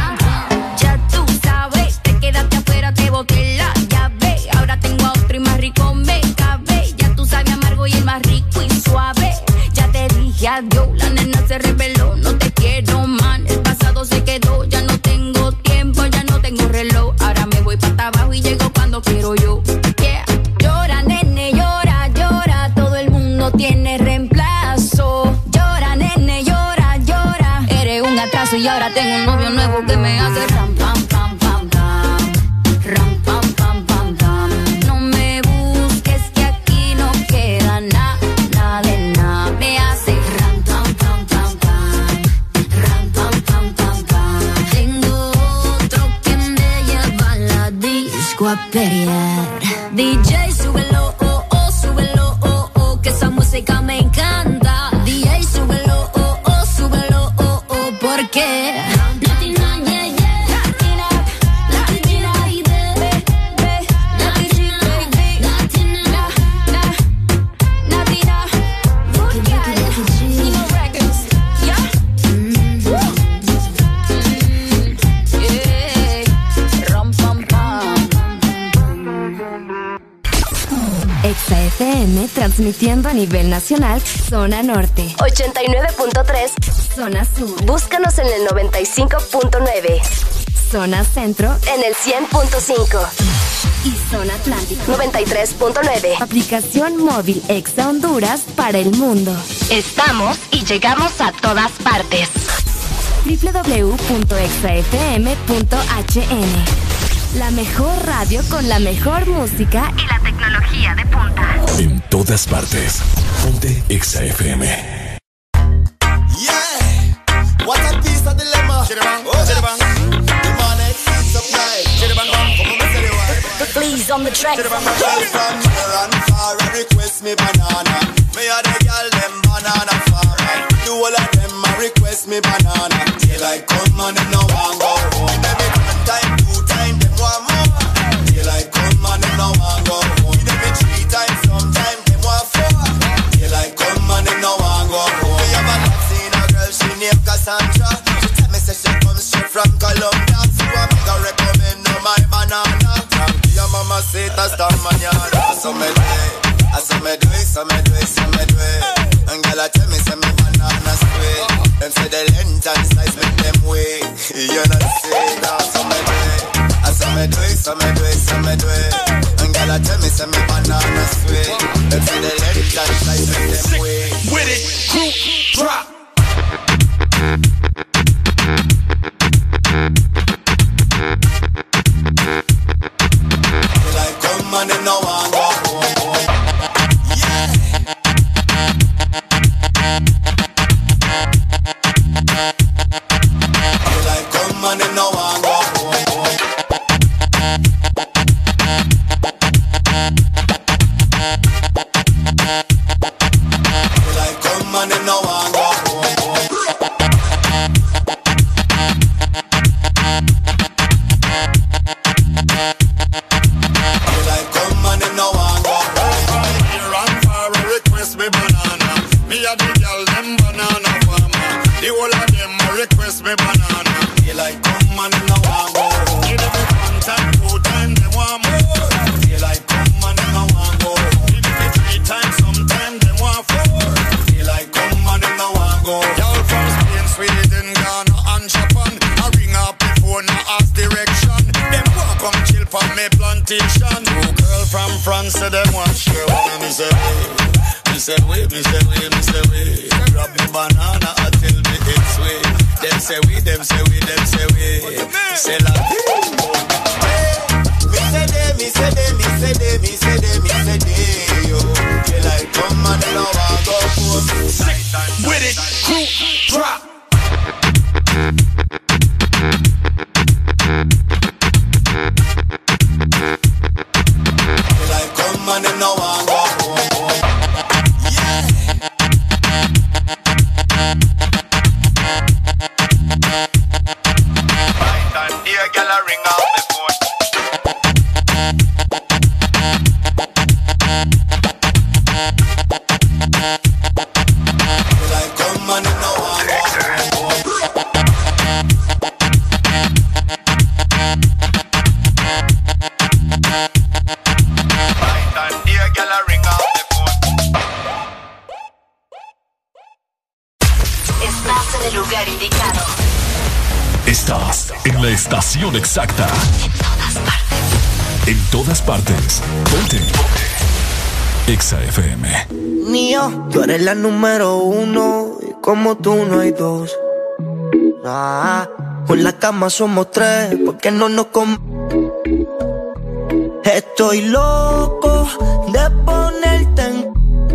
tú sabes, te quedaste afuera, te boté la llave. Ahora tengo a otro y más rico me cabe. Ya tú sabes amargo y el más rico y suave. Ya te dije adiós, la nena se rebeló. No te quiero, man, el pasado se quedó. Ya no tengo tiempo, ya no tengo reloj. Ahora me voy para abajo y llego cuando quiero yo. Yeah. Llora, nene, llora, llora. Todo el mundo tiene reemplazo. Llora, nene, llora, llora. Eres un atraso y ahora tengo un novio nuevo que me hace ram, pam, pam, pam, pam. Ram, pam, pam, pam, pam. No me busques que aquí no queda nada, nada de nada. Me hace ram, pam, pam, pam, pam. Ram, pam, pam, pam, pam. Tengo otro que me lleva a la disco a pelear. DJ, súbelo, oh, oh, súbelo, oh, oh, que esa música me encanta. DJ, súbelo, oh, oh, súbelo, oh, oh, porque Latina, yeah, yeah. Latina, Latina, baby, Latina, baby, Latina, Latina, porque Latino Records, yeah. Yeah, ram, pam, pam. Exa FM transmitiendo a nivel nacional, zona norte. 89.3 Zona sur. Búscanos en el 95.9. Zona centro. En el 100.5. Y zona atlántico. 93.9. Aplicación móvil Exa Honduras para el mundo. Estamos y llegamos a todas partes. www.exafm.hn. La mejor radio con la mejor música Y la tecnología de punta. En todas partes. Ponte Exa FM. Yeah, what a piece of dilemma. The money supply. Como me se le va. Please on the track. Girl from near and far, request me banana. Me a the girl them banana farmer. Do all of them a request me banana. Daylight come and them no want go home. Baby one time, two time, them want more. Daylight come and them no want go home. Baby three times, sometime them want four. Daylight come and them no want go home. Me have a love seen a girl, she named Cassandra. She tell me say she comes straight from Colombia. So I make her recommend her my banana. Your mama say that's the manana. So me do it, so me do it, so me do it, so me do it. And girl, tell me say me banana sweet. Them say the length and size make them wait. You know say that. So me do it, so me do it, so me do it, so me do it. And girl, tell me say me banana sweet. Them say the length and size make them wait. With it, group drop. Like come and them no want go home. Yeah. Like come and them no want go home. Like come and them no want go home. press me banana. Feel like come and no one go. Give me one time, two time, them want more. Feel like come and no one go. Give me 3 times, sometime them want 4. Feel like come and no one go. Y'all from Spain, Sweden, Ghana and Japan. I ring up the phone, I ask direction. Them want come chill for me plantation. Two girl from France, so them want share one. Me say we, me say we. Grab me banana until me it's sweet. Them say we. Say la me say they, yo. Feel like come and love and go home. With it, crew, drop. Feel like come and no one go home. Yeah. Right and here, girl, I ring out the phone. Feel like come and no one go home. Right and here, girl, I ring out the phone. Estás en el lugar indicado. Estás en la estación exacta. En todas partes. Ponte. Exa FM. Mío, tú eres la número 1 y como tú no hay dos. Con la cama somos 3, porque no nos Estoy loco de ponerte en.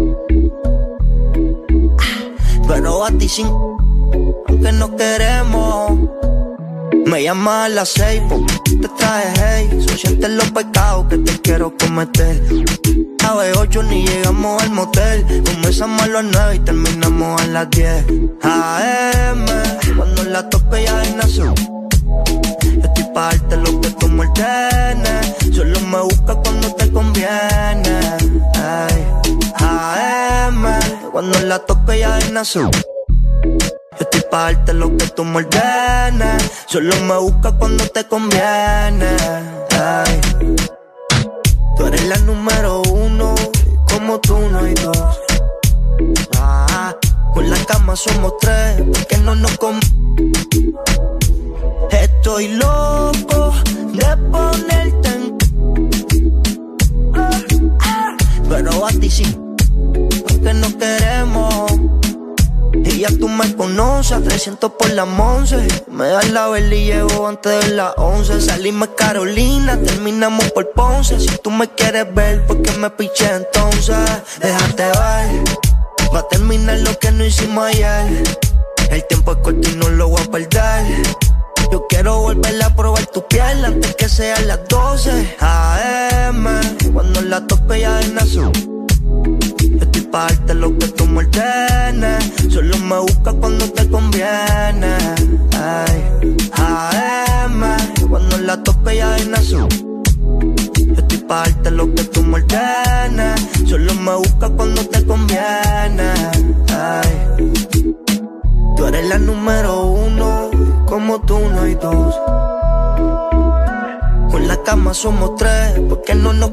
Pero a ti sin. Aunque no queremos. Me llamas a las 6, te traje hey. So sientes los pecados que te quiero cometer. A las 8 ni llegamos al motel. Comenzamos a las 9 y terminamos a las 10 AM, cuando la toque ya es azul. Estoy pa' darte lo que tú me ordenes. Solo me buscas cuando te conviene. Ay, AM, cuando la toque ya es azul. Estoy pa' darte lo que tú me ordenes. Solo me buscas cuando te conviene. Ay. Tú eres la número 1, como tú no hay dos. Con la cama somos 3, porque no nos Estoy loco de ponerte en. Pero a ti sí, porque no queremos. Y ya tú me conoces, 300 por la 11. Me das la vela y llego antes de las 11. Salimos Carolina, terminamos por Ponce. Si tú me quieres ver, ¿por qué me piché entonces? Déjate ver, va a terminar lo que no hicimos ayer. El tiempo es corto y no lo voy a perder. Yo quiero volver a probar tu piel antes que sean las 12 AM, cuando la toque ya es azul. Estoy pa' darte lo que tú me ordenes. Solo me buscas cuando te conviene. Ay, AM, cuando la toque ya es azul. Estoy pa' darte lo que tú me ordenes. Solo me buscas cuando te conviene. Ay. Tú eres la número 1, como tú no hay dos. Con la cama somos 3, porque no nos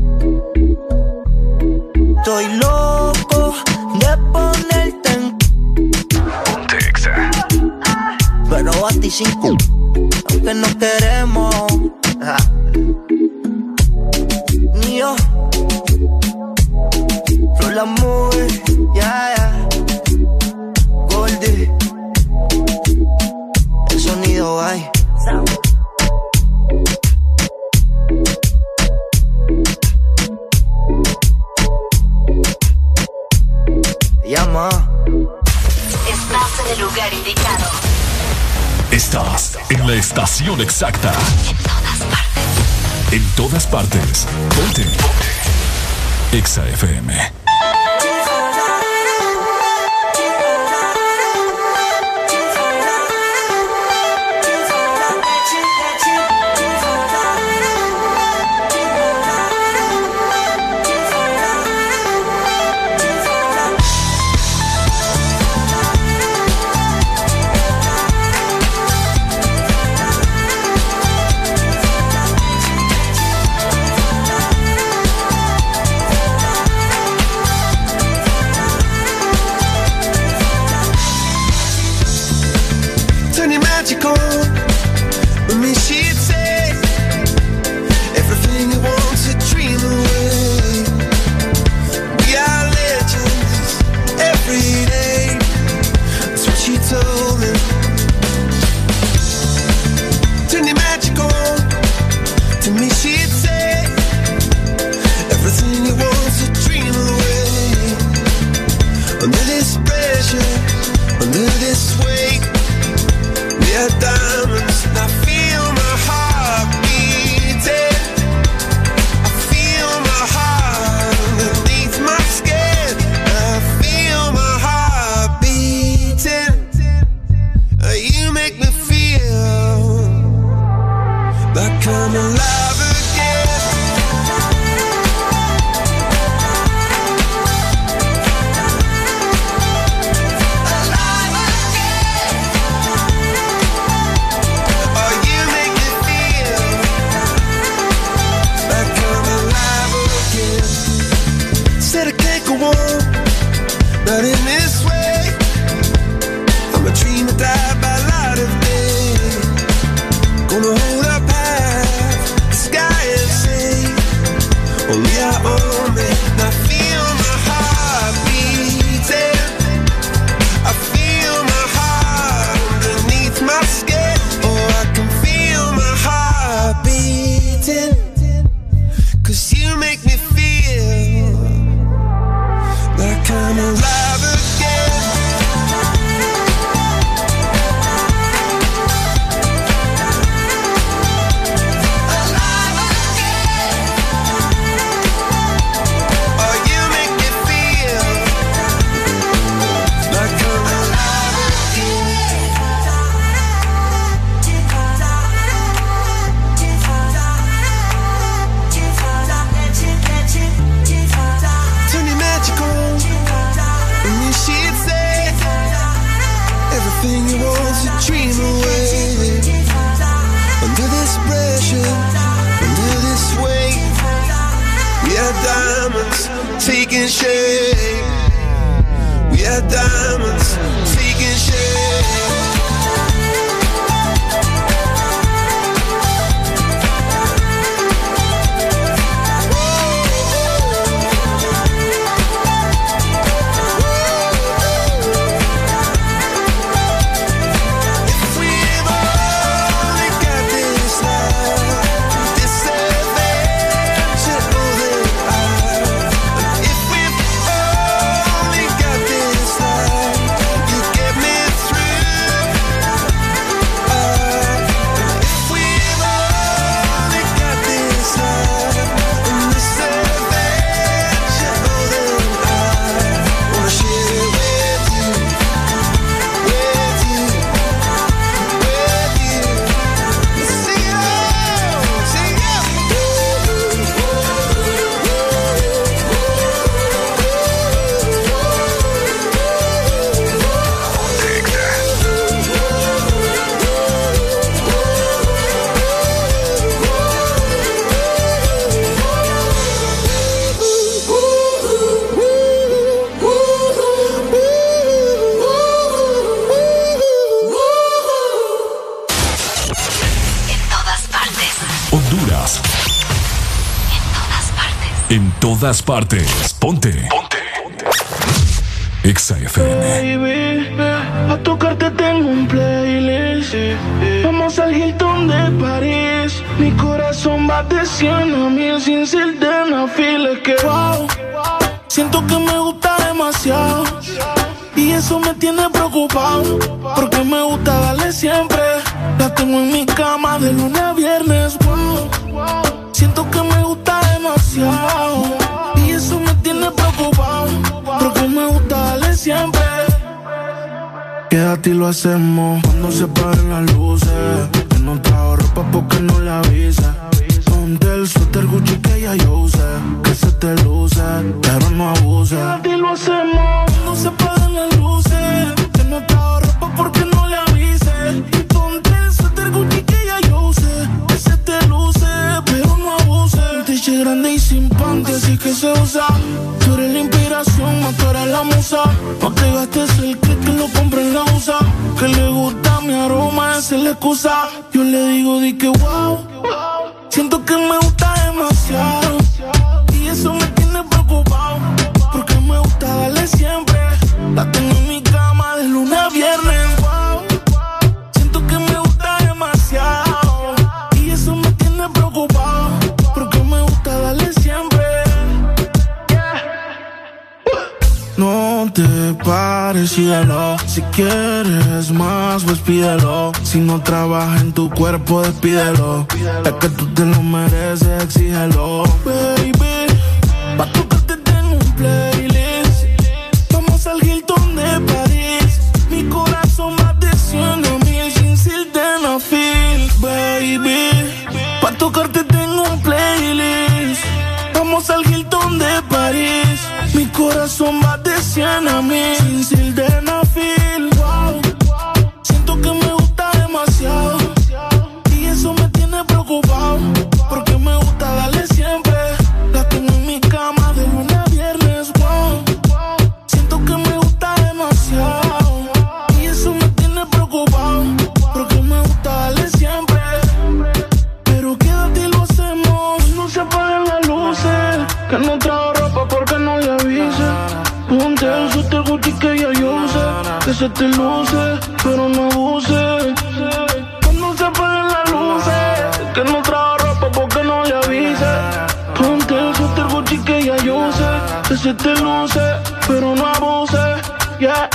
Estoy loco de ponerte en. Pero a ti sin aunque no queremos. Ni yo. Flow la movie, yeah. Goldie. El sonido hay. Llama. Estás en el lugar indicado. Estás en la estación exacta. En todas partes. Ponte. Exa FM. magic on. With me she'd say everything you want to dream away. We are legends every day. That's what she told me. Turn the magic on. To me she'd say everything you want to dream away. Under this pressure, under this weight, we are diamonds. And I feel my heart beating. I feel my heart underneath my skin. I feel my heart beating. You make me feel like I'm alive again. Alive again. Oh, you make me feel like I'm alive again. Said I can't go on, not in this way. I'm a dreamer, die by light of day. Gonna hold up half the sky and say, only I own me. And I feel my heart beating. I feel my heart underneath my skin. Oh, I can feel my heart beating. 'Cause you make me feel like I'm alive again. Alive again. Oh, you make me feel like I'm alive again. Turn your magic on. And you she'd say everything you want to dream away. Under this pressure, under this weight, we are diamonds taking shape. We are diamonds taking shape. If we've only got this life, this adventure for the eye. If we've only got this life, you get me through. If we've only got this life and this adventure for the eye, wanna share it with you, with you, with you. Sing it out, sing it out. Honduras. En todas partes. Ponte. Exa FM. Baby, a tocarte tengo un playlist. Vamos al Hilton de París. Mi corazón va de 100 a 1000 sin ser de una fila. Es que wow, siento que me gusta demasiado. Y eso me tiene preocupado, porque me gusta darle siempre. La tengo en mi cama de lunes a viernes. Wow, siento que me gusta demasiado. Y eso me tiene preocupado, porque me gusta darle siempre. Quédate y lo hacemos cuando se apaguen las luces. Que no trajo ropa porque no le avisa. Ponte el suéter Gucci que ya yo usé. Que se te luce, pero no abuse. Quédate y lo hacemos cuando se apaguen las luces. Que no trajo ropa porque no le avise. Y ponte el suéter Gucci que ya yo usé. Que se te luce, pero no abuse. Un t-shirt grande y sin panty, así que se usa. Tú eres la inspiración, más tú eres la musa. No te gastes el que lo compre en la USA. Que le gusta mi aroma, esa es la excusa. Yo le digo, di que wow. Siento que me gusta demasiado y eso me tiene preocupado, porque me gusta darle siempre. La tengo en mi cama de lunes a viernes, wow. Siento que me gusta demasiado y eso me tiene preocupado, porque me gusta darle siempre. No te pares, síguelo. Si quieres más, pues pídelo. Si no trabaja en tu cuerpo, despídelo. Es que tú te lo mereces, exígelo. Baby, pa' tocarte tengo un playlist. Vamos al Hilton de París. Mi corazón va de 100,000 sin sildenafil. Baby, pa' tocarte tengo un playlist. Vamos al Hilton de París. Mi corazón va de 100,000 sin sildenafil. Wow. Siento que me gusta demasiado y eso me tiene preocupado, porque me gusta darle siempre. La tengo en mi cama de lunes a viernes. Wow. Siento que me gusta demasiado y eso me tiene preocupado, porque me gusta darle siempre. Pero quédate y lo hacemos. No se apaguen las luces, que no trajo ropa porque no le avise. Ponte el suéter Gucci que ya yo sé, que se te luce, pero no abuse. Cuando se apaguen las luces, que no trajo ropa porque no le avise. Ponte el suéter Gucci que ya yo sé, que se te luce, pero no abuse. Yeah.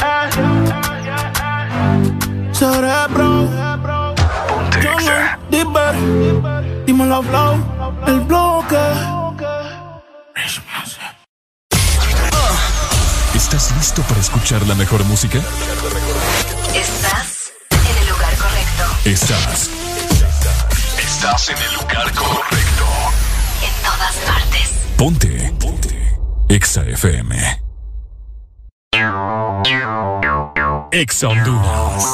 Cerebro, Dipper, dímelo flow, el bloque. ¿Estás listo para escuchar la mejor música? Estás en el lugar correcto. Estás en el lugar correcto. En todas partes. Ponte. Exa FM. Exa Honduras.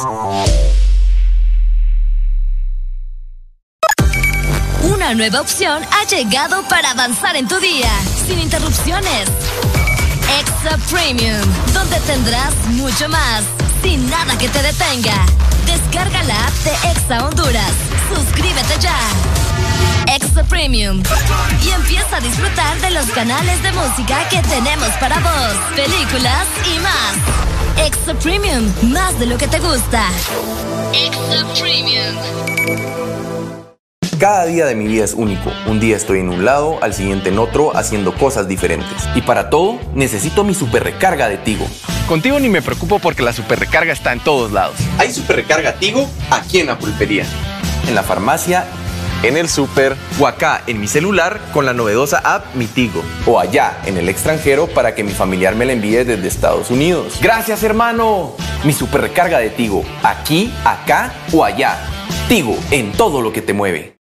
Una nueva opción ha llegado para avanzar en tu día, sin interrupciones. Exa Premium, donde tendrás mucho más, sin nada que te detenga. Descarga la app de Exa Honduras. Suscríbete ya. Exa Premium. Y empieza a disfrutar de los canales de música que tenemos para vos, películas y más. Exa Premium, más de lo que te gusta. Exa Premium. Cada día de mi vida es único. Un día estoy en un lado, al siguiente en otro, haciendo cosas diferentes. Y para todo, necesito mi super recarga de Tigo. Contigo ni me preocupo porque la super recarga está en todos lados. Hay super recarga Tigo aquí en la pulpería, en la farmacia, en el súper, o acá en mi celular con la novedosa app Mi Tigo, o allá en el extranjero para que mi familiar me la envíe desde Estados Unidos. ¡Gracias, hermano! Mi super recarga de Tigo, aquí, acá o allá. Tigo, en todo lo que te mueve.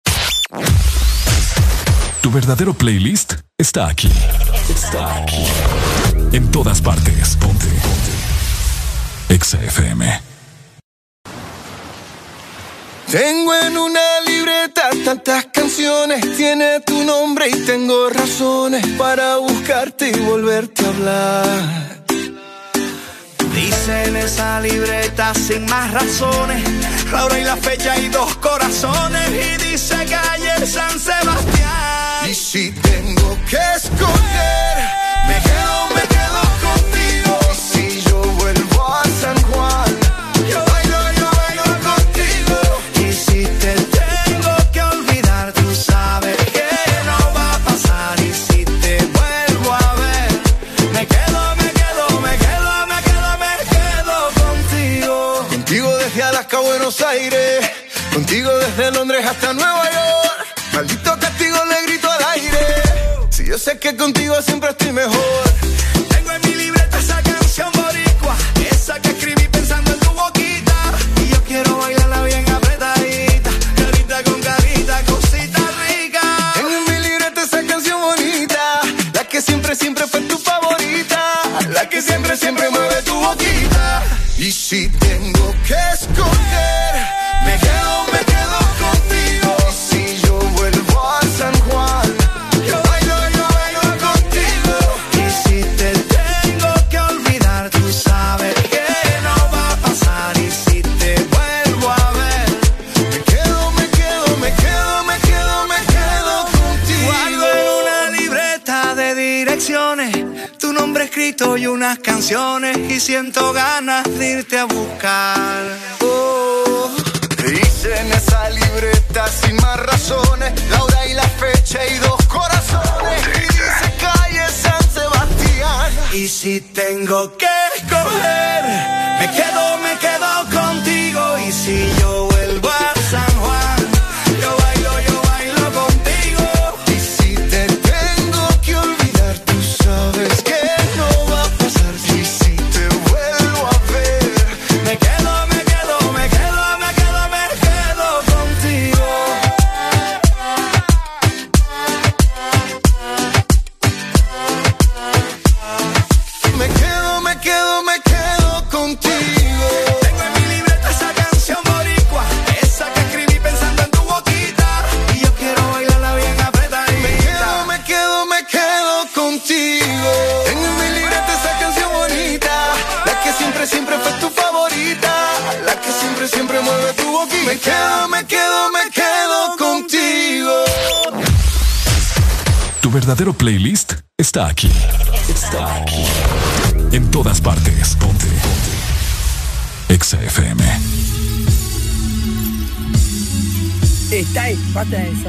Tu verdadero playlist está aquí. En todas partes. Ponte. Exa FM. Tengo en una libreta tantas canciones, tiene tu nombre y tengo razones para buscarte y volverte a hablar. Dice en esa libreta sin más razones, la hora y la fecha y 2 corazones, y dice calle San Sebastián. Y si tengo que escoger, me quedo contigo. Y si yo vuelvo a San Juan, yo bailo contigo. Y si te tengo que olvidar, tú sabes que no va a pasar. Y si te vuelvo a ver, me quedo contigo. Contigo desde Alaska a Buenos Aires, contigo desde Londres hasta Nueva York. Maldito castigo le grito al aire, si yo sé que contigo siempre estoy mejor. Tengo en mi libreta esa canción boricua, esa que escribí pensando en tu boquita. Y yo quiero bailarla bien apretadita, carita con carita, cosita rica. Tengo en mi libreta esa canción bonita, la que siempre fue tu favorita, la que siempre mueve tu boquita. Y si tengo que escoger, me quedo contigo. Y si yo vuelvo a San Juan, yo bailo contigo. Y si te cafecito y unas canciones y siento ganas de irte a buscar. Dice en esa libreta sin más razones la hora y la fecha y 2 corazones. Y dice calle San Sebastián. Y si tengo que escoger, me quedo contigo. Y si yo vuelvo a San Juan, yo bailo contigo. Y si te tengo que olvidar, tú sabes que no va a pasar. Y si te vuelvo a ver, me quedo contigo. Me quedo contigo. Tengo en mi libreta esa canción boricua, esa que escribí pensando en tu boquita. Y yo quiero bailarla bien apretadita. Me quedo contigo. Tengo en mi libreta esa canción bonita, la que siempre fue tu favorita, la que siempre mueve tu boquita. Me quedo contigo. Tu verdadero playlist está aquí. En todas partes. Ponte. Exa FM. Está ahí, pata esa.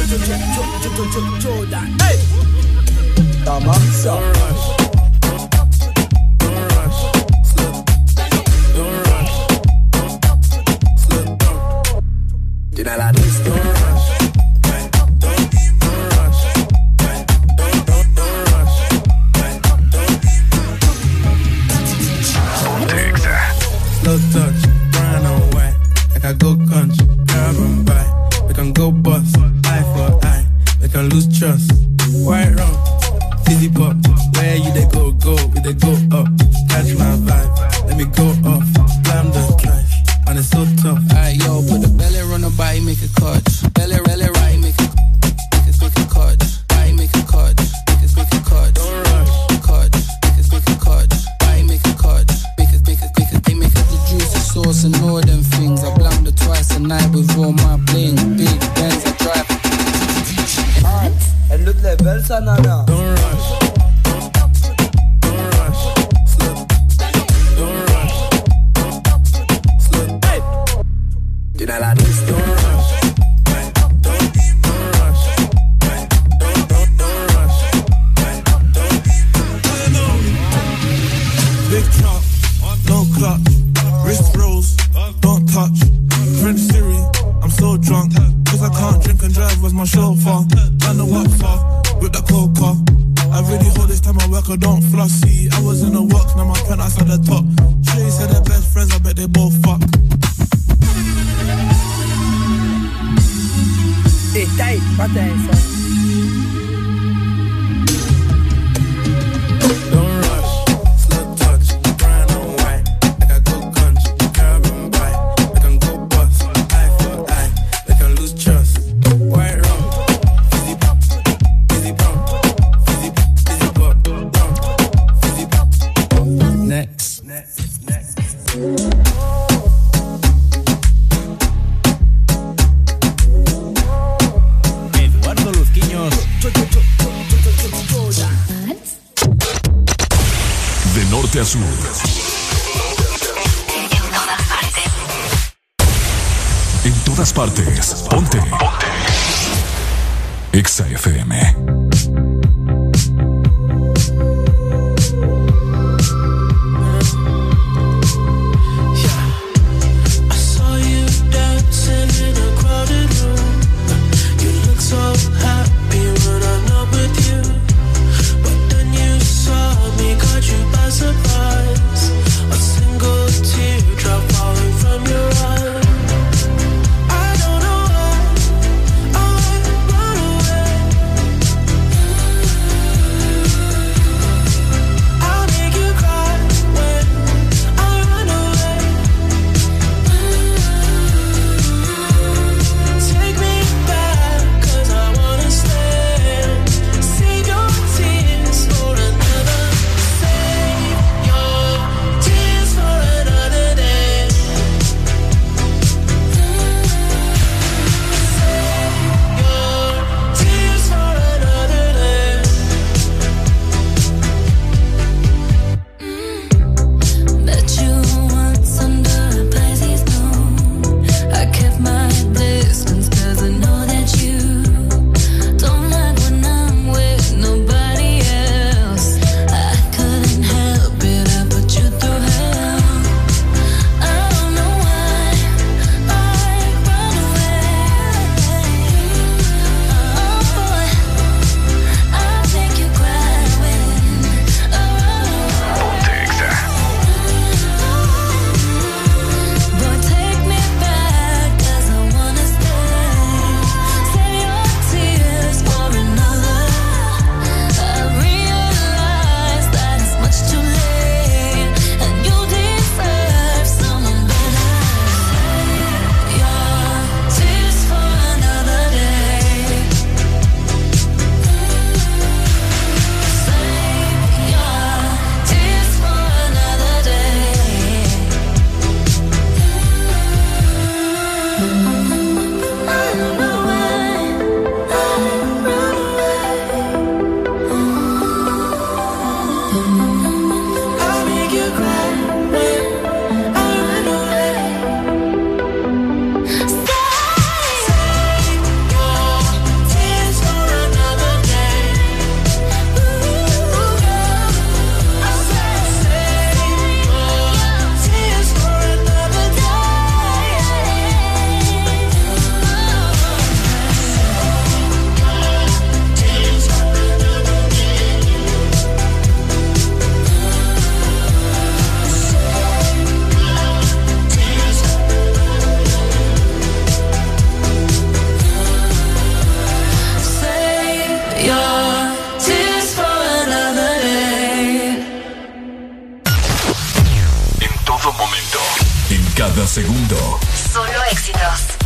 Slow touch, brown and white, like I go country, grab and buy. We can go bust, eye for eye, we can lose trust. White rum, fizzy pop, where you they go, we they go up. Catch my vibe, let me go off, slam the drive, and it's so tough. Alright, yo, put the belly on the body, make a catch. Belly right, make a catch. Body make a catch, make a catch. Don't rush, catch, make a catch. Body make a catch, make a juicy sauce and all them things. I blammed it twice a night with all my bling. Big Benz I drive. Elle lutte les belles, ça nana. Don't rush. You know like this, don't rush. Big chop, no clutch, wrist rolls, don't touch. French Siri, I'm so drunk, cause I can't drink and drive, was my chauffeur. I know what for, with the coca. I really hold this time I work, I don't floss. See, I was in the works, now my penthouse at the top. Shay said they're best friends, I bet they both fuck. Está ahí, pata esa. Eduardo Los Quiños. De norte a sur. En todas partes. Ponte. Exa FM.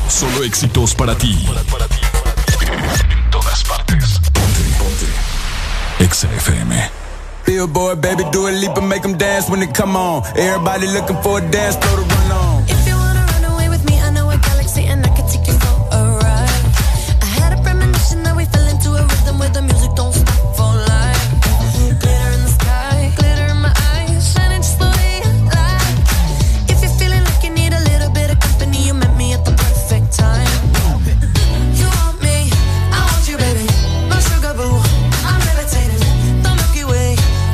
Solo éxitos para ti. En todas partes. Ponte. Exa FM. Billboard, baby, do a leap and make them dance when they come on. Everybody looking for a dance floor to run on. If you wanna run away with me, I know a galaxy and I can take you for a ride. I had a premonition that we fell into a rhythm where the music don't stop for life. Glitter in the sky, glitter in my eyes, shining just the way I like. If you're feeling like you need a little bit of company, you met me at the perfect time. You want me, I want you, baby, my sugar boo. I'm levitating, the Milky Way.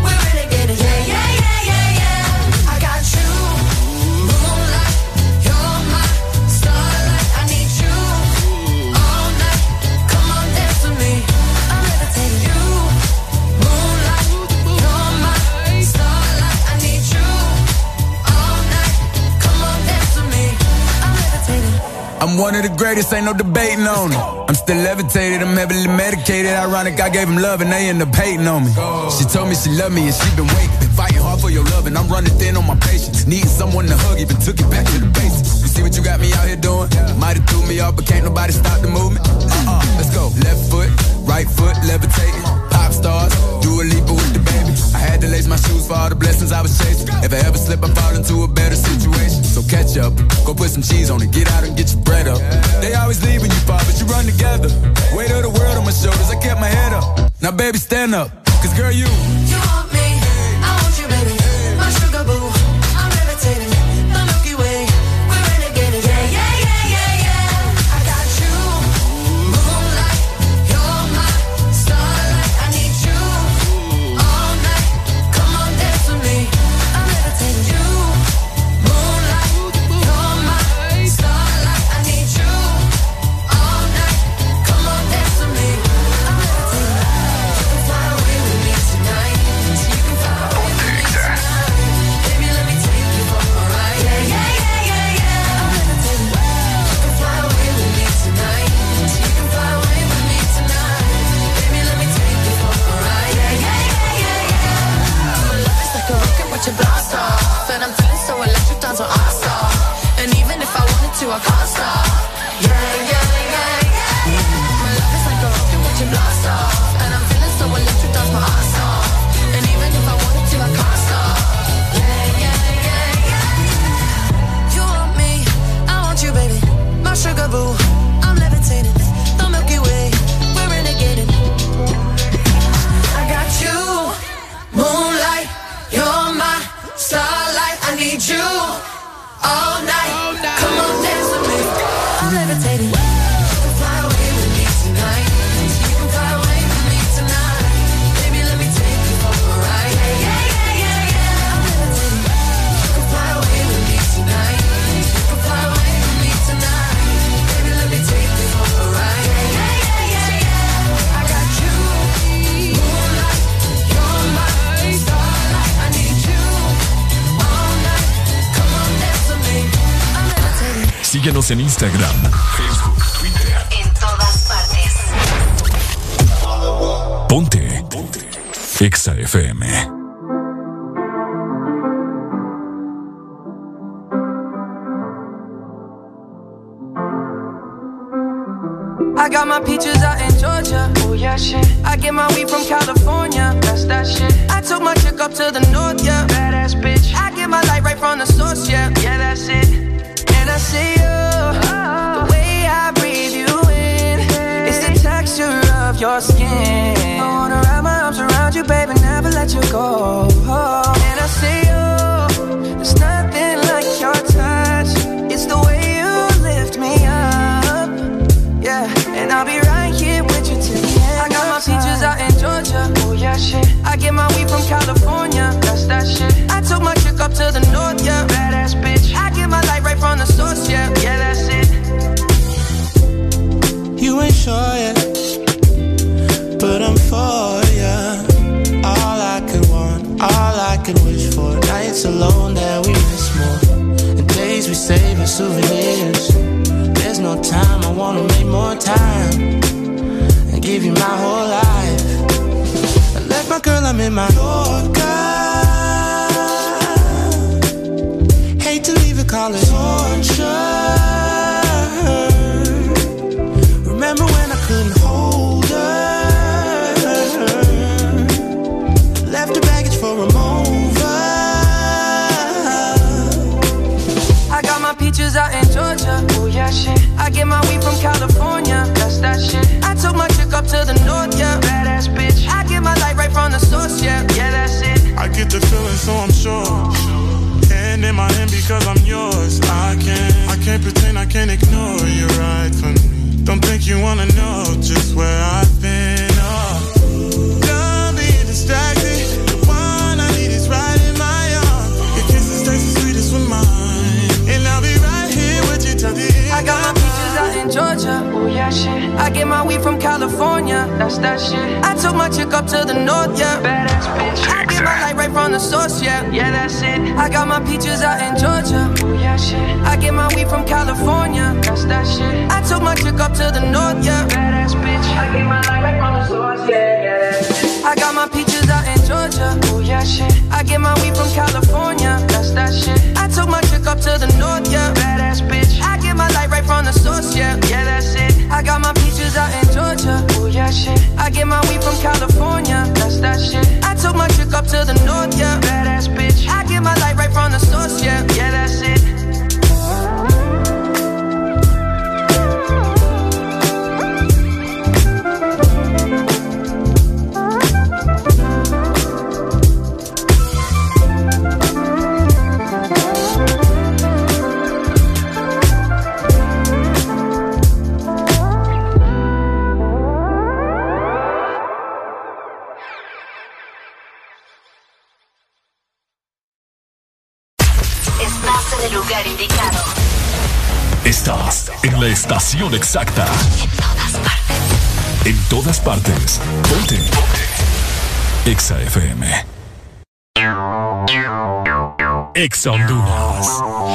I'm one of the greatest, ain't no debating on it. I'm still levitated, I'm heavily medicated. Ironic, I gave him love and they end up hating on me. She told me she loved me and she been waiting. Been fighting hard for your love and I'm running thin on my patience. Needing someone to hug, even took it back to the basics. You see what you got me out here doing? Might have threw me off, but can't nobody stop the movement. Let's go. Left foot, right foot, levitating. Pop stars, do a leap with the baby. I had to lace my shoes for all the blessings I was chasing. If I ever slip, I fall into a better situation. So catch up, go put some cheese on it, get out and get your bread up. They always leaving you far, but you run together. Weight of the world on my shoulders, I kept my head up. Now baby, stand up, cause girl, you want me, I want you, baby, my sugar boo. I'm levitating, the Milky Way. We're renegading, yeah, yeah, yeah, yeah, yeah. I got you, moonlight, you're my starlight. I need you all night. Come on, dance with me. I'm levitating, you, moonlight, you're my starlight. I need you all night. Come on, dance with me. I'm levitating. You can fly away with me tonight. You can fly away with me tonight. Baby, let me take you for a ride. Yeah, yeah, yeah, yeah, yeah. I'm levitating. You can fly away with me tonight. You can fly away with me tonight. Baby, let me take you for a ride. Yeah, yeah, yeah, yeah, yeah. My love is like a rocket, watch it blast off. And I'm feeling so electric, dance on our star. And even if I wanted to, I can't stop. Yeah, yeah, yeah, yeah. My love is like a rocket, watch it blast off. And I'm feeling so electric, dance my ass off. And even if I wanted to, I can't stop. Yeah, yeah, yeah, yeah. You want me, I want you, baby, my sugar boo. I'm levitating, the Milky Way. We're renegading. I got you, moonlight, you're my starlight. I need you all night. Come on, dance with me. I'm levitating. You can fly away with me tonight. You can fly away with me tonight. Baby, let me take you for a ride. Yeah, yeah, yeah, yeah, yeah. I'm levitating. You can fly away with me tonight. You can fly away with me tonight. Baby, let me take you for a ride. Yeah, yeah, yeah, yeah, yeah. I got you, moonlight, you're my starlight. I need you all night. Come on, dance with me. I'm levitating. Síguenos en Instagram, Facebook, Twitter. En todas partes. Ponte. Exa FM. I got my peaches out in Georgia. Oh yeah, shit. I get my weed from California. That's that shit. I took my chick up to the north, yeah. Badass bitch. I get my light right from the source, yeah. Yeah, that's it. And I see you, the way I breathe you in. It's the texture of your skin. I wanna wrap my arms around you, baby, never let you go. And I see you, there's nothing like your touch. It's the way you lift me up. Yeah, and I'll be right here with you till the end. I got my peaches out in Georgia. Oh yeah, shit. I get my weed from California. That's that shit. I took my chick up to the north, yeah. Badass bitch. I get my light right from the source, yeah. Yeah, that's it. You ain't sure yet, but I'm for ya. All I could want, all I could wish for. Nights alone that we miss more, and days we save as souvenirs. There's no time, I wanna make more time and give you my whole life. I left my girl, I'm in my Yorker. Hate to leave it, call it torture. I get my weed from California. That's that shit. I took my chick up to the north, yeah. Badass bitch. I get my light right from the source, yeah. Yeah, that's it. I get the feeling, so I'm sure. Hand in my hand because I'm yours. I can't pretend, I can't ignore you right from me. Don't think you wanna know just where I've been. Oh, don't be distracted. The one I need is right in my arms. Your kisses taste the sweetest with mine, and I'll be right here with you till the end. I got my peaches out in Georgia. Oh yeah, shit. I get my weed from California. That's that shit. I took my chick up to the north, yeah. Badass bitch. I get my light right from the source, yeah. Yeah, that's it. I got my peaches out in Georgia. Oh yeah, shit. I get my weed from California. That's that shit. I took my chick up to the north, yeah. Badass bitch. I get my light right from the source, yeah. Yeah, that's it. I got my peaches out in Georgia. Oh yeah, shit. I get my weed from California. That's that shit. I took my chick up to the north, yeah. Badass bitch. I get my light right from the source, yeah. Yeah, that's it. I got my peaches out in Georgia. Oh yeah, shit. I get my weed from California. That's that shit. I took my chick up to the north, yeah. Badass bitch. I get my light right from the source, yeah. Yeah, that's it. Estás en el lugar indicado. Estás en la estación exacta. En todas partes. En todas partes. Ponte. Exa FM. Exa Honduras.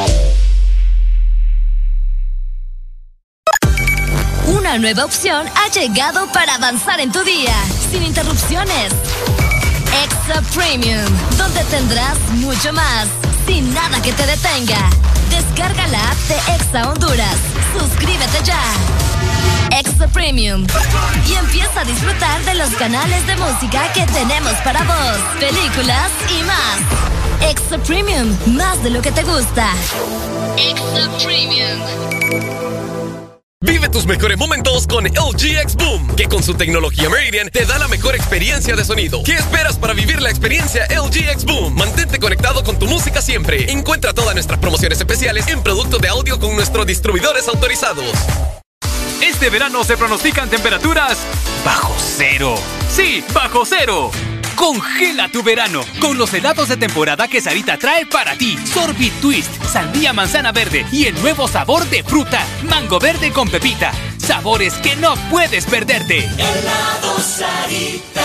Una nueva opción ha llegado para avanzar en tu día, sin interrupciones. Exa Premium, donde tendrás mucho más, sin nada que te detenga. Descarga la app de Exa Honduras. Suscríbete ya. Exa Premium. Y empieza a disfrutar de los canales de música que tenemos para vos, películas y más. Exa Premium, más de lo que te gusta. Exa Premium. Vive tus mejores momentos con LG X Boom, que con su tecnología Meridian te da la mejor experiencia de sonido. ¿Qué esperas para vivir la experiencia LG X Boom? Mantente conectado con tu música siempre. Encuentra todas nuestras promociones especiales en productos de audio con nuestros distribuidores autorizados. Este verano se pronostican temperaturas bajo cero. Sí, bajo cero. Congela tu verano con los helados de temporada que Sarita trae para ti. Sorbit Twist, sandía manzana verde y el nuevo sabor de fruta, mango verde con pepita. Sabores que no puedes perderte. Helado Sarita.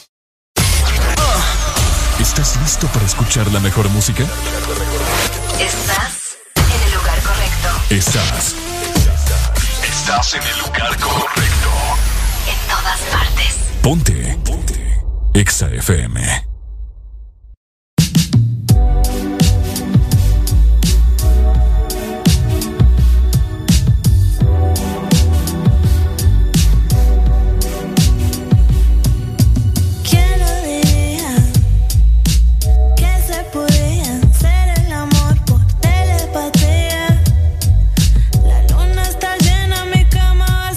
¿Estás listo para escuchar la mejor música? Estás en el lugar correcto. Estás en el lugar correcto. En todas partes. Ponte. Exa FM.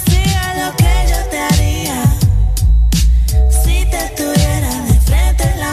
Si te tuviera de frente en la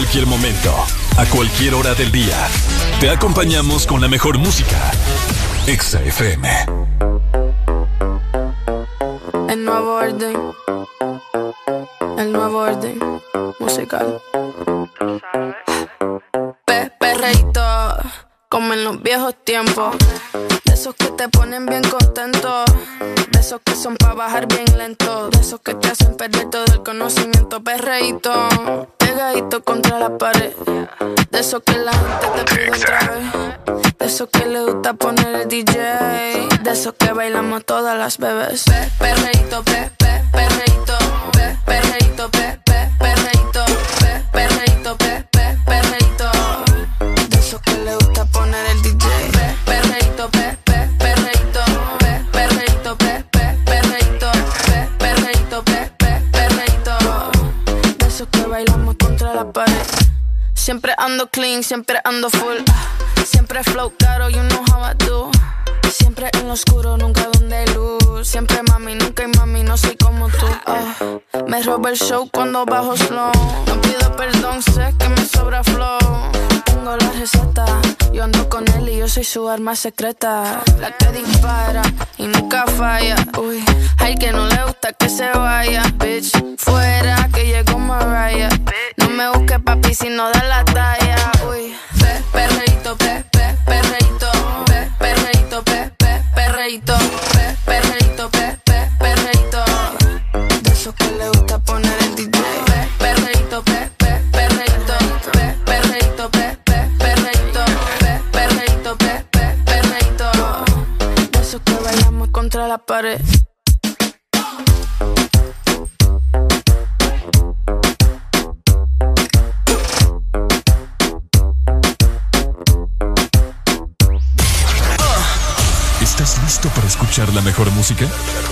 cualquier momento, a cualquier hora del día. Te acompañamos con la mejor música. Exa FM. El nuevo orden. El nuevo orden musical. Perreíto, como en los viejos tiempos. De esos que te ponen bien contento. De esos que son pa' bajar bien lento. De esos que te hacen perder todo el conocimiento. Perreíto, pegadito contra la pared. De esos que la gente te pide otra vez. De esos que le gusta poner el DJ. De esos que bailamos todas las bebés. Perreíto, perreíto, perreíto, perreíto, perreíto, perreíto. De esos que le gusta poner el DJ. Perreíto, perreíto, perreíto, perreíto, perreíto, perreíto. De esos que bailamos contra la pared. Siempre ando clean, siempre ando full. Siempre flow caro, you know how I do. Siempre en lo oscuro, nunca donde hay luz. Siempre mami, nunca hay mami, no soy como tú. Me roba el show cuando bajo slow. No pido perdón, sé que me sobra flow. Tengo la receta, yo ando con él y yo soy su arma secreta. La que dispara y nunca falla. Uy, al que no le gusta que se vaya. Bitch, fuera que llegó Mariah. No me busques papi si no da la talla. Uy, perreíto, perreíto, perreíto, perreíto, perreíto, perreíto. De esos que le gusta poner el DJ. Perreíto, perreíto, perreíto, perreíto, perreíto, perreíto. De esos que bailamos contra la pared. ¿Estás listo para escuchar la mejor música?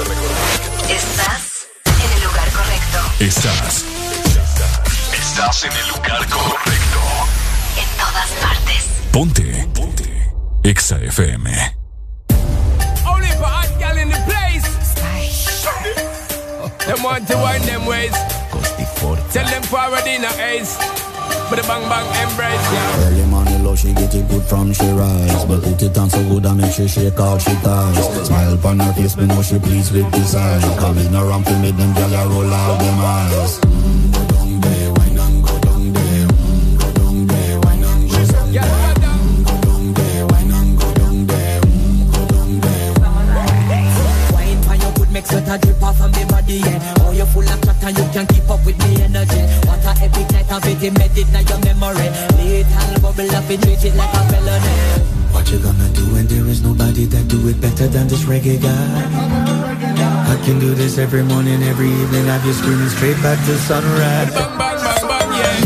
Estás en el lugar correcto. Estás en el lugar correcto. En todas partes. Ponte. Exa FM. Only for hot girl in the place. Them want to wind them ways. Tell them forward in a ace. But the bang bang embrace, yeah. Early morning low, she get it good from she rise. But put it on so good and make she shake all she ties. Smile upon her face, me know she pleased with this eye. Coming around to me, them gyal a roll out them eyes. Go down there, wine and go down there. Go down there, wine and go down there. Go down there, wine and go down there. Go down there. Wine for your good, make sweat a drip off of me body, yeah. Oh, you're full of chat and you can keep up with me energy. What a epic night of it, embedded in your memory. Little bubble up and treat it like a felony. What you gonna do when there is nobody that do it better than this reggae guy? I can do this every morning, every evening. Have you screaming straight back to sunrise. Bang bang bang bang, yeah.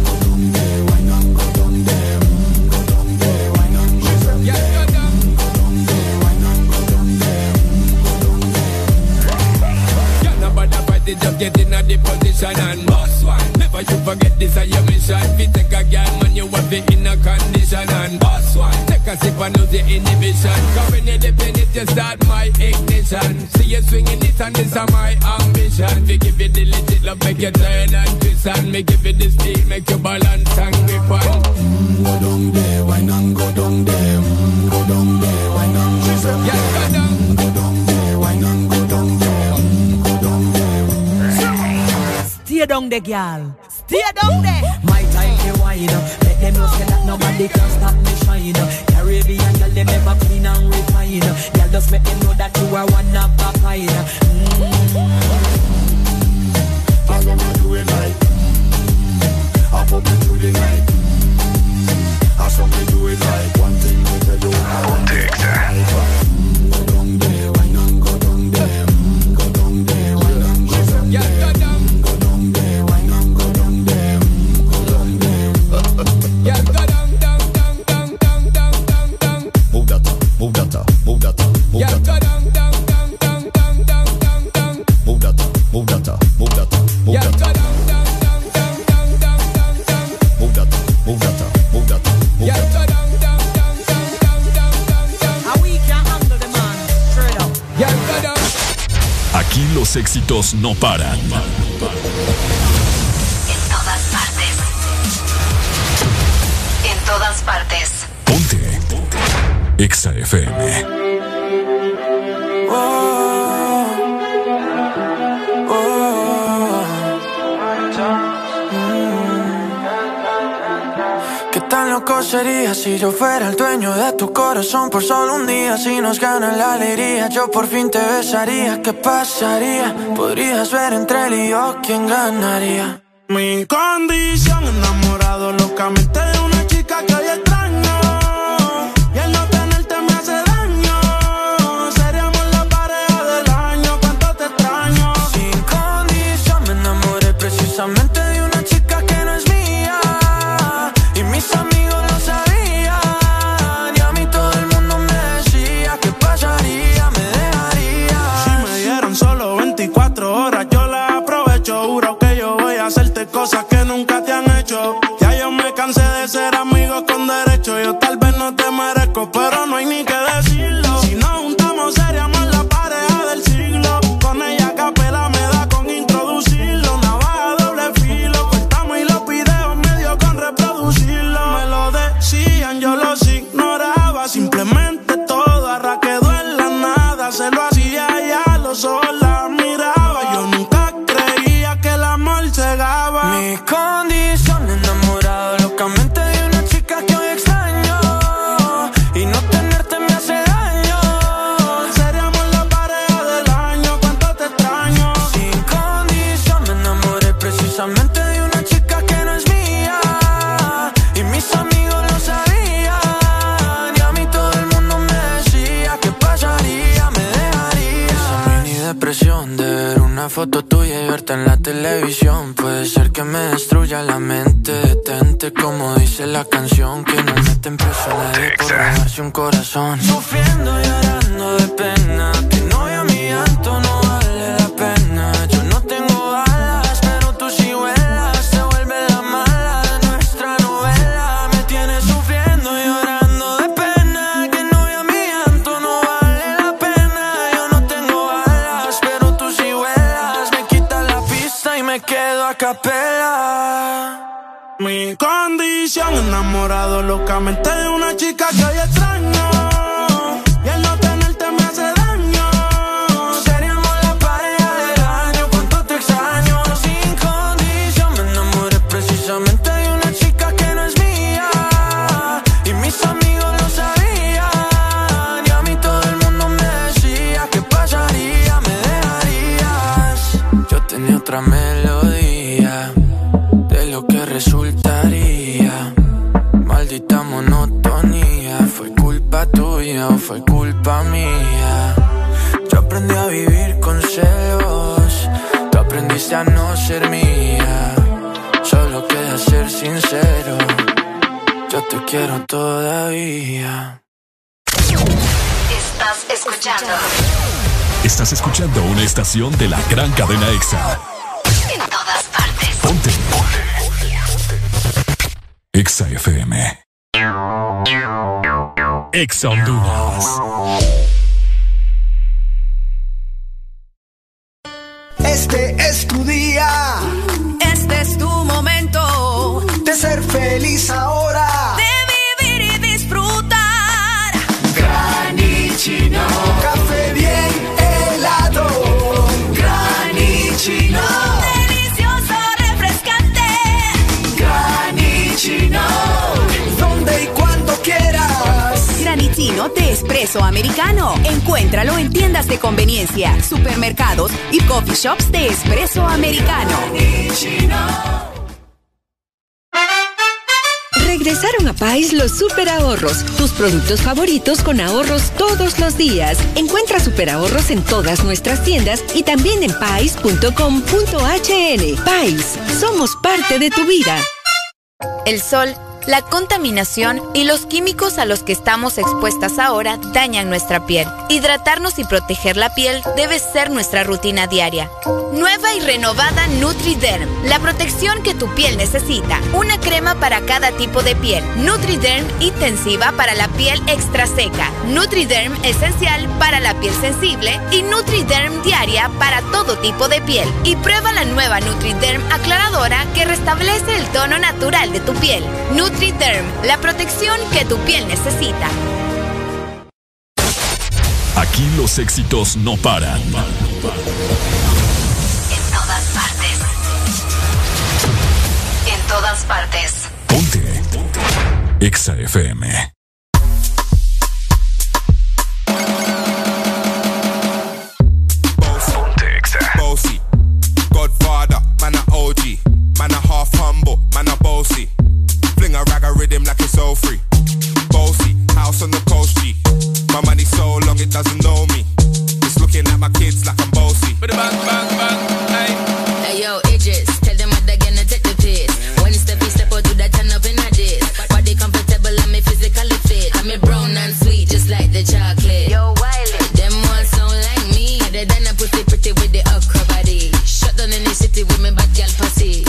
Just get in a the position and boss one. Never you forget this is your mission. If you take a girl, man, you want it in a condition and boss one. Take a sip and lose the inhibition. Cause when you dip in it, you start my ignition. See you swinging it and this is my ambition. We give you the legit love, make you turn and twist and me give you the speed, make you balance and grip on. Go down there, wine and go down there. Go down there, wine and go down there. Go down there, wine and go down there. Go down there. Stay down there, girl. Stay down there. My time to wine. Let them know say that nobody can stop me shine. Caribbean girl, they never clean and refine. Girl, just make them know that you are one of a kind. All I'ma do it like I pop it through the night. I saw me do it like one thing we tell you I want to take that. Go down there, wine and go down there. Go down there, wine and go down there. Go down there, wine and go down there. Go down there. Yeah, go down, down, down, down, down, down, down, down. Move that up, move that up, move that up, move yeah, that go up. down, down, down, down, down, down, down, down. Move that up, move that up, move that up, move Yeah, that go up. down, down, down, down, down, down, down, down. Move that up, move that up, move that up, move Yeah, that go up. down, down, down, down, down, down, down, down. And we can handle the man. Straight up. Yeah, go down. Aquí los éxitos no paran. En todas partes. partes. Ponte. Exa FM. ¿Qué tan loco sería si yo fuera el dueño de tu corazón por solo un día? Si nos gana la alegría, yo por fin te besaría. ¿Qué pasaría? Podrías ver entre él y yo quién ganaría. Mi condición, enamorado locamente de una chica que hoy extraño. Y el no tenerte me hace daño. Seríamos la pareja del año, cuánto te extraño. Sin condición me enamoré precisamente de una chica que no es mía. Y mis amigos lo sabían. Y a mí todo el mundo me decía ¿qué pasaría? Me dejaría. Si me dieron solo 24 horas yo las aprovecho. Juro que yo voy a hacerte cosas que nunca te han hecho. Ya yo me cansé de ser amigos con derecho. Yo tal vez no te merezco, pero no hay ni que decirlo. Si nos juntamos seríamos la pareja del siglo. Con ella a capela me da con introducirlo. Navaja doble filo, cortamos y los videos medio con reproducirlo. Me lo decían, yo los ignoraba. Simplemente todo arra quedó en la nada. Se lo hacía y a los ojos la miraba. Yo nunca creía que el amor cegaba. Mi condición, enamorado locamente de una chica que hoy extraño. Y no tenerte me hace daño. Seríamos la pareja del año, cuánto te extraño. Sin condición me enamoré precisamente de una chica que no es mía. Y mis amigos lo sabían. Y a mí todo el mundo me decía ¿qué pasaría? Me dejaría. Esa mini depresión de ver una foto tuya y verte en la televisión. Puede ser que me destruya la mente. Detente como dice la canción. Que no meten preso a nadie por robarse un corazón. Sufriendo y llorando de pena. Que no vea mi llanto, no vale la pena. Yo no tengo alas, pero tú sí vuelas. Te vuelve la mala de nuestra novela. Me tienes sufriendo y llorando de pena. Que no vea mi llanto, no vale la pena. Yo no tengo alas, pero tú sí vuelas. Me quitas la pista y me quedo a capela. Mi condición, enamorado locamente de una chica que hoy extraño. Y el no tenerte me hace daño. Seríamos la pareja del año, cuánto te extraño. Sin condición me enamoré precisamente de una chica que no es mía. Y mis amigos lo sabían. Y a mí todo el mundo me decía ¿qué pasaría? Me dejarías. Yo tenía otra melodía de lo que resultaría. Maldita monotonía. ¿Fue culpa tuya o fue culpa mía? Yo aprendí a vivir con celos. Tú aprendiste a no ser mía. Solo queda ser sincero. Yo te quiero todavía. Estás escuchando. Estás escuchando una estación de la gran cadena Exa. En todas partes. Ponte. Exa FM. Exa Honduras. Este es tu día. Este es tu momento de ser feliz ahora. de vivir y disfrutar. Granichino. Café bien helado. Granichino. Delicioso, refrescante. Granichino. Donde y cuando quieras. Granichino de espresso americano. Encuéntralo en tiendas de conveniencia, supermercados y coffee shops de espresso americano. Regresaron a Pais los super ahorros, tus productos favoritos con ahorros todos los días. Encuentra super ahorros en todas nuestras tiendas y también en pais.com.hn. Pais, somos parte de tu vida. El sol, la contaminación y los químicos a los que estamos expuestas ahora dañan nuestra piel. Hidratarnos y proteger la piel debe ser nuestra rutina diaria. Nueva y renovada NutriDerm, la protección que tu piel necesita. Una crema para cada tipo de piel. NutriDerm intensiva para la piel extra seca. NutriDerm esencial para la piel sensible y NutriDerm diaria para todo tipo de piel. Y prueba la nueva NutriDerm aclaradora que restablece el tono natural de tu piel. NutriDerm NutriDerm, la protección que tu piel necesita. Aquí los éxitos no paran. En todas partes. En todas partes. Ponte. Exa FM. Bossy, Godfather, man a OG, man a half humble, man a bossy. Fling a rag a rhythm like it's all free. Bossy, house on the coast G. My money so long it doesn't know me. It's looking at my kids like I'm bossy. Bang, bang, bang, hey. Hey yo, Idris, tell them what they're gonna take the piss. When step out, do that turn up in a diss. Body comfortable and me physically fit. I'm a brown and sweet, just like the chocolate. Yo, Wiley, them ones sound like me. Other than a pussy pretty with the okra body. Shut down in the city with me bad girl pussy.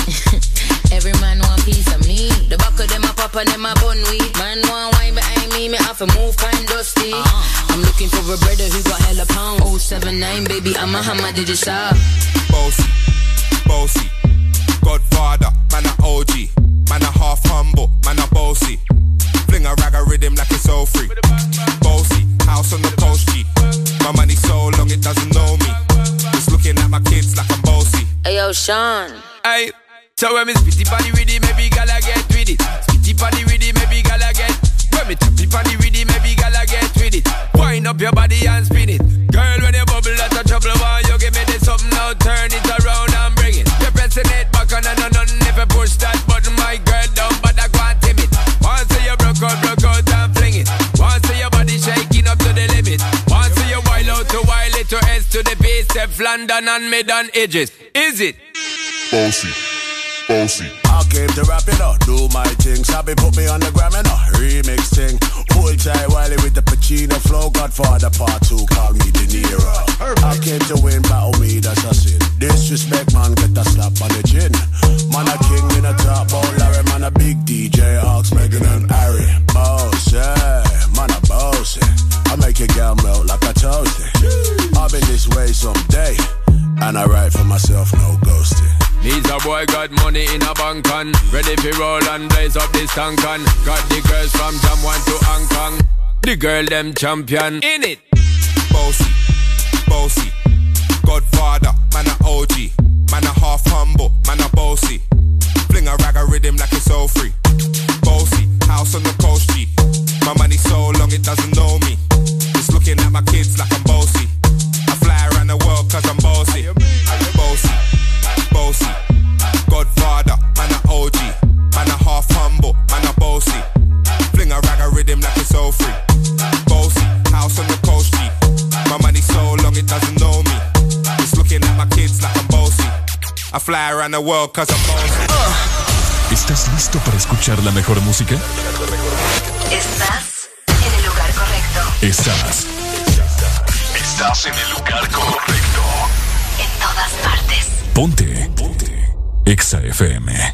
Every man want piece of me. The back of them a pop and them a bun weed. Man want wine behind me, me have to move kind dusty. I'm looking for a brother who got hella pound. 079, baby, I'm a hammer, did you stop? Bossy, bossy, Godfather, man a OG, man a half humble, man a bossy. Fling a rag a rhythm like it's all free. Bossy, house on the coast G. My money so long it doesn't know me. It's looking at my kids like I'm bossy. Hey yo, Sean. Hey, so when me spitty body with it, maybe gala get with it. Spitty body with it, maybe gala get. When me tappy body with it, maybe gala get with it. Wind up your body and spin it. Girl, when you bubble, that's a trouble. Why you give me this something now? Turn it around and bring it. You're pressing it back on and if you push that button, my girl down, but I can't tame it. Once you broke out and fling it. Once your body shaking up to the limit. Once you wild out to wild it to S to the base, step London and mid on edges. Is it? Bossy, bossy. I came to rap it up, do my thing. Sabi put me on the gram and a remix thing. Full tight Wiley with the Pacino flow. Godfather part 2, call me De Niro. I came to win, battle me, that's a sin. Disrespect, man, get a slap on the chin. Man a king in a top, oh Larry, man a big DJ, Hawks, Megan and Harry. Boss, yeah, man a boss, I make your girl melt like a toasty. I'll be this way someday, and I write for myself, no ghosting. Needs a boy got money in a bank on. Ready for roll and blaze up this tank on. Got the girls from Jamwan to Hong Kong. The girl them champion in it. Bossy, bossy, Godfather, man a OG, man a half humble, man a bossy. Fling a rag a rhythm like it's all free. Bossy, house on the coast G. My money so long it doesn't know me. It's looking at my kids like I'm bossy. I fly around the world cause I'm bossy. Bossy, bossy, Godfather, man a OG, man a half humble, man a bossy. Fling a rag a rhythm like it's all free. Bossy, house on the coast G. My money so long it doesn't know me. It's looking at my kids like I'm bossy. I fly around the world cause I'm bossy. ¿Estás listo para escuchar la mejor música? Estás en el lugar correcto. Estás en el lugar correcto. En todas partes. Ponte. Exa FM.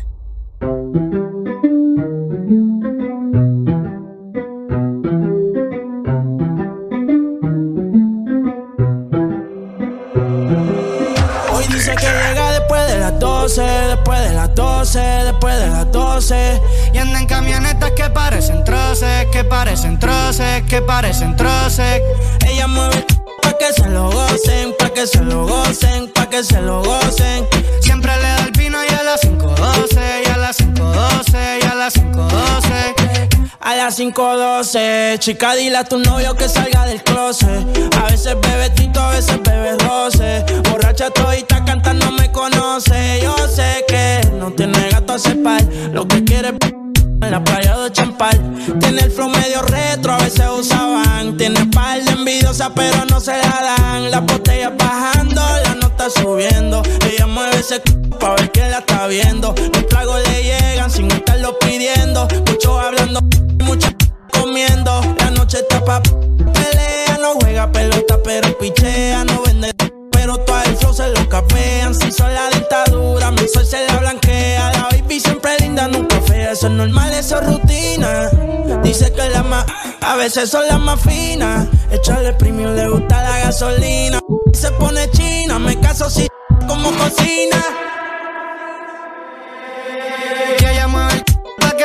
Hoy dice que llega después de las 12, después de las 12, después de las 12. Y anda en camionetas que parecen troces, que parecen troces, que parecen troces. Ella mueve pa' que se lo gocen, pa' que se lo gocen, pa' que se lo gocen. Siempre le da el vino y a las 5:12, y a las 5:12, y a las 5:12. A las 5:12, chica, dile a tu novio que salga del closet. A veces bebe tito, a veces bebe 12. Borracha todita cantando me conoce. Yo sé que no tiene gato a cepar. Lo que quiere en la playa de Champal. Tiene el flow medio retro, a veces usaban. Tiene par de envidiosas pero no se la dan. Las botellas bajando, la nota subiendo. Ella mueve ese pa' ver que la está viendo. Los tragos le llegan sin estarlo pidiendo. Muchos hablando, muchas comiendo. La noche está pa' pelea. No juega pelota pero pichea. No vende pero todo el flow se lo capean. Si son la dictadura, mi sol se la blanquea. La baby siempre linda, nunca fea. Eso es normal, eso es rutina. Dice que la más, a veces son las más finas. Echarle premium, le gusta la gasolina. Se pone china, me caso si como cocina. Que ella mueve pa' que se lo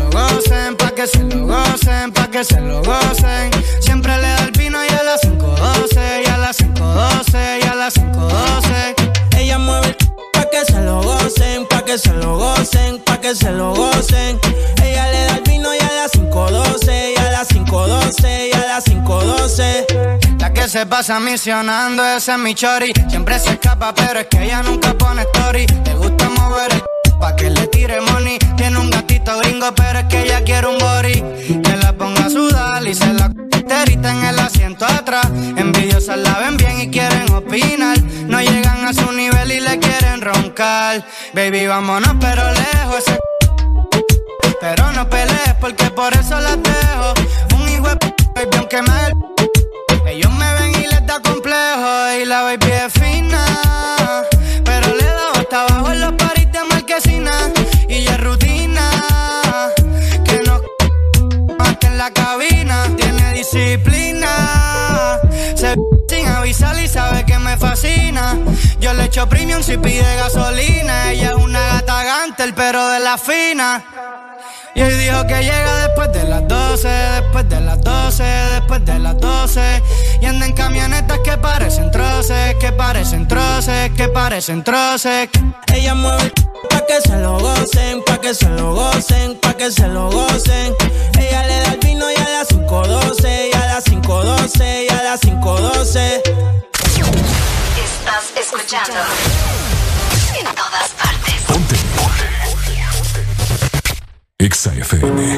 lo gocen, pa' que se lo gocen, pa' que se lo gocen. Siempre le da el vino y a las 5:12, y a las 5:12, y a las 5:12. Ella mueve pa' que se lo gocen, pa' que se lo gocen, pa' que se lo gocen. Ella le da el vino y a las 5:12, y a las 5:12, y a las 5:12. La que se pasa misionando, ese es mi chori. Siempre se escapa, pero es que ella nunca pone story. Le gusta mover el pa' que le tire money. Tiene un gatito gringo, pero es que ella quiere un body que la ponga a sudar y se la terita en el asiento atrás. Envidiosas la ven bien y quieren opinar. No llegan a su nivel y le quieren roncar. Baby, vámonos pero lejos ese. Pero no pelees porque por eso las dejo. Un hijo de baby, aunque me haga el. Ellos me ven y les da complejo. Y la baby es fina, pero le da hasta abajo en los paris de Marquesina. Y ya es rutina que nos mate en la cabina. Tiene disciplina, se sin avisar y sabe que me fascina. Yo le echo premium si pide gasolina. Ella es una gata gantel pero de la fina. Y hoy dijo que llega después de las 12, después de las 12, después de las 12. Y anda en camionetas que parecen troces, que parecen troces, que parecen troces. Ella mueve pa' que se lo gocen, pa' que se lo gocen, pa' que se lo gocen. Ella le da el vino y a las 5:12, y a las 5:12, y a las 5:12. Estás escuchando en todas partes. Ponte. Exa FM.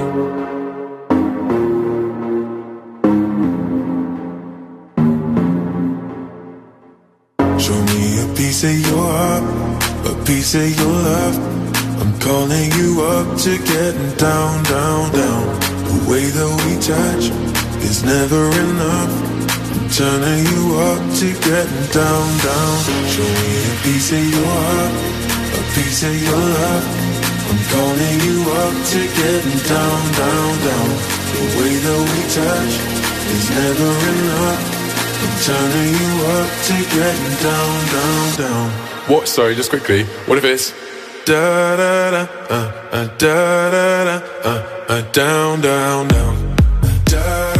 Show me a piece of your heart, a piece of your love. I'm calling you up to getting down, down, down. The way that we touch is never enough. I'm turning you up to getting down, down. Show me a piece of your heart, a piece of your love. I'm calling you up to getting down, down, down. The way that we touch is never enough. I'm turning you up to getting down, down, down. What? Sorry, just quickly. What if it's da da da da da da down, down, down. Da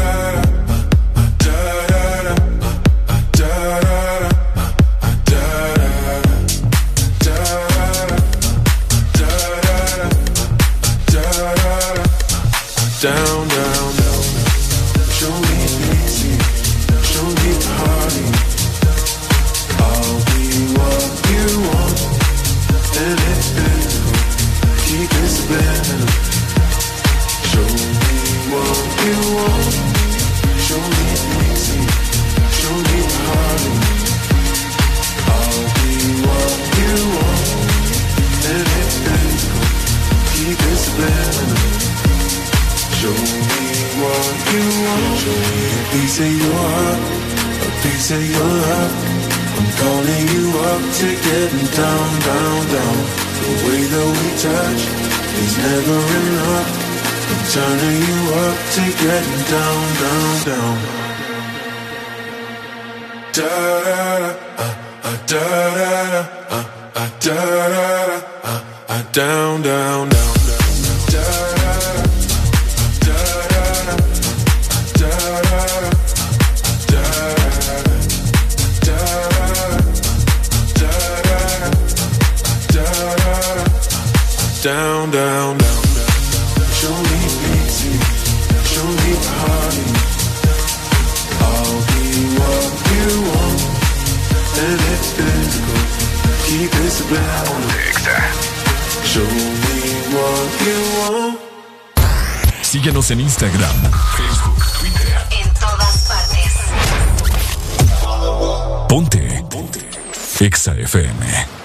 down, down, down. Show me easy, show me party. I'll be what you want, and it's physical. Keep it spinning. Show me what you want. Show me easy, show me party. I'll be what you want, and it's physical. Keep it spinning. Show me what you want. Show me a piece of your heart, a piece of your love. I'm calling you up to getting down, down, down. The way that we touch is never enough. I'm turning you up to getting down, down, down. Da da da da down, down, down. Down, down, down. Show me pity, show me party. I'll be what you want, and it's physical. Keep it subliminal. Show me what you want. Síguenos en Instagram, Facebook, Twitter. En todas partes. Ponte. Exa FM.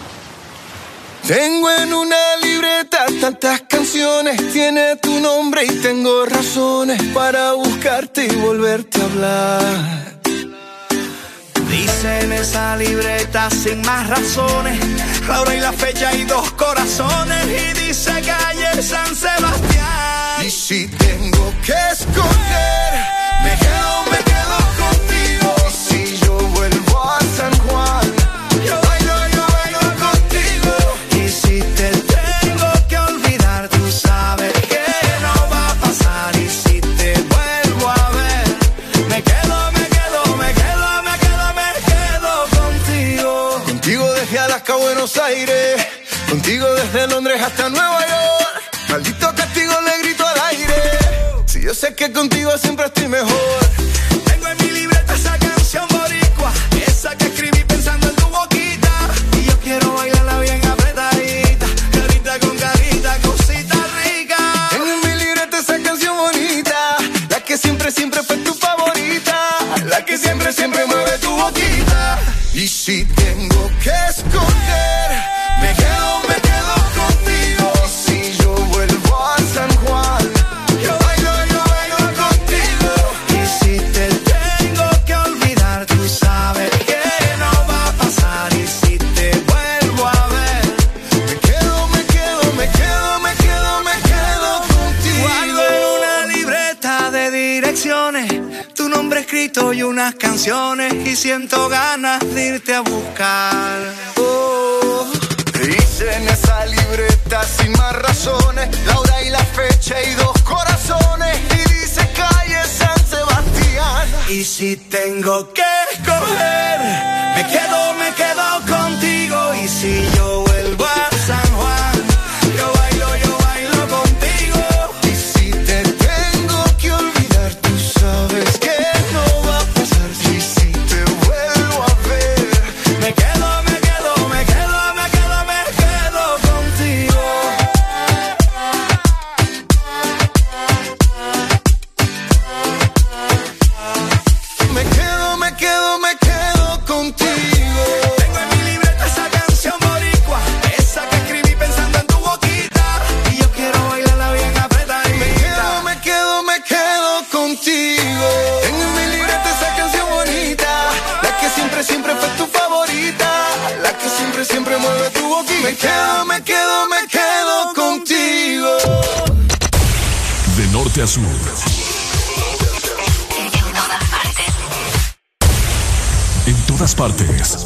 Tengo en una libreta tantas canciones, tiene tu nombre y tengo razones para buscarte y volverte a hablar. Dice en esa libreta sin más razones, la hora y la fecha y 2 corazones, y dice calle San Sebastián. Y si tengo que escoger, me quedo contigo. Y si yo vuelvo a San Juan, yo bailo contigo. Y si te tengo que olvidar, tú sabes que no Contigo desde Alaska a Buenos Aires, contigo desde Londres hasta Nueva York. Maldito castigo le grito al aire, si yo sé que contigo siempre estoy mejor. Tengo en mi libreta esa canción boricua, esa que escribí pensando en tu boquita. Y yo quiero bailarla bien apretadita, carita con carita, cosita rica. Tengo en mi libreta esa canción bonita, la que siempre, siempre fue tu favorita, la que siempre, siempre mueve tu boquita. Y si tengo que escoger, me quedo contigo. Si yo vuelvo a San Juan, yo bailo contigo. Y si te tengo que olvidar, tú sabes que no va a pasar. Y si te vuelvo a ver, me quedo contigo. Guardo en una libreta de direcciones tu nombre escrito y unas canciones, y siento ganas de irte a buscar. Oh, hice en esa libreta sin más razones la hora y la fecha y 2 corazones, y dice calle San Sebastián. Y si tengo que escoger, me quedo contigo. Y si yo vuelvo a San Juan, yo bailo contigo. Y si te tengo que olvidar, tú sabes que no va a pasar. Y si te vuelvo a ver, me quedo contigo. Me quedo contigo. Tengo en mi libreta esa canción boricua, esa que escribí pensando en tu boquita. Y yo quiero bailarla bien apretadita. Me quedo contigo. Tengo en mi libreta esa canción bonita, la que siempre, siempre fue tu favorita, la que siempre, siempre mueve tu boquita. Me quedo contigo. De norte a sur. En todas partes.